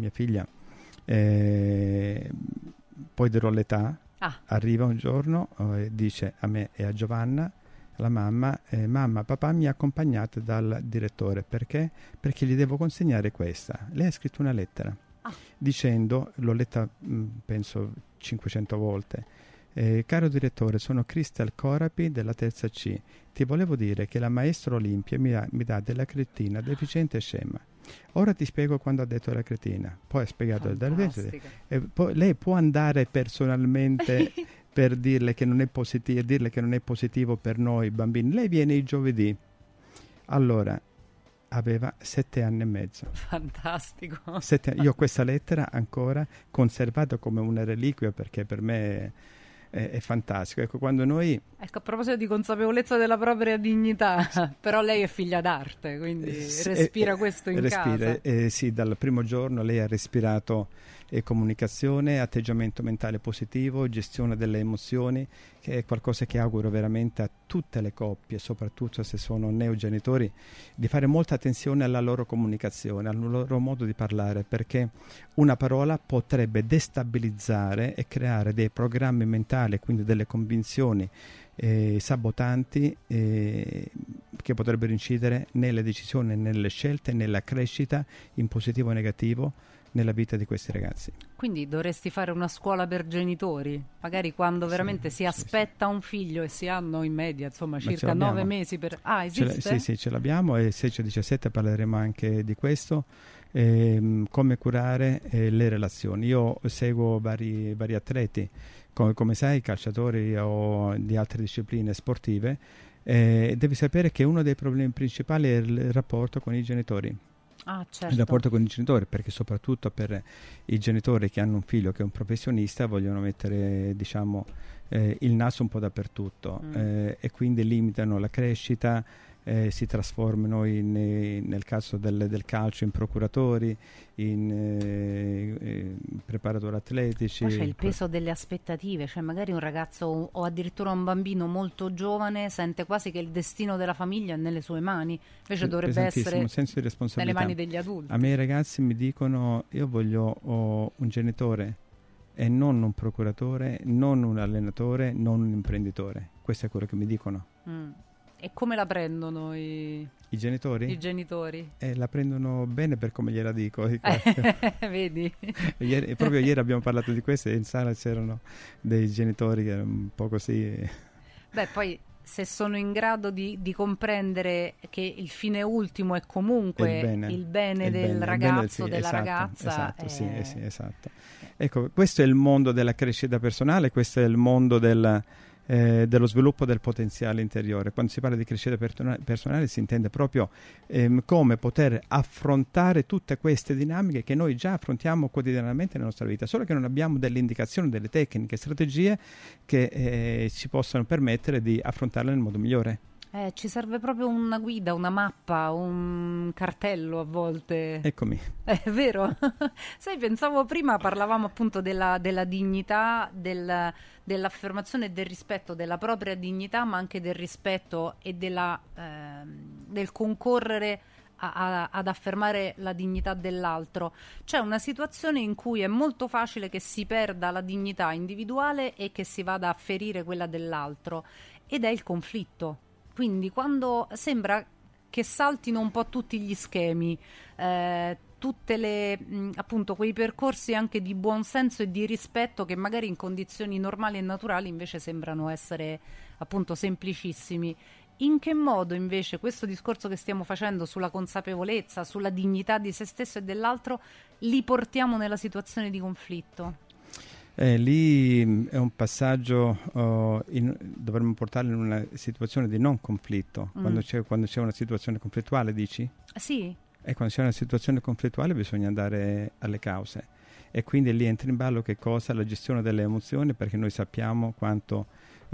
poi dirò l'età, arriva un giorno e dice a me e a Giovanna, la mamma, papà mi ha accompagnato dal direttore, perché gli devo consegnare questa. Lei ha scritto una lettera dicendo, l'ho letta penso 500 volte, caro direttore, sono Crystal Corapi della terza C, ti volevo dire che la maestra Olimpia mi dà della cretina deficiente e scema. Ora ti spiego quando ha detto la cretina. Poi ha spiegato il Darvese, e poi lei può andare personalmente per dirle che non è positivo per noi bambini. Lei viene il giovedì. Allora aveva 7 anni e mezzo. Fantastico. Io ho questa lettera ancora conservata come una reliquia, perché per me è fantastico. Ecco, quando noi... Ecco, a proposito di consapevolezza della propria dignità, però lei è figlia d'arte, quindi respira questo in casa. Sì, dal primo giorno lei ha respirato comunicazione, atteggiamento mentale positivo, gestione delle emozioni, che è qualcosa che auguro veramente a tutte le coppie, soprattutto se sono neogenitori, di fare molta attenzione alla loro comunicazione, al loro modo di parlare, perché una parola potrebbe destabilizzare e creare dei programmi mentali, quindi delle convinzioni sabotanti che potrebbero incidere nelle decisioni, nelle scelte, nella crescita in positivo o negativo nella vita di questi ragazzi. Quindi dovresti fare una scuola per genitori, magari quando veramente si aspetta un figlio e si hanno in media circa 9 mesi per... esiste? Sì, ce l'abbiamo, e 16-17 parleremo anche di questo, come curare le relazioni. Io seguo vari atleti, come sai, calciatori o di altre discipline sportive, devi sapere che uno dei problemi principali è il rapporto con i genitori. Certo. Il rapporto con i genitori, perché soprattutto per i genitori che hanno un figlio che è un professionista vogliono mettere il naso un po' dappertutto, e quindi limitano la crescita, si trasformano nel caso del calcio in procuratori, in preparatori atletici. Poi c'è il peso delle aspettative, cioè magari un ragazzo o addirittura un bambino molto giovane sente quasi che il destino della famiglia è nelle sue mani, invece dovrebbe essere senso di responsabilità nelle mani degli adulti. A me i ragazzi mi dicono: io voglio un genitore e non un procuratore, non un allenatore, non un imprenditore. Questo è quello che mi dicono. E come la prendono i genitori? I genitori? La prendono bene per come gliela dico. Vedi? Proprio ieri abbiamo parlato di questo e in sala c'erano dei genitori che erano un po' così. Beh, poi se sono in grado di comprendere che il fine ultimo è comunque il bene del ragazzo, della ragazza. Esatto. Ecco, questo è il mondo della crescita personale, questo è il mondo dello sviluppo del potenziale interiore. Quando si parla di crescita personale si intende proprio come poter affrontare tutte queste dinamiche che noi già affrontiamo quotidianamente nella nostra vita, solo che non abbiamo delle indicazioni, delle tecniche, strategie che ci possano permettere di affrontarle nel modo migliore. Ci serve proprio una guida, una mappa, un cartello a volte. Eccomi. È vero? Sai, pensavo prima, parlavamo appunto della dignità, dell'affermazione e del rispetto della propria dignità, ma anche del rispetto e del concorrere ad affermare la dignità dell'altro. C'è una situazione in cui è molto facile che si perda la dignità individuale e che si vada a ferire quella dell'altro, ed è il conflitto. Quindi quando sembra che saltino un po' tutti gli schemi, tutte appunto quei percorsi anche di buonsenso e di rispetto che magari in condizioni normali e naturali invece sembrano essere appunto semplicissimi. In che modo invece questo discorso che stiamo facendo sulla consapevolezza, sulla dignità di se stesso e dell'altro, li portiamo nella situazione di conflitto? Lì è un passaggio, dovremmo portarlo in una situazione di non conflitto. Quando c'è una situazione conflittuale, dici? Sì. E quando c'è una situazione conflittuale bisogna andare alle cause. E quindi lì entra in ballo che cosa? La gestione delle emozioni, perché noi sappiamo quanto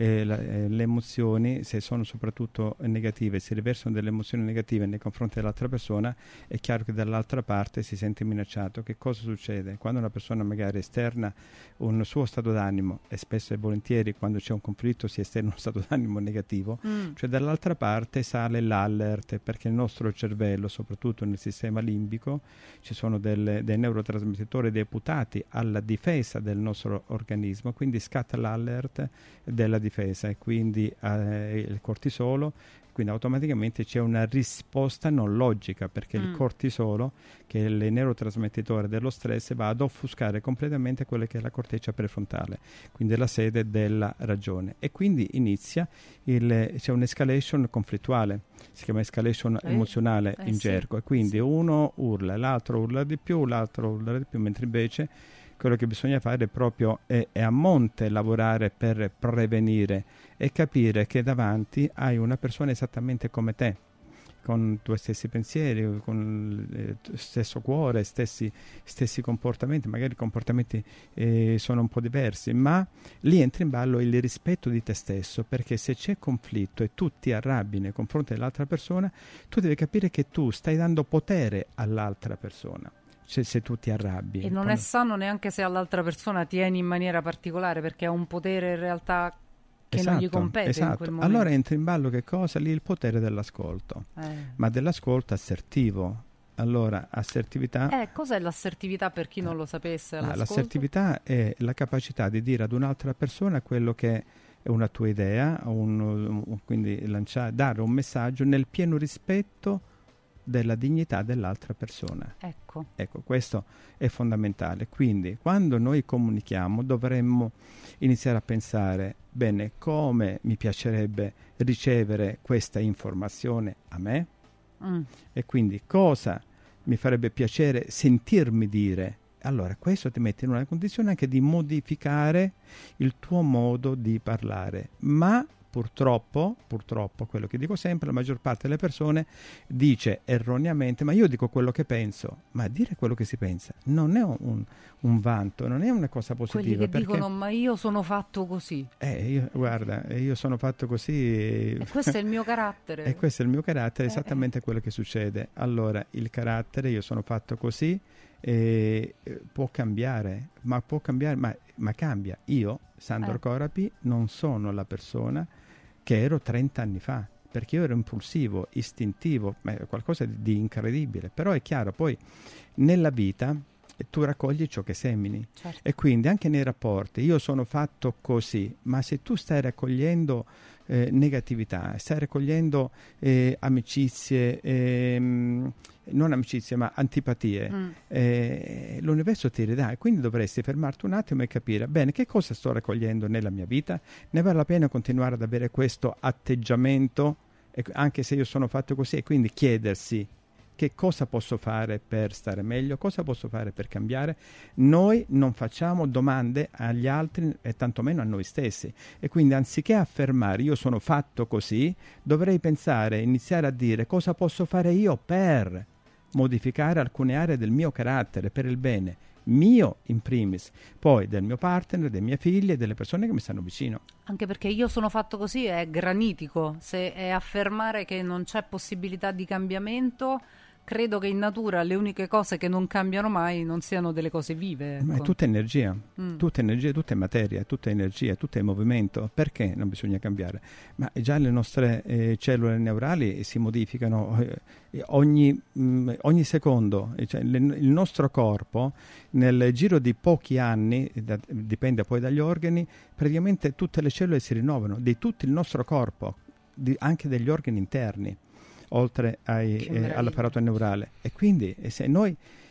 le emozioni, se sono soprattutto negative, si riversano delle emozioni negative nei confronti dell'altra persona, è chiaro che dall'altra parte si sente minacciato. Che cosa succede? Quando una persona magari esterna un suo stato d'animo, e spesso e volentieri quando c'è un conflitto si esterna uno stato d'animo negativo, cioè dall'altra parte sale l'alert, perché il nostro cervello, soprattutto nel sistema limbico, ci sono dei neurotrasmettitori deputati alla difesa del nostro organismo, quindi scatta l'alert della difesa, e quindi il cortisolo, quindi automaticamente c'è una risposta non logica, perché il cortisolo, che è il neurotrasmettitore dello stress, va ad offuscare completamente quella che è la corteccia prefrontale, quindi la sede della ragione, e quindi inizia c'è un'escalation conflittuale, si chiama escalation emozionale in gergo, e quindi uno urla, l'altro urla di più, l'altro urla di più, mentre invece quello che bisogna fare proprio è a monte lavorare per prevenire e capire che davanti hai una persona esattamente come te, con i tuoi stessi pensieri, con il stesso cuore, stessi comportamenti, magari i comportamenti sono un po' diversi, ma lì entra in ballo il rispetto di te stesso, perché se c'è conflitto e tu ti arrabbi nei confronti dell'altra persona, tu devi capire che tu stai dando potere all'altra persona. Se tu ti arrabbi. E non è sano neanche se all'altra persona tieni in maniera particolare, perché ha un potere in realtà che non gli compete in quel momento. Allora entra in ballo che cosa? Lì il potere dell'ascolto, ma dell'ascolto assertivo. Allora, assertività... cos'è l'assertività per chi non lo sapesse? L'assertività è la capacità di dire ad un'altra persona quello che è una tua idea, quindi dare un messaggio nel pieno rispetto della dignità dell'altra persona. Ecco, questo è fondamentale. Quindi quando noi comunichiamo dovremmo iniziare a pensare, bene, come mi piacerebbe ricevere questa informazione a me, e quindi cosa mi farebbe piacere sentirmi dire. Allora questo ti mette in una condizione anche di modificare il tuo modo di parlare, ma purtroppo, quello che dico sempre, la maggior parte delle persone dice erroneamente, ma io dico quello che penso. Ma dire quello che si pensa non è un vanto, non è una cosa positiva. Quelli che dicono, ma io sono fatto così. Io sono fatto così. E questo è il mio carattere. E questo è il mio carattere, esattamente quello che succede. Allora, il carattere, io sono fatto così, può cambiare, ma cambia. Io, Sandro Corapi, non sono la persona che ero 30 anni fa, perché io ero impulsivo, istintivo, qualcosa di incredibile. Però è chiaro, poi nella vita tu raccogli ciò che semini, e quindi anche nei rapporti io sono fatto così, ma se tu stai raccogliendo negatività, stai raccogliendo amicizie, non amicizie ma antipatie, l'universo ti ridà, e quindi dovresti fermarti un attimo e capire, bene, che cosa sto raccogliendo nella mia vita? Ne vale la pena continuare ad avere questo atteggiamento, anche se io sono fatto così, e quindi chiedersi che cosa posso fare per stare meglio, cosa posso fare per cambiare. Noi non facciamo domande agli altri e tantomeno a noi stessi, e quindi anziché affermare io sono fatto così, dovrei pensare, iniziare a dire cosa posso fare io per modificare alcune aree del mio carattere per il bene mio in primis, poi del mio partner, dei miei figli e delle persone che mi stanno vicino. Anche perché io sono fatto così è granitico, se è affermare che non c'è possibilità di cambiamento. Credo che in natura le uniche cose che non cambiano mai non siano delle cose vive. Ecco. Ma è tutta energia, tutta è materia, tutta è energia, tutto è movimento. Perché non bisogna cambiare? Ma già le nostre cellule neurali si modificano ogni secondo. Cioè, il nostro corpo nel giro di pochi anni, dipende poi dagli organi, praticamente tutte le cellule si rinnovano, di tutto il nostro corpo, anche degli organi interni, oltre all'apparato neurale. E quindi se noi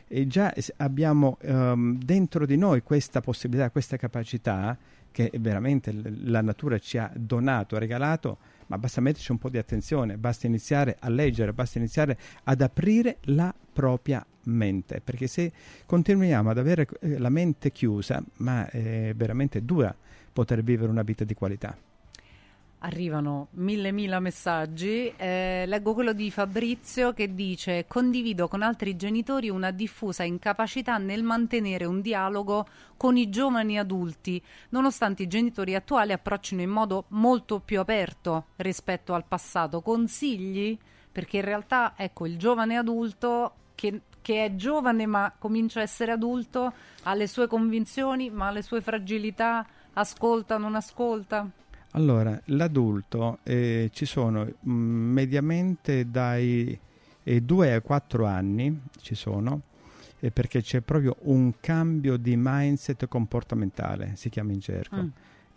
e già abbiamo dentro di noi questa possibilità, questa capacità che veramente la natura ci ha donato, regalato, ma basta metterci un po' di attenzione, basta iniziare a leggere, basta iniziare ad aprire la propria mente, perché se continuiamo ad avere la mente chiusa, ma è veramente dura poter vivere una vita di qualità. Arrivano mille messaggi, leggo quello di Fabrizio che dice: condivido con altri genitori una diffusa incapacità nel mantenere un dialogo con i giovani adulti, nonostante i genitori attuali approccino in modo molto più aperto rispetto al passato. Consigli? Perché in realtà, ecco, il giovane adulto che è giovane ma comincia a essere adulto, ha le sue convinzioni, ma ha le sue fragilità, ascolta, non ascolta? Allora, l'adulto ci sono mediamente dai 2 ai 4 anni, ci sono, perché c'è proprio un cambio di mindset comportamentale, si chiama in gergo,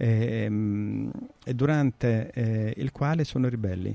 e durante il quale sono ribelli.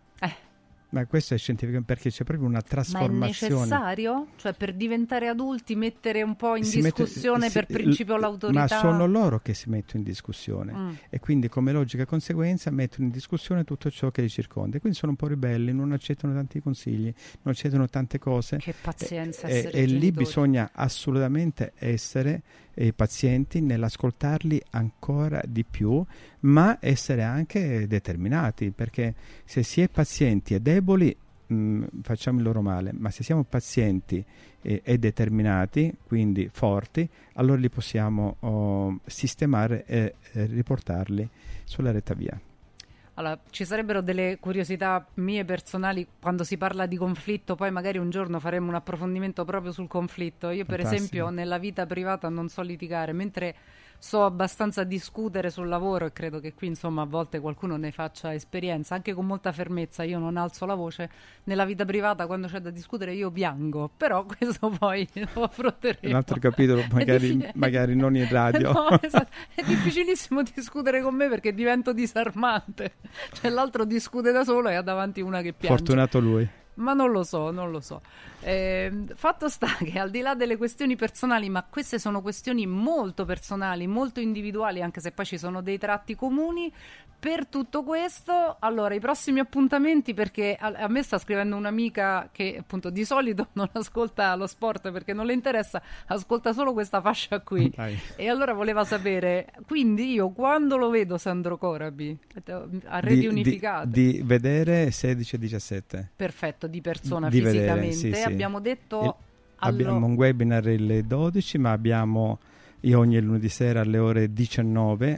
Ma questo è scientifico, perché c'è proprio una trasformazione. Ma è necessario? Cioè, per diventare adulti mettere un po' in discussione per principio l'autorità? Ma sono loro che si mettono in discussione e quindi come logica conseguenza mettono in discussione tutto ciò che li circonda, e quindi sono un po' ribelli, non accettano tanti consigli, non accettano tante cose. Che pazienza essere e genitori. Lì bisogna assolutamente essere pazienti nell'ascoltarli ancora di più, ma essere anche determinati, perché se si è pazienti e deboli facciamo il loro male, ma se siamo pazienti e determinati, quindi forti, allora li possiamo sistemare e riportarli sulla retta via. Allora, ci sarebbero delle curiosità mie personali quando si parla di conflitto, poi magari un giorno faremo un approfondimento proprio sul conflitto. Io per esempio nella vita privata non so litigare, mentre so abbastanza discutere sul lavoro, e credo che qui insomma a volte qualcuno ne faccia esperienza, anche con molta fermezza. Io non alzo la voce. Nella vita privata quando c'è da discutere io piango, però questo poi lo affronteremo. Un altro capitolo magari non in radio. No, esatto. È difficilissimo discutere con me perché divento disarmante, cioè l'altro discute da solo e ha davanti una che piange. Fortunato lui. Ma non lo so. Fatto sta che al di là delle questioni personali, ma queste sono questioni molto personali, molto individuali, anche se poi ci sono dei tratti comuni, per tutto questo, allora i prossimi appuntamenti, perché a me sta scrivendo un'amica che appunto di solito non ascolta lo sport perché non le interessa, ascolta solo questa fascia qui. E allora voleva sapere, quindi io quando lo vedo Sandro Corabi a Reti Unificate di vedere 16 e 17 perfetto, di persona di fisicamente vedere, sì. Abbiamo detto abbiamo un webinar alle 12, ma abbiamo io ogni lunedì sera alle ore 19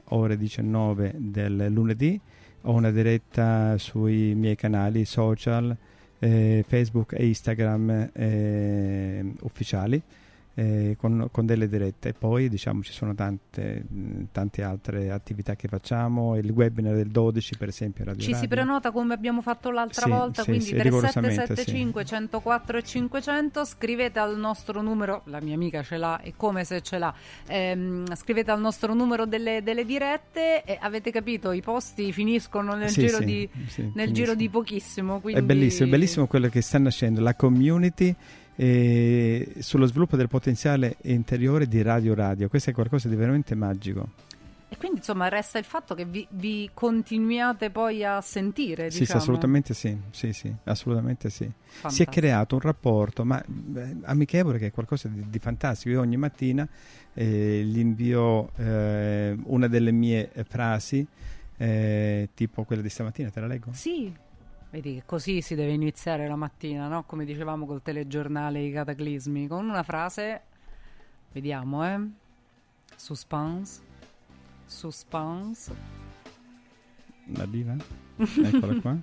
del lunedì ho una diretta sui miei canali social, Facebook e Instagram ufficiali, con delle dirette. E poi diciamo ci sono tante altre attività che facciamo, il webinar del 12 per esempio Radio ci si prenota come abbiamo fatto l'altra volta, quindi 3775 104 e 500, scrivete al nostro numero, la mia amica ce l'ha e come se ce l'ha, scrivete al nostro numero delle dirette e avete capito, i posti finiscono nel giro di pochissimo, quindi... È bellissimo quello che sta nascendo, la community sullo sviluppo del potenziale interiore di Radio. Questo è qualcosa di veramente magico. E quindi insomma resta il fatto che vi continuiate poi a sentire, diciamo. Sì, assolutamente sì, assolutamente sì. Fantastico. Si è creato un rapporto amichevole, che è qualcosa di fantastico. Io ogni mattina gli invio una delle mie frasi, tipo quella di stamattina, te la leggo? Sì. Vedi che così si deve iniziare la mattina, no? Come dicevamo col telegiornale I cataclismi, con una frase, vediamo, suspense. La diva? Eccola qua.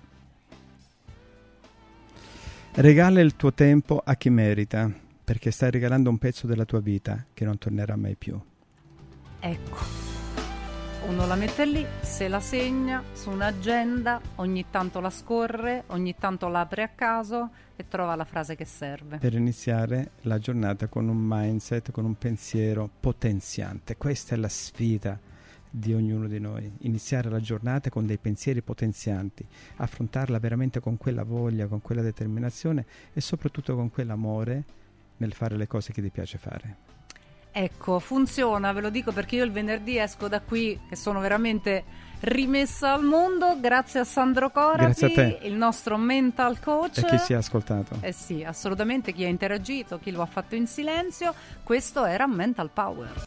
Regala il tuo tempo a chi merita, perché stai regalando un pezzo della tua vita che non tornerà mai più. Ecco. Uno la mette lì, se la segna su un'agenda, ogni tanto la scorre, ogni tanto l'apre a caso e trova la frase che serve. Per iniziare la giornata con un mindset, con un pensiero potenziante. Questa è la sfida di ognuno di noi. Iniziare la giornata con dei pensieri potenzianti, affrontarla veramente con quella voglia, con quella determinazione e soprattutto con quell'amore nel fare le cose che ti piace fare. Ecco, funziona, ve lo dico perché io il venerdì esco da qui e sono veramente rimessa al mondo, grazie a Sandro Corapi, grazie a te, il nostro mental coach. E chi si è ascoltato. Sì, assolutamente, chi ha interagito, chi lo ha fatto in silenzio. Questo era Mental Power.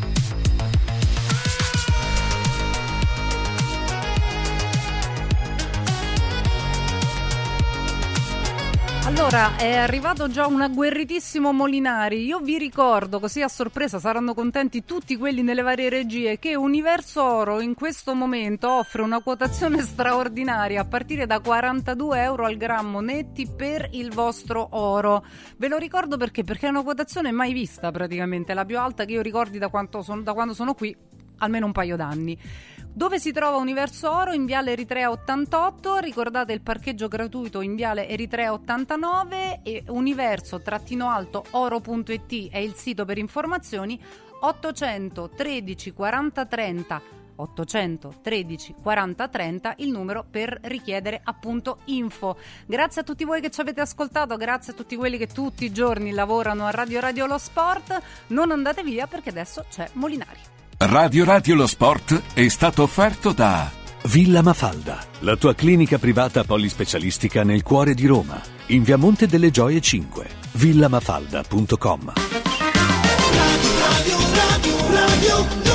Allora, è arrivato già un agguerritissimo Molinari. Io vi ricordo, così a sorpresa saranno contenti tutti quelli nelle varie regie, che Universo Oro in questo momento offre una quotazione straordinaria a partire da 42 euro al grammo netti per il vostro oro. Ve lo ricordo perché è una quotazione mai vista praticamente, la più alta che io ricordi da quando sono qui, almeno un paio d'anni. Dove si trova Universo Oro? In Viale Eritrea 88, ricordate il parcheggio gratuito in Viale Eritrea 89 e universo-oro.it è il sito per informazioni. 813 40 30 813 40 30 il numero per richiedere appunto info. Grazie a tutti voi che ci avete ascoltato, grazie a tutti quelli che tutti i giorni lavorano a Radio Lo Sport. Non andate via perché adesso c'è Molinari. Radio Lo Sport è stato offerto da Villa Mafalda, la tua clinica privata polispecialistica nel cuore di Roma, in via Monte delle Gioie 5, villamafalda.com. Radio